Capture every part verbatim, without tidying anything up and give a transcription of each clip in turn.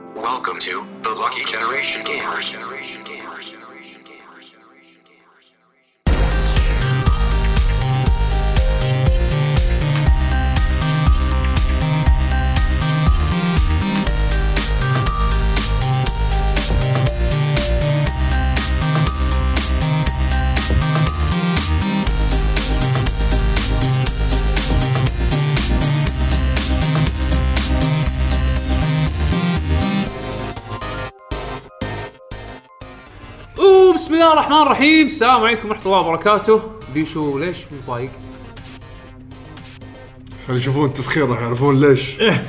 Welcome to the Lucky Generation Gamers. Generation Gamers. Generation Gamers. Generation Gamers. بسم الله الرحمن الرحيم. السلام عليكم ورحمة الله وبركاته. بيشو ليش مضايق؟ خلي يشوفون التسخير راح يعرفون ليش. لحظة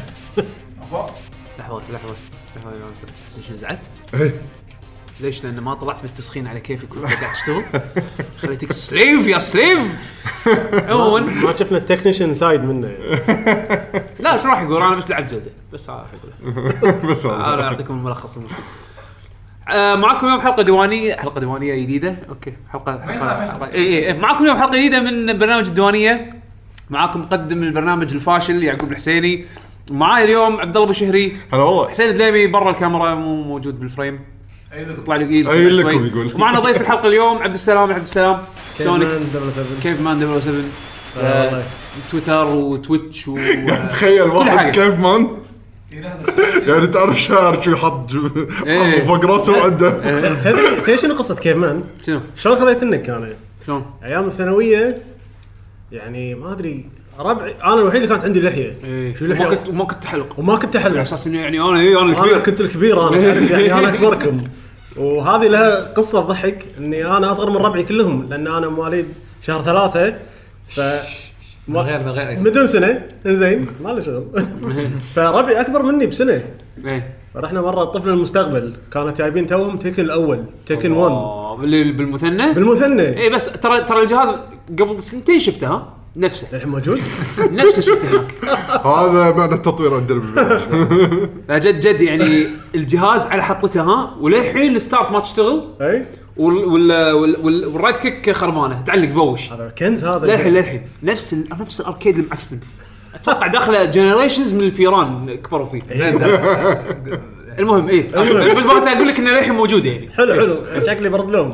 لحظة لحظة يا أنسى. ليش نزعلت؟ إيه ليش؟ لأن ما طلعت بالتسخين على كيفك وأنت قاعد تشتغل. خليتك سليف يا سليف. عموما ما شفنا التكنيشن سايد منه. لا شو راح يقول؟ أنا بس لعبت زلدة بس راح أقوله. بس أنا أعطيكم الملخص المفيد. آه معكم اليوم حلقة ديوانية، حلقة ديوانية جديدة. أوكي حلقة حلقة, حلقة. إيه إيه معكم اليوم حلقة جديدة من برنامج الديوانية. معكم مقدم البرنامج الفاشل يعقوب الحسيني. معاي اليوم عبد الله بشهري. هلا والله. حسين الدليمي برا الكاميرا مو موجود بالفريم. يطلع لي قيل. أي لكم يقول. ومعنا ضيف الحلقة اليوم عبد السلام. عبد السلام شلونك؟ كيف مان دبل سبعة. والله تويتر وتويتش و تخيل واحد كيف مان يعني تعرف شعر شو يحط إيه. فوق راسه وعنده. تدري تدري شنو قصة كيف مان؟ شنو شلون خذيت انك انا شلون ايام الثانويه يعني ما ادري ربعي انا الوحيد اللي كانت عندي لحيه. إيه. شو لحيه ما كنت ما كنت تحلق وما كنت على احلق اساس انه يعني انا ايه انا الكبير. انا كنت الكبير انا تعرف يعني انا اكبركم. وهذه لها قصه تضحك اني انا اصغر من ربعي كلهم لان انا مواليد شهر ثلاثة ف من غير من غير أي بدون سنه زين ما له شغل. فربعي اكبر مني بسنه. ايه فرحنا مره طفل المستقبل كانت جايبين توهم تيكن الاول تيكن واحد اه باللي بالمثنى بالمثنى. ايه بس ترى ترى الجهاز قبل سنتين شفته ها نفسه الحين موجود نفسه شفته هناك. هذا معنى التطوير عندنا بالبيت. لا جد جد يعني الجهاز على حطته ها وللحين الستارت ما تشتغل اي وال وال وال والرايت كيك خربانه تعلق تبوش. هذا كنز هذا للحين للحين نفس ال... نفس الاركيد المعفن. اتوقع داخله جنريشنز من الفيران كبروا فيه. زين المهم ايه بس بغيت اقول لك انه للحين موجود يعني. حلو حلو شكلي برد لهم.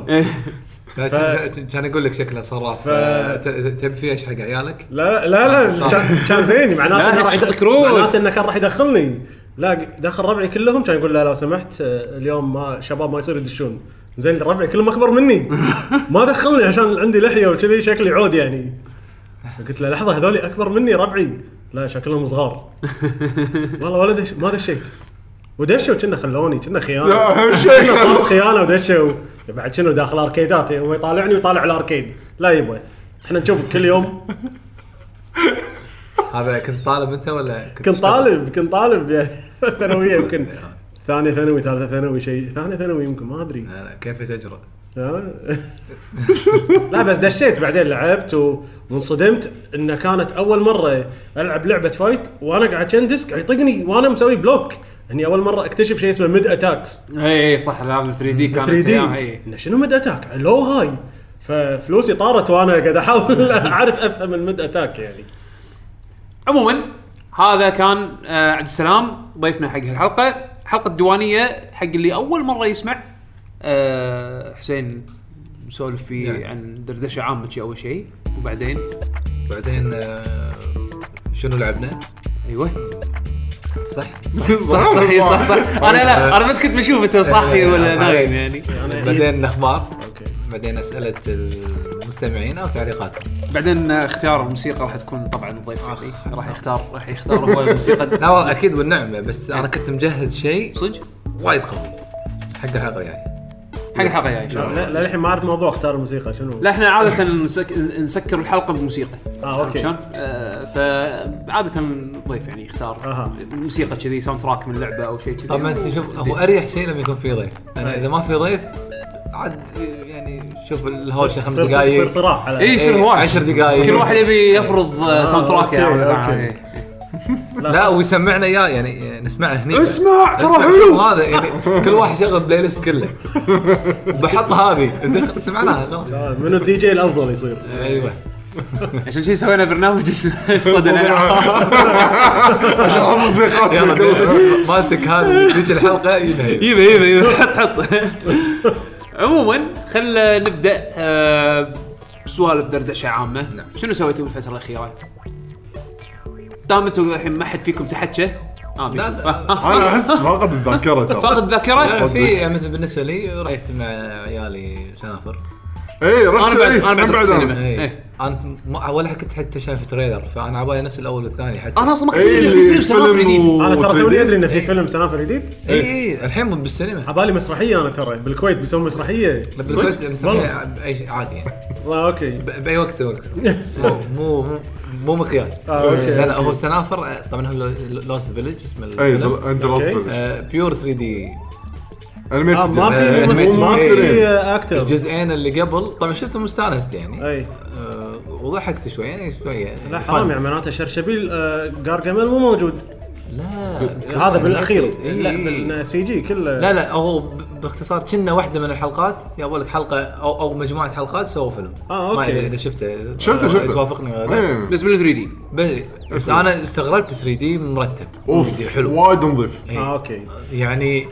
كان اقول لك شكله صراف ف... تبي فيه ايش حق عيالك؟ لا لا لا كان زيني معناته انه راح يدخل معناته انه كان راح يدخلني. لا دخل ربعي كلهم كان يقول لا لو سمحت اليوم ما شباب ما يصير يدشون. زين ربعي كلهم اكبر مني ما دخلني عشان عندي لحيه وكذي شكلي عود يعني. قلت له لحظه هذول اكبر مني ربعي لا شكلهم صغار. والله ولا دش ما دشيت ودشوا كنا خلوني كنا خيانه. لا اهم شيء كنا صارت خيانه ودشوا بعد شنو داخل اركيدات هو يطالعني ويطالع الاركيد. لا يبغى احنا نشوفك كل يوم. هذا كنت طالب انت ولا كنت طالب كنت طالب يعني ثانويه يمكن ثانيه ثانوي ثالثه ثانوي شيء ثانيه ثانوي يمكن ما ادري. لا لا كيف تجرأ؟ لا بس دشيت بعدين لعبت وانصدمت انه كانت اول مره العب لعبه فايت وانا قاعد كندس قاعد يطقني وانا مسوي بلوك. هني اول مره اكتشف شيء اسمه ميد اتاكس. اي اي صح العاب ثري دي كانت ثري دي إنه شنو ميد اتاك لو هاي ففلوسي طارت وانا قاعد احاول اعرف افهم الميد اتاك يعني. عموما هذا كان آه عبد السلام ضيفنا حق الحلقه حلقه الديوانيه حق اللي اول مره يسمع. آه حسين نسولف فيه يعني. عن دردشه عامه شيء اول شيء وبعدين بعدين آه شنو لعبنا؟ ايوه صح صح صح صح, صح. انا لا انا بس كنت بشوف انت صاحي ولا نايم يعني. بعدين اخبار بعدين اسئله المستمعين او تعليقاتهم. بعدين اختيار الموسيقى راح تكون طبعا الضيف راح يختار راح يختار هو الموسيقى. لا والله اكيد والنعمه بس انا كنت مجهز شيء صدق وايد قوي حق الحلقه يعني حق الحلقه يعني ان شاء الله. لا الحين ما اعرف موضوع اختار الموسيقى شنو. لا احنا عاده نسك... نسكر الحلقه بموسيقى. اه اوكي شلون آه فعاده الضيف يعني يختار آه. موسيقى كذي ساوند تراك من لعبه او شيء كذي. طبعا انت شوف هو اريح شيء لما يكون في ضيف. انا اذا ما في ضيف عاد يعني شوف الهوشه خمس دقائق يصير صراحه اي يصير هواي عشر دقائق كل واحد يبي يفرض ساوند تراك يعني. لا ويسمعنا اياه يعني نسمعه هني اسمع ترى حلو هذا يعني كل واحد يشغل بلاي ليست كله وبحط هذه زين سمعناها خلاص. منو الدي جي الافضل يصير. ايوه عشان شي سوينا برنامج اسمه صدى الالعاب. عشان حصل زي يلا خاطر مالتك هذه ذيك الحلقه يبها يبا يبا يبا حط حط. عموما خلينا نبدا آه، بسوالف دردشه عامه. شنو سويتوا بالفتره الاخيره؟ دام انتم الحين ما حد فيكم تحكى. اه لا، بيكم. لا. آه، آه، انا احس فاقد الذاكره ترى. فاقد ذاكره. في يعني مثل بالنسبه لي رحت مع عيالي سنافر. اي رحت انا بعد إيه، انا بعد بعد السينما. أنا. اي إيه. انت ما ولا كنت حتى شايف تريلر فانا عبالي نفس الاول والثاني حتى انا اصلا ما كنت إيه أدري اللي في فيلم سنافر جديد. فيلم انا ترى توني ادري انه في إيه. فيلم سنافر جديد. اي اي الحين مو بالسينما عبالي مسرحيه انا ترى بالكويت بيسوون مسرحيه. بالكويت بسميها باي عادي يعني اه اوكي. ب- باي وقت تسوي لك. مو مو مو مو مقياس. آه، أوكي. لا لا هو سنافر طبعا هو لوست فيلج اسمه اي الفيلم عند أوكي. راس بيور ثري دي انيميتد آه ما آه، في animated. ما إيه. في اكتر. الجزئين اللي قبل طبعا شفته مستانست يعني اي آه، وضحكت شوي يعني شويه لا حرام يعني معناته شرشبيل آه، قارقمل مو موجود. لا هذا بالاخير. إيه. لا بالسي جي كله. لا لا هو ب- باختصار كنا واحده من الحلقات يابا لك حلقه او او مجموعه حلقات سووا فيلم. آه، ما أوكي. ادري اذا شفته شفته آه، شفته توافقني ولا لا إيه. بس بال ثري دي. بس, بس انا استغربت ثري دي مرتب اوف ثري دي حلو وايد نظيف. إيه. اه اوكي. يعني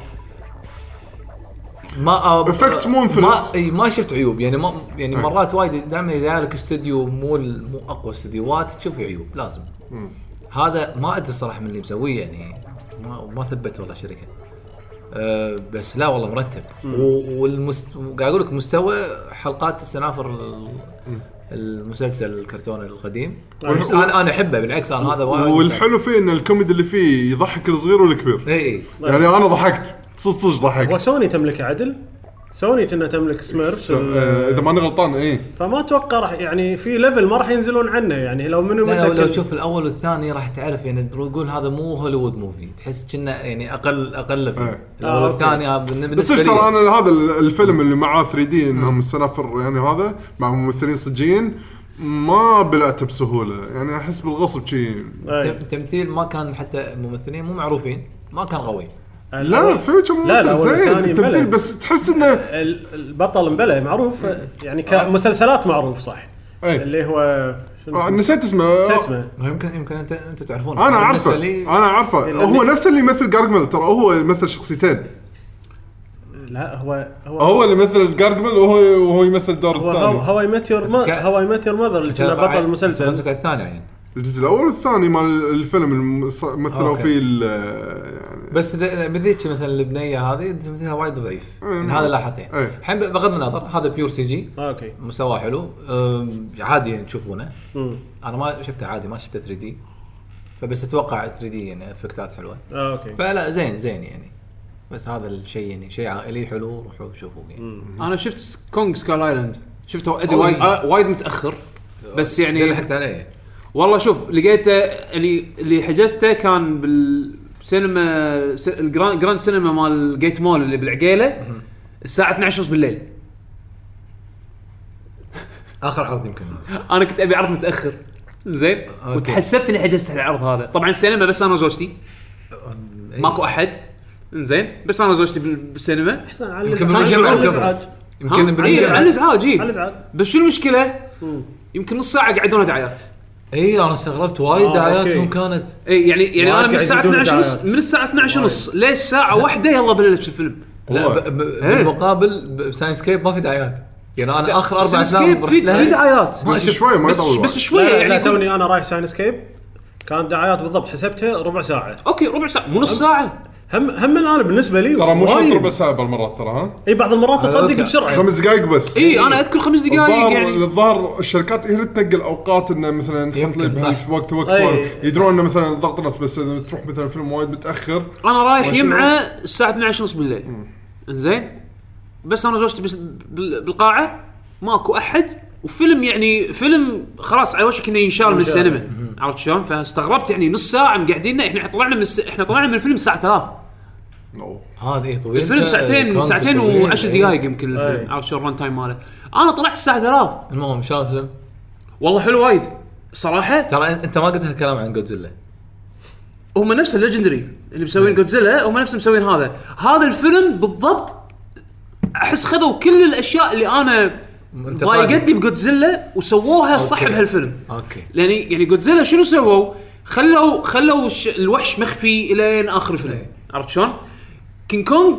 ما Effects مو ما influence. اي ما شفت عيوب يعني ما يعني مرات وايد دائما اذا لك استوديو مو ال- مو اقوى استديوهات تشوف عيوب لازم. هذا ما ادري صراحه من اللي مسويه يعني ما ما ثبت والله شركه أه بس لا والله مرتب و- والمست... قاعد اقول لك مستوى حلقات السنافر ال- المسلسل الكرتوني القديم والح- انا انا احبه بالعكس انا هذا وايد والحلو فيه ان الكوميدي اللي فيه يضحك الصغير والكبير. اي اي يعني انا ضحكت صدق صدق هو ضحكت. سوني تملك عدل. سوني كنا تملك سميرفس. آه، اذا ماني غلطان ايه فما اتوقع راح يعني في ليفل ما راح ينزلون عنه يعني لو منو لا لو, مسك لو ال- تشوف الاول والثاني راح تعرف يعني تقول هذا مو هوليوود موفي تحس كنا يعني اقل اقل فيلم إيه. الاول آه، والثاني آه، بالن- بس بالنسبه إيش ترى لي انا هذا الفيلم اللي معاه ثري دي انهم السنافر يعني هذا مع ممثلين صجيين ما بلعته بسهوله يعني احس بالغصب شيء. أي. تم- تمثيل ما كان حتى الممثلين مو معروفين ما كان قوي لا الفيلم كان لا، لا، ممثل أول زين والثاني التمثيل بلى. بس تحس انه ال- البطل مبلى معروف يعني كمسلسلات معروف صح. أي. اللي هو شنو آه، اسمه؟ نسيت اسمه. نسيت اسمه. يمكن يمكن انت انت تعرفون انا عارفه بالنسبة لي انا عارفه اللي- هو نفس اللي يمثل جارجمل ترى هو يمثل شخصيتين. لا هو هو هو اللي يمثل جارجمل وهو وهو يمثل دور هو هو الثاني. هو يمت يور تك- هو يمت يور ماذر اللي كنا بطل المسلسل. قصدك الثاني يعني الجزء الاول والثاني مال الفيلم اللي ص- مثلوا أوكي. فيه ال- يعني بس ذا- بذيك مثلا البنيه هذه تمثيلها وايد ضعيف يعني هذا لاحظته يعني إيه. الحين بغض النظر هذا بيور سي جي اوكي. مستواه حلو أم، عادي يعني تشوفونه امم انا ما شفته عادي ما شفته ثري دي فبس اتوقع ثري دي يعني افكتات حلوه آه، اوكي. فلا زين زين يعني بس هذا الشيء يعني شيء عائلي حلو روحوا شوفوه يعني انا شفت كونغ سكاي ايلاند شفته ادي أوه. وايد آه، وايد متاخر بس زين اللي يعني حكيت عليه والله شوف لقيته اللي اللي حجزته كان بالسينما س- الجراند جراند سينما مال جيت مول اللي بالعقيله الساعه اثني عشر بالليل. اخر عرض يمكن انا كنت ابي عرض متاخر زين أوكي. وتحسبت اني حجزت العرض هذا. طبعا السينما بس انا وزوجتي ماكو احد زين بس انا وزوجتي بال- بالسينما. احسن على يمكن الازعاج. بالجمعة على قبل. الازعاج. يمكن ها؟ إيه، على الازعاج إيه. على الازعاج. بس شو المشكله؟ يمكن نص ساعه قعدونا دعايات. اي انا استغربت وايد آه، دعاياتهم أوكي. كانت اي يعني يعني وايد انا من الساعه قاعد اثني عشر يدون ونص دعايات. من الساعه اثني عشر ونص ليه الساعه واحدة يلا بلش الفيلم. لا والله. ب- ب- بالمقابل بساينسكيب ما في دعايات يعني انا اخر اربع ساينسكيب افلام في رحت في لها دعايات بس شوي ما بس يطول بس وقت. شويه لا, يعني لا يقول- توني انا رايح ساينسكيب كانت دعايات بالضبط حسبتها ربع ساعه. اوكي ربع ساعه مو نص ساعه. هم هم انا بالنسبه لي ترى مو شرط وايد. ربع ساعه بالمرات ترى ها اي بعض المرات تصدق أوكي. بسرعه. خمس دقائق بس. اي انا اذكر خمس دقائق الظاهر يعني الظاهر الشركات هي اللي تنقل اوقات انه مثلا تحط يمكن، لك صح. في وقت وقت أي. وايد. يدرون انه مثلا الضغط نص بس اذا تروح مثلا فيلم وايد متاخر انا رايح وشنو؟ يمعه الساعه اثني عشر ونص بالليل زين بس انا وزوجتي بس- بال- بالقاعه ماكو احد وفيلم يعني فيلم خلاص على وشك انه ينشال من ينشال. السينما عرفت شلون فاستغربت يعني نص ساعه مقعدين احنا طلعنا من الس... احنا طلعنا من الفيلم الساعه ثلاث. أوه. هذا اي طويل الفيلم ساعتين كان ساعتين طويل. وعشر إيه. دقائق يمكن الفيلم أي. عرفت شلون الرن تايم ماله. انا طلعت الساعه ثلاث المهم شلون الفيلم والله حلو وايد صراحه. ترى انت ما قلت هالكلام عن جودزيلا هم نفس الليجندري اللي مسوين جودزيلا هم نفسهم مسوين هذا هذا الفيلم بالضبط. احس خذوا كل الاشياء اللي انا ضايقتني بجودزيلا وسووها صح أوكي. بهالفيلم. اوكي يعني يعني جودزيلا شنو سووا؟ خلوا خلوا الش- الوحش مخفي الين اخر الفيلم. إيه. عرفت شلون؟ كينج كونج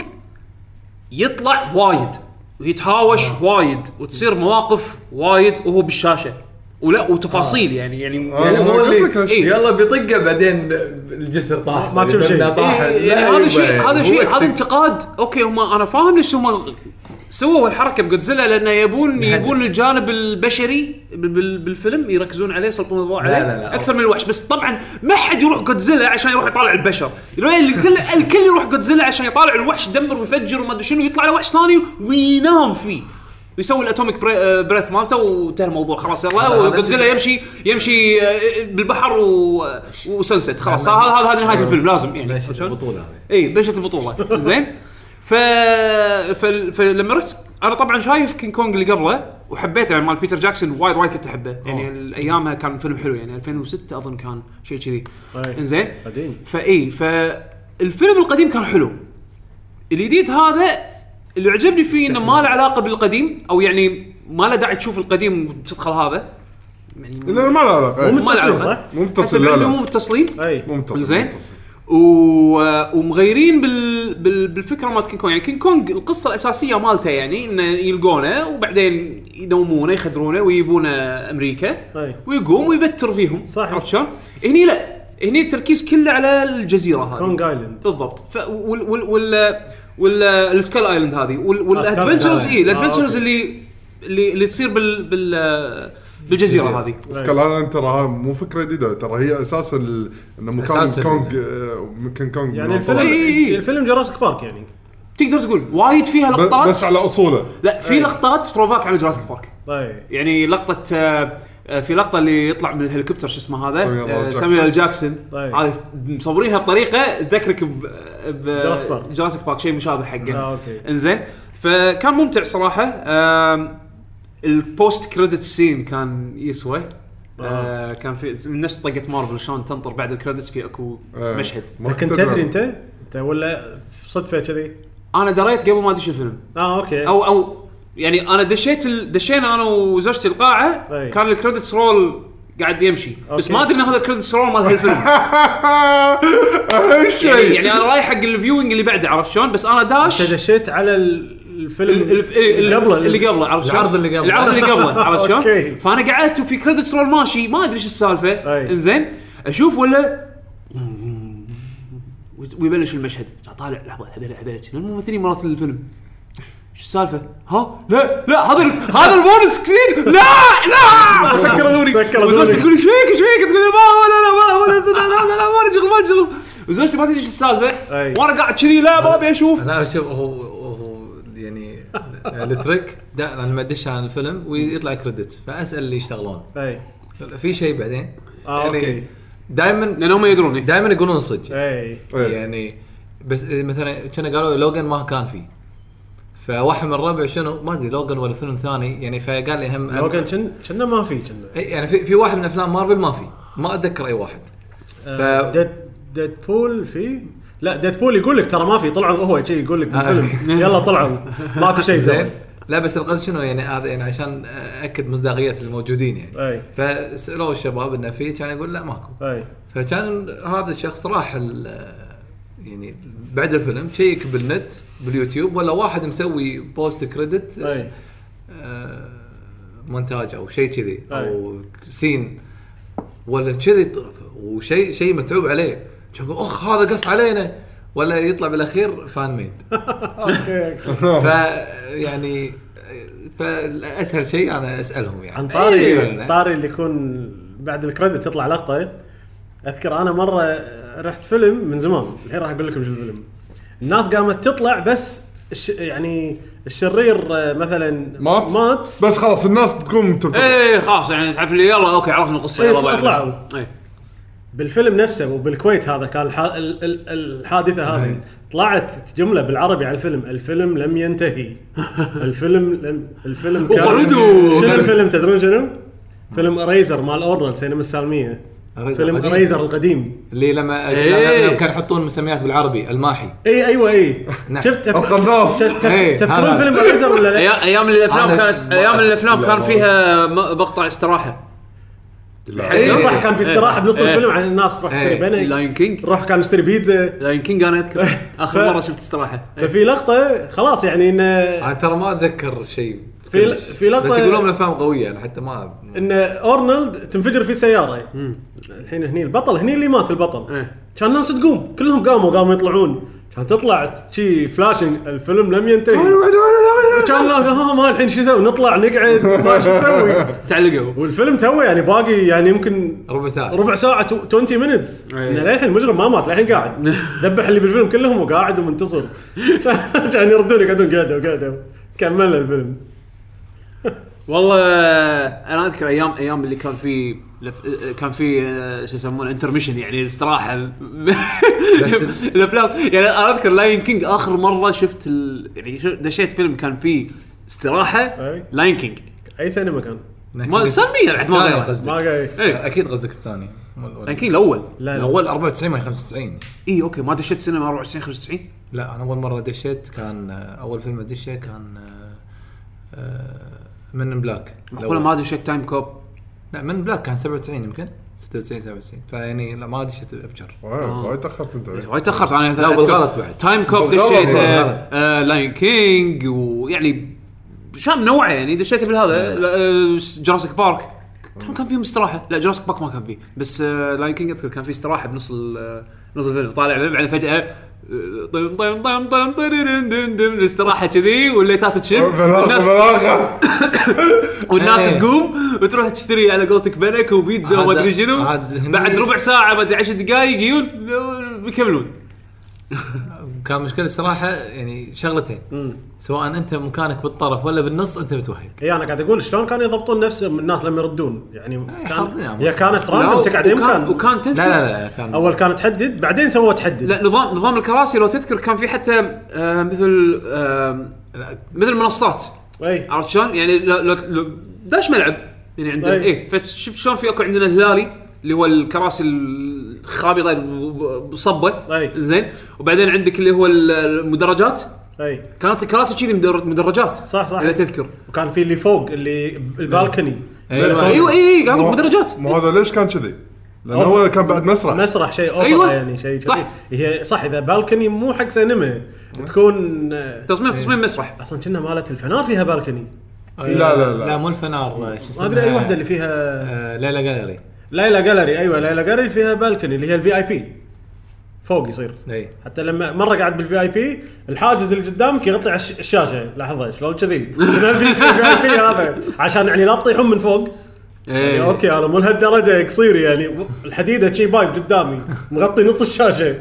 يطلع وايد ويتهاوش آه. وايد وتصير مواقف وايد وهو بالشاشه ولا وتفاصيل آه. يعني يعني آه. يعني ما مو قلت اللي لك هالشي. إيه. يلا بيطقه بعدين الجسر طاح ما تشوف شيء. طاح إيه يعني هذا شيء هذا شيء هذا انتقاد. اوكي هم انا فاهم ليش هم سووا الحركه بجودزيلا لانه يبون يبون الجانب البشري بال- بالفيلم يركزون عليه يسلطون الضوء لا، عليه لا، لا. اكثر من الوحش. بس طبعا ما حد يروح جودزيلا عشان يروح يطالع البشر. يروح الكل الكل يروح جودزيلا عشان يطالع الوحش يدمر ويفجر وما ادري شنو يطلع له وحش ثاني وينام فيه ويسوي الاتوميك بريث مالته وانتهى الموضوع خلاص. يلا هذا جودزيلا يمشي يمشي بالبحر و... وسنست خلاص. هذا هذا هذا نهايه الفيلم لازم يعني بلشت البطوله هذه. اي بلشت البطولات زين. ف... فل... فلما رحت انا طبعا شايف كينج كونج اللي قبله وحبيته يعني مال بيتر جاكسون وايد وايد كنت احبه يعني ايامها كان فيلم حلو يعني ألفين وستة اظن كان شيء كذي زين. قديم. فاي فالفيلم القديم كان حلو. الجديد هذا اللي عجبني فيه انه ما له علاقه بالقديم او يعني ما له داعي تشوف القديم وتدخل هذا يعني لا ما له علاقه. مو ما له متصلين علاقة. صح؟ مو متصل حسب لا علمي لا مو متصلين اي مو متصل زين. مو متصل. و... ومغيرين بال... بال... بالفكره مالت كينج كونج. يعني كينج كونج القصه الاساسيه مالته يعني انه يلقونه وبعدين يدومونه يخدرونه ويجيبونه امريكا أي. ويقوم ويبتر فيهم صح. عرفت شلون؟ هني لا هني التركيز كله على الجزيره هذه كونج ايلاند. بالضبط. ف... وال وال وال والسكال ايلاند هذه والادفنتشرز سكال اي الادفنتشرز آه، اللي اللي اللي تصير بال بال بالجزيره هذه. سكال ايلاند ترى مو فكره جديده ترى هي اساس ال- انه مكان أساس ال- كونج آه، مكان كونج يعني من الفيلم الضوء. إي إي. الفيلم جراسيك بارك يعني. تقدر تقول وايد فيها ب- لقطات بس على اصوله. لا في لقطات ثروباك على جراسيك بارك. اي يعني لقطه آه، آه، في لقطه اللي يطلع من الهليكوبتر شو اسمه هذا سامويل آه، جاكسون. سامويل جاكسون طيب. هذه مصورينها بطريقه تذكرك ب جراسيك بارك. جراسيك بارك شيء مشابه حقه. آه، أوكي. انزين فكان ممتع صراحه. آم، البوست كريدت سين كان يسوى. آه. كان في من نفس طقه مارفل شلون تنطر بعد الكريدتس في اكو آه. مشهد. ما كنت تدري انت انت ولا صدفه كذي؟ انا دريت قبل ما ادش الفيلم اه اوكي. او او يعني انا دشيت ال... دشينا انا وزوجتي القاعه أي. كان الكريدتس رول قاعد يمشي بس أوكي. ما ادري ان هذا الكريدتس رول مال هالفيلم. اهم يعني, شيء يعني انا رايح حق الفيوينج اللي بعده عرفت شلون بس انا داش انت دشيت على الفيلم ال- ال- ال- قبله اللي قبله عرفت شلون؟ العرض اللي قبله. العرض اللي قبله عرفت شلون؟ أوكي. فانا قعدت وفي كريدتس رول ماشي ما ادري ايش السالفه. أي. انزين اشوف ولا ويبلش المشهد طالع لحظه هذول هذول شنو الممثلين مرات الفيلم شو السالفه؟ ها لا لا هذا ال- هذا البونس كثير لا لا سكر اذوني سكر وزوجتي أذوني. تقول ايش فيك ايش فيك تقول ما ولا لا ولا لا لا لا ما شغل ما شغل وزوجتي ما تدري ايش السالفه أي. وانا قاعد كذي لا ما ابي اشوف. لا شوف هو هو يعني التريك ده لما ادش على الفيلم ويطلع كريدت فاسال اللي يشتغلون اي في شيء بعدين آه، أوكي. دائما لانهم يدرون دائما يقولون صدق اي إيه. يعني بس مثلا كانوا قالوا لوغان ما كان فيه فواحد من الربع شنو ما ادري لوغان ولا فيلم ثاني يعني فقال لي هم لو كان كن كنا ما في كنا إيه، يعني في في واحد من افلام مارفل ما في ما اتذكر اي واحد ف ديد ديد بول في لا ديد بول يقول لك ترى ما في طلعوا هو شيء يقول لك بالفيلم يلا طلعوا ماكو شيء زين زين. لا بس القصد شنو يعني هذا يعني عشان اكد مصداقيه الموجودين يعني اي فسالوا الشباب انه في كان يقول لا ماكو اي فكان هذا الشخص راح ال- يعني بعد الفيلم شيك بالنت باليوتيوب ولا واحد مسوي بوست كريدت اي آه، مونتاج او شيء كذي او أي. سين ولا كذي وشيء شيء متعوب عليه شوف اخ هذا قص علينا ولا يطلع بالاخير فان ميد. اوكي ف يعني فالاسهل شيء انا اسالهم يعني عن طاري إيه. طاري اللي يكون بعد الكريدت تطلع لقطه. اذكر انا مره رحت فيلم من زمان الحين راح اقول لكم شو الفيلم. الناس قامت تطلع بس الش... يعني الشرير آه، مثلا مات مات بس خلاص الناس تقوم تبتدي. ايه خلاص يعني تعرف اللي يلا اوكي عرفنا القصه إيه، يلا بعد. طلعوا. ايه بالفيلم نفسه وبالكويت هذا كان الح... ال... ال... الحادثه هذه طلعت جمله بالعربي على الفيلم الفيلم لم ينتهي الفيلم لم... الفيلم كان وخردوا. شنو الفيلم تدرون شنو؟ فيلم اريزر مال اورنال سينما السالميه فيلم ريزر القديم اللي لما إيه. لما كانوا يحطون مسميات بالعربي الماحي. اي ايوه اي نعم. شفت القناص. إيه، تذكرون هذا. فيلم ريزر ولا لا؟ أيام أيام الأفلام أنا- كانت أيام الأفلام لا، كان ما- فيها م- مقطع استراحة. اي صح كان في استراحه بنص إيه. الفيلم عن الناس تروح تشتري إيه. بنك لاين كينج روح كان يشتري بيتزا. لاين كينج أنا أذكر آخر ف- مرة شفت استراحة. ففي لقطه خلاص يعني ان انا ترى ما اتذكر شيء في- كلش. في لقطة- بس يقولون الافلام قويه انا حتى ما ان اورنولد تنفجر في سياره. الحين هني البطل هني اللي مات البطل. إيه. كان الناس تقوم كلهم قاموا قاموا يطلعون كان تطلع شي فلاشنج الفيلم لم ينتهي. كان الناس ها ما الحين شو نسوي نطلع نقعد ما شو نسوي. تعلقوا. والفيلم توه يعني باقي يعني يمكن ربع ساعه ربع ساعه تو- عشرين مينتس. إيه. انه للحين المجرم ما مات للحين قاعد ذبح اللي بالفيلم كلهم وقاعد ومنتصر. كان يردون يقعدون قعدوا قعدوا كملنا الفيلم. والله انا اذكر ايام ايام اللي كان في لف... كان في آه، شو يسمونه انترميشن يعني استراحه بس الافلام يعني انا اذكر لاين كينج اخر مره شفت ال... يعني شو- دشيت فيلم كان فيه استراحه أي. لاين كينج اي سينما كان؟ ما سميه بعد ما غيره قصدك. ما قايس. ايه اكيد قصدك الثاني لاين كينج الاول لا لا الاول أربعة وتسعين ما خمسة وتسعين. اي اوكي ما دشيت سينما أربعة وتسعين خمسة وتسعين لا انا اول مره دشيت كان اول فيلم ادشه كان من بلاك. معقوله ما دشيت تايم كوب لا من بلاك كان سبعة وتسعين يمكن ستة وتسعين سبعة وتسعين فيعني لا ما دشيت الابجر. وايد وايد تاخرت انت. وايد تاخرت انا لا بالغلط بعد. تايم كوب بالغلط، دشيت بالغلط. آه لاين كينج ويعني شام منوعه يعني دشيت بالهذا جراسيك بارك كان كان فيهم استراحه لا جراسيك بارك ما كان فيه بس آه لاين كينج اذكر كان فيه استراحه بنص ال- نص الفيلم طالع بعدين فجاه آه، طيم طيم طيم طيم طيم دم دم الاستراحه كذي والليتات تشب والناس بلاغه والناس إيه. تقوم وتروح تشتري على قولتك بنك وبيتزا هذا- وما ادري شنو هذا هني- بعد ربع ساعه بعد عشر دقائق يجون بيكملون كان مشكله الصراحه يعني شغلتين سواء انت مكانك بالطرف ولا بالنص انت بتوهق. اي انا قاعد اقول شلون كانوا يضبطون نفسهم الناس لما يردون يعني حاطين كان عمود. هي كانت راندوم تقعد وكان, يمكن وكان تذكر لا لا لا كان اول كانت تحدد بعدين سووا تحدد. لا نظام نظام الكراسي لو تذكر كان في حتى آه مثل آه لا، مثل منصات اي عرفت شلون يعني لو لو لو داش ملعب يعني عندنا أي. ايه فشفت شلون في اكو عندنا الهلالي اللي هو الكراسي الخابطه بصبه أي. زين وبعدين عندك اللي هو المدرجات اي كانت الكراسي كذي مدر- مدرجات صح صح اذا تذكر وكان في اللي فوق اللي البالكوني أيوة. ايوه اي اي قاعد مو- مدرجات مو هذا ليش كان كذي؟ لانه هو كان بعد مسرح. مسرح شيء اوبرا أيوة. يعني شيء صح. كذي هي صح اذا بالكوني مو حق سينما تكون تصميم تصميم مسرح اصلا كنا مالت الفنار فيها بالكوني لا لا لا. لا مو الفنار شو ما اسمه ادري اي واحده اللي فيها آه ليلى جاليري. ليلى جاليري ايوه ليلى جاليري فيها بالكوني اللي هي الفي اي بي فوق يصير اي حتى لما مره قاعد بالفي اي بي الحاجز اللي قدامك يغطي على الش- الشاشه لحظه شلون كذي الفي اي بي هذا عشان يعني لا تطيحون من فوق يعني ايه اوكي انا مو لهالدرجه قصير يعني الحديده شي بايب قدامي مغطي نص الشاشه.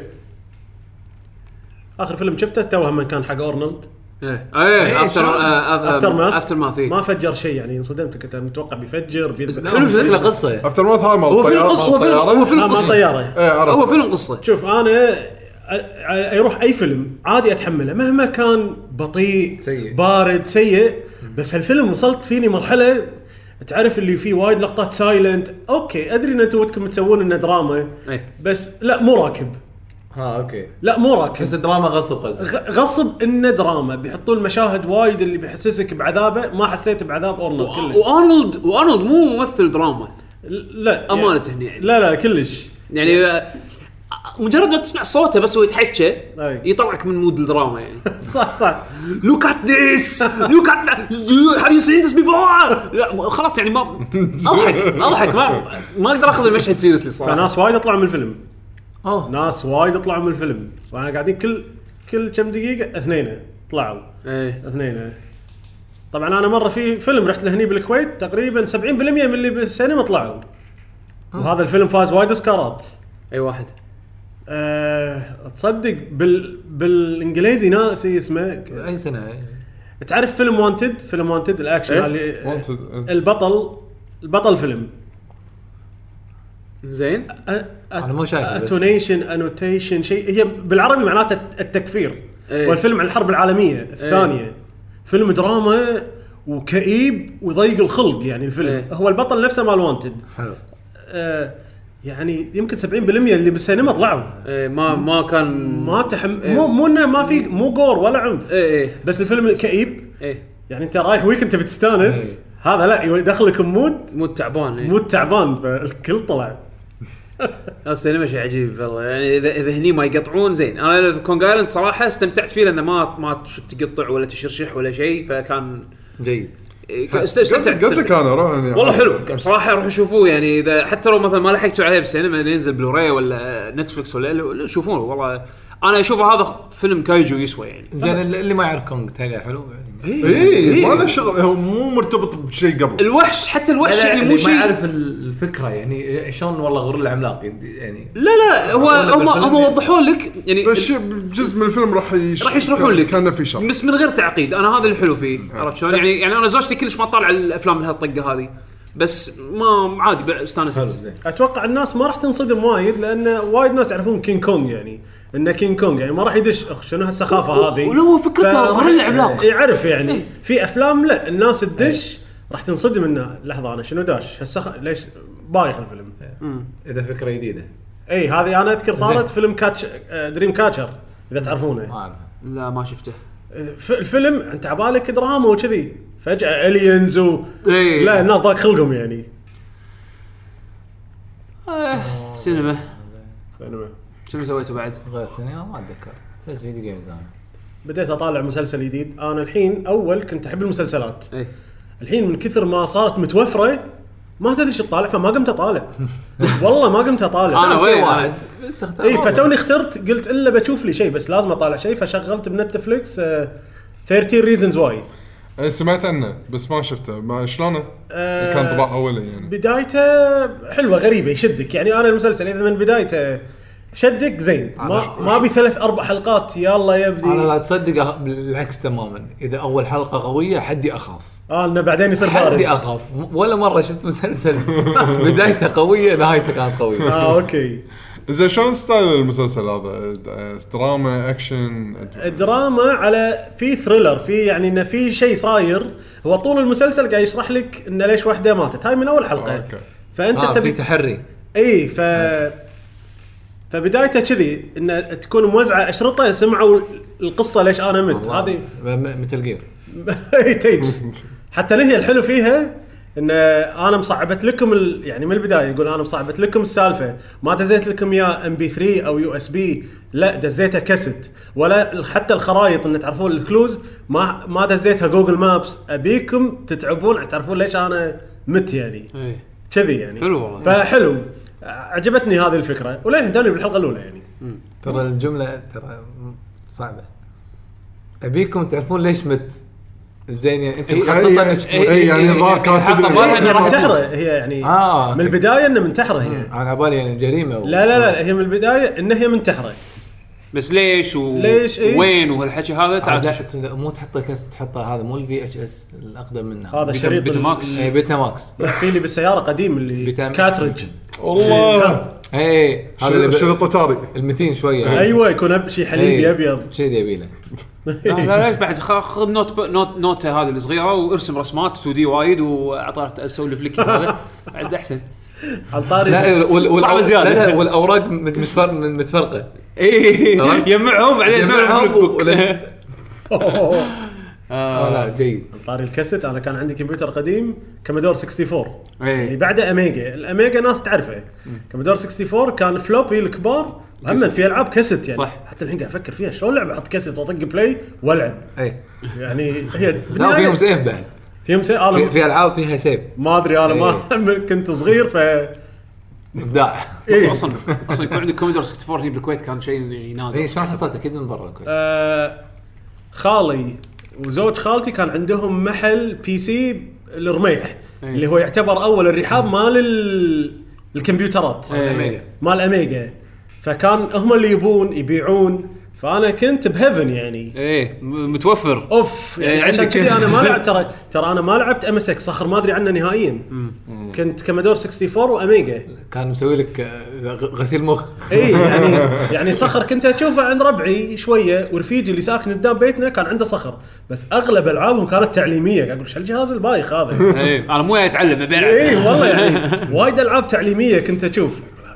اخر فيلم شفته توه من كان حق اورنولد ايه ايه افتر افتر ماث افتر ماث ما فجر شيء يعني انصدمت كنت متوقع بيفجر بيذبح فيلم شكله قصه. افتر ماث هاي مال هو فيلم الطياره قصة هو فيلم هو لا فيلم ما قصة طياره. ايه عرفت. هو فيلم قصة شوف انا أ- أ- يروح اي فيلم عادي اتحمله مهما كان بطيء سيء. بارد سيء بس هالفيلم وصلت فيني مرحله تعرف اللي فيه وايد لقطات سايلنت اوكي ادري ان انتم ودكم تسوون انه دراما ايه بس لا مو راكب ها اوكي لا مو راكب بس الدراما غصب قصدك. غ- غصب انه دراما بيحطون مشاهد وايد اللي بيحسسك بعذابه ما حسيت بعذاب اورنولد كله. وارنولد وارنولد مو ممثل دراما لا امانه هني يعني لا لا كلش يعني آه، مجرد ما تسمع صوته بس هو يتحكى أي. يطلعك من مود الدراما يعني صح صح لوك ات ذيس لوك ات هاو يو سين ذس بيفور خلاص يعني ما اضحك اضحك ما ما اقدر اخذ المشهد سيريسلي صراحه. فناس وايد يطلعوا من الفيلم اوه ناس وايد يطلعوا من الفيلم وانا قاعدين كل كل كم دقيقه اثنين طلعوا ايه اثنين. طبعا انا مره في فيلم رحت لهني بالكويت تقريبا سبعين بالمية من اللي بالسينما طلعوا وهذا الفيلم فاز وايد اوسكارات. اي واحد أه تصدق بال بالانجليزي ناسي اسمه. اي سنه تعرف فيلم وانتد فيلم وانتد الاكشن إيه؟ اللي Wanted. البطل البطل فيلم زين أنا مو شايفه بس. اتونيشن انوتيشن شيء هي بالعربي معناته التكفير. إيه. والفيلم عن الحرب العالميه الثانيه. فيلم دراما وكئيب وضيق الخلق يعني الفيلم. إيه. هو البطل نفسه مال وانتد. حلو آه يعني يمكن سبعين بالمية اللي بالسينما طلعوا إيه ما ما كان ما تحم مو مو انه ما في مو جور ولا عنف إيه إيه بس الفيلم كئيب إيه يعني انت رايح ويك انت بتستانس هذا لا يدخلك مود مو تعبان إيه. مود تعبان فالكل طلع. السينما شيء عجيب والله يعني اذا اذا هني ما يقطعون زين. انا كونغايلاند صراحه استمتعت فيه لانه ما ما تقطع ولا تشرشح ولا شيء فكان جيد. استمتعت. قلت لك انا روح يعني والله حلو بصراحه روحوا شوفوه يعني اذا حتى لو مثلا ما لحقتوا عليه بالسينما ينزل بلوراي ولا نتفلكس ولا شوفوه والله انا اشوفه هذا فيلم كايجو يسوى يعني. زين اللي ما يعرف كونغ تايجر حلو يعني. اي ما له شغل هو مو مرتبط بشيء قبل الوحش حتى الوحش لا يعني اللي مو شيء ما يعرف الفكره يعني شلون والله غوريلا عملاق يعني. لا لا هو هم هم وضحوا لك يعني بس جزء من الفيلم راح يش... راح يشرحون لك كان في شرح بس من غير تعقيد. انا هذا اللي حلو فيه عرفت شلون يعني يعني انا زوجتي كلش ما طالع الافلام من هالطقه هذه بس ما عادي استانست. اتوقع الناس ما راح تنصدم وايد لان وايد ناس يعرفون كينج كونغ يعني انه كينج كونغ يعني ما راح يدش شنو هالسخافه هذه ولو فكرته غوريلا عملاق يعرف يعني في افلام لا الناس تدش راح تنصدم انه لحظه انا شنو داش هالسخ ليش بايخ الفيلم اذا فكره جديده. اي هذه انا اذكر صارت فيلم كاتش دريم كاتشر اذا تعرفونه. لا ما شفته. الفيلم انت عبالك دراما وكذي فجاه الينز و... إيه. لا الناس ضاق خلقهم يعني. آه. سينما سينما شنو سويتوا بعد؟ غير سينما ما اتذكر بس فيديو جيمز. انا بديت اطالع مسلسل جديد. انا الحين اول كنت احب المسلسلات ايه الحين من كثر ما صارت متوفره ما تدري ايش تطالع فما قمت اطالع. والله ما قمت اطالع. انا وين واحد بس اختار. اي فتوني اخترت قلت الا بشوف لي شيء بس لازم اطالع شيء فشغلت بنتفليكس آه ثلاثة عشر reasons why. سمعت عنه بس ما شفته ما شلونه آه كان طباع اولي يعني. بدايته حلوه غريبه يشدك يعني. انا المسلسل اذا من بدايته شدك زين ما ما بي ثلاث اربع حلقات يلا يبدي. انا لا تصدق بالعكس تماما. اذا اول حلقه قويه حدي اخاف اه انه بعدين يصير بارد. حدي اخاف ولا مره شفت مسلسل بدايته قويه نهايته كانت قويه. اه اوكي زين شلون ستايل المسلسل هذا دراما اكشن دراما على في ثريلر في يعني انه في شيء صاير. هو طول المسلسل قاعد يشرح لك انه ليش واحده ماتت هاي من اول حلقه. آه، أوكي. فانت آه تبي في تحري. اي ف فبدايته كذي ان تكون موزعه اشرطه سمعوا القصه ليش انا مت هذه مثل جير تيبس. حتى هي الحلو فيها ان انا مصعبت لكم ال... يعني من البدايه يقول انا مصعبت لكم السالفه ما دزيت لكم يا ام بي ثري او يو اس بي لا دزيتها كاسيت ولا حتى الخرائط ان تعرفون الكلوز ما ما دزيتها جوجل مابس ابيكم تتعبون تعرفون ليش انا مت يعني ايه كذي يعني. حلو والله. فحلو عجبتني هذه الفكره ولين داني بالحلقه الاولى يعني. ترى الجمله ترى صعبه. ابيكم تعرفون ليش مت زين يعني انت مخططه انك اي يعني ظهر كانت تدري هي منتحره هي يعني آه من البدايه انه منتحره هي. انا على بالي يعني جريمه و... لا لا لا هي من البدايه ان هي منتحره بس ليش و... ليش إيه؟ وين وهالحكي هذا تعرف مو تحطه كاس تحطه هذا مو الفي اتش اس الاقدم منها هذا شريط بيتا ماكس. اي بيتا ماكس في اللي بالسياره قديم اللي كاتريج والله اي هذا اللي شريط طاري المتين شويه. ايوه يكون شيء حليبي ابيض شيء يبي له. لا لا ليش بعد خذ نوت نوت نوتة هذه الصغيره وارسم رسمات تو دي وايد واعطيت اسوي فليك هذا بعد احسن. الطاري لا صعبة زيادة. لا لا والاوراق متفرقه متفرقه اي يجمعهم بعدين يسوي اه لا جيد. الطاري الكاسيت انا كان عندي كمبيوتر قديم كومودور أربعة وستين إيه. اللي بعده اميجا. الاميجا ناس تعرفه كومودور أربعة وستين كان فلوبي الكبار هم في العاب كاسيت يعني صح. حتى الحين قاعد افكر فيها شلون لعبه احط كاسيت واطق بلاي والعب اي يعني هي لا فيهم سيف بعد فيهم سيف انا في, في العاب فيها سيف ما ادري انا ما كنت صغير ف ابداع. إيه؟ اصلا اصلا يكون عندك كومودور أربعة وستين هي بالكويت كان شيء نادر. اي شلون حصلت اكيد من برا الكويت. آه خالي وزوج خالتي كان عندهم محل بي سي الرميح أيه. اللي هو يعتبر اول الرحاب مال ال... الكمبيوترات أيه. مال اميجا. فكان هم اللي يبون يبيعون فانا كنت بهيفن يعني ايه متوفر اوف يعني إيه عشان عندك. كذي انا ما لعبت ترى ترى انا ما لعبت ام اس اكس صخر ما ادري عنه نهائيا. كنت كومودور أربعة وستين واميجا كان مسوي لك غسيل مخ. اي يعني يعني صخر كنت اشوفه عند ربعي شويه ورفيجي اللي ساكن قدام بيتنا كان عنده صخر بس اغلب العابهم كانت تعليميه. قاعد اقول ايش الجهاز البايخ هذا. ايه انا مو اتعلم ابي العب. اي والله يعني وايد العاب تعليميه كنت اشوف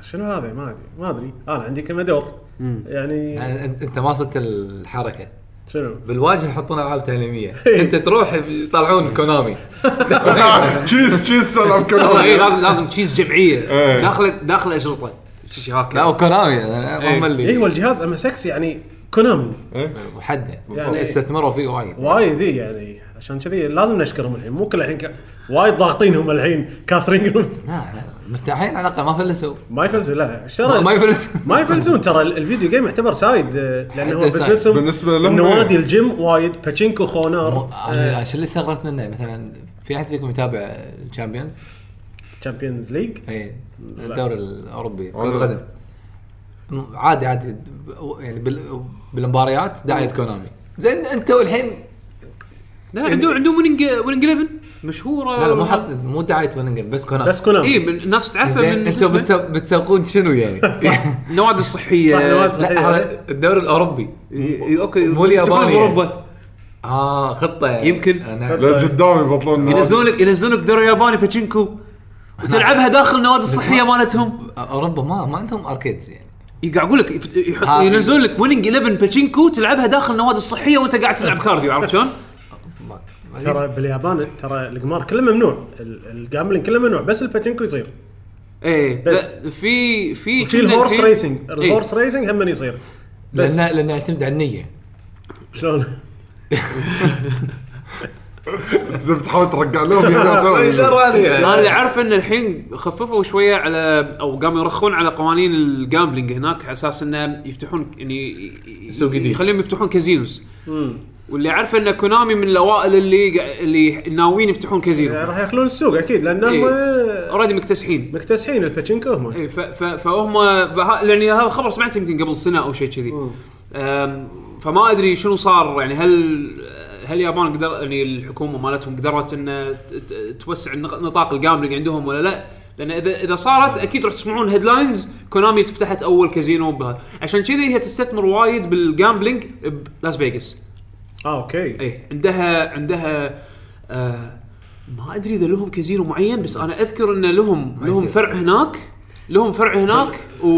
شنو هذا ما ادري ما ادري انا عندي كمدور يعني يعني أنت- انت ما صدت الحركه شنو بالواجهه يحطون العاب تعليميه انت تروح يطلعون كونامي تشيز تشيز العب والله كلام اي لازم لازم تشيز جمعيه إيه. داخل داخل اشرطه شي لا هكذا وكونامي هم اي اللي هو الجهاز ام اس اكس يعني كونامي وحده يعني- استثمروا فيه وايد وايد إي يعني عشان كذي لازم نشكرهم الحين مو كل الحين ك... وايد ضاغطينهم الحين كاسرينهم لا لا مرتاحين على الاقل ما فلسوا ما يفلسوا لا ما اشترى ما يفلسوا ما يفلسون ترى ال- الفيديو جيم يعتبر سايد آه، لانه هو حتى سايد. بزنسهم بالنسبة لهم النوادي إيه. الجيم وايد باتشينكو خونار مو- انا شو اللي استغربت منه مثلا في احد فيكم يتابع الشامبيونز تشامبيونز ليج اي الدوري الاوروبي كرة أنا- القدم م- عادي عادي يعني بال- بالمباريات دعايه كونامي زين انتوا الحين لا عندهم عندهم ويننج ويننج إحدى عشر مشهوره لا لا مو حط مو دعايه ويننج بس كونامي بس كونامي اي الناس تعرفه زين من انتوا بتسو- بتسوقون شنو يعني؟ النوادي الصحيه صح، نوادي صحية. لا هذا الدوري الاوروبي إي، اوكي مو الياباني يفتحون اوروبا اه خطه يعني. يمكن. أنا لا قدام يبطلون النوادي. ينزلون لك ينزلون لك دوري ياباني باتشينكو وتلعبها داخل النوادي الصحيه مالتهم اوروبا ما ما عندهم اركيدز يعني قاعد اقول لك يفت- يحط هذه- ينزلون لك ويننج إحدى عشر باتشينكو تلعبها داخل النوادي الصحيه وانت قاعد تلعب كارديو عرفت شلون؟ ما- ترى باليابان ترى القمار كله ممنوع ال- الجامبلينج كله ممنوع بس الباتشينكو يصير ايه بس. لا، في في وفي الهورس الحين- ريسنج إيه. الهورس ريسنج هم يصير بس لان لان يعتمد على النيه شلون اذا بتحاول ترجع لهم يا ناس انا اللي عارف ان الحين خففوا شويه على او قاموا يرخون على قوانين الجامبلينج هناك على اساس انه يفتحون يعني سوق جديد. يخليهم يفتحون كازينوز واللي عارفه ان كونامي من الاوائل اللي قا- اللي ناويين يفتحون كازينو راح ياكلون السوق اكيد لانهم إيه. آه، اوريدي مكتسحين مكتسحين الباتشينكو هم اي ف- ف- فهم فه- لاني هذا الخبر سمعته يمكن قبل سنه او شيء كذي أم، فما ادري شنو صار يعني هل هل اليابان قدر يعني الحكومه مالتهم قدرت ان ت- ت- توسع النق- نطاق الجامبلينج عندهم ولا لا لان اذا اذا صارت اكيد راح تسمعون هيدلاينز كونامي فتحت اول كازينو بها عشان كذي هي تستثمر وايد بالجامبلينج بلاس فيغاس اه اوكي اي عندها عندها آه ما ادري اذا لهم كازينو معين بس انا اذكر ان لهم لهم يصير. فرع هناك لهم فرع هناك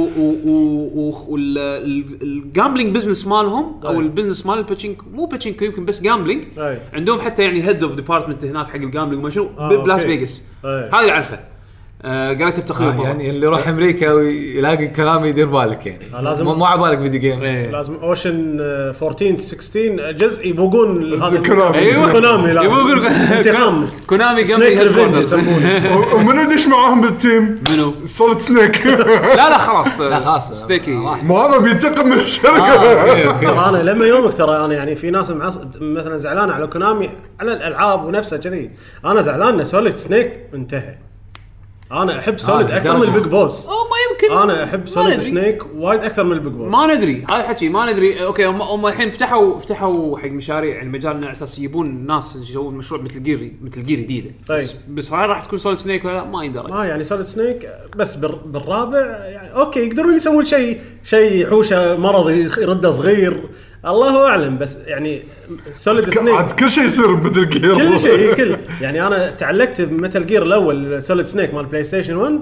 والجامبلينج بزنس مالهم او أي. البزنس مال الباتشينكو مو باتشينكو يمكن بس جامبلينج أي. عندهم حتى يعني هيد اوف ديبارتمنت هناك حق الجامبلينج وما شنو آه، ببلاس أوكي. فيغاس أي. هذا اللي اعرفه آه قريتها بتقرير آه مرة. يعني اللي يروح امريكا ويلاقي كلامي يدير بالك يعني آه، لازم- مو مو على بالك فيديو جيم إيه. لازم اوشن أربعتاشر ستاشر جزء يبوقون هذا كونامي. ايوه كونامي لازم. يبوقون انتقام كونامي سنيك جامبلينج ريفنج headquarters. و- يسمونه ومنو يدش معاهم بالتيم؟ منو؟ سوليد سنيك لا لا خلاص لا خلاص ستيكي راح. ما هذا بينتقم من الشركه آه، أوكي، أوكي. ترى انا لما يومك ترى انا يعني في ناس معص... مثلا زعلانه على كونامي على الالعاب ونفسها كذي انا زعلان ان سوليد سنيك انتهى انا احب سوليد آه، اكثر من درجة. البيج بوس او ما يمكن انا احب ما سوليد ندري. سنيك وايد اكثر من البيج بوس ما ندري هذا الحكي ما ندري اوكي هم هم الحين فتحوا فتحوا حق مشاريع يعني مجالنا على اساس يجيبون ناس يسوون مشروع مثل جيري مثل جير جديده طيب. بس, بس هاي راح تكون سوليد سنيك ولا لا ما يندرى ما يعني سوليد سنيك بس بال... بالرابع يعني اوكي يقدرون يسوون شيء شيء حوشه مرضي يرده صغير الله اعلم بس يعني سوليد سنيك عاد كل شيء يصير بدل جير كل شيء كل يعني انا تعلقت بمتل جير الاول سوليد سنيك مال بلاي ستيشن واحد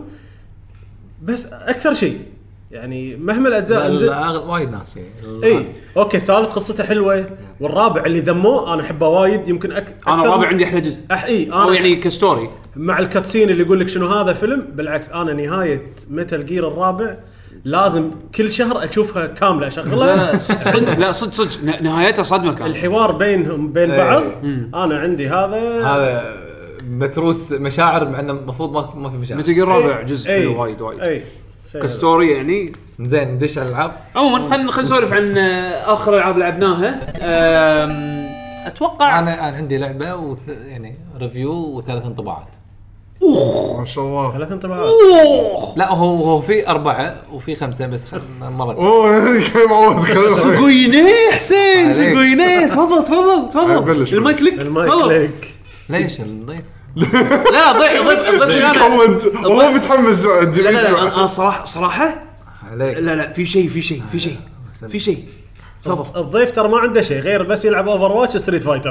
بس اكثر شيء يعني مهما الاجزاء لا، انزل لا، أغل- وايد ناس فيه اي اوكي الثالث قصته حلوه والرابع اللي ذموه انا احبه وايد يمكن أك... انا أكثر الرابع من- عندي احلى جزء أح... اي او انا يعني كستوري مع الكاتسين اللي يقول لك شنو هذا فيلم بالعكس انا نهايه متل جير الرابع لازم كل شهر اشوفها كامله اشغلها لا صدق صدق لا صدق صدق ن- نهايتها صدمه كانت الحوار بينهم بين إيه. بعض انا عندي هذا هذا متروس مشاعر مع انه المفروض ما ما في مشاعر متى الرابع إيه. جزء إيه. حلو وايد وايد اي شيء كستوري يعني زين ندش على الالعاب عموما خلينا خلينا نسولف عن آه، اخر العاب لعبناها أم، اتوقع انا انا عندي لعبه وث... يعني ريفيو وثلاث انطباعات ما شاء الله ثلاث انطباعات لا هو هو في اربعه وفي خمسه بس خلنا مره اوه يعني كان معود خلاص سقوينه حسين عليك. سقوينه تفضل تفضل تفضل بلش. المايك لك المايك تفضل ليك ليش الضيف لا ضيف ضيف ضيف انا كومنت والله متحمس لا لا, لا لا انا صراحه صراحه عليك لا لا في شيء في شيء في شيء في شيء تفضل الضيف ترى ما عنده شيء غير بس يلعب اوفر واتش ستريت فايتر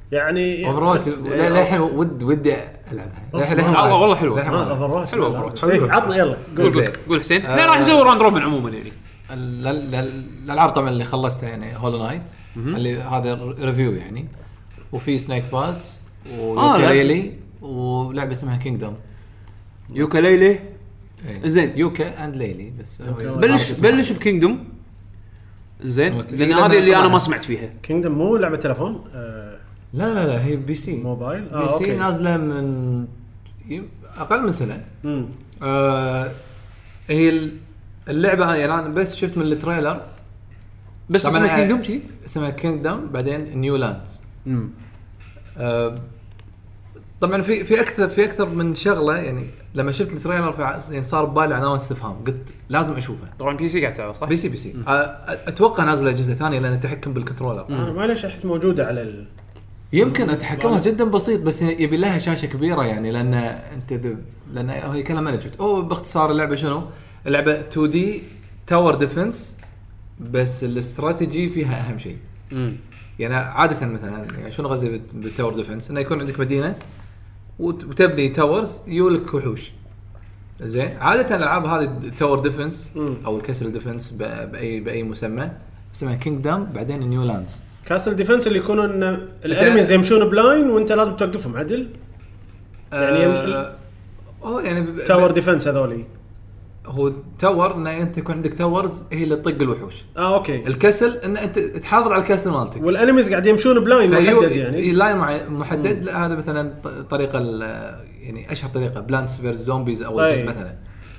يعني اوفر واتش للحين ود ودي العبها للحين والله والله حلوه اوفر واتش حلوه اوفر واتش إيه، عطنا يلا قول قول قول حسين احنا راح نسوي راوند روبن عموما يعني ال- ال- ال- الالعاب طبعا اللي خلصتها يعني هولو نايت اللي هذا ريفيو يعني وفي سنيك باس ويوكاليلي ولعبه اسمها كينجدوم يوكاليلي زين. يوكا اند ليلي بس هو بلش صارت اسمها. بلش بكينجدوم زين أوكي. لان لأن هذه اللي انا طبعاً. ما سمعت فيها. كينجدم مو لعبه تلفون آه لا لا لا هي بي سي موبايل بي اه سي اوكي نازله من يم- اقل من سنه امم آه هي ال- اللعبه يعني انا بس شفت من التريلر بس طبعاً اسمها أنا- كينجدوم شي. اسمها كينجدوم بعدين نيو لاندز امم آه طبعا في في اكثر في اكثر من شغله يعني لما شفت التريلر في يعني صار ببالي عناوين استفهام قلت لازم اشوفها طبعا بي سي قاعد تلعب صح؟ بي سي بي سي آه اتوقع نازله جزء ثاني لان التحكم بالكنترولر انا ما ليش احس موجوده على ال... يمكن اتحكمها جدا بسيط بس يبي لها شاشه كبيره يعني لان انت د- لان هي كلها مانجمنت او باختصار اللعبه شنو؟ اللعبه تو دي تاور ديفنس بس الاستراتيجي فيها اهم شيء. امم يعني عاده مثلا يعني شنو غزي بالتاور ديفنس انه يكون عندك مدينه وت- وتبني تاورز يولك وحوش. زين عاده الالعاب هذه تاور ديفنس مم. او الكسل ديفنس ب- باي باي مسمى اسمها كينجدم بعدين نيو لاندز. كاسل ديفنس اللي يكونون الانميز يمشون بلاين وانت لازم توقفهم عدل يعني يم- آه هو يعني ب- تاور ب- ديفنس هذولي هو تاور ان انت يكون عندك تاورز هي اللي تطق الوحوش. اه اوكي الكسل ان انت تحافظ على الكسل مالتك. والانميز قاعد يمشون بلاين فيو- محدد يعني لاين مع- محدد لا هذا مثلا ط- طريقه ال- يعني اشهر طريقه بلانتس فيرس زومبيز او أي. الجزء مثلا.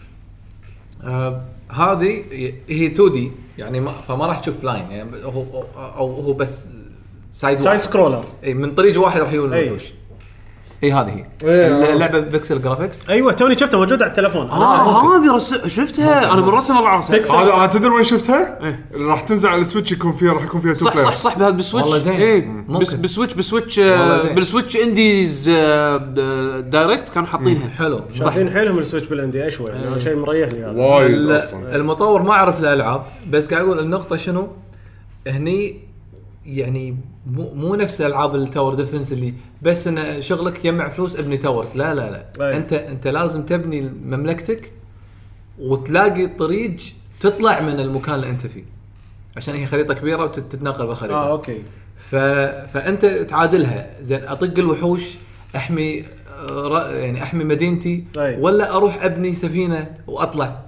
آه هذه هي تو دي يعني ما فما راح تشوف لاين يعني هو او هو بس سايد سايد واحد. سكرولر اي من طريق واحد راح يجون أي. الوحوش. اي هذه هي إيه، اللعبه بيكسل جرافيكس. ايوه توني شفتها موجوده على التلفون اه هذه رس... شفتها انا من رسم الله عرفتها. بيكسل. هذا آه، تدري وين شفتها؟ إيه. راح تنزل على السويتش يكون فيها راح يكون فيها تو صح بلاير. صح صح بهذا بالسويتش والله زين. ايه ممكن. بس بسويتش بسويتش والله آه زين. بالسويتش انديز آه دايركت كانوا حاطينها. حلو شاطين حيلهم السويتش بالاندي اشوي يعني شيء مريحني هذا وايد ال- اصلا. المطور ما عرف الالعاب بس قاعد اقول النقطه شنو هني يعني مو مو نفس العاب التاور ديفنس اللي بس ان شغلك يجمع فلوس ابني تاورز لا لا لا أي. انت انت لازم تبني مملكتك وتلاقي طريق تطلع من المكان اللي انت فيه عشان هي خريطه كبيره وتتنقل بالخريطه. اه اوكي ف... فانت تعادلها زين اطق الوحوش احمي آه، ر- يعني احمي مدينتي أي. ولا اروح ابني سفينه واطلع.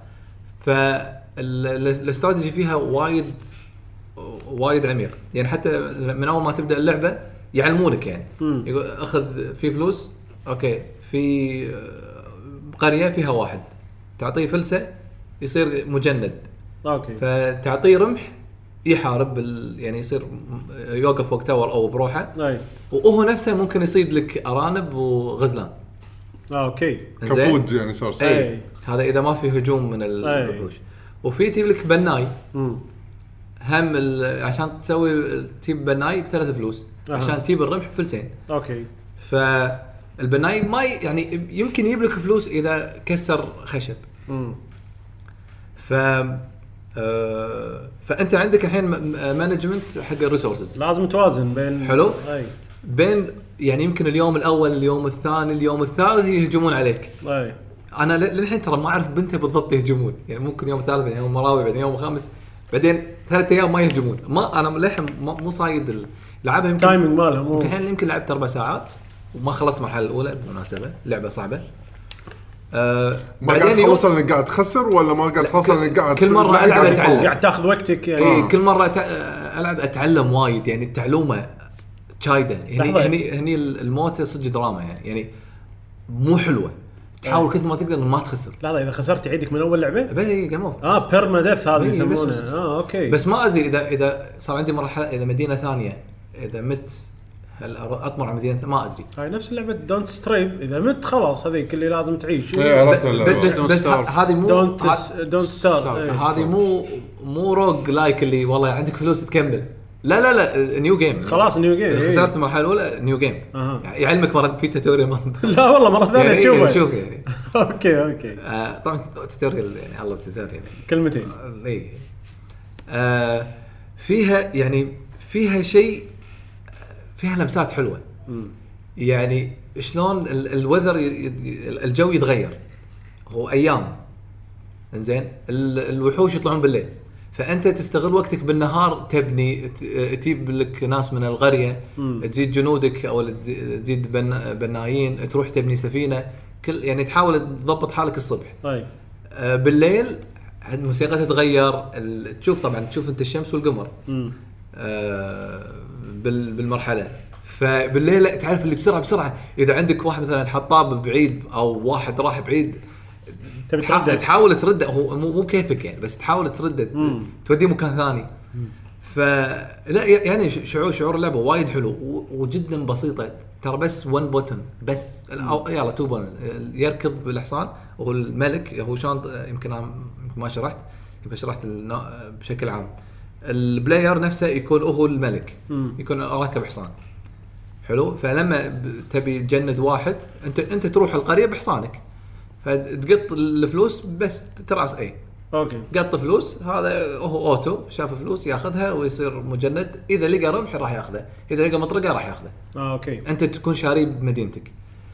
فالاستراتيجي فيها وايد وايد عميق يعني حتى من اول ما تبدا اللعبه يعلمونك يعني مم. يقول اخذ في فلوس اوكي في آه، قريه فيها واحد تعطيه فلسه يصير مجند اوكي فتعطيه رمح يحارب بال... يعني يصير يوقف فوق تاور او بروحه اي وهو نفسه ممكن يصيد لك ارانب وغزلان. اه اوكي زين؟ كفود يعني صار اي أي. هذا اذا ما في هجوم من ال- أي. الوحوش. وفي تجيب لك بناي امم هم ال... عشان تسوي تجيب بناي بثلاث فلوس أها. عشان تجيب الرمح فلسين. اوكي فالبناي ما ي- يعني يمكن يجيب لك فلوس اذا كسر خشب. امم ف آه، فانت عندك الحين مانجمنت حق الريسورسز لازم توازن بين حلو. اي بين يعني يمكن اليوم الاول اليوم الثاني اليوم الثالث يهجمون عليك. اي انا ل- للحين ترى ما اعرف بنته بالضبط يهجمون يعني ممكن يوم الثالث بعدين يوم الرابع بعدين يوم الخامس بعدين ثلاث ايام ما يهجمون. ما انا للحين ما- مو صايد ال- لعبها يمكن تايمينج مالها مو يمكن الحين يمكن لعبت اربع ساعات وما خلصت المرحله الاولى بالمناسبه لعبه صعبه. آه ما قاعد يوم- تخلص انك قاعد تخسر ولا ما قاعد تخلص انك قاعد كل مرة لا، ألعب قاعد أتعلم. تطور. قاعد تاخذ وقتك يعني اي كل مره أتع... العب اتعلم وايد يعني التعلومه شايده هني لحظة. هني هني الموت صدق دراما يعني يعني مو حلوه تحاول كثر ما تقدر إن ما تخسر. لحظه اذا خسرت تعيدك من اول لعبه بس هي جيم اوفر. اه بيرما ديث هذه إي، بس- يسمونه بس. اه اوكي بس ما ادري اذا اذا صار عندي مرحله اذا مدينه ثانيه اذا مت هل أر- اطمر على مدينه ما ادري. هاي نفس لعبه دونت ستريف اذا مت خلاص هذيك اللي لازم تعيش إيه، عرفت ب- اللعبة. بس بس ه- هذه مو دونت ه- دونت ستار هذه مو مو روج لايك اللي والله عندك فلوس تكمل. لا لا لا نيو جيم خلاص نيو جيم إذا إيه. خسرت المرحله الاولى نيو جيم أها. يعلمك مره في توتوريال مره لا والله مره ثانيه يعني تشوفه شوف يعني اوكي اوكي آه طبعا توتوريال يعني الله توتوريال كلمتين اي آه فيها يعني فيها شيء فيها لمسات حلوه يعني شلون الوذر الجو يتغير، هو ايام انزين الوحوش يطلعون بالليل، فانت تستغل وقتك بالنهار تبني تجيب لك ناس من القريه تزيد جنودك او تزيد بن بنايين تروح تبني سفينه كل يعني تحاول تضبط حالك الصبح. طيب آه بالليل الموسيقى تتغير تشوف طبعا تشوف انت الشمس والقمر آه بالمرحله، فبالليل تعرف اللي بسرعه بسرعه اذا عندك واحد مثلا حطاب بعيد او واحد راح بعيد تبي ترد تحاول ترد، هو مو مو كيفك يعني بس تحاول ترد توديه مكان ثاني. فلا يعني شعور شعور اللعبه وايد حلو وجدا بسيطه ترى، بس ون بوتن بس أو يلا تو بونز يركض بالحصان وهو الملك. هو شلون يمكن ما شرحت يمكن شرحت بشكل عام البلاير نفسه يكون هو الملك يكون راكب حصان حلو. فلما تبي تجند واحد انت انت تروح القريه بحصانك فتقط الفلوس بس ترأس اي اوكي قط فلوس هذا هو اوتو شاف فلوس ياخذها ويصير مجند، اذا لقى رمح راح ياخذه، اذا لقى مطرقه راح ياخذه. اه اوكي انت تكون شاري بمدينتك.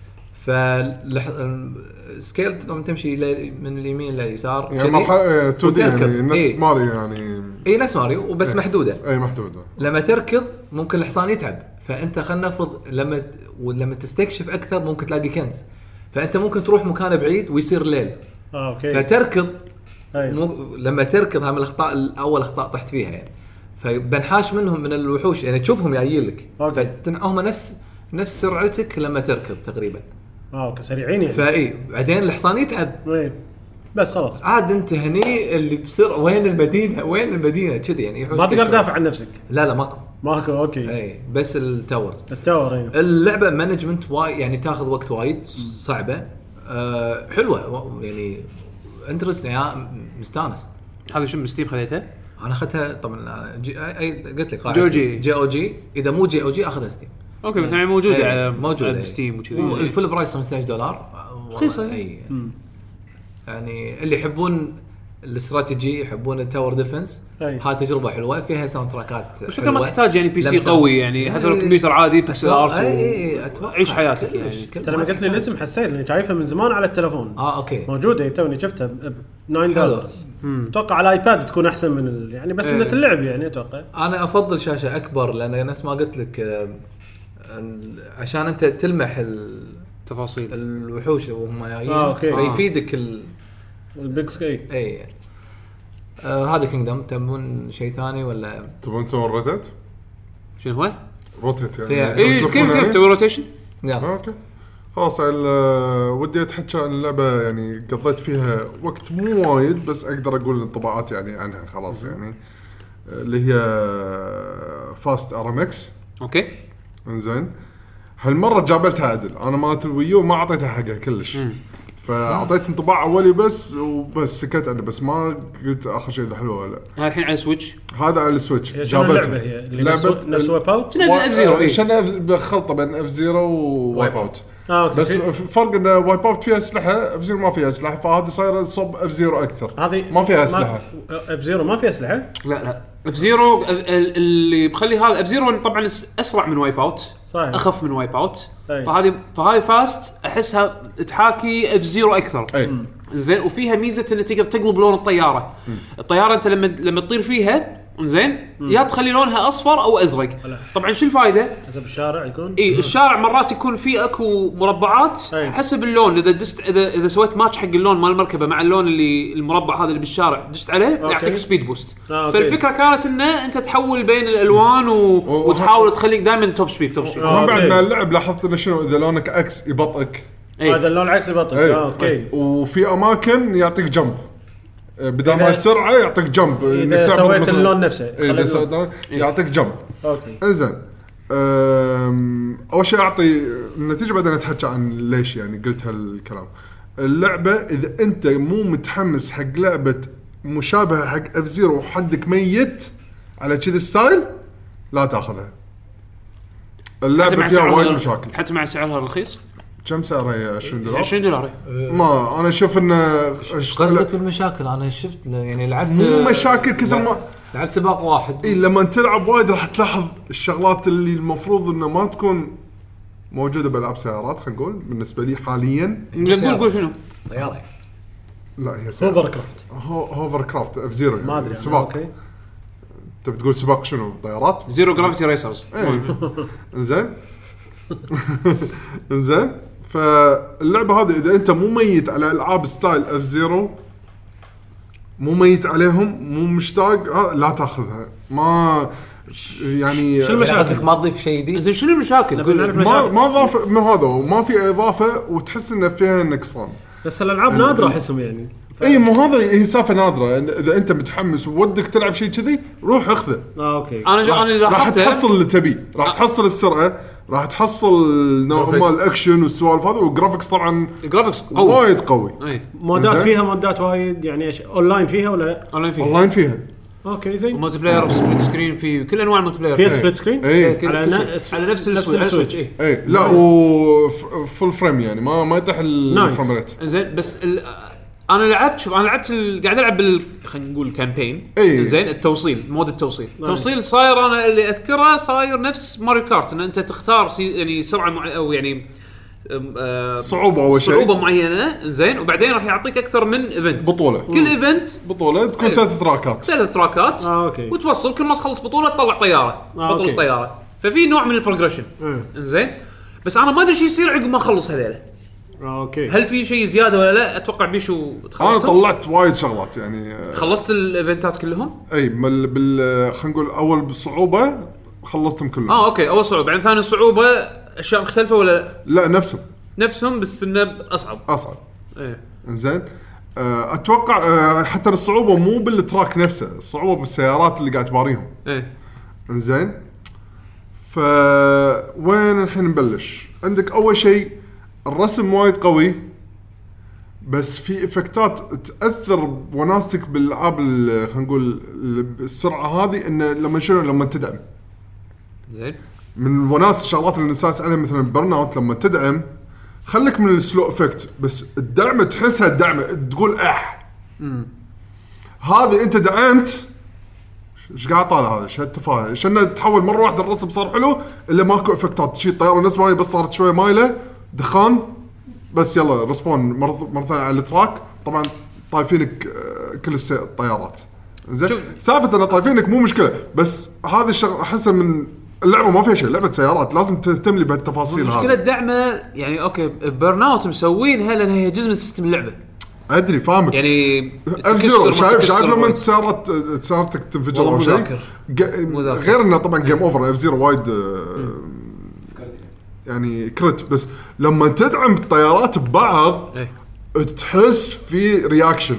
فالسكيل طبعا تمشي من اليمين لليسار يعني مرحله تو دي يعني نفس إيه؟ ماريو يعني اي نفس ماريو وبس إيه؟ محدوده. اي محدوده. لما تركض ممكن الحصان يتعب، فانت خلينا نفرض لما ولما تستكشف اكثر ممكن تلاقي كنز، فانت ممكن تروح مكان بعيد ويصير ليل. اه اوكي فتركض أيوة. مو... لما تركض هم الاخطاء الاول اخطاء طحت فيها يعني، فبنحاش منهم من الوحوش يعني تشوفهم جايين لك فتنعهم نفس نفس سرعتك لما تركض تقريبا. اه اوكي سريعين يعني. فاي بعدين الحصان يتعب ايه بس خلاص عاد انت هني اللي بسرعه وين المدينه وين المدينه كذي يعني ما تقدر تدافع عن نفسك. لا لا ماكو ماكو اوكي اي بس التاورز التاور ايه. اللعبه مانجمنت وايد يعني تاخذ وقت وايد صعبه أه حلوه يعني انترست يعني مستانس. هذا شو من ستيم خذيته؟ انا اخذتها طبعا جي... اي قلت لك جي او جي جي او جي اذا مو جي او جي اخذها ستيم. اوكي بس يعني موجوده على موجوده ستيم وكذي. الفول برايس خمسة عشر دولار رخيصه اي يعني اللي يحبون الاستراتيجي يحبون التاور ديفنس هاي تجربه حلوه فيها ساوند تراكات بشكل ما تحتاج يعني بي سي قوي يعني حتى لو كمبيوتر عادي بيكسل ارت عيش حياتك يعني. انت لما قلت لي الاسم حسيت اني شايفها من زمان على التلفون. اه اوكي موجوده توني شفتها ب تسعة دولار. اتوقع على ايباد تكون احسن من ال... يعني بس انه اللعب يعني اتوقع انا افضل شاشه اكبر لان نفس ما قلت لك عشان انت تلمح التفاصيل الوحوش وهم جايين آه فيفيدك ال البيج سكاي. اي آه هذا كينجدم. تبون شيء ثاني ولا تبون تسوون روتيت؟ شنو هو روتيت يعني ايه كيف كيف تسوي روتيشن؟ اوكي خلاص. ودي اتحكى عن اللعبه يعني قضيت فيها وقت مو وايد بس اقدر اقول انطباعات يعني عنها خلاص يعني اللي هي فاست ارامكس. اوكي انزين هالمره جابلتها عدل. انا مالت الويو ما اعطيتها حقها كلش فاعطيت انطباع اولي بس وبس سكت انا بس ما قلت اخر شيء اذا حلوه ولا. هذا الحين على سويتش. هذا على السويتش جابلتها هي لعبه نفس وايب اوت. اف زيرو شنو بخلطه بين اف زيرو ووايب اوت. آه، بس فرق ان وايب اوت فيها اسلحه اف زيرو ما فيها اسلحه فهذه صايره صوب اف زيرو اكثر. هذه ما فيها اسلحه. اف زيرو ما فيها اسلحه. لا لا اف زيرو اللي بخلي هذا اف زيرو طبعا اسرع من وايب اوت صحيح. اخف من وايب اوت فهذه فهذه فاست احسها تحاكي اف زيرو اكثر. زين وفيها ميزه ان تقدر تقلب لون الطياره. م. الطياره انت لما لما تطير فيها زين يا تخلي لونها اصفر او ازرق. طبعا شو الفائده حسب الشارع يكون اي الشارع مرات يكون فيه اكو مربعات أي. حسب اللون اذا دست اذا اذا سويت ماتش حق اللون مال المركبه مع اللون اللي المربع هذا اللي بالشارع دست عليه يعطيك سبيد بوست. آه، فالفكره كانت انه انت تحول بين الالوان و... وتحاول تخليك دائما توب سبيد توب سبيد. آه، بعد ما اللعب لاحظت انه شنو اذا لونك اكس يبطئك. أيه. هذا اللون العكسي يبطئك. آه، اوكي. وفي اماكن يعطيك جمب بدل ما السرعه يعطيك جمب اذا سويت اللون نفسه اذا سويت يعطيك جمب. اوكي انزين اول شيء اعطي النتيجه بعدين اتحكى عن ليش يعني قلت هالكلام. اللعبه اذا انت مو متحمس حق لعبه مشابهه حق اف زيرو وحدك ميت على كذا ستايل لا تاخذها. اللعبه فيها وايد مشاكل حتى مع سعرها رخيص. كم سعرها؟ عشرين دولار. عشرين دولار ما انا اشوف انه قصدك بالمشاكل. انا شفت يعني لعبت مو مشاكل كثر ما لعبت سباق واحد. اي لما تلعب وايد راح تلاحظ الشغلات اللي المفروض انه ما تكون موجوده بالعاب سيارات خلينا نقول بالنسبه لي حاليا. قول قول شنو طياره لا هي سيارة. اوفر كرافت هو هوفر كرافت اف زيرو يعني ما ادري سباق. اوكي انت بتقول سباق شنو طيارات؟ زيرو جرافيتي ريسرز انزين انزين فاللعبه هذه اذا انت مو ميت على العاب ستايل اف زيرو مو ميت عليهم مو مشتاق آه لا تاخذها ما يعني شو المشاكل؟ قصدك ما تضيف شيء جديد؟ زين شنو المشاكل؟ نبي نعرف قول ما مشاكل. ما ضاف من هذا وما في اضافه وتحس ان فيها نقصان. بس الالعاب نادره احسهم يعني اي مو هذا هي سالفه نادره اذا انت متحمس وودك تلعب شيء كذي روح اخذه. اه اوكي انا ج... انا راح لاحظت تحصل اللي تبيه راح تحصل السرعه راح تحصل نوع ما الاكشن والسوالف هذا والجرافيكس طبعا الجرافيكس قوي وايد قوي. اي مودات إنزين. فيها مودات وايد يعني ايش اونلاين فيها ولا لا؟ اونلاين فيه اونلاين فيها اوكي زين مالتي بلاير سبليت سكرين في كل انواع المالتي بلاير فيها فيه. سبليت سكرين اي كل- على كل نا- شيء. على نفس نفس السويتش على السويتش. السويتش اي اي لا وفول فريم يعني ما ما يطيح الفريم ريت. زين بس ال... انا لعبت شوف انا لعبت ال... قاعد العب بال خلينا نقول كامبين إي. زين التوصيل مود التوصيل التوصيل صاير انا اللي اذكره صاير نفس ماريو كارت ان انت تختار سي... يعني سرعه مع... او يعني أم- آه... صعوبه اول شيء صعوبه معينه زين وبعدين راح يعطيك اكثر من ايفنت بطوله كل ايفنت بطوله تكون إيه. ثلاث تراكات. ثلاث تراكات آه، أوكي. وتوصل كل ما تخلص بطوله تطلع طياره آه، بطل أوكي. الطياره ففي نوع من البروجريشن إيه. زين بس انا ما ادري شو يصير عقب ما اخلص هذيله آه، اوكي هل في شيء زياده ولا لا اتوقع بيشو انا تخلصتهم؟ طلعت وايد شغلات يعني آه، خلصت الايفنتات كلهم اي بال, بال خلينا نقول اول بالصعوبه خلصتهم كلهم. اه اوكي اول صعوبه بعدين ثاني صعوبه اشياء مختلفه ولا لا؟ لا نفسهم نفسهم بس انه اصعب اصعب. ايه زين آه، اتوقع آه، حتى الصعوبه مو بالتراك نفسه الصعوبه بالسيارات اللي قاعد تباريهم. ايه انزين ف وين الحين نبلش؟ عندك اول شيء الرسم وايد قوي بس في افكتات تاثر بوناستك بالالعاب ال- خلينا نقول ال- السرعه هذه انه لما شنو لما تدعم زين من وناس الشغلات اللي نساس عليها مثلا برن اوت لما تدعم خليك من السلو افكت بس الدعم تحسها الدعم تقول اح هذه انت دعمت ايش قاعد طالع هذا شو التفاهه شنو تحول مره واحده الرسم صار حلو الا ماكو افكتات شيء الطياره نفس ما هي بس صارت شويه مايله دخان بس يلا ريسبون مره مره ثانيه على التراك طبعا طايفينك آه، كل الس- الطيارات زين شوف. سالفه ان طايفينك مو مشكله بس هذه الشغله احسها من اللعبه ما فيها شيء لعبه سيارات لازم تهتم لي بهالتفاصيل مشكله هذه دعمه يعني اوكي بيرن اوت مسوينها لان هي جزء من سيستم اللعبه ادري فاهمك يعني اف زيرو تكسر ما شايف تكسر شايف لما ما- انت سيارات سيارتك تنفجر والله او مو شيء ذاكر. ج- مو ذاكر. غير انه طبعا جيم اوفر اف زيرو وايد آه، يعني كريت بس لما تدعم الطيارات ببعض إيه. تحس في رياكشن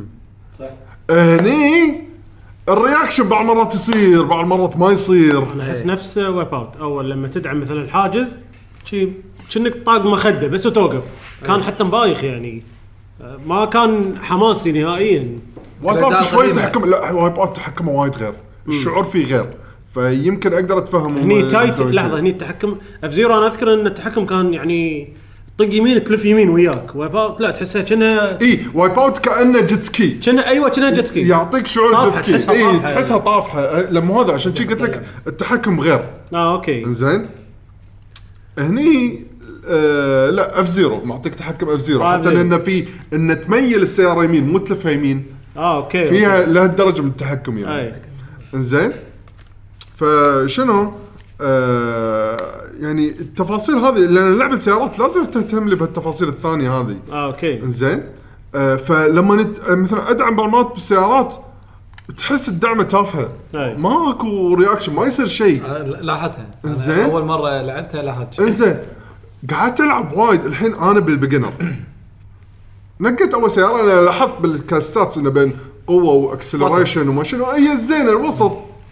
هني الرياكشن بعض مرات يصير بعض مرات ما يصير. انا احس نفس ويب اوت اول لما تدعم مثلا الحاجز شي كأنك طاق مخده بس وتوقف كان حتى مبايخ يعني آه، ما كان حماسي نهائيا. وايب الأجزاء اوت شوي القديمة. تحكم لا وايب اوت تحكمه وايد غير الشعور فيه غير فيمكن اقدر اتفهم هني هم تايت يسوون لحظه كذا. هني التحكم اف زيرو انا اذكر ان التحكم كان يعني طق يمين تلف يمين وياك ويب اوت لا تحسها كأنها اي وايب اوت كانه جيت سكي كأنها ايوه كأنها جيت سكي يعطيك شعور طافحة، جيت سكي تحسها اي طافحة. تحسها طافحه لما هذا عشان شي قلت لك التحكم غير. اه اوكي زين هني آه لا اف زيرو معطيك تحكم اف زيرو آه، حتى زين. لانه في ان تميل السياره يمين مو تلفها يمين اه اوكي فيها لهالدرجه من التحكم يعني. اي زين فشنو آه يعني التفاصيل هذه لان لعبه سيارات لازم تهتم لي بهالتفاصيل الثانيه هذه. اه اوكي زين آه فلما نت... آه، مثلا ادعم بعض بالسيارات تحس الدعمه تافهه أي. ماكو رياكشن ما يصير شيء. أنا لاحظتها أنا زين. اول مره لعبتها لاحظت شيء. انزين قعدت العب وايد الحين انا بالبيجنر نقيت اول سياره انا لاحظت بالكاستات انه بين قوه واكسلريشن وما شنو هي الزينه الوسط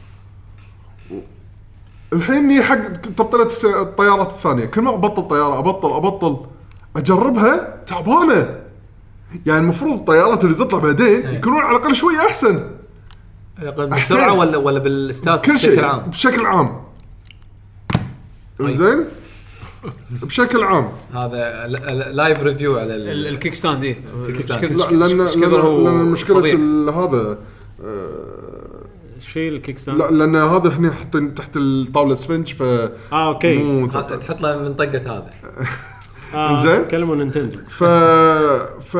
الحين هي حق تبطلت الس- الطيارات الثانيه كل ما ابطل طياره ابطل ابطل اجربها تعبانه يعني المفروض الطيارات اللي تطلع بعدين يكونون على الاقل شوي احسن بالسرعه ولا ولا بالستات كل شيء بشكل عام. بشكل عام زين بشكل عام هذا ل- ل- لايف ريفيو على ال- ال- الكيك ستاند ايه الكيك ستاند. لا لان لان, لأن مشكله ال- هذا آه، شيء الكيك ستاند؟ لا لان هذا هنا حاطين تحت الطاوله سفنج ف اه اوكي مو حط- ثقيل. تحط له من طقه هذا. آه زين. كلموا نينتندو. ف ف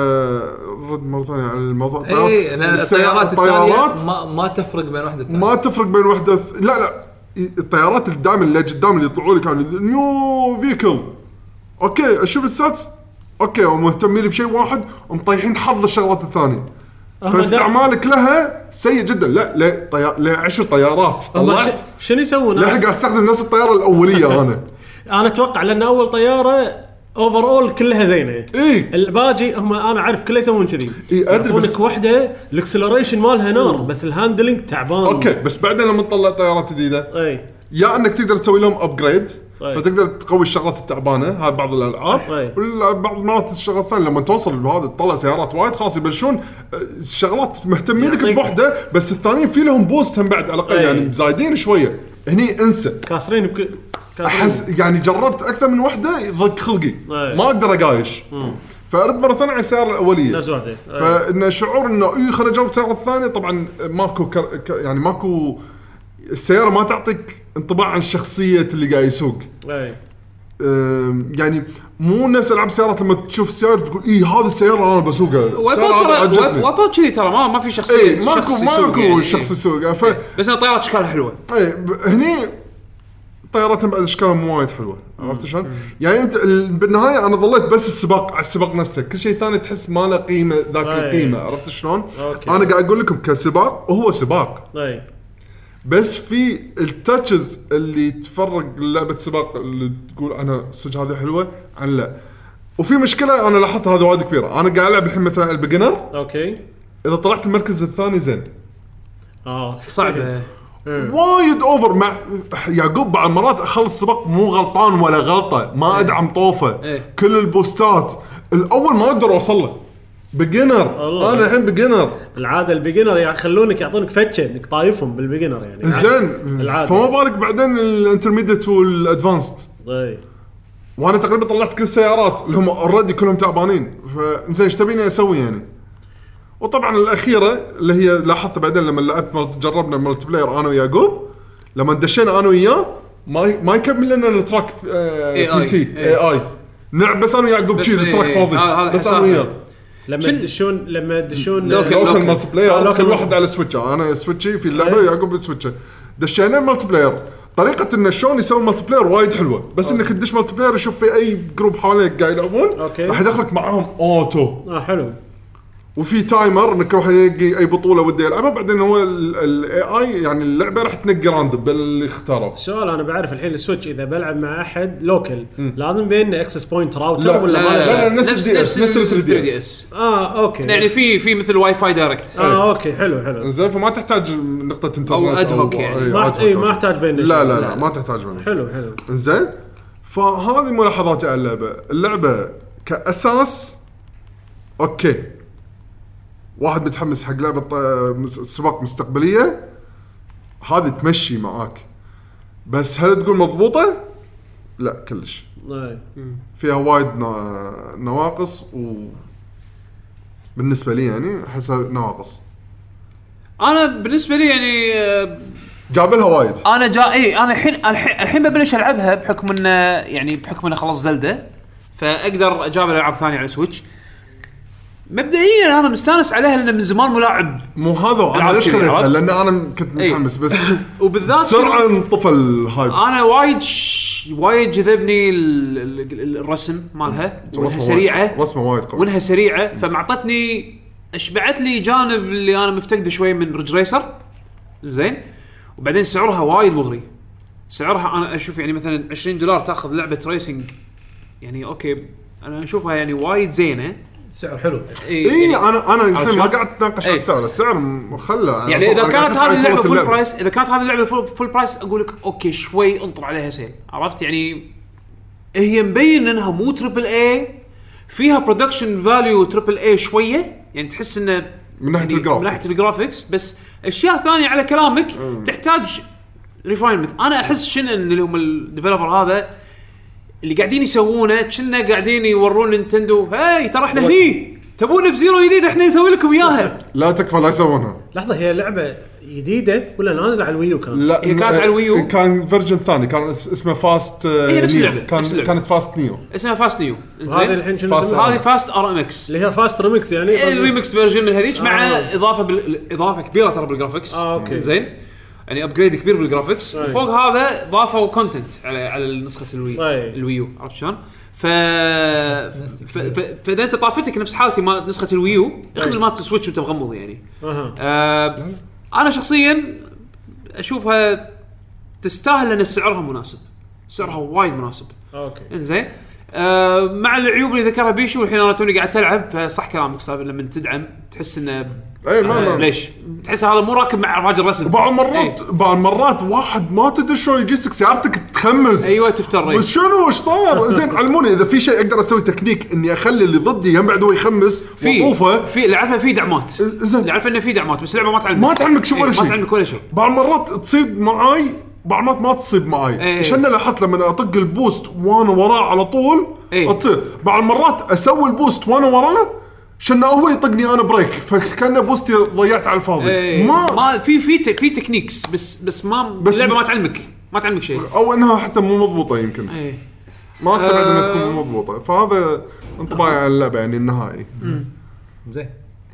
رد مره ثانيه على الموضوع. اي لان الطيارات الطيارات الثانيه ما ما تفرق بين واحده الثانيه. ما تفرق بين واحده ث... لا لا الطيارات اللي دائما اللي قدام اللي يطلعوا لك كانوا نيو فيكل اوكي اشوف الساتس اوكي ومهتمين بشيء واحد ومطيحين حظ الشغلات الثانيه فاستعمالك لها سيء جدا. لا لا طيار لا عشر طيارات طلعت شنو يسوون؟ لا قاعد استخدم نفس الطياره الاوليه انا انا اتوقع لان اول طياره اوفر اول كلها زينه. إيه. الباجي هم انا عارف كله يسوون كذي. إيه، أدري بس- يعطونك وحده الاكسلريشن مالها نار بس الهاندلنج تعبان. اوكي بس بعدين لما تطلع طيارات جديده اي يا انك تقدر تسوي لهم ابجريد طيب. فتقدر تقوي الشغلات التعبانه هاي بعض الالعاب طيب. ولا بعض المرات الشغلات الثانيه لما توصل بهذا تطلع سيارات وايد خاص يبلشون آه، شغلات مهتمين لك يعطيك- بوحده بس الثانيين في لهم بوست هم بعد على الاقل طيب. يعني زايدين شويه هني انسى كاسرين بك... كاسرين. احس يعني جربت اكثر من وحده يضيق خلقي طيب. ما اقدر اقايش فارد مره ثانيه على السياره الاوليه نفس واحده. فان شعور انه اي خليني اجرب السياره الثانيه طبعا ماكو كر... ك... يعني ماكو السياره ما تعطيك انطباع عن شخصيه اللي قاعد يسوق. اي أم، يعني مو نفس العاب السيارات لما تشوف السياره تقول اي هذه السياره انا بسوقها السيارة هذه عجبتني. وابل كذي ترى ما ما في شخصيه اي ماكو شخص يسوق ماكو يعني. شخص يسوقها ف بس انا طيارات اشكالها حلوه. اي ب- هني طياراتهم بعد اشكالهم مو وايد حلوه عرفت شلون؟ يعني انت ال- بالنهايه انا ظليت بس السباق على السباق نفسه كل شيء ثاني تحس ما له قيمه ذاك أي. القيمه عرفت شلون؟ أوكي. انا قاعد اقول لكم كسباق وهو سباق اي بس في التاتشز اللي تفرق لعبه سباق اللي تقول انا صدق هذه حلوه عن لا. وفي مشكله انا لاحظتها هذا وايد كبيره انا قاعد العب الحين مثلا البيجنر اوكي اذا طلعت المركز الثاني زين اه صعبه. وايد اوفر مع يعقوب بعض المرات اخلص سباق مو غلطان ولا غلطه ما ادعم طوفه إيه. كل البوستات الاول ما اقدر اوصل له بيجنر والله. انا الحين بيجنر العاده البيجنر يخلونك يعطونك فتشه انك طايفهم بالبيجنر يعني. زين العادة. فما بالك بعدين الانترميديت والادفانسد اي وانا تقريبا طلعت كل السيارات اللي هم اوريدي كلهم تعبانين فزين ايش تبيني اسوي يعني. وطبعا الاخيره اللي هي لاحظت بعدين لما لعبت ملت جربنا ملتي بلاير انا ويعقوب لما دشينا انا وياه ما ما يكمل لنا التراك آه إيه بي سي إيه. اي اي نلعب بس انا ويعقوب بس كذي التراك إيه. فاضي هذا- هذا بس انا حساب. وياه لما شن- تدشون لما تدشون لوكل- لوكل لوكل. ملتي آه، بلاير لوكل. كل واحد على سويتشه انا سويتشي في اللعبه أي. ويعقوب سويتشه دشينا ملتي بلاير طريقه انه شلون يسوي ملتي بلاير وايد حلوه بس انك تدش ملتي بلاير يشوف في اي جروب حواليك قاعد يلعبون أوكي. راح يدخلك معاهم اوتو اه حلو. وفي تايمر انك روح يلاقي اي بطوله ودي يلعبها بعدين هو الاي اي يعني اللعبه راح تنقي راندم باللي اختاروا. السؤال انا بعرف الحين السويتش اذا بلعب مع احد لوكل لازم بيننا اكسس بوينت راوتر لا، ولا لا، ما لا، له؟ نفس ال دي إس، نفس ال ثري دي إس. دي إس. اه اوكي يعني في في مثل واي فاي دايركت. اه اوكي حلو حلو. زين فما تحتاج نقطه انترنت أو ad hoc يعني. أي ما ad hoc اي أو ما شيء. احتاج بيننا لا شيء. لا لا ما تحتاج منه. حلو حلو. زين فهذه ملاحظاتي على اللعبه. اللعبه كاساس اوكي واحد متحمس حق لعبه ط- سباق مستقبليه هذه تمشي معاك بس هل تقول مضبوطه؟ لا كلش اي فيها وايد نا- نواقص و بالنسبه لي يعني احسها نواقص انا بالنسبه لي يعني آه، جاب لها وايد. انا جا اي انا الحين الحين الحين ببلش العبها بحكم انه يعني بحكم انه خلاص زلدة فاقدر اجاب العاب ثانيه على سويتش. مبدئيا انا مستانس عليها لان من زمان ملاعب مو هذا انا ألعاب ليش كذي، خليتها عرفت؟ لان انا كنت إي. متحمس بس وبالذات بسرعه انطفى الهايب. انا وايد ش... وايد جذبني ال... ال... الرسم مالها وانها رسمه سريعه وايد- رسمه وايد قوي. وانها سريعه فمعطتني اشبعت لي جانب اللي انا مفتقده شوي من ريج ريسر زين. وبعدين سعرها وايد مغري سعرها انا اشوف يعني مثلا عشرين دولار تاخذ لعبه ريسنج يعني اوكي انا اشوفها يعني وايد زينه. سعر حلو. اي اي يعني, انا انا الحين ما شلون؟ قاعد اتناقش على إي. السعر السعر م- خله يعني اذا أنا قاعد كانت أتكلم هذه عن اللعبه قوة فول برايس اذا كانت هذه اللعبه فول, فول برايس اقول لك اوكي شوي انطر عليها سيل عرفت يعني. هي مبين انها مو تريبل اي فيها برودكشن فاليو تريبل اي شويه يعني تحس انه من ناحية يعني الجرافيك. من ناحيه الجرافيكس بس اشياء ثانيه على كلامك تحتاج ريفاينمنت. انا احس شنو ان اللي هم الديفلوبر هذا اللي قاعدين يسوونه كنا قاعدين يورون نينتندو هاي ترى احنا هني تبون اف زيرو جديد احنا نسوي لكم اياها. لا تكفى لا يسوونها. لحظه هي لعبه جديده ولا نازله على الويو كان؟ لا هي كانت على الويو. كان فيرجن ثاني كان اسمه فاست هي نفس نيو. اللعبة، كان نفس اللعبة. كانت فاست نيو. اسمها فاست نيو. هذه الحين شنو فاست اسمها؟ هذه فاست ار ام اكس اللي هي فاست ريمكس يعني الريمكس فيرجن من هذيك مع آه. اضافه بال... اضافه كبيره ترى بالجرافكس. آه، أوكي. زين يعني ابجريد كبير بالجرافكس. أي. وفوق هذا ضافوا كونتنت على على نسخه الوي أي. الويو عرفت شلون؟ ف... ف... ف... فاذا انت طافتك نفس حالتي مال نسخه الويو اخذ مالت السويتش وانت مغمض يعني. أها. آه... انا شخصيا اشوفها تستاهل لان سعرها مناسب، سعرها وايد مناسب. اوكي انزين آه مع العيوب اللي ذكرها بيشو الحين انا توني قاعد تلعب فصح كلامك صار لما تدعم تحس انه اي ما ما ليش تحس هذا مو راكب مع راجل رسم. بعض مرات بعض مرات واحد ما تدري شلون يجيك سيارتك تخمس. ايوه تفتر بس شنو ايش صار؟ زين علموني اذا في شيء اقدر اسوي تكنيك اني اخلي اللي ضدي هم بعد هو يخمس في وطوفه. في اللي عارفه في دعمات زين. اللي عارفه انه في دعمات بس اللعبه ما تعلمك ما تعلمك شيء ولا إيه شيء. ما تعلمك ولا شيء. بعض مرات تصيب معاي بعض مرات ما تصيب معاي. إيه. عشان لاحظت لما اطق البوست وانا وراه على طول إيه. تصير. بعض مرات اسوي البوست وانا وراه شنو هو يطقني انا بريك فكان بوستي ضيعت على الفاضي. إيه. ما, ما في في ت- في تكنيكس بس بس ما بس اللعبه م- ما تعلمك ما تعلمك شيء. او انها حتى مو مضبوطه يمكن. ايه ما استبعد انها أه. تكون مو مضبوطه فهذا انطباعي على اللعبه يعني النهائي. زين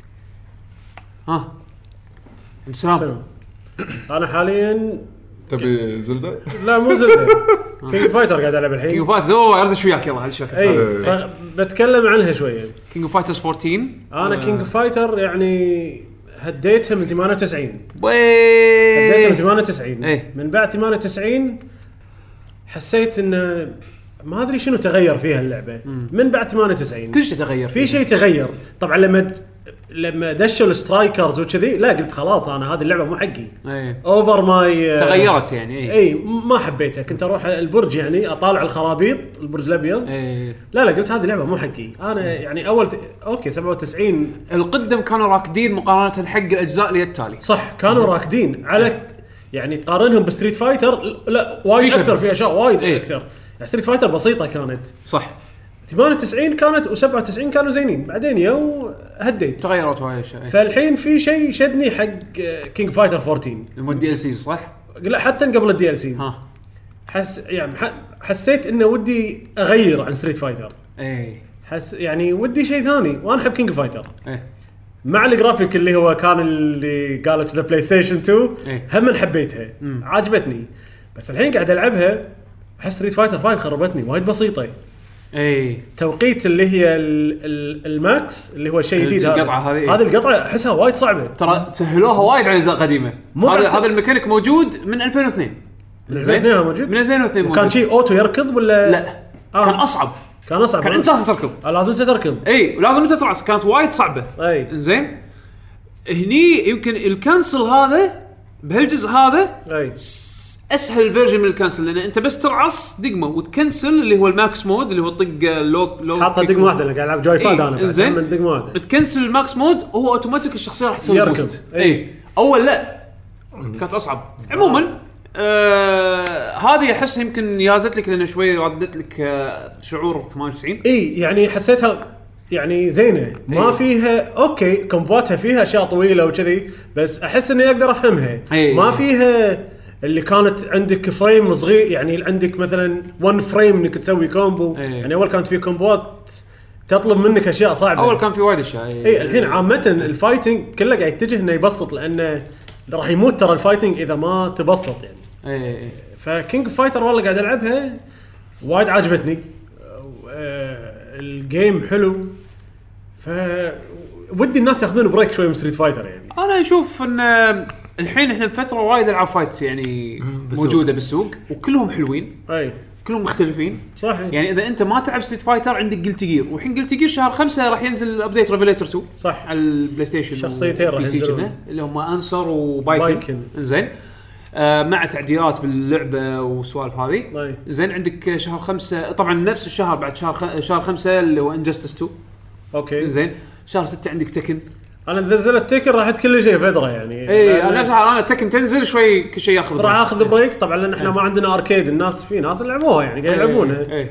ها السلام. انا حاليا تبي زلده؟ لا مو زلده كينج فايتر قاعد العب الحين. كينج اوف فايترز اوه ارد وياك يلا هذا شوك. اي بتكلم عنها شويه. كينج اوف فايترز أربعة عشر انا كينج فايتر يعني هديتها من ثمانية وتسعين. هديتها من وي ثمانية وتسعين. إيه. من بعد ثمانية وتسعين حسيت انه ما ادري شنو تغير فيها اللعبه. من بعد ثمانية وتسعين كل شيء تغير في شيء تغير. طبعا لما لما دشوا السترايكرز وكذي لا قلت خلاص انا هذه اللعبه مو حقي. ايه اوفر ماي تغيرت يعني ايه اي ما حبيتها. كنت اروح البرج يعني اطالع الخرابيط البرج الابيض. ايه لا لا قلت هذه لعبه مو حقي انا يعني اول ث... اوكي سبعة وتسعين القدم كانوا راكدين مقارنه حق الاجزاء اللي التالي. صح كانوا راكدين على يعني تقارنهم بستريت فايتر لا وايد في اكثر شبه. في اشياء وايد إيه. اكثر. يعني ستريت فايتر بسيطه كانت صح ثمانية وتسعين كانت وسبعة وتسعين كانوا زينين بعدين يو هديت. تغيرت وايد اشياء. إيه. فالحين في شيء شدني حق كينج فايتر أربعة عشر. الدي ال سي صح؟ لا حتى قبل الدي ال سيز ها حس يعني ح... حسيت انه ودي اغير عن ستريت فايتر. ايه حس يعني ودي شيء ثاني وانا احب كينج فايتر ايه مع الجرافيك اللي هو كان اللي قالوا ذا بلاي ستيشن اثنين. إيه. هم حبيتها عجبتني بس الحين قاعد العبها احس ستريت فايتر فايف خربتني وايد بسيطه. ايه توقيت اللي هي ال... ال... الماكس اللي هو الشيء جديد القطعة هذه، إيه. هذه القطعه احسها وايد صعبه. ترى سهلوها وايد على الاجزاء القديمه. مو هذا بعت- هذا الميكانيك موجود من ألفين واثنين. من ألفين واثنين موجود من ألفين واثنين وكان موجود. شيء اوتو يركض ولا لا آه. كان اصعب. كان اصعب كان انت لازم تركض. آه لازم انت تركض. اي ولازم انت ترعس كانت وايد صعبه. اي زين هني يمكن الكنسل هذا بهالجزء هذا اي اسهل فيرجن من الكنسل لان انت بس ترعص دقمه وتكنسل اللي هو الماكس مود اللي هو طق لو لو حاطه دقمه واحده انا قاعد العب جوي باد. إيه، انا بعد زين. من دقمه واحده بتكنسل الماكس مود هو اوتوماتيك الشخصيه راح تسوي يركض. بوست. إيه. اي اول لا كانت اصعب. عموما آه هذه احس يمكن يازت لك لان شوي ردت لك آه شعور ثمانية وتسعين. اي يعني حسيتها يعني زينه ما إيه. فيها اوكي كومبواتها فيها اشياء طويله وكذي بس احس اني اقدر افهمها. إيه. ما فيها اللي كانت عندك فريم صغير يعني عندك مثلا ون فريم انك تسوي كومبو. إيه. يعني اول كانت في كومبوات تطلب منك اشياء صعبه. اول كان في وايد اشياء. اي الحين عامه الفايتنج كله قاعد يتجه انه يبسط لانه راح يموت ترى الفايتنج اذا ما تبسط يعني. اي فكينج فايتر والله قاعد العبها وايد عجبتني. آه، الجيم حلو ف ودي الناس ياخذون بريك شوي من ستريت فايتر يعني. انا اشوف ان الحين احنا بفتره وايد العاب فايتس يعني بالسوق. موجوده بالسوق وكلهم حلوين اي كلهم مختلفين. صح يعني اذا انت ما تلعب ستريت فايتر عندك جلتي جير والحين جلتي جير شهر خمسة راح ينزل الابديت ريفيليتر تو صح. على البلاي ستيشن شخصيتين راح والبي سي ينزلون. كنا اللي هم انسر وبايكن. بايكن. زين آه مع تعديلات باللعبه والسوالف هذه. أي. زين عندك شهر خمسة طبعا نفس الشهر بعد شهر خ... شهر خمسة اللي هو انجستس تو. اوكي زين شهر ستة عندك تكن. انا نزلت تيكن راحت كل شيء فتره يعني. اي لأن- انا شهر انا تكن تنزل شوي كل شيء ياخذ راح اخذ بريك طبعا لان احنا ما عندنا اركيد. الناس في ناس لعبوها يعني قاعد يلعبونها. اي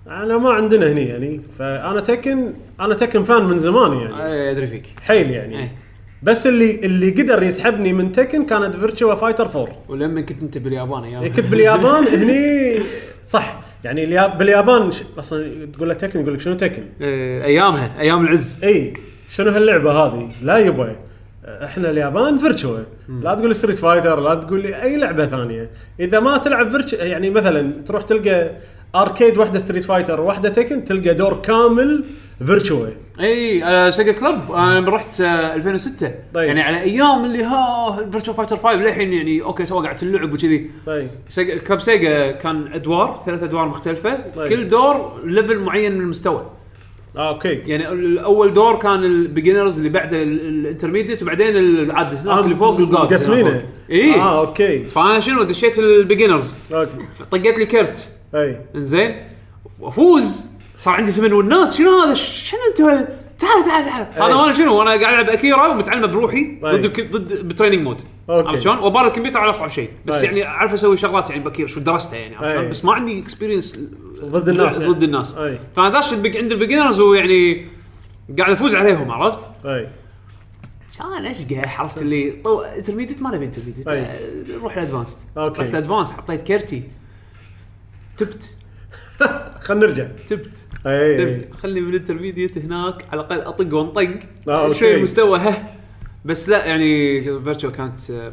انا ما عندنا هني يعني، فانا تكن انا تكن فان من زمان يعني اي ادري فيك حيل يعني اي. بس اللي اللي قدر يسحبني من تكن كانت فيرتشوا فايتر فور. ولما كنت انت باليابان ايام كنت باليابان هني صح يعني الياب باليابان ش- اصلا تقول له تكن يقول لك شنو تكن. إيه، ايامها ايام العز. اي شنو هاللعبه هذه لا يبا احنا اليابان فيرتشوا، لا تقول لي ستريت فايتر لا تقول لي اي لعبه ثانيه. اذا ما تلعب فيرتشوا يعني مثلا تروح تلقى اركيد واحده ستريت فايتر واحده تكن تلقى دور كامل فيرتشوا. اي آه سيجا كلب انا لما رحت آه ألفين وستة طيب. يعني على ايام اللي ها فيرتشو فايتر خمسة للحين يعني اوكي سوا قاعد اللعب وكذي. طيب سيجا كلب سيجا كان ادوار ثلاث ادوار مختلفه. طيب. كل دور ليفل معين من المستوى. آه اوكي يعني الاول دور كان البيجنرز اللي بعده الانترميديت وبعدين العاد هناك اللي فوق الجاد قسمينه. اي اه اوكي فانا شنو دشيت البيجنرز اوكي طقيت لي كرت اي زين وافوز صار عندي ثمان ونات. شنو هذا شنو انت تعال تعال تعال أي. هذا وانا شنو وانا قاعد العب اكيرا ومتعلمه بروحي أي. ضد الك- ضد بتريننج مود. أوكي. عرفت شلون وبار الكمبيوتر على اصعب شيء بس أي. يعني اعرف اسوي شغلات يعني بكير شو درستها يعني عرفت أي. شلون بس ما عندي اكسبيرينس ضد الناس ضد الناس. أي. فانا داش البيج عند البيجنرز ويعني قاعد افوز عليهم عرفت اي كان اشقح عرفت اللي طو انترميديت ما نبي انترميديت أي. روح الادفانسد. أوكي. رحت ادفانس حطيت كرتي تبت خلينا نرجع. تبت اي تبت خلني من الانترميديت هناك على الاقل اطق وانطق آه، أوكي. شوي مستوى ها بس لا يعني فيرتشو كانت آه،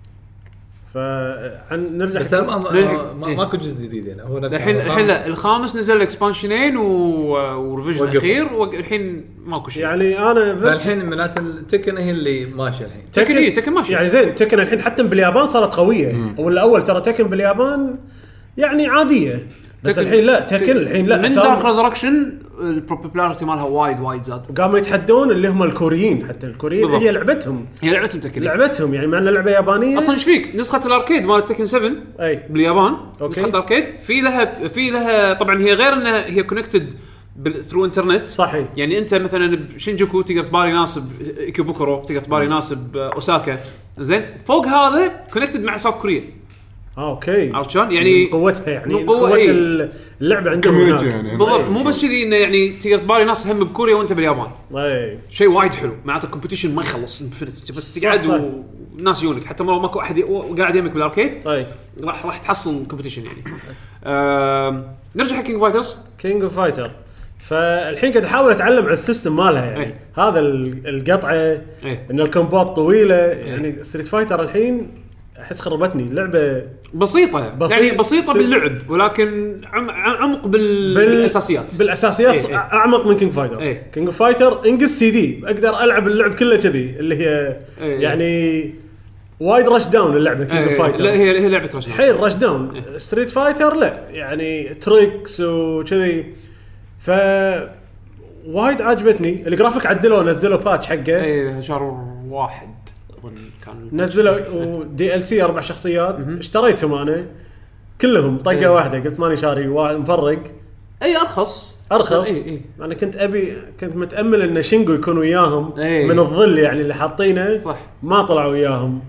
فعن نرجع بس ما ما- إيه. ما- ماكو جزء جديد يعني هو نفس الحين الحين لا الخامس نزل اكسبانشنين وريفيجن وقف. اخير والحين ماكو شيء. يعني انا فيرت- فالحين منات التكن هي اللي ماشيه الحين. تكن إيه، تكن ماشي. يعني زين تكن الحين حتى باليابان صارت قويه. ولا اول ترى تكن باليابان يعني عاديه بس تكن- الحين لا تكن الحين لا من صار- دارك ريزركشن البوبولاريتي مالها وايد وايد زاد. قاموا يتحدون اللي هم الكوريين. حتى الكوريين بالضبط. هي لعبتهم هي لعبتهم تكن لعبتهم يعني مع انها لعبه يابانيه اصلا ايش فيك نسخه الاركيد مال تكن سبعة اي باليابان. أوكي. نسخه الاركيد في لها في لها طبعا هي غير انها هي كونكتد ثرو انترنت. صحيح يعني انت مثلا بشينجوكو تقدر تباري ناس بايكوبوكورو تقدر تباري ناس باوساكا زين فوق هذا كونكتد مع ساوث كوريا. آه اوكي عرفت شلون يعني من قوتها يعني من قوة قوه إيه. اللعبه عندهم كوميونتي هناك. يعني بالضبط مو بس كذي انه يعني تقدر تباري ناس هم بكوريا وانت باليابان. اي شيء وايد حلو معناته الكومبيتيشن ما يخلص انفنت بس صح، تقعد صح. وناس يونك حتى ما ماكو احد ي- قاعد يمك بالاركيد اي راح راح تحصل كومبيتيشن يعني. آم، نرجع حق كينج فايترز. كينج اوف فايتر. فالحين قاعد احاول اتعلم على السيستم مالها يعني أي. هذا ال- القطعه إيه. ان الكومبات طويله يعني ستريت فايتر الحين احس خربتني اللعبه بسيطة بسيط. يعني بسيطة س- باللعب ولكن عم عمق بال... بال- بالاساسيات. بالاساسيات إيه، إيه. اعمق من كينج فايتر. إيه. كينج اوف فايتر انقص سي دي اقدر العب اللعب كله كذي اللي هي إيه. يعني وايد رش داون اللعبه كينج اوف إيه، فايتر. لا هي هي لعبة رشنا حيل رش داون. ستريت فايتر لا يعني تريكس وكذي ف وايد عجبتني. الجرافيك عدلوا نزلوا باتش حقه اي شهر واحد اظن كان نزلوا دي ال سي اربع شخصيات اشتريتهم انا كلهم طقه إيه. واحده قلت ماني شاري واحد مفرق اي ارخص ارخص. اي اي انا كنت ابي كنت متامل ان شينجو يكون وياهم إيه. من الظل يعني اللي حاطينه صح. ما طلعوا وياهم.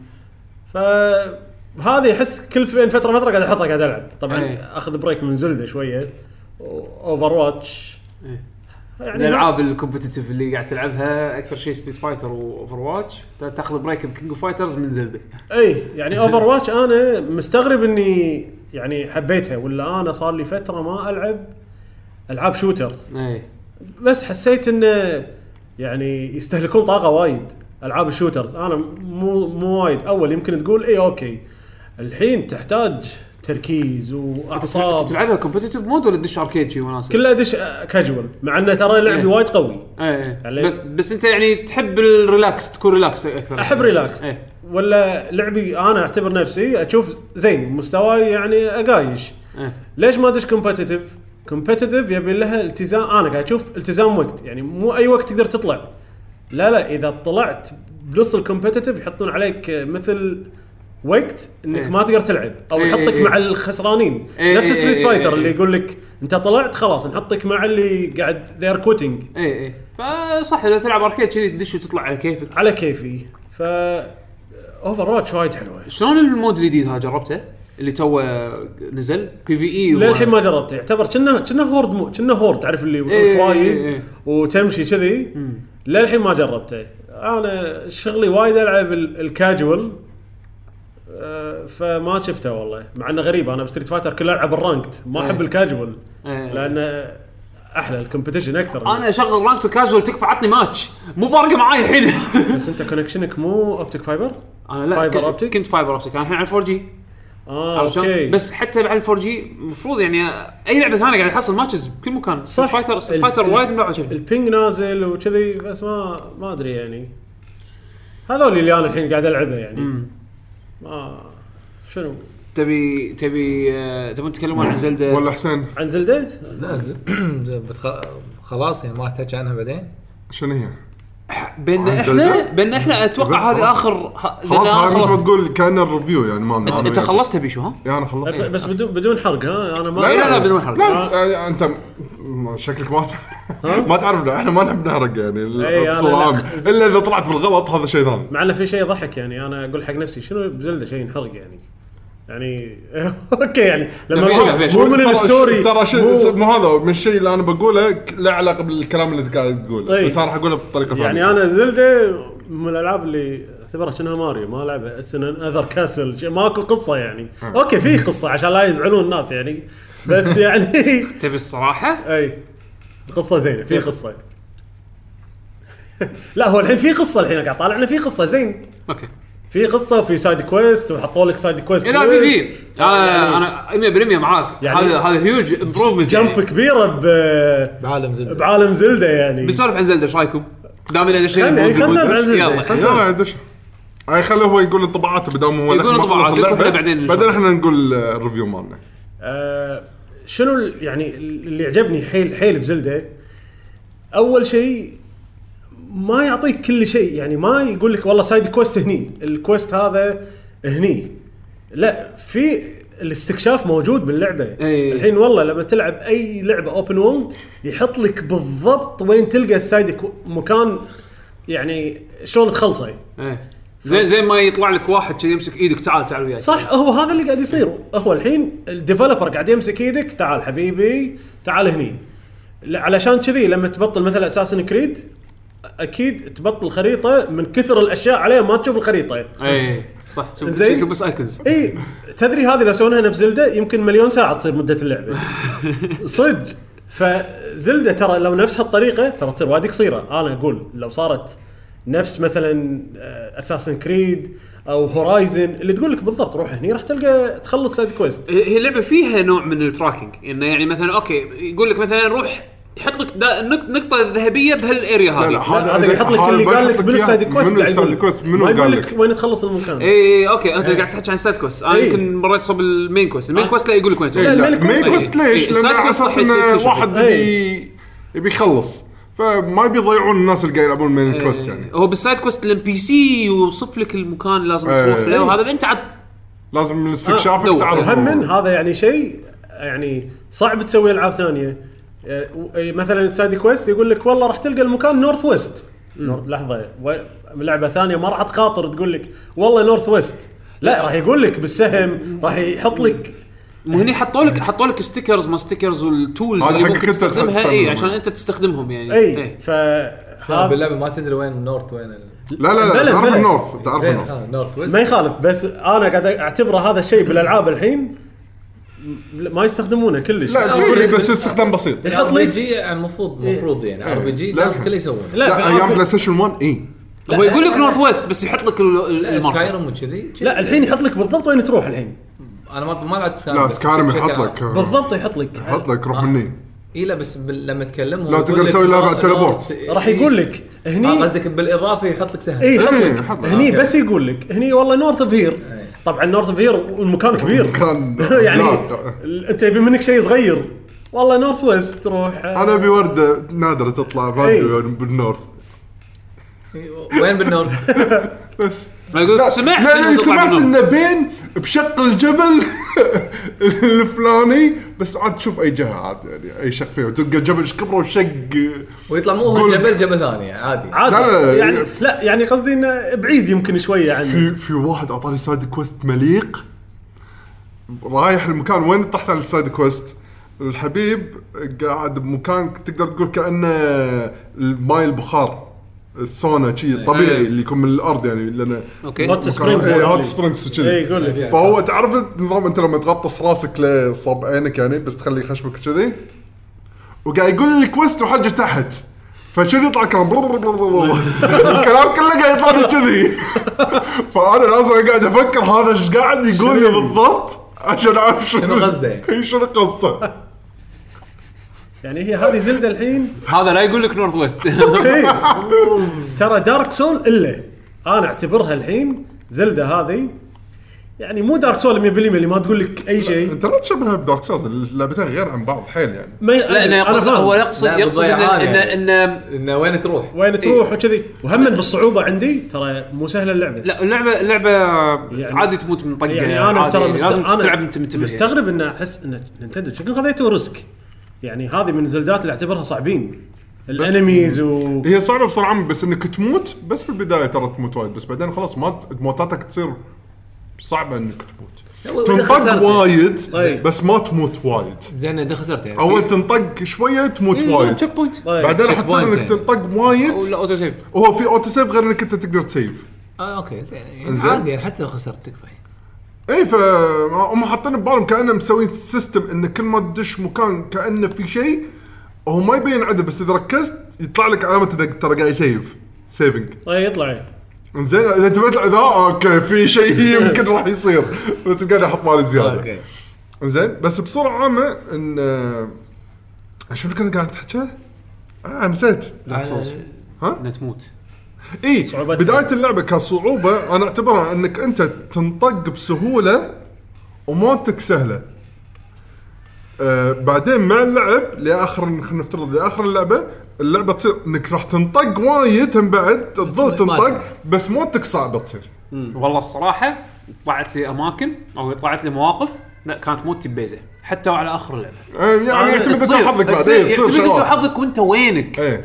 فهذه احس كل فين فتره فتره قاعد احطها قاعد العب طبعا. إيه. اخذ بريك من زلده شويه اوفر واتش إيه. يعني الالعاب الكومبتيتيف اللي قاعد تلعبها اكثر شيء ستريت فايتر واوفر واتش تاخذ بريك بكينج اوف فايترز من زلده. اي يعني اوفر واتش انا مستغرب اني يعني حبيتها ولا انا صار لي فتره ما العب العاب شوترز اي بس حسيت انه يعني يستهلكون طاقه وايد العاب الشوترز. انا مو مو وايد اول يمكن تقول اي اوكي الحين تحتاج تركيز واعصاب تلعبها كومبتيتيف مود ولا تدش اركيد شيء مناسب؟ كلها دش كاجوال مع انه ترى لعبي إيه. وايد قوي. اي اي يعني- بس بس انت يعني تحب الريلاكس تكون ريلاكس اكثر. احب ريلاكس إيه. ولا لعبي انا اعتبر نفسي اشوف زين مستواي يعني اقايش. إيه. ليش ما ادش كومبتيتيف؟ كومبتيتيف يبي لها التزام. انا قاعد اشوف التزام وقت يعني مو اي وقت تقدر تطلع. لا لا اذا طلعت بنص الكومبتيتيف يحطون عليك مثل وقت انك إيه. ما تقدر تلعب او إيه يحطك إيه مع إيه. الخسرانين. إيه نفس إيه ستريت إيه فايتر إيه اللي إيه. يقول لك انت طلعت خلاص نحطك مع اللي قاعد ذير كوتينج اي اي فصح اذا تلعب اركيد كذي تدش وتطلع على كيفك. على كيفي. ف اوفر واتش وايد حلوه. شلون المود الجديد هذا جربته؟ اللي تو نزل بي في اي للحين ما جربته. يعتبر كنا كنا هورد مو كنا هورد تعرف اللي إيه وايد إيه إيه. وتمشي كذي. للحين ما جربته. انا شغلي وايد العب ال- الكاجوال أه فما شفته والله. مع انه غريب انا بستريت فايتر كله العب الرانكت ما احب إيه. الكاجوال إيه. لان احلى الكومبيتيشن اكثر. انا اشغل رانك كاجوال تكفى عطني ماتش مو فارقه معاي الحين. بس انت كونكشنك مو اوبتيك فايبر. انا لا فايبر ك- أوبتيك؟ كنت فايبر اوبتيك انا الحين على فور جي. اه عرفت شلون؟ اوكي. بس حتى على الفور جي المفروض يعني اي لعبه ثانيه قاعد يحصل ماتشز بكل مكان. صح. فايتر ال- فايتر ال- وايد نوع كذي. البينج نازل وكذي بس ما ما ادري يعني. هذول اللي انا الحين قاعد العبه يعني. ما شنو تبي تبي آه، تبون تتكلمون عن زلدة ولا حسين عن زلدة؟ لا ز- ز- بتخ- خلاص يعني ما راح تحكي عنها بعدين. شنو هي؟ بين عن احنا زلدة؟ بين احنا بس اتوقع هذه خلاص. اخر ه- لأن خلاص أنا هاي خلصت. مثل تقول كان الريفيو يعني ما انت, انت خلصت بيشو ها؟ يا انا خلصت. بس بدون بدون حرق ها انا ما لا لا بدون حرق. لا آه، انت م- شكلك ما ما تعرفنا احنا ما نحب نحرق يعني إي، أنا بصورة لا. عامة. الا اذا طلعت بالغلط هذا شيء ثاني. مع انه في شيء يضحك يعني. انا اقول حق نفسي شنو بزلدة شيء ينحرق يعني يعني اوكي يعني لما لا، نقول في- في- مو من ترى- الستوري ترى شيء مو- مو هذا من الشيء اللي انا بقوله ك- له علاقه بالكلام اللي انت قاعد تقوله إي. بس انا راح اقوله بطريقه ثانيه. يعني انا زلدة من الالعاب اللي اعتبرها كأنها ماريو ما لعبه اسن اذر كاسل ماكو قصه يعني. اوكي في قصه عشان لا يزعلون الناس يعني بس يعني تبي الصراحه اي قصه زينه في قصه. لا هو الحين في قصه الحين قاعد طالع لنا في قصه زين. اوكي في قصه وفي سايد كويست وحطوا لك سايد كويست. لا في في انا يعني- انا مية بالمية معاك. يعني- هذا هذا هيوج امبروفمنت. جمب كبيره ب بعالم زلدة. بعالم زلدة يعني. بنسولف عن زلدة ايش رايكم؟ دام انا ادش خلنا- خلنا نسولف عن زلدة. يلا خلنا- يلا دش. اي خليه هو يقول انطباعاته بدام هو يقول لحق ما انطباعاته، خلص اللعبة. وإحنا بعدين نشوف. بعدين احنا نقول آه، الريفيو مالنا. آه شنو ال- يعني اللي عجبني حيل حيل بزلدة. اول شيء ما يعطيك كل شيء يعني ما يقول لك والله سايد كويست هني الكويست هذا هني. لا في الاستكشاف موجود باللعبه. أي. الحين والله لما تلعب اي لعبه اوبن وورلد يحط لك بالضبط وين تلقى السايد كو- مكان يعني شلون تخلصه. ايه زي زي ما يطلع لك واحد كذي يمسك ايدك تعال تعال وياي. صح هو هذا اللي قاعد يصير. هو الحين الديفلوبر قاعد يمسك ايدك تعال حبيبي تعال هني. لا، علشان كذي لما تبطل مثلا اساسن كريد اكيد تبطل خريطه من كثر الاشياء عليها ما تشوف الخريطه. ايه صح شوف زين. شوف بس ايكونز. اي تدري هذه لو سوونها نفس زلدة يمكن مليون ساعه تصير مده اللعبه صدق. فزلدة ترى لو نفس هالطريقه ترى تصير وايد قصيره. انا اقول لو صارت نفس مثلا اساسن كريد او هورايزن اللي تقول لك بالضبط روح هني راح تلقى تخلص سايد كويست. هي اللعبه فيها نوع من التراكنج انه يعني مثلا اوكي يقول لك مثلا روح يحط لك دا- نق- نقطه ذهبيه بهالاريا لا هذه. لا هذا اللي يحط لك اللي قال لك من السايد كويست من السايد كويست منو ما قال يقول لك؟ لك وين تخلص المكان. اي اي اوكي انت قاعد تحكي عن سايد كويست. انا إيه. يمكن مريت صوب المين كويست. المين آه. كويست لا يقول لك وين إيه، تروح. لا المين مين كويست- كويست إيه، ليش؟ إيه، لان السايد على كويست اساس صح انه تكتشف. واحد إيه. يبي يبي يخلص فما بيضيعون الناس اللي قاعد يلعبون مين كويست يعني. هو بالسايد كويست الام بي سي يوصف لك المكان اللي لازم إيه. تروح له وهذا انت عاد لازم من آه، استكشافك دور. تعرف. هم من هذا يعني شيء يعني صعب تسوي العاب ثانيه. آه، و- مثلا السايد كويست يقول لك والله راح تلقى المكان نورث ويست. نور... لحظه و... لعبه ثانيه ما راح تخاطر تقول لك والله نورث ويست. لا راح يقول لك بالسهم راح يحط لك. مو هني حطوا لك حطوا لك ستيكرز ما ستيكرز والتولز هذا اللي حقك ممكن أنت تستخدمها اي تستخدمهم. عشان انت تستخدمهم يعني. اي ف هذا باللعبه ما تدري وين النورث وين ال... لا لا لا بلى، تعرف بلى. النورث تعرف زين النورث. خلاص نورث ويست ما يخالف بس انا قاعد اعتبره هذا الشيء بالالعاب الحين ما يستخدمونه كلش. لا في بس استخدام بسيط. يحط ار بي لك جي المفروض المفروض يعني ار بي جي لا. الكل يسوونه. لا لا بالآر ايام بي- بلاي ستيشن واحد اي هو يقول لك نورث ويست بس يحط لك ال- ال- لا الماركر. سكايرم وكذي لا الحين يحط لك بالضبط وين تروح الحين. انا ما ما لعبت سكايرم لا بس سكارم بشكل يحط عام. لك بالضبط يحط لك يحط لك روح مني. اي لا بس بال... لما تكلمهم لا يقول تقدر لك تسوي لها بعد نورث- تليبورت. نورث- راح يقول لك آه، هني قصدك بالاضافه يحط لك سهم اي يحط إيه، لك يحط لك. هني أوكي. بس يقول لك هني والله نورث فير. إيه. طبعا نورث فير والمكان كبير مكان- يعني لا. ال- انت يبي منك شيء صغير والله نورث ويست تروح. انا ابي ورده نادره تطلع ما إي. ادري وين بالنورث وين بالنورث؟ بس. ما يقول لا سمعت لا إنه لا تطلع سمعت بالنور. انه بين بشق الجبل الفلاني بس عاد تشوف اي جهه عاد يعني اي شق فيه وتلقى جبل ايش كبره وشق. ويطلع مو هو قول. جبل جبل ثاني عادي. عادي لا، لا، لا. يعني لا يعني قصدي انه بعيد يمكن شويه عنه. في في واحد اعطاني سايد كويست مليق رايح المكان وين طحت على السايد كويست. الحبيب قاعد بمكان تقدر تقول كأنه الماي البخار السونا شيء طبيعي اللي يكون من الارض يعني لانه اوكي هوت سبرينجز هوت سبرينجز اي كذي. يقول لك فهو تعرف النظام انت لما تغطس راسك لصوب عينك يعني بس تخلي خشمك كذي وقاعد يقول لك كويست وحاجه تحت فشنو يطلع كلام الكلام كله قاعد يطلع لي كذي. فانا لازم قاعد افكر هذا ايش قاعد يقول لي بالضبط عشان اعرف شنو قصده. شنو قصته. يعني هي هذه زلدة الحين هذا لا يقول لك نورث ويست. إيه. ترى دارك سول الا انا اعتبرها الحين زلدة هذه يعني مو دارك سول مية بالمية اللي ما تقول لك اي شيء. انت لا تشبهها بدارك سولز اللعبتين غير عن بعض حيل يعني. ما لا انا يقصد هو يقصد لا، يقصد ان بضيعان ان يعني. ان انه وين تروح وين تروح وكذي وهم بالصعوبه عندي ترى مو سهله اللعبه. لا اللعبه اللعبه يعني- عادي تموت من طقه يعني انا عادي، ترى يعني مست... لازم أنا تلعب انت منتبه. مستغرب ان احس ان نينتندو شكل خذيته ريسك. يعني هذه من الزلدات اللي اعتبرها صعبين الانميز و هي صعبه بصراحه بس انك تموت بس بالبدايه ترى تموت وايد بس بعدين خلاص ما موتاتك تصير صعبه انك تموت. تنطق وايد طيب. بس ما تموت وايد. زين اذا خسرت يعني اول تنطق شويه تموت وايد تشيك بوينت طيب. بعدين راح check تصير point انك يعني. تنطق وايد ولا اوتو سيف. وهو في اوتو سيف غير انك انت تقدر تسيف. اه اوكي زين يعني إنزين. عادي يعني حتى لو خسرت تكفى. اي فهم حاطين ببالهم كانهم مسوين سيستم ان كل ما تدش مكان كانه في شيء هو ما يبين عدل بس اذا ركزت يطلع لك علامه انك ترى قاعد يسيف سيفنج. طيب يطلع زين اذا تبيت ذا اوكي في شيء يمكن راح يصير تلقاني احط مالي زياده. اوكي زين بس بصوره عامه ان شو اللي كنا قاعد نحكي اه نسيت دارك سولز ها انها تموت. اي صعوبتها. بدايه اللعبه كصعوبه انا اعتبرها انك انت تنطق بسهوله وموتك سهله. آه بعدين مع اللعب لاخر خلينا نفترض لاخر اللعبه اللعبه تصير انك راح تنطق وايد هم بعد تظل ما- تنطق بس موتك صعبه تصير. والله الصراحه طلعت لي اماكن او طلعت لي مواقف لا كانت موتي ببيزه حتى على اخر اللعبه. آه يعني يعتمد انت تصير- حظك بعدين تصير- تصير يعتمد انت شغلات. وحظك وانت وينك. ايه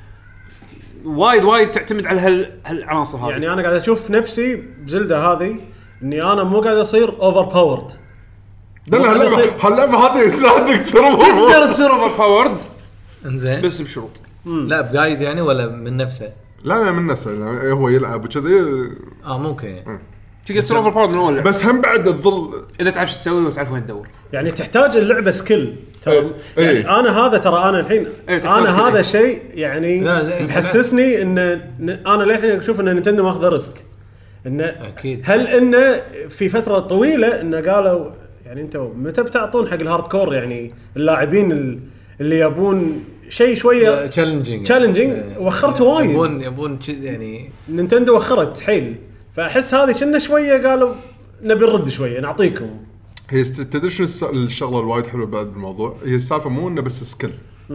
وايد وايد تعتمد على هال هالعناصر هذه. يعني انا قاعد اشوف نفسي بزلدة هذه اني انا مو قاعد اصير اوفر باورد. لا لا هذا هاللعبه يصير- هاللعبه هذه يساعدك تصير تقدر تصير اوفر باورد انزين بس بشروط. لا بقايد يعني ولا من نفسه. لا لا من نفسه لا، هو يلعب وكذي اه ممكن يعني. تقدر تصير اوفر باورد من اول لعبة. بس هم بعد تظل اذا تعرف شو تسوي وتعرف وين تدور. يعني تحتاج اللعبه سكيل ترى. إيه. يعني إيه. انا هذا ترى انا الحين إيه، تحتاج انا skill. هذا الشيء يعني لا، لا، محسسني ان ن- انا للحين اشوف ان نينتندو ماخذ ريسك. انه أكيد. هل انه في فتره طويله انه قالوا يعني انتم متى بتعطون حق الهارد كور يعني اللاعبين ال- اللي يبون شيء شويه تشالنجينج تشالنجينج وخرتوا وايد. يبون يبون شي- يعني نينتندو وخرت حيل فاحس هذه كنا شويه قالوا نبي نرد شويه نعطيكم. هي است- تدري شنو الس- الشغله الوايد حلوه بعد الموضوع هي السالفه مو انه بس سكيل.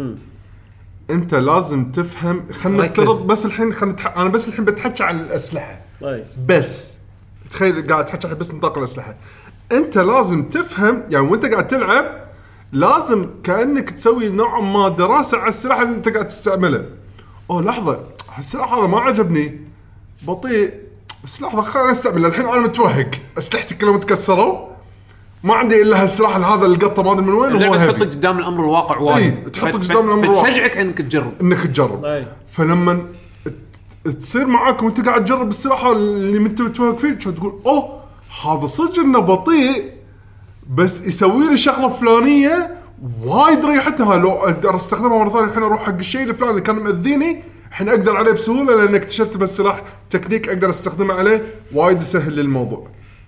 انت لازم تفهم خلينا ركز. نفترض بس الحين خلينا نتح... انا بس الحين بتحكي عن الاسلحه طيب بس تخيل قاعد تحكي عن بس نطاق الاسلحه. انت لازم تفهم يعني وانت قاعد تلعب لازم كانك تسوي نوع ما دراسه على السلاح اللي انت قاعد تستعمله. اوه لحظه السلاح هذا ما عجبني بطيء بس لحظه خلينا نستعمله الحين انا متوهق اسلحتي كلها متكسروا ما عندي الا هالسلاح هذا اللي قطه ما ادري من وين وهو اللعبه تحطك هيفي قدام الامر الواقع وايد. إيه، تحطك فت- قدام الأمر الواقع. فتشجعك انك تجرب. انك تجرب. أي. فلما ت- تصير معاك وانت قاعد تجرب السلاح اللي انت متوهق فيه شو تقول اوه هذا صدق انه بطيء بس يسوي لي شغله فلانيه وايد ريحتني هاي لو اقدر استخدمها مره ثانيه الحين اروح حق الشيء الفلاني اللي كان مأذيني الحين اقدر عليه بسهوله لان اكتشفت بس سلاح تكنيك اقدر استخدمه عليه وايد يسهل لي الموضوع.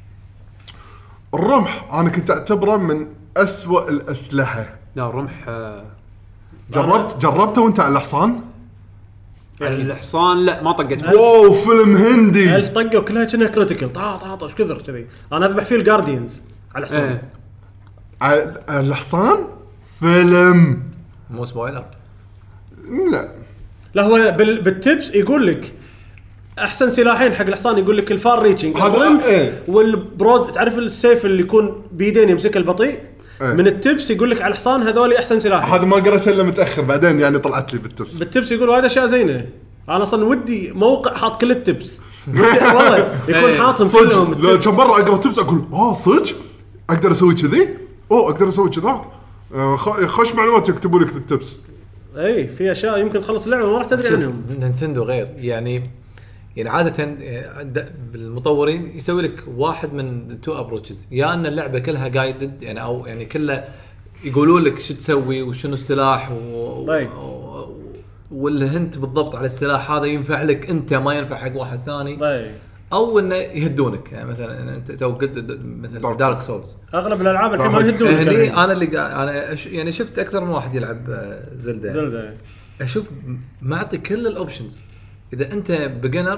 الرمح انا كنت اعتبره من أسوأ الاسلحه. لا الرمح آه، جربت جربته وانت على الحصان؟ على الحصان لا ما طقت. واو فيلم هندي. ألف طقه وكلها كأنها كريتيكال طا طا طا ايش كثر كذي. انا اذبح فيه الجارديانز على حساب. إيه. على على الحصان فيلم. مو سبويلر. لا لا هو بال... بالتبس يقول لك احسن سلاحين حق الحصان يقول لك الفار ريتشنج هذا إيه. والبرود تعرف السيف اللي يكون بيدين يمسك البطيء. إيه. من التبس يقول لك على الحصان هذول احسن سلاحين. هذا ما قريته الا متاخر بعدين يعني طلعت لي بالتبس. بالتبس يقولوا هذا اشياء زينه. انا اصلا ودي موقع حاط كل التبس والله يكون إيه. حاطهم صدق كلهم لو التبس. كم مره اقرا تبس اقول اه صدق اقدر اسوي كذي اوه اقدر اسوي كذا آه، خ- خش معلومات يكتبوا لك التبس. اي في اشياء يمكن تخلص اللعبه ما راح تدري شوف، عنهم. نينتندو غير يعني يعني عاده آه، د- بالمطورين يسوي لك واحد من تو ابروتشز، يا ان اللعبه كلها جايدد يعني او يعني كلها يقولوا لك شو تسوي وشنو السلاح و... طيب. و... والهنت بالضبط على السلاح هذا ينفع لك انت ما ينفع حق واحد ثاني، طيب او انه يهدونك يعني مثلا انت تو قلت مثلا Dark دارك سولز. اغلب الالعاب الحين ما طيب. يهدون هني انا اللي قا- انا أش... يعني شفت اكثر من واحد يلعب آه، زلدة زلده. اشوف معطي كل الاوبشنز، اذا انت بيجنر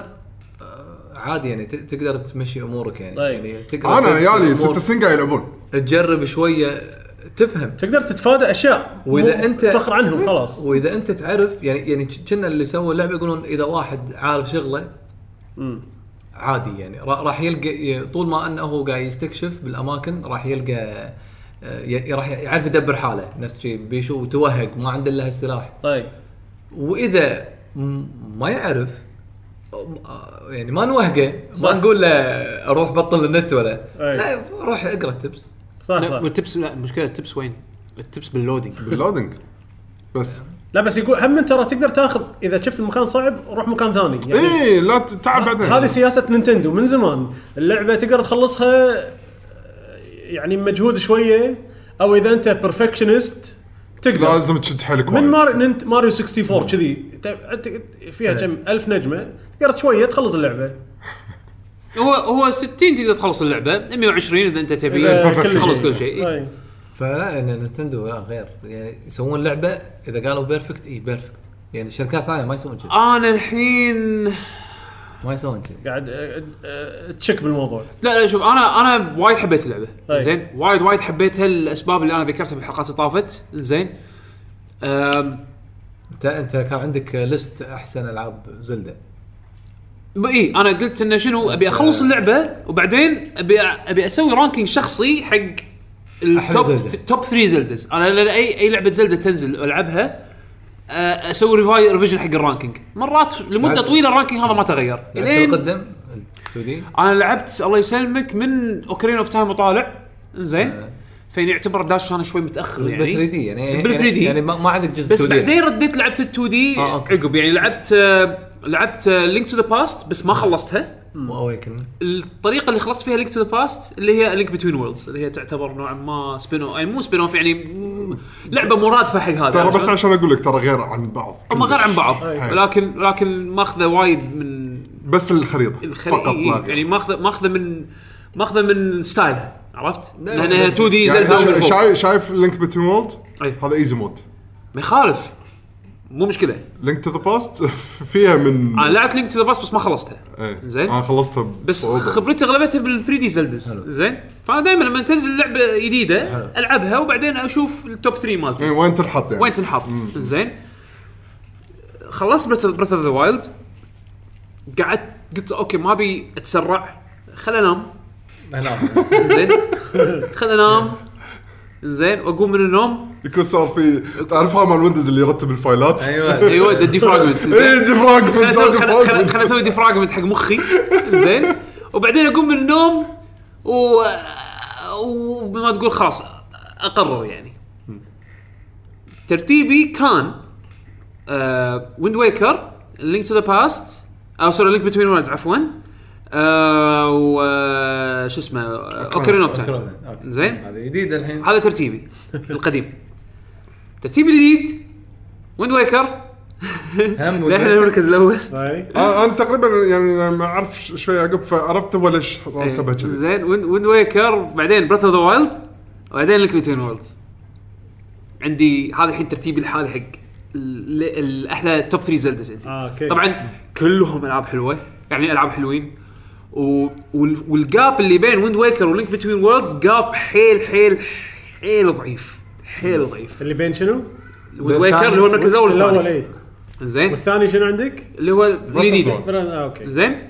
عادي يعني ت- تقدر تمشي امورك يعني طيب. يعني تقدر انا تمشي عيالي أمور، ست سنين قاعد يلعبون. تجرب شويه تفهم. تقدر تتفادى اشياء وإذا مو- أنت- تفخر عنهم خلاص. واذا انت تعرف يعني يعني كنا اللي سووا اللعبه يقولون اذا واحد عارف شغله امم عادي يعني را- راح يلقى ي- طول ما انه هو قاعد يستكشف بالاماكن راح يلقى آه، ي- راح يعرف يدبر حاله نفس شيء بيشو وتوهق ما عنده الا هالسلاح. طيب واذا م- ما يعرف أم- آه، يعني ما نوهقه ما صح. نقول له اروح بطل النت ولا أي. لا روح اقرا التبس. صح لا صح. والتبس لا المشكله التبس وين؟ التبس باللودينج. باللودنج بس. لا بس يقول هم انت ترى تقدر تاخذ اذا شفت المكان صعب روح مكان ثاني يعني. ايه لا تتعب بعدين. هذه سياسه نينتندو من زمان. اللعبه تقدر تخلصها يعني مجهود شويه، او اذا انت بيرفكشنست تقدر لازم تشد حيلك من وايد. مار... ننت... ماريو أربعة وستين كذي ت- فيها كم ألف نجمه تقدر شويه تخلص اللعبه. هو هو ستين تقدر تخلص اللعبه، مية وعشرين اذا انت تبي إذا تخلص شيء. كل شيء. طيب. فلا ان نينتندو لا غير يعني يسوون لعبه اذا قالوا بيرفكت اي بيرفكت يعني شركات ثانيه ما يسوون كذا انا الحين ما يسوون كذا. قاعد أه، أه، تشك بالموضوع. لا لا شوف انا انا وايد حبيت اللعبه أي. زين، وايد وايد حبيتها الاسباب اللي انا ذكرتها بالحلقات اللي طافت زين. أم، انت انت كان عندك ليست احسن العاب زلدة. اي انا قلت انه شنو ابي اخلص اللعبه وبعدين ابي ابي اسوي رانكينج شخصي حق التوب زلدة. توب ثلاثة زلدز. انا لأن اي اي لعبه زلدة تنزل العبها أه، اسوي ريفاي ريفيجن حق الرانكينج. مرات لمده بعد- طويله الرانكينج هذا ما تغير لعبت الين القدم تو دي انا لعبت الله يسلمك من اوكرين اوف تايم وطالع زين، فين يعتبر داش انا شوي متاخر بال يعني ثري دي يعني بال ثري دي. يعني ما, ما عندك جزء بس تو دي. بعدين رديت لعبت ال تو دي آه، أوكي. عقب يعني لعبت آه، لعبت لينك تو ذا باست بس ما خلصتها. واويكن الطريقه اللي خلصت فيها لينك تو ذا باست اللي هي لينك بتوين وورلدز اللي هي تعتبر نوعا ما سبينو يعني مو سبينو يعني م- لعبه مرادفه حق هذا. ترى بس عشان اقول لك ترى غير عن بعض. هم غير عن بعض أي. لكن لكن ماخذه وايد من بس الخريطه الخريطه فقط لا غير. يعني ماخذه ماخذه من ماخذه من ستايلها عرفت لا، لانها بس- تو دي يعني زلدة شا- أول فوق. شايف شايف لينك بتوين وورلد أي. هذا ايزي مود. ما يخالف مو مشكله. لينك تو ذا باست فيها من انا لعبت لينك تو ذا باست بس ما خلصتها ايه. زين. انا خلصتها بس بصعوبة. خبرتي اغلبتها بال ثري دي زلدز زين. فانا دائما لما تنزل لعبه جديده حلو. العبها وبعدين اشوف التوب ثري مالتي ايه وين تنحط يعني وين تنحط زين. خلصت بريث اوف ذا وايلد قعدت قلت اوكي ما ابي اتسرع خل انام زين خل انام زين واقوم من النوم يكون صار في تعرفها مال ويندوز اللي يرتب الفايلات. ايوه ايوه دي فراجمنت ايه ديفراج خل اسوي خل خل اسوي ديفراجمنت حق مخي زين وبعدين اقوم من النوم و وما تقول خلاص اقرر يعني. ترتيبي كان ويند ويكر لينك تو ذا باست او سوري لينك بتوين وورلدز عفوا آه وش اسمه اوكرين اوف تايم زين. هذا جديد الحين. هذا ترتيبي القديم. ترتيبي الجديد ويند ويكر هم لحين المركز الاول اي انا تقريبا يعني ما اعرف شوي عقب فعرفت هو ليش رتبها كذي. زين ويند ويكر بعدين بريث اوف ذا وايلد وبعدين لينك بتوين وورلدز. عندي هذا الحين ترتيبي الحالي حق ال- الاحلى توب ثري زلدز عندي. آه، أوكي. طبعا كلهم العاب حلوه يعني العاب حلوين و... وال... والجاب اللي بين ويند ويكر ولينك بتوين وورلدز جاب حيل حيل حيل ضعيف حيل ضعيف. اللي بين شنو؟ ويند ويكر اللي هو المركز الاول الاول والثاني اي زين والثاني شنو عندك؟ اللي هو الجديد آه، اوكي زين.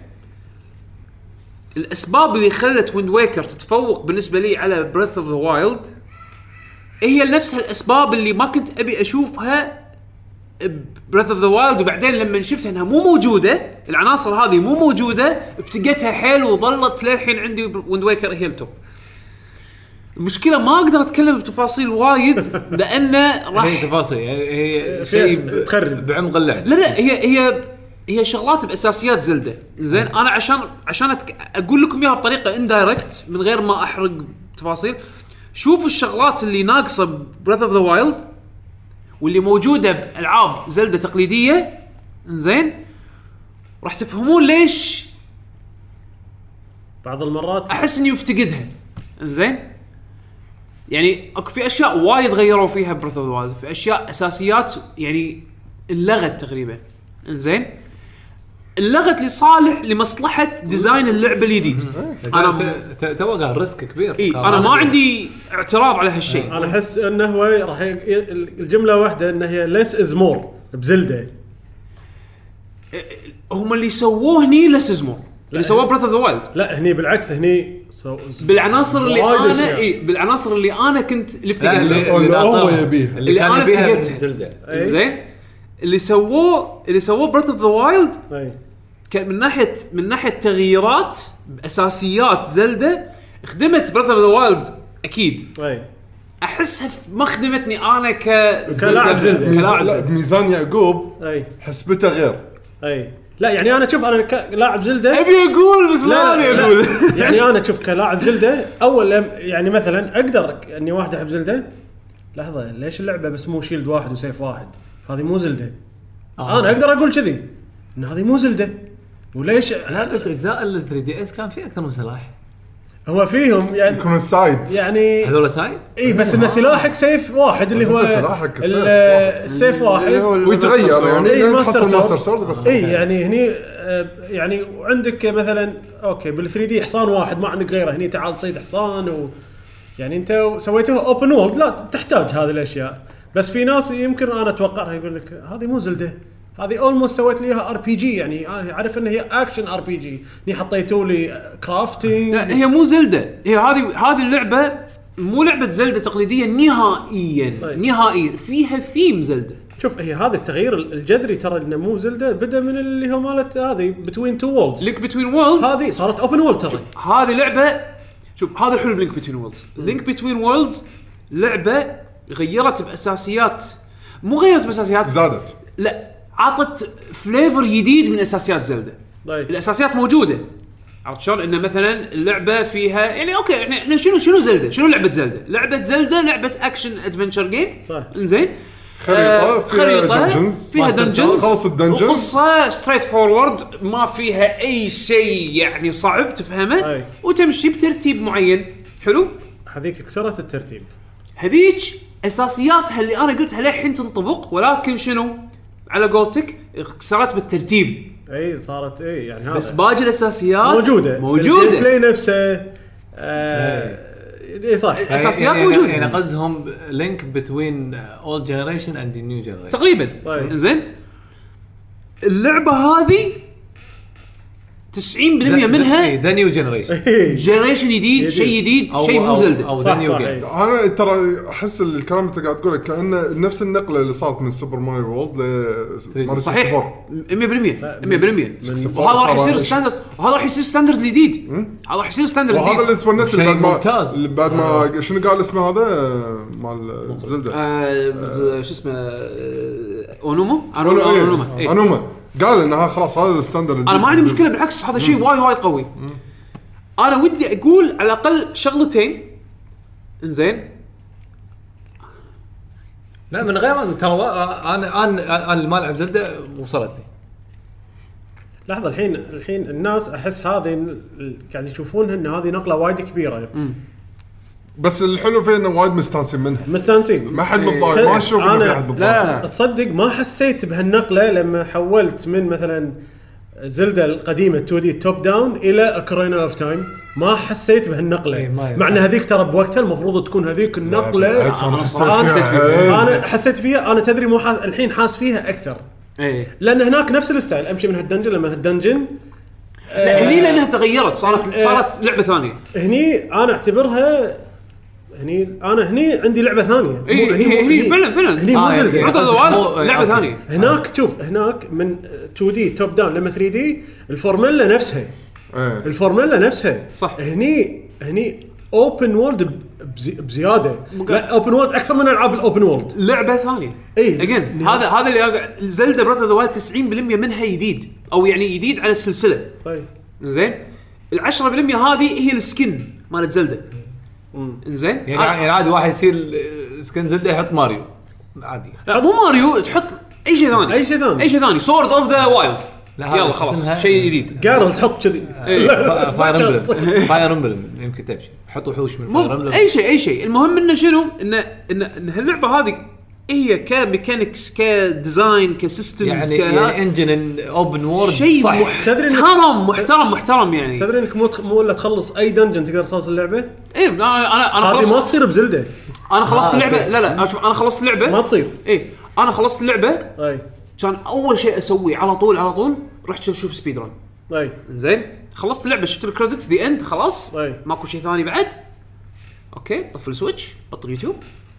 الاسباب اللي خلت ويند ويكر تتفوق بالنسبه لي على بريث اوف ذا وايلد هي نفس الاسباب اللي ما كنت ابي اشوفها بريث اوف ذا وايلد وبعدين لما شفتها انها مو موجوده العناصر هذه مو موجوده افتقتها حيل وظلت للحين عندي ويند ويكر هي التوب. المشكله ما اقدر اتكلم بتفاصيل وايد لانه راح هي تفاصيل هي فيها شيء تخرب. بعمق اللعب. لا لا هي هي هي شغلات باساسيات زلده زين. انا عشان عشان أتك... اقول لكم اياها بطريقه اندايركت من غير ما احرق تفاصيل. شوفوا الشغلات اللي ناقصه بريث اوف ذا وايلد واللي موجوده بالعاب زلده تقليديه زين راح تفهمون ليش بعض المرات احس اني مفتقدها زين. يعني اكو في اشياء وايد غيروا فيها بريث اوف ذا وايلد في اشياء اساسيات يعني انلغت تقريبا زين. اللغت لصالح لمصلحه ديزاين اللعبه الجديد. انا تو قال ريسك كبير. إيه انا ما عندي اعتراض على هالشيء. انا احس انه هو راح ي... الجمله واحده انه هي ليس از مور بزلده. هم اللي سووه هني ليس از مور اللي سووه بريث اوف ذا وايلد. لا هني بالعكس هني سو... بالعناصر اللي وايد انا أشياء. إيه بالعناصر اللي انا كنت اللي افتقدتها اللي, اللي هو ناطرها. يبيها. اللي, اللي كان أنا يبيها افتقدتها. من زلدة. أي. زين اللي سووه اللي سووه بريث اوف ذا وايلد أي. من ناحيه من ناحيه تغييرات اساسيات زلده خدمت بريث اوف ذا وايلد اكيد. أي. احسها ما خدمتني انا ك كلاعب زلدة. كلاعب لا زلدة. بميزان يعقوب اي حسبته غير. اي لا يعني انا شوف انا كلاعب زلده ابي اقول بس ما ابي اقول. يعني انا اشوف كلاعب زلده اول لم يعني مثلا اقدر اني واحد احب زلده. لحظه ليش اللعبه بس مو شيلد واحد وسيف واحد؟ هذه مو زلده. آه. انا اقدر اقول كذي ان هذه مو زلده. وليش لا بس اجزاء ال ثري دي اس كان في اكثر من سلاح. هو فيهم يعني يكونوا سايد يعني هذول سايد. اي بس ان سلاحك سيف واحد اللي بس هو أنت سلاحك ال- سيف واحد. السيف واحد ويتغير يعني إيه، يعني الماستر تحصل سورد. ماستر سورد بس. اي يعني هني آه، يعني عندك مثلا اوكي بال ثري دي حصان واحد ما عندك غيره. هني تعال صيد حصان و يعني انت سويته اوبن وورلد لا تحتاج هذه الاشياء. بس في ناس يمكن انا اتوقعها يقول لك هذه مو زلده هذه اولموست سويت لي اياها ار بي جي يعني انا عارف ان هي اكشن ار بي جي هني حطيتوا لي كرافتنج. لا هي مو زلده هي هذه هذه اللعبه مو لعبه زلده تقليديه نهائيا. طيب. نهائيا فيها ثيم زلده. شوف هي هذا التغيير الجذري ترى انه مو زلده بدا من اللي هو مالت هذه بتوين تو وولز. لينك بتوين وورلدز هذه صارت اوبن وورلد ترى. هذه لعبه شوف هذا الحلو بلينك بتوين وورلدز. لينك بتوين وورلدز لعبه غيرت باساسيات مو غيرت باساسيات زادت لا عطت فليفر جديد من اساسيات زلده. طيب. الاساسيات موجوده عرفت شلون انه مثلا اللعبه فيها يعني اوكي احنا احنا شنو شنو زلده شنو لعبه زلده لعبه زلده لعبه اكشن ادفنتشر جيم صح. انزين خريطة فيها دنجنز فيها دنجنز خلص الدنجن وقصه ستريت فورورد ما فيها اي شيء يعني صعب تفهمه أي. وتمشي بترتيب معين حلو. هذيك كسرت الترتيب. هذيك اساسياتها اللي انا قلتها للحين تنطبق ولكن شنو على قولتك كسرت بالترتيب. اي صارت اي يعني هذا بس باقي الاساسيات موجوده موجوده الجيم بلاي نفسه آه اي صح. الاساسيات يعني موجوده يعني قصدهم لينك بتوين اولد جنريشن اند نيو جنريشن تقريبا. طيب. زين اللعبه هذه تسعين بالمية منها ذا نيو جنريشن جنريشن جديد شيء جديد شيء مو زلده. او ذا صح نيو صح جيم. إي. انا ترى احس الكلام اللي انت قاعد تقوله كانه نفس النقله اللي صارت من سوبر ماريو وورلد ل ماريو صحيح ستة وأربعين. مية بالمية مية بالمية من- وهذا راح يصير طبعاً. ستاندرد وهذا راح يصير ستاندرد جديد. هذا راح يصير ستاندرد وهذا اللي جديد. اسمه الناس اللي شيء بعد ما ممتاز. اللي بعد ما شنو قال اسمه هذا مال زلدة آه، شو اسمه آه، اونومو أونو- إيه، اونومو إيه. انوما قال انها خلاص هذا الستاندرد. انا ما عندي مشكله بالعكس هذا شيء وايد وايد قوي. انا ودي اقول على الاقل شغلتين انزين. لا من غير ما ترى انا انا انا ما العب زلده وصلتني. لحظه الحين الحين الناس احس هذه ال- قاعد يشوفونها ان هذه نقله وايد كبيره. بس الحلو فيه انه وايد مستانسين منها مستانسين. ما حد متضايق إيه. ما اشوف انه أنا- في احد لا متضايق. لا تصدق ما حسيت بهالنقله لما حولت من مثلا زلدة القديمه تو دي توب داون الى اوكرينا اوف تايم. ما حسيت بهالنقله إيه، ما مع ان هذيك ترى بوقتها المفروض تكون هذيك النقله. بالعكس، أنا حسيت أنا- فيها. إيه. انا حسيت فيها انا تدري مو حاس... الحين حاس فيها اكثر ايه لان هناك نفس الستايل امشي من هالدنجن لما هالدنجن. لا هني لانها تغيرت صارت صارت لعبه ثانيه. هني انا اعتبرها هني انا هني عندي لعبه ثانيه. اي مو- هني هني فعلا فعلا هني مو آه، زلدة. يعني Breath of the قصدك Wild مو- لعبه أوكي. ثانيه. هناك شوف هناك من تو دي توب داون لما ثري دي الفورمولا نفسها. إيه. الفورمولا نفسها صح. هني هني اوبن وورلد بزي بزياده لا اوبن وورلد اكثر من العاب الاوبن وورلد. لعبه ثانيه إيه. اجين هذا هذا اللي زلدا بريث اوف ذا وايلد تسعين بالمية منها جديد او يعني جديد على السلسله. طيب زين ال10% هذه هي السكن مالت زلدا. زين يعني يعني عادي واحد يصير سكن زلدا يحط ماريو عادي. لا مو ماريو تحط اي شيء ثاني اي شيء ثاني اي شيء ثاني سورد اوف ذا وايلد لا يلا خلاص شيء جديد. جارل تحط كذي فاير امبلم فاير امبلم يمكن تمشي حطوا وحوش من فاير امبلم اي شيء اي شيء. المهم انه شنو ان ان ان هاللعبه هذه هي كميكانكس كديزاين كسيستمز يعني يعني انجن اوبن وورد شيء صح. محترم محترم محترم يعني. تدري انك مو مو ولا تخلص اي دنجن تقدر تخلص اللعبه. ايه انا انا انا هذه خلصت ما تصير بزلده. انا خلصت آه اللعبه أوكي. لا لا اشوف انا خلصت اللعبه ما تصير. ايه انا خلصت اللعبه اي كان اول شيء اسويه على طول على طول رحت اشوف سبيد ران. اي زين خلصت اللعبه شفت الكريدتس دي اند خلاص أي. ماكو شيء ثاني بعد. اوكي طفل السويتش بطل يوتيوب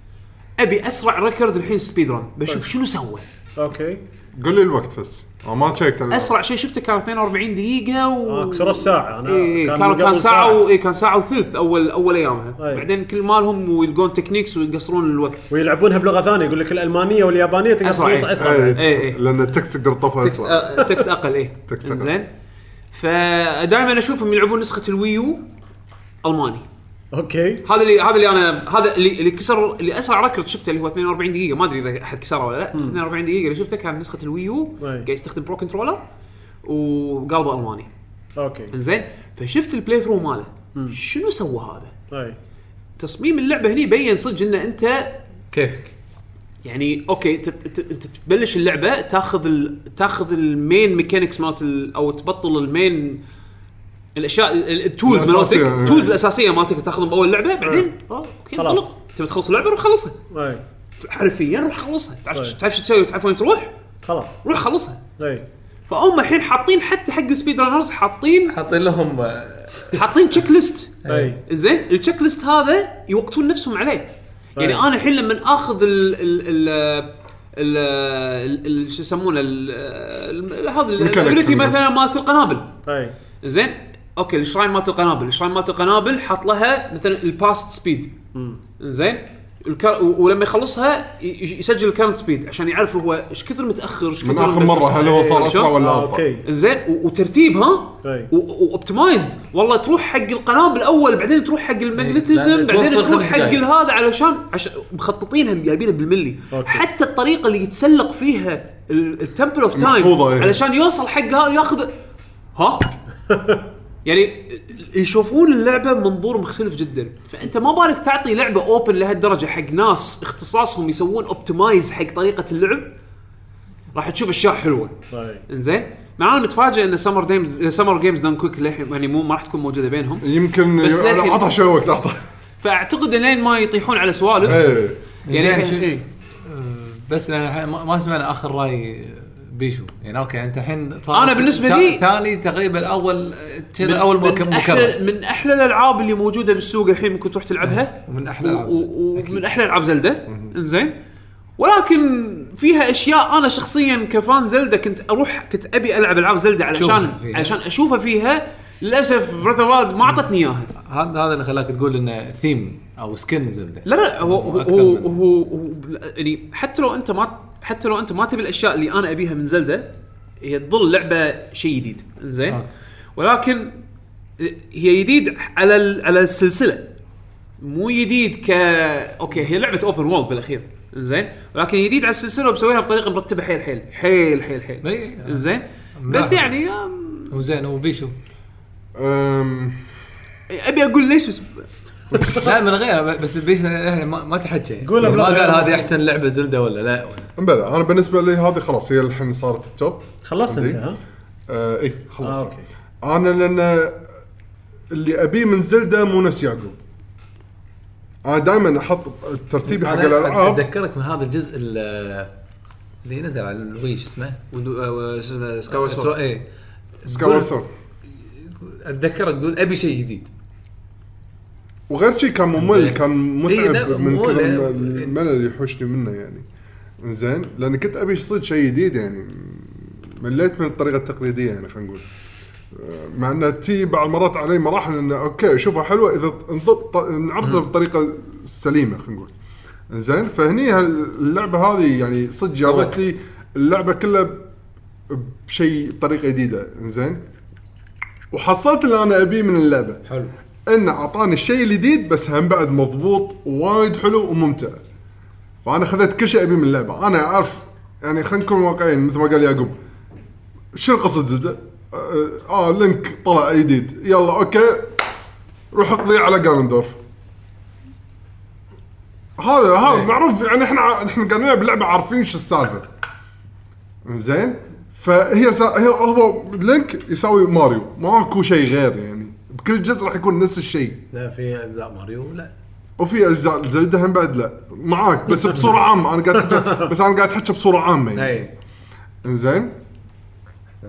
ابي اسرع ريكورد الحين سبيد ران بشوف طيب. شنو سوى. اوكي قول لي الوقت بس أنا ما تشيكت على اسرع شيء شفته كان اثنين وأربعين دقيقه و... آه كسر الساعه انا إيه كان قبل كان ساعه ساعة. و... إيه كان ساعه وثلث اول اول ايامها. أي. بعدين كل مالهم ويلقون تكنيكس ويقصرون الوقت ويلعبونها بلغه ثانيه يقول لك الالمانيه واليابانيه تقدر أسرع، تخلص إيه. اسرع. إيه، إيه، إيه. لان التكست تقدر تطفى تكست اسرع. أ... تكست اقل ايه تكست أقل. زين فدائما اشوفهم يلعبون نسخه الويو الماني. اوكي هذا اللي هذا اللي انا هذا اللي اللي كسر اللي اسرع ريكورد شفته اللي هو اثنين وأربعين دقيقه ما ادري اذا احد كسره ولا لا بس اثنين وأربعين دقيقه اللي شفته كان نسخه الويو أي. قاعد يستخدم برو كنترولر وقلبه الماني. اوكي زين فشفت البلاي ثرو ماله شنو سوى هذا. اي تصميم اللعبه هني بين صدق ان انت كيفك يعني اوكي انت انت تبلش اللعبه تاخذ ال... تاخذ المين ميكانكس مالت ال... او تبطل المين الاشياء التولز مالتك التولز الاساسيه مالتك تاخذهم باول لعبه بعدين اه اوكي خلاص. انطلق تبي تخلص اللعبه روح خلصها اي حرفيا روح خلصها. تعرف طيب. تعرف شو تسوي تعرف وين تروح خلاص روح خلصها. اي فهم الحين حاطين حتى حق السبيد رانرز حاطين حاطين لهم حاطين تشيك ليست. اي زين التشيك ليست هذا يوقتون نفسهم عليه. يعني أي. انا الحين لما اخذ ال ال ال ال ال شو يسمونه هذا الابيليتي مثلا مالت القنابل. اي زين اوكي الشراين مالت القنابل الشراين مالت القنابل حط لها مثلا الباست سبيد. زين الكر... ولما يخلصها يسجل الكارنت سبيد عشان يعرف هو ايش كثر متاخر ايش من اخر مره هل هو صار اسرع ولا آه، ابطا. اوكي زين وترتيب ها أي. واوبتمايزد والله تروح حق القنابل الاول بعدين تروح حق الماجنتيزم بعدين تروح حق هذا علشان عشان مخططينها جايبينها بالملي. أوكي. حتى الطريقه اللي يتسلق فيها التمبل اوف تايم محفوظة، إيه. علشان يوصل حق هذا ياخذ ها يعني يشوفون اللعبه بمنظور مختلف جدا. فانت ما بالك تعطي لعبه اوبن لهالدرجه حق ناس اختصاصهم يسوون اوبتمايز حق طريقه اللعب راح تشوف اشياء حلوه. طيب انزين مع انا متفاجئ ان سمر جيمز سمر جيمز دون كويك يعني مو ما راح تكون موجوده بينهم يمكن بس لكن- اعطى شوك لحظه. فاعتقد لين ما يطيحون على سوالف ايه يعني زين، شو- إيه. بس لأن ما ما سمعنا اخر راي بيشو يعني اوكي انت الحين صار أنا بالنسبة تا- لي- ثاني تقريبا الاول كذا من- اول من مكرر احلى من احلى الالعاب اللي موجوده بالسوق الحين ممكن تروح تلعبها ومن احلى العاب و- و- ومن احلى العاب زلدة. انزين ولكن فيها اشياء انا شخصيا كفان زلدة كنت اروح كنت ابي العب العاب زلدة علشان شوفها فيها. علشان اشوفها فيها. للاسف بريث اوف وايلد ما اعطتني اياها. هذا هذا اللي خلاك تقول انه ثيم او سكن زلدة. لا لا هو هو, أكثر هو, من- هو, هو يعني حتى لو انت ما حتى لو انت ما تبي الاشياء اللي انا ابيها من زلدة هي تظل لعبه شيء جديد. زين آه. ولكن هي جديد على ال- على السلسله مو جديد ك اوكي هي لعبه اوبن وورلد بالاخير. زين ولكن جديد على السلسله وبسويها بطريقه مرتبه حيل حيل حيل حيل حيل. إيه. زين بس يعني أم، وزين وبيشو أم، ابي اقول ليش بس لا من غير بس بيشو احنا ما, ما تحكي قول يعني ما أبلغ قال غير. هذه احسن لعبه زلدة ولا لا ولا. بلى انا بالنسبه لي هذه خلاص هي الحين صارت التوب. خلصت عندي. انت ها آه اي خلصت. آه، أوكي. انا لان اللي ابيه من زلدة مو نفس يعقوب. انا دائما احط ترتيبي حق انا الالعاب. اتذكرك من هذا الجزء ال- اللي نزل على الوي شو اسمه سكاور سو ايه سكاور سورد اتذكرك تقول ابي شيء جديد وغير شيء كان ممل كان إيه، متعب لا، من مو- كثر لا. الملل اللي يحوشني منه يعني. زين لان كنت ابي صيد شيء جديد يعني مليت من الطريقه التقليديه يعني خلينا نقول. مع ان تي بعض المرات علي مراحل انه اوكي اشوفها حلوه اذا انضبط نعرضها بالطريقه السليمه خلينا نقول زين. فهني اللعبه هذه يعني صدق جابت لي اللعبه كلها بشيء طريقه جديده زين. وحصلت اللي انا ابيه من اللعبه حلو انه اعطاني الشيء الجديد بس هم بعد مضبوط وايد حلو وممتع. فانا خذيت كل شيء ابيه من اللعبه. انا اعرف يعني خلينا نكون واقعيين مثل ما قال يعقوب شنو قصه زلدة اه, آه لينك طلع جديد يلا اوكي روح اقضي على جاندورف. هذا هذا معروف يعني احنا احنا قاعدين نلعب اللعبه عارفين شو السالفه زين. فهي سا... هي هو لينك يساوي ماريو ماكو شيء غير يعني بكل جزء راح يكون نفس الشيء. لا في اجزاء ماريو لا وفي اجزاء زلدة هم بعد لا معاك بس بصوره عامه انا قاعد أحكي بس انا قاعد احكي بصوره عامه يعني. اي زين احسنت.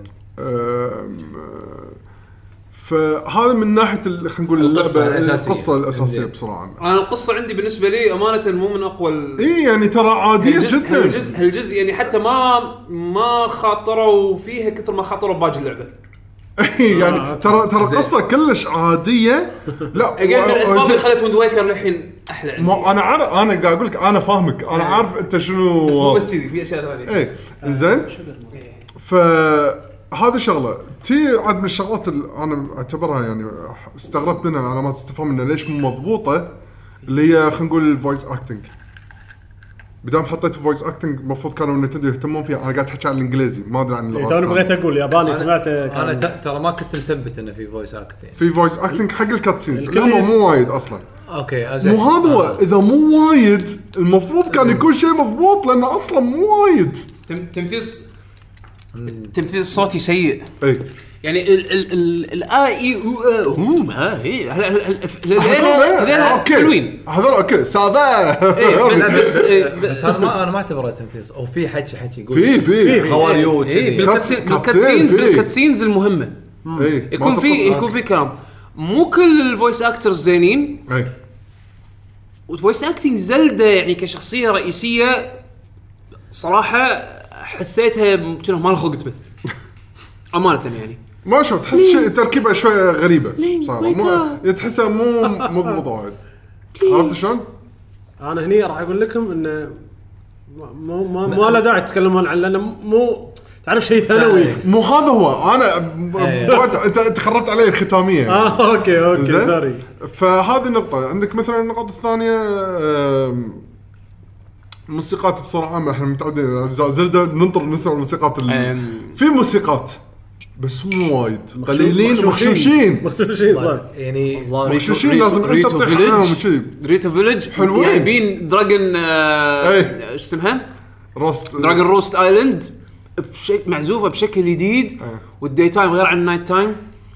فهذا من ناحيه خلينا نقول القصة اللعبه الأساسية. القصه الاساسيه إنزين. بصوره عامه. انا القصه عندي بالنسبه لي امانه مو من اقوى ال... اي يعني ترى عاديه هالجزء جدا. هالجزء هالجزء يعني حتى ما ما خاطروا فيها كثر ما خاطروا باقي اللعبه. يعني ترى ترى قصه كلش عاديه. لا اجل من الاسباب زي- اللي خلت ويند ويكر للحين احلى عندي. ما انا عارف انا قاعد اقول لك انا فاهمك انا عارف انت شنو بس مو بس كذي في اشياء ثانيه. ايه زين. فهذا شغله تي عاد من الشغلات اللي انا اعتبرها يعني استغربت منها علامات استفهام انه ليش مو مضبوطه اللي هي خلينا نقول الفويس اكتنج. بدام حطيت فويس اكتنج المفروض كانوا نتندو يهتمون فيها. انا قاعد احكي عن الانجليزي ما ادري عن اللغات انا الثانية. بغيت اقول ياباني سمعته انا كان ت- ترى ما كنت مثبت انه في فويس اكت يعني. في فويس اكتنج حق الكاتسينز الكل اللي هم يت- مو وايد اصلا. اوكي أزين. مو هذا هو اذا مو وايد المفروض كان يكون شيء مضبوط لانه اصلا مو وايد. تم- تمثيل ص- تمثيل صوتي سيء اي يعني ال ال ال الاي هم ها هي هذول اوكي حلوين هذول اوكي ساذا. إيه، بس لا، بس إيه، بس انا ما انا ما اعتبره تمثيل او في حكي حكي يقول في في هاو ار يو إيه، كذي بالكاتسين- كاتسين بالكاتسينز في. بالكاتسينز المهمه اي يكون في يكون في كلام. مو كل الفويس اكترز زينين. اي وفويس اكتنج زلدة يعني كشخصيه رئيسيه صراحه حسيتها كأنه ما له خلق تمثل امانه يعني. ما شفت تحس شيء تركيبه شويه غريبه لين صار ويك مو اب. تحسها مو مضبوطه وايد. عرفت شلون؟ انا هني راح اقول لكم انه مو ما ما له داعي تتكلمون عن لانه مو تعرف شيء ثانوي. مو هذا هو انا إيه. وقت- انت انت خربت علي الختاميه. اه اوكي اوكي زين؟ سوري. فهذه نقطة. عندك مثلا النقاط الثانية آم، موسيقات بصورة عامة احنا متعودين على أجزاء زلدة ننطر نسمع الموسيقات ال... أم. في موسيقات بس مو وايد قليلين مخشوشين ومخشوشين مخشوشين صح. يعني مخشوشين لازم انت ريتو تطيح عليهم وشذي. ريتو فيلج حلوين. جايبين دراجون إيه. ايش اسمها؟ روست دراجون روست ايلاند بشكل معزوفه بشكل جديد إيه. والداي تايم غير عن النايت تايم.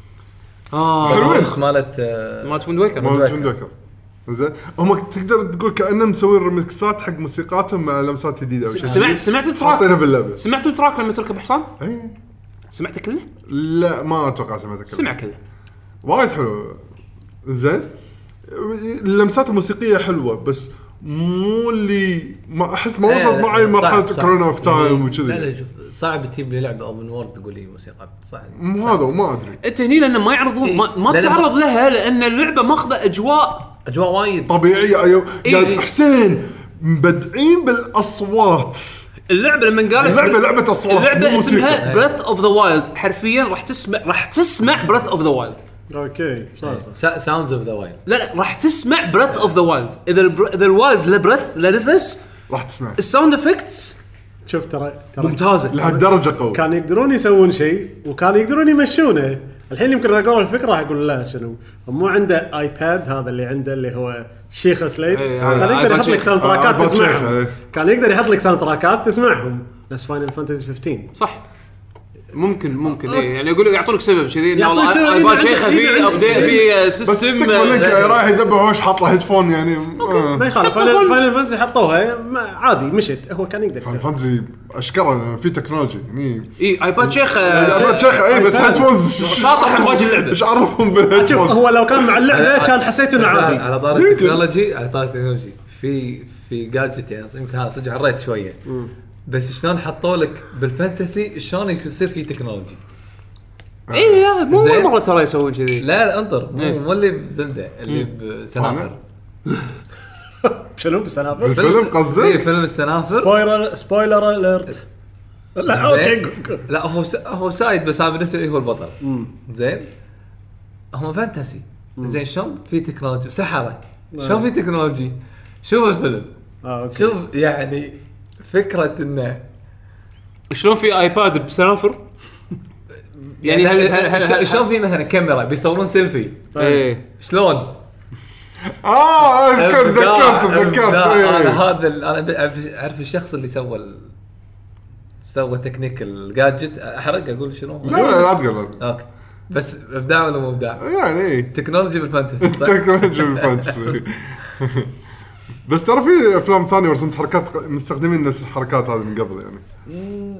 اه حلوين. بس مالت آه، مالت ويند ويكر. ما تذكر زين. هم تقدر تقول كأنهم مسوين ريمكسات حق موسيقاتهم مع لمسات جديدة أو شيء. سمعت سمعت حاطينها التراك باللعبة. سمعت التراك لما تركب حصان؟ اي سمعته كله؟ لا ما اتوقع سمعتك. سمع كله. وايد حلو زين. اللمسات الموسيقيه حلوه بس مو اللي ما احس ما وصلت إيه، معي صعب- مرحله صعب. كورونا اوف تايم يعني- لا وكذي. لا شوف صعب تجيب لي لعبه اوبن وورد تقول لي موسيقى صعب. مو هذا وما ادري انت هني لان ما يعرضون إيه. ما, ما لا، لا، تعرض لها لان اللعبه ماخذه اجواء. اجواء وايد طبيعيه. ايوه إيه، قال إيه. حسين مبدعين بالاصوات. اللعبه لما قالت اللعبه لعبه اصوات اللعبه مو موسيقى. اسمها بريث اوف ذا وايلد حرفيا راح تسمع راح تسمع بريث اوف ذا وايلد. اوكي صح صح. ساوندز اوف ذا وايلد. لا لا راح تسمع بريث اوف ذا وايلد. اذا البر... اذا الوايلد له بريث له نفس راح تسمع الساوند افكتس شوف ترى ترى ممتازه. لهالدرجه قوي. كان يقدرون يسوون شيء وكان يقدرون يمشونه. الحين يمكن اقول الفكره اقول لا شنو مو عنده ايباد هذا اللي عنده اللي هو شيخ سليت. إيه، كان آه، يقدر آيباد يحط لك شيخ. ساوند آه، تراكات آيباد شيخ، تسمعهم. إيه. كان يقدر يحط لك ساوند تراكات تسمعهم بس فاينل فانتسي خمستاشر. صح ممكن ممكن إيه يعني يقول لك يعطونك سبب كذي انه يعطونك سبب، والله ايباد إيه، شيخه إيه، في إيه، ابديت إيه. في بس سيستم. تكفى لك رايح يذبح وش حاط له هيدفون يعني. ما يخالف فاينل فاينل فانتسي حطوها ما- عادي مشت. هو كان يقدر فان يسوي. فانتزي اشكره في تكنولوجي يعني. اي ايباد شيخه ايباد شيخه اي بس هيدفونز شاطح عن باقي اللعبه. ايش عرفهم شوف بالهيدفونز. هو لو كان مع اللعبه كان حسيت انه عادي. على طار التكنولوجي على طار التكنولوجي في في جادجت يعني يمكن هذا صدق عريت شويه بس شلون حطوا لك بالفانتسي شلون يصير في تكنولوجي اي لا مو زين. أول مره ترى يسوون كذي. لا لا انظر إيه. مو مو اللي بزلدة اللي بسنافر شنو بالسنافر؟ الفيلم قصدك؟ اي فيلم السنافر سبويلر سبويلر اليرت. لا اوكي زين. قول- قول. لا هو س... هو سايد بس انا بالنسبه لي هو البطل زين هم فانتسي زين شلون في تكنولوجيا سحرة شلون في تكنولوجي شوف الفيلم اه اوكي شوف يعني فكره انه شلون في ايباد بسنافر؟ يعني هل هل هل, هل, ش- شلون في مثلا كاميرا بيصورون سيلفي ايه شلون اه اذكر إبداع، ذكرت ذكرت إبداع. إيه. انا هذا ال- انا أعرف- اعرف الشخص اللي سوى ال... سوى تكنيك الجادجت احرق اقول شنو لا لا لا تقول لا. اوكي بس ابداع ولا مو ابداع يعني ايه تكنولوجي بالفانتسي صح تكنولوجيا بالفانتسي. بس ترى في افلام ثانيه ورسمت حركات مستخدمين نفس الحركات هذه من قبل يعني.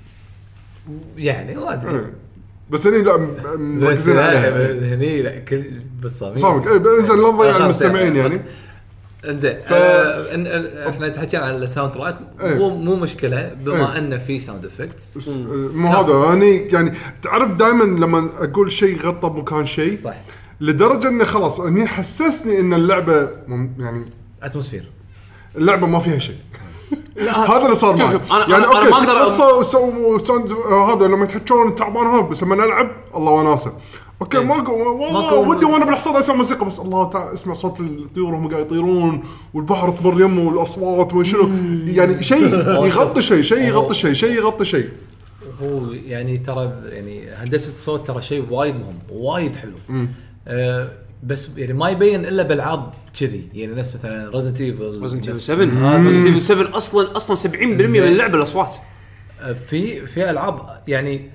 يعني ما ادري إيه. بس هني لا م- بس مركزين عليها. لا هني لا كل بالصميم فاهمك إيه، انزين لا نضيع خلاص المستمعين يعني. انزين ف- آه، إن- إن- احنا تحكينا على الساوند تراك إيه. مو مو مشكله بما إيه. انه في ساوند افكتس بس- مو هذا هني يعني تعرف دائما لما اقول شيء غطى بمكان شيء صح لدرجه انه خلاص هني حسسني ان اللعبه مم- يعني اتموسفير اللعبه ما فيها شيء. لا هذا اللي صار شوف معي شوف انا يعني أنا- أنا اوكي ما اقدر قصه وسو ساوند آه، هذا لما يتحكون تعبان هذا بس لما نلعب الله وناسه اوكي إيه. ماكو والله ماكو- ودي وانا بالحصان اسمع موسيقى بس الله تعالى اسمع صوت الطيور وهم قاعد يطيرون والبحر تمر يمه والاصوات وشنو يعني شيء يغطي شيء شيء يغطي شيء شيء يغطي شيء. هو يعني ترى يعني هندسه الصوت ترى شيء وايد مهم وايد حلو آه بس يعني ما يبين الا بالعاب كذي يعني ناس مثلا ريزنت ايفل ريزنت ايفل سبعة ريزنت ايفل سبعة اصلا اصلا سبعين بالمية من اللعبه الاصوات. في في العاب يعني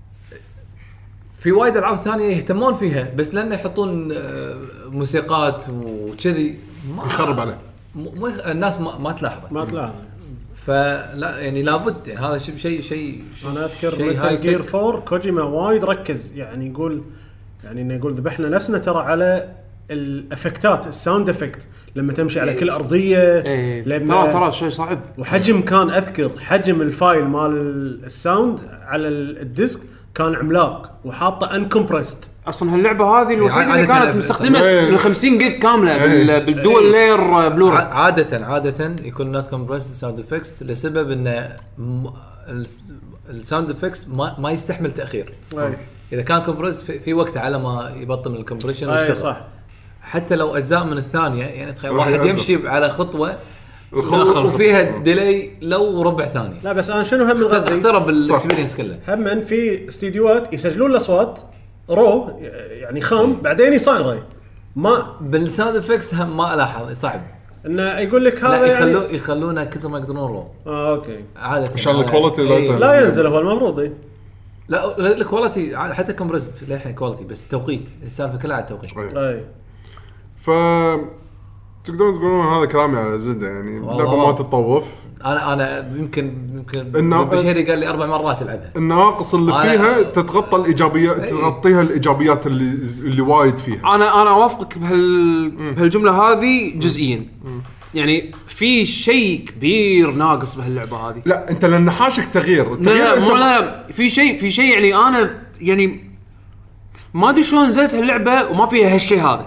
في وايد العاب ثانيه يهتمون فيها بس لان يحطون آه، موسيقات وكذي ما يخرب عليه. مو مو- الناس ما, ما تلاحظه ما طلع. فلا يعني لابد يعني هذا شيء شيء شيء انا اذكر شيء متل هاي جير تك. فور كوجيما وايد ركز يعني يقول يعني انه يقول ذبحنا نفسنا ترى على الافكتات الساوند افكت لما تمشي على كل ارضيه ايه لما- ترى ترى شيء صعب. وحجم كان اذكر حجم الفايل مال الساوند على الديسك كان عملاق وحاطه انكمبرست. اصلا هاللعبه هذه الوحيده اللي عادة كانت مستخدمه إيه. ال خمسين جيج كامله إيه. بال- بالدول لاير بلورا. ع- عاده عاده يكون نوت كومبريسد ساوند افكتس لسبب انه م- الس- الساوند افكتس ما, ما يستحمل تاخير اي اذا كان كومبريس في, في وقت على ما يبطل من الكمبريشن اي ويشتغل صح. حتى لو اجزاء من الثانيه يعني تخيل راح واحد يأثر. يمشي على خطوه الخطوة. وفيها ديلي لو ربع ثانيه لا بس انا شنو هم من قصدي اخترب الاكسبيرينس كله هم في استديوهات يسجلون الاصوات رو يعني خام بعدين يصغره ما بالساوند افكتس هم ما الاحظ صعب انه يقول لك هذا لا يعني يخلو يخلونه كثر ما يقدرون رو اه اوكي عاده عشان الكواليتي لا إيه. يطلع. لا ينزل هو المفروض إيه. لا لا، الكواليتي حتى كومبريسد للحين كواليتي بس التوقيت السالفه كلها على التوقيت اي ف تقدرون تقولون هذا كلامي على زلدة يعني والله. اللعبه ما تتطوف. انا انا يمكن يمكن إنه- بشهري قال لي اربع مرات العبها النواقص اللي أنا- فيها تتغطى الايجابيات إيه. تغطيها الايجابيات اللي اللي وايد فيها. انا انا اوافقك بهال بهالجمله هذه جزئيا. يعني في شيء كبير ناقص بهاللعبه هذه. لا انت لان حاشك تغيير لا التغيير لا, انت مو لا, لا في شيء في شيء يعني انا يعني ما ادري شلون نزلت هاللعبه وما فيها هالشيء هذا.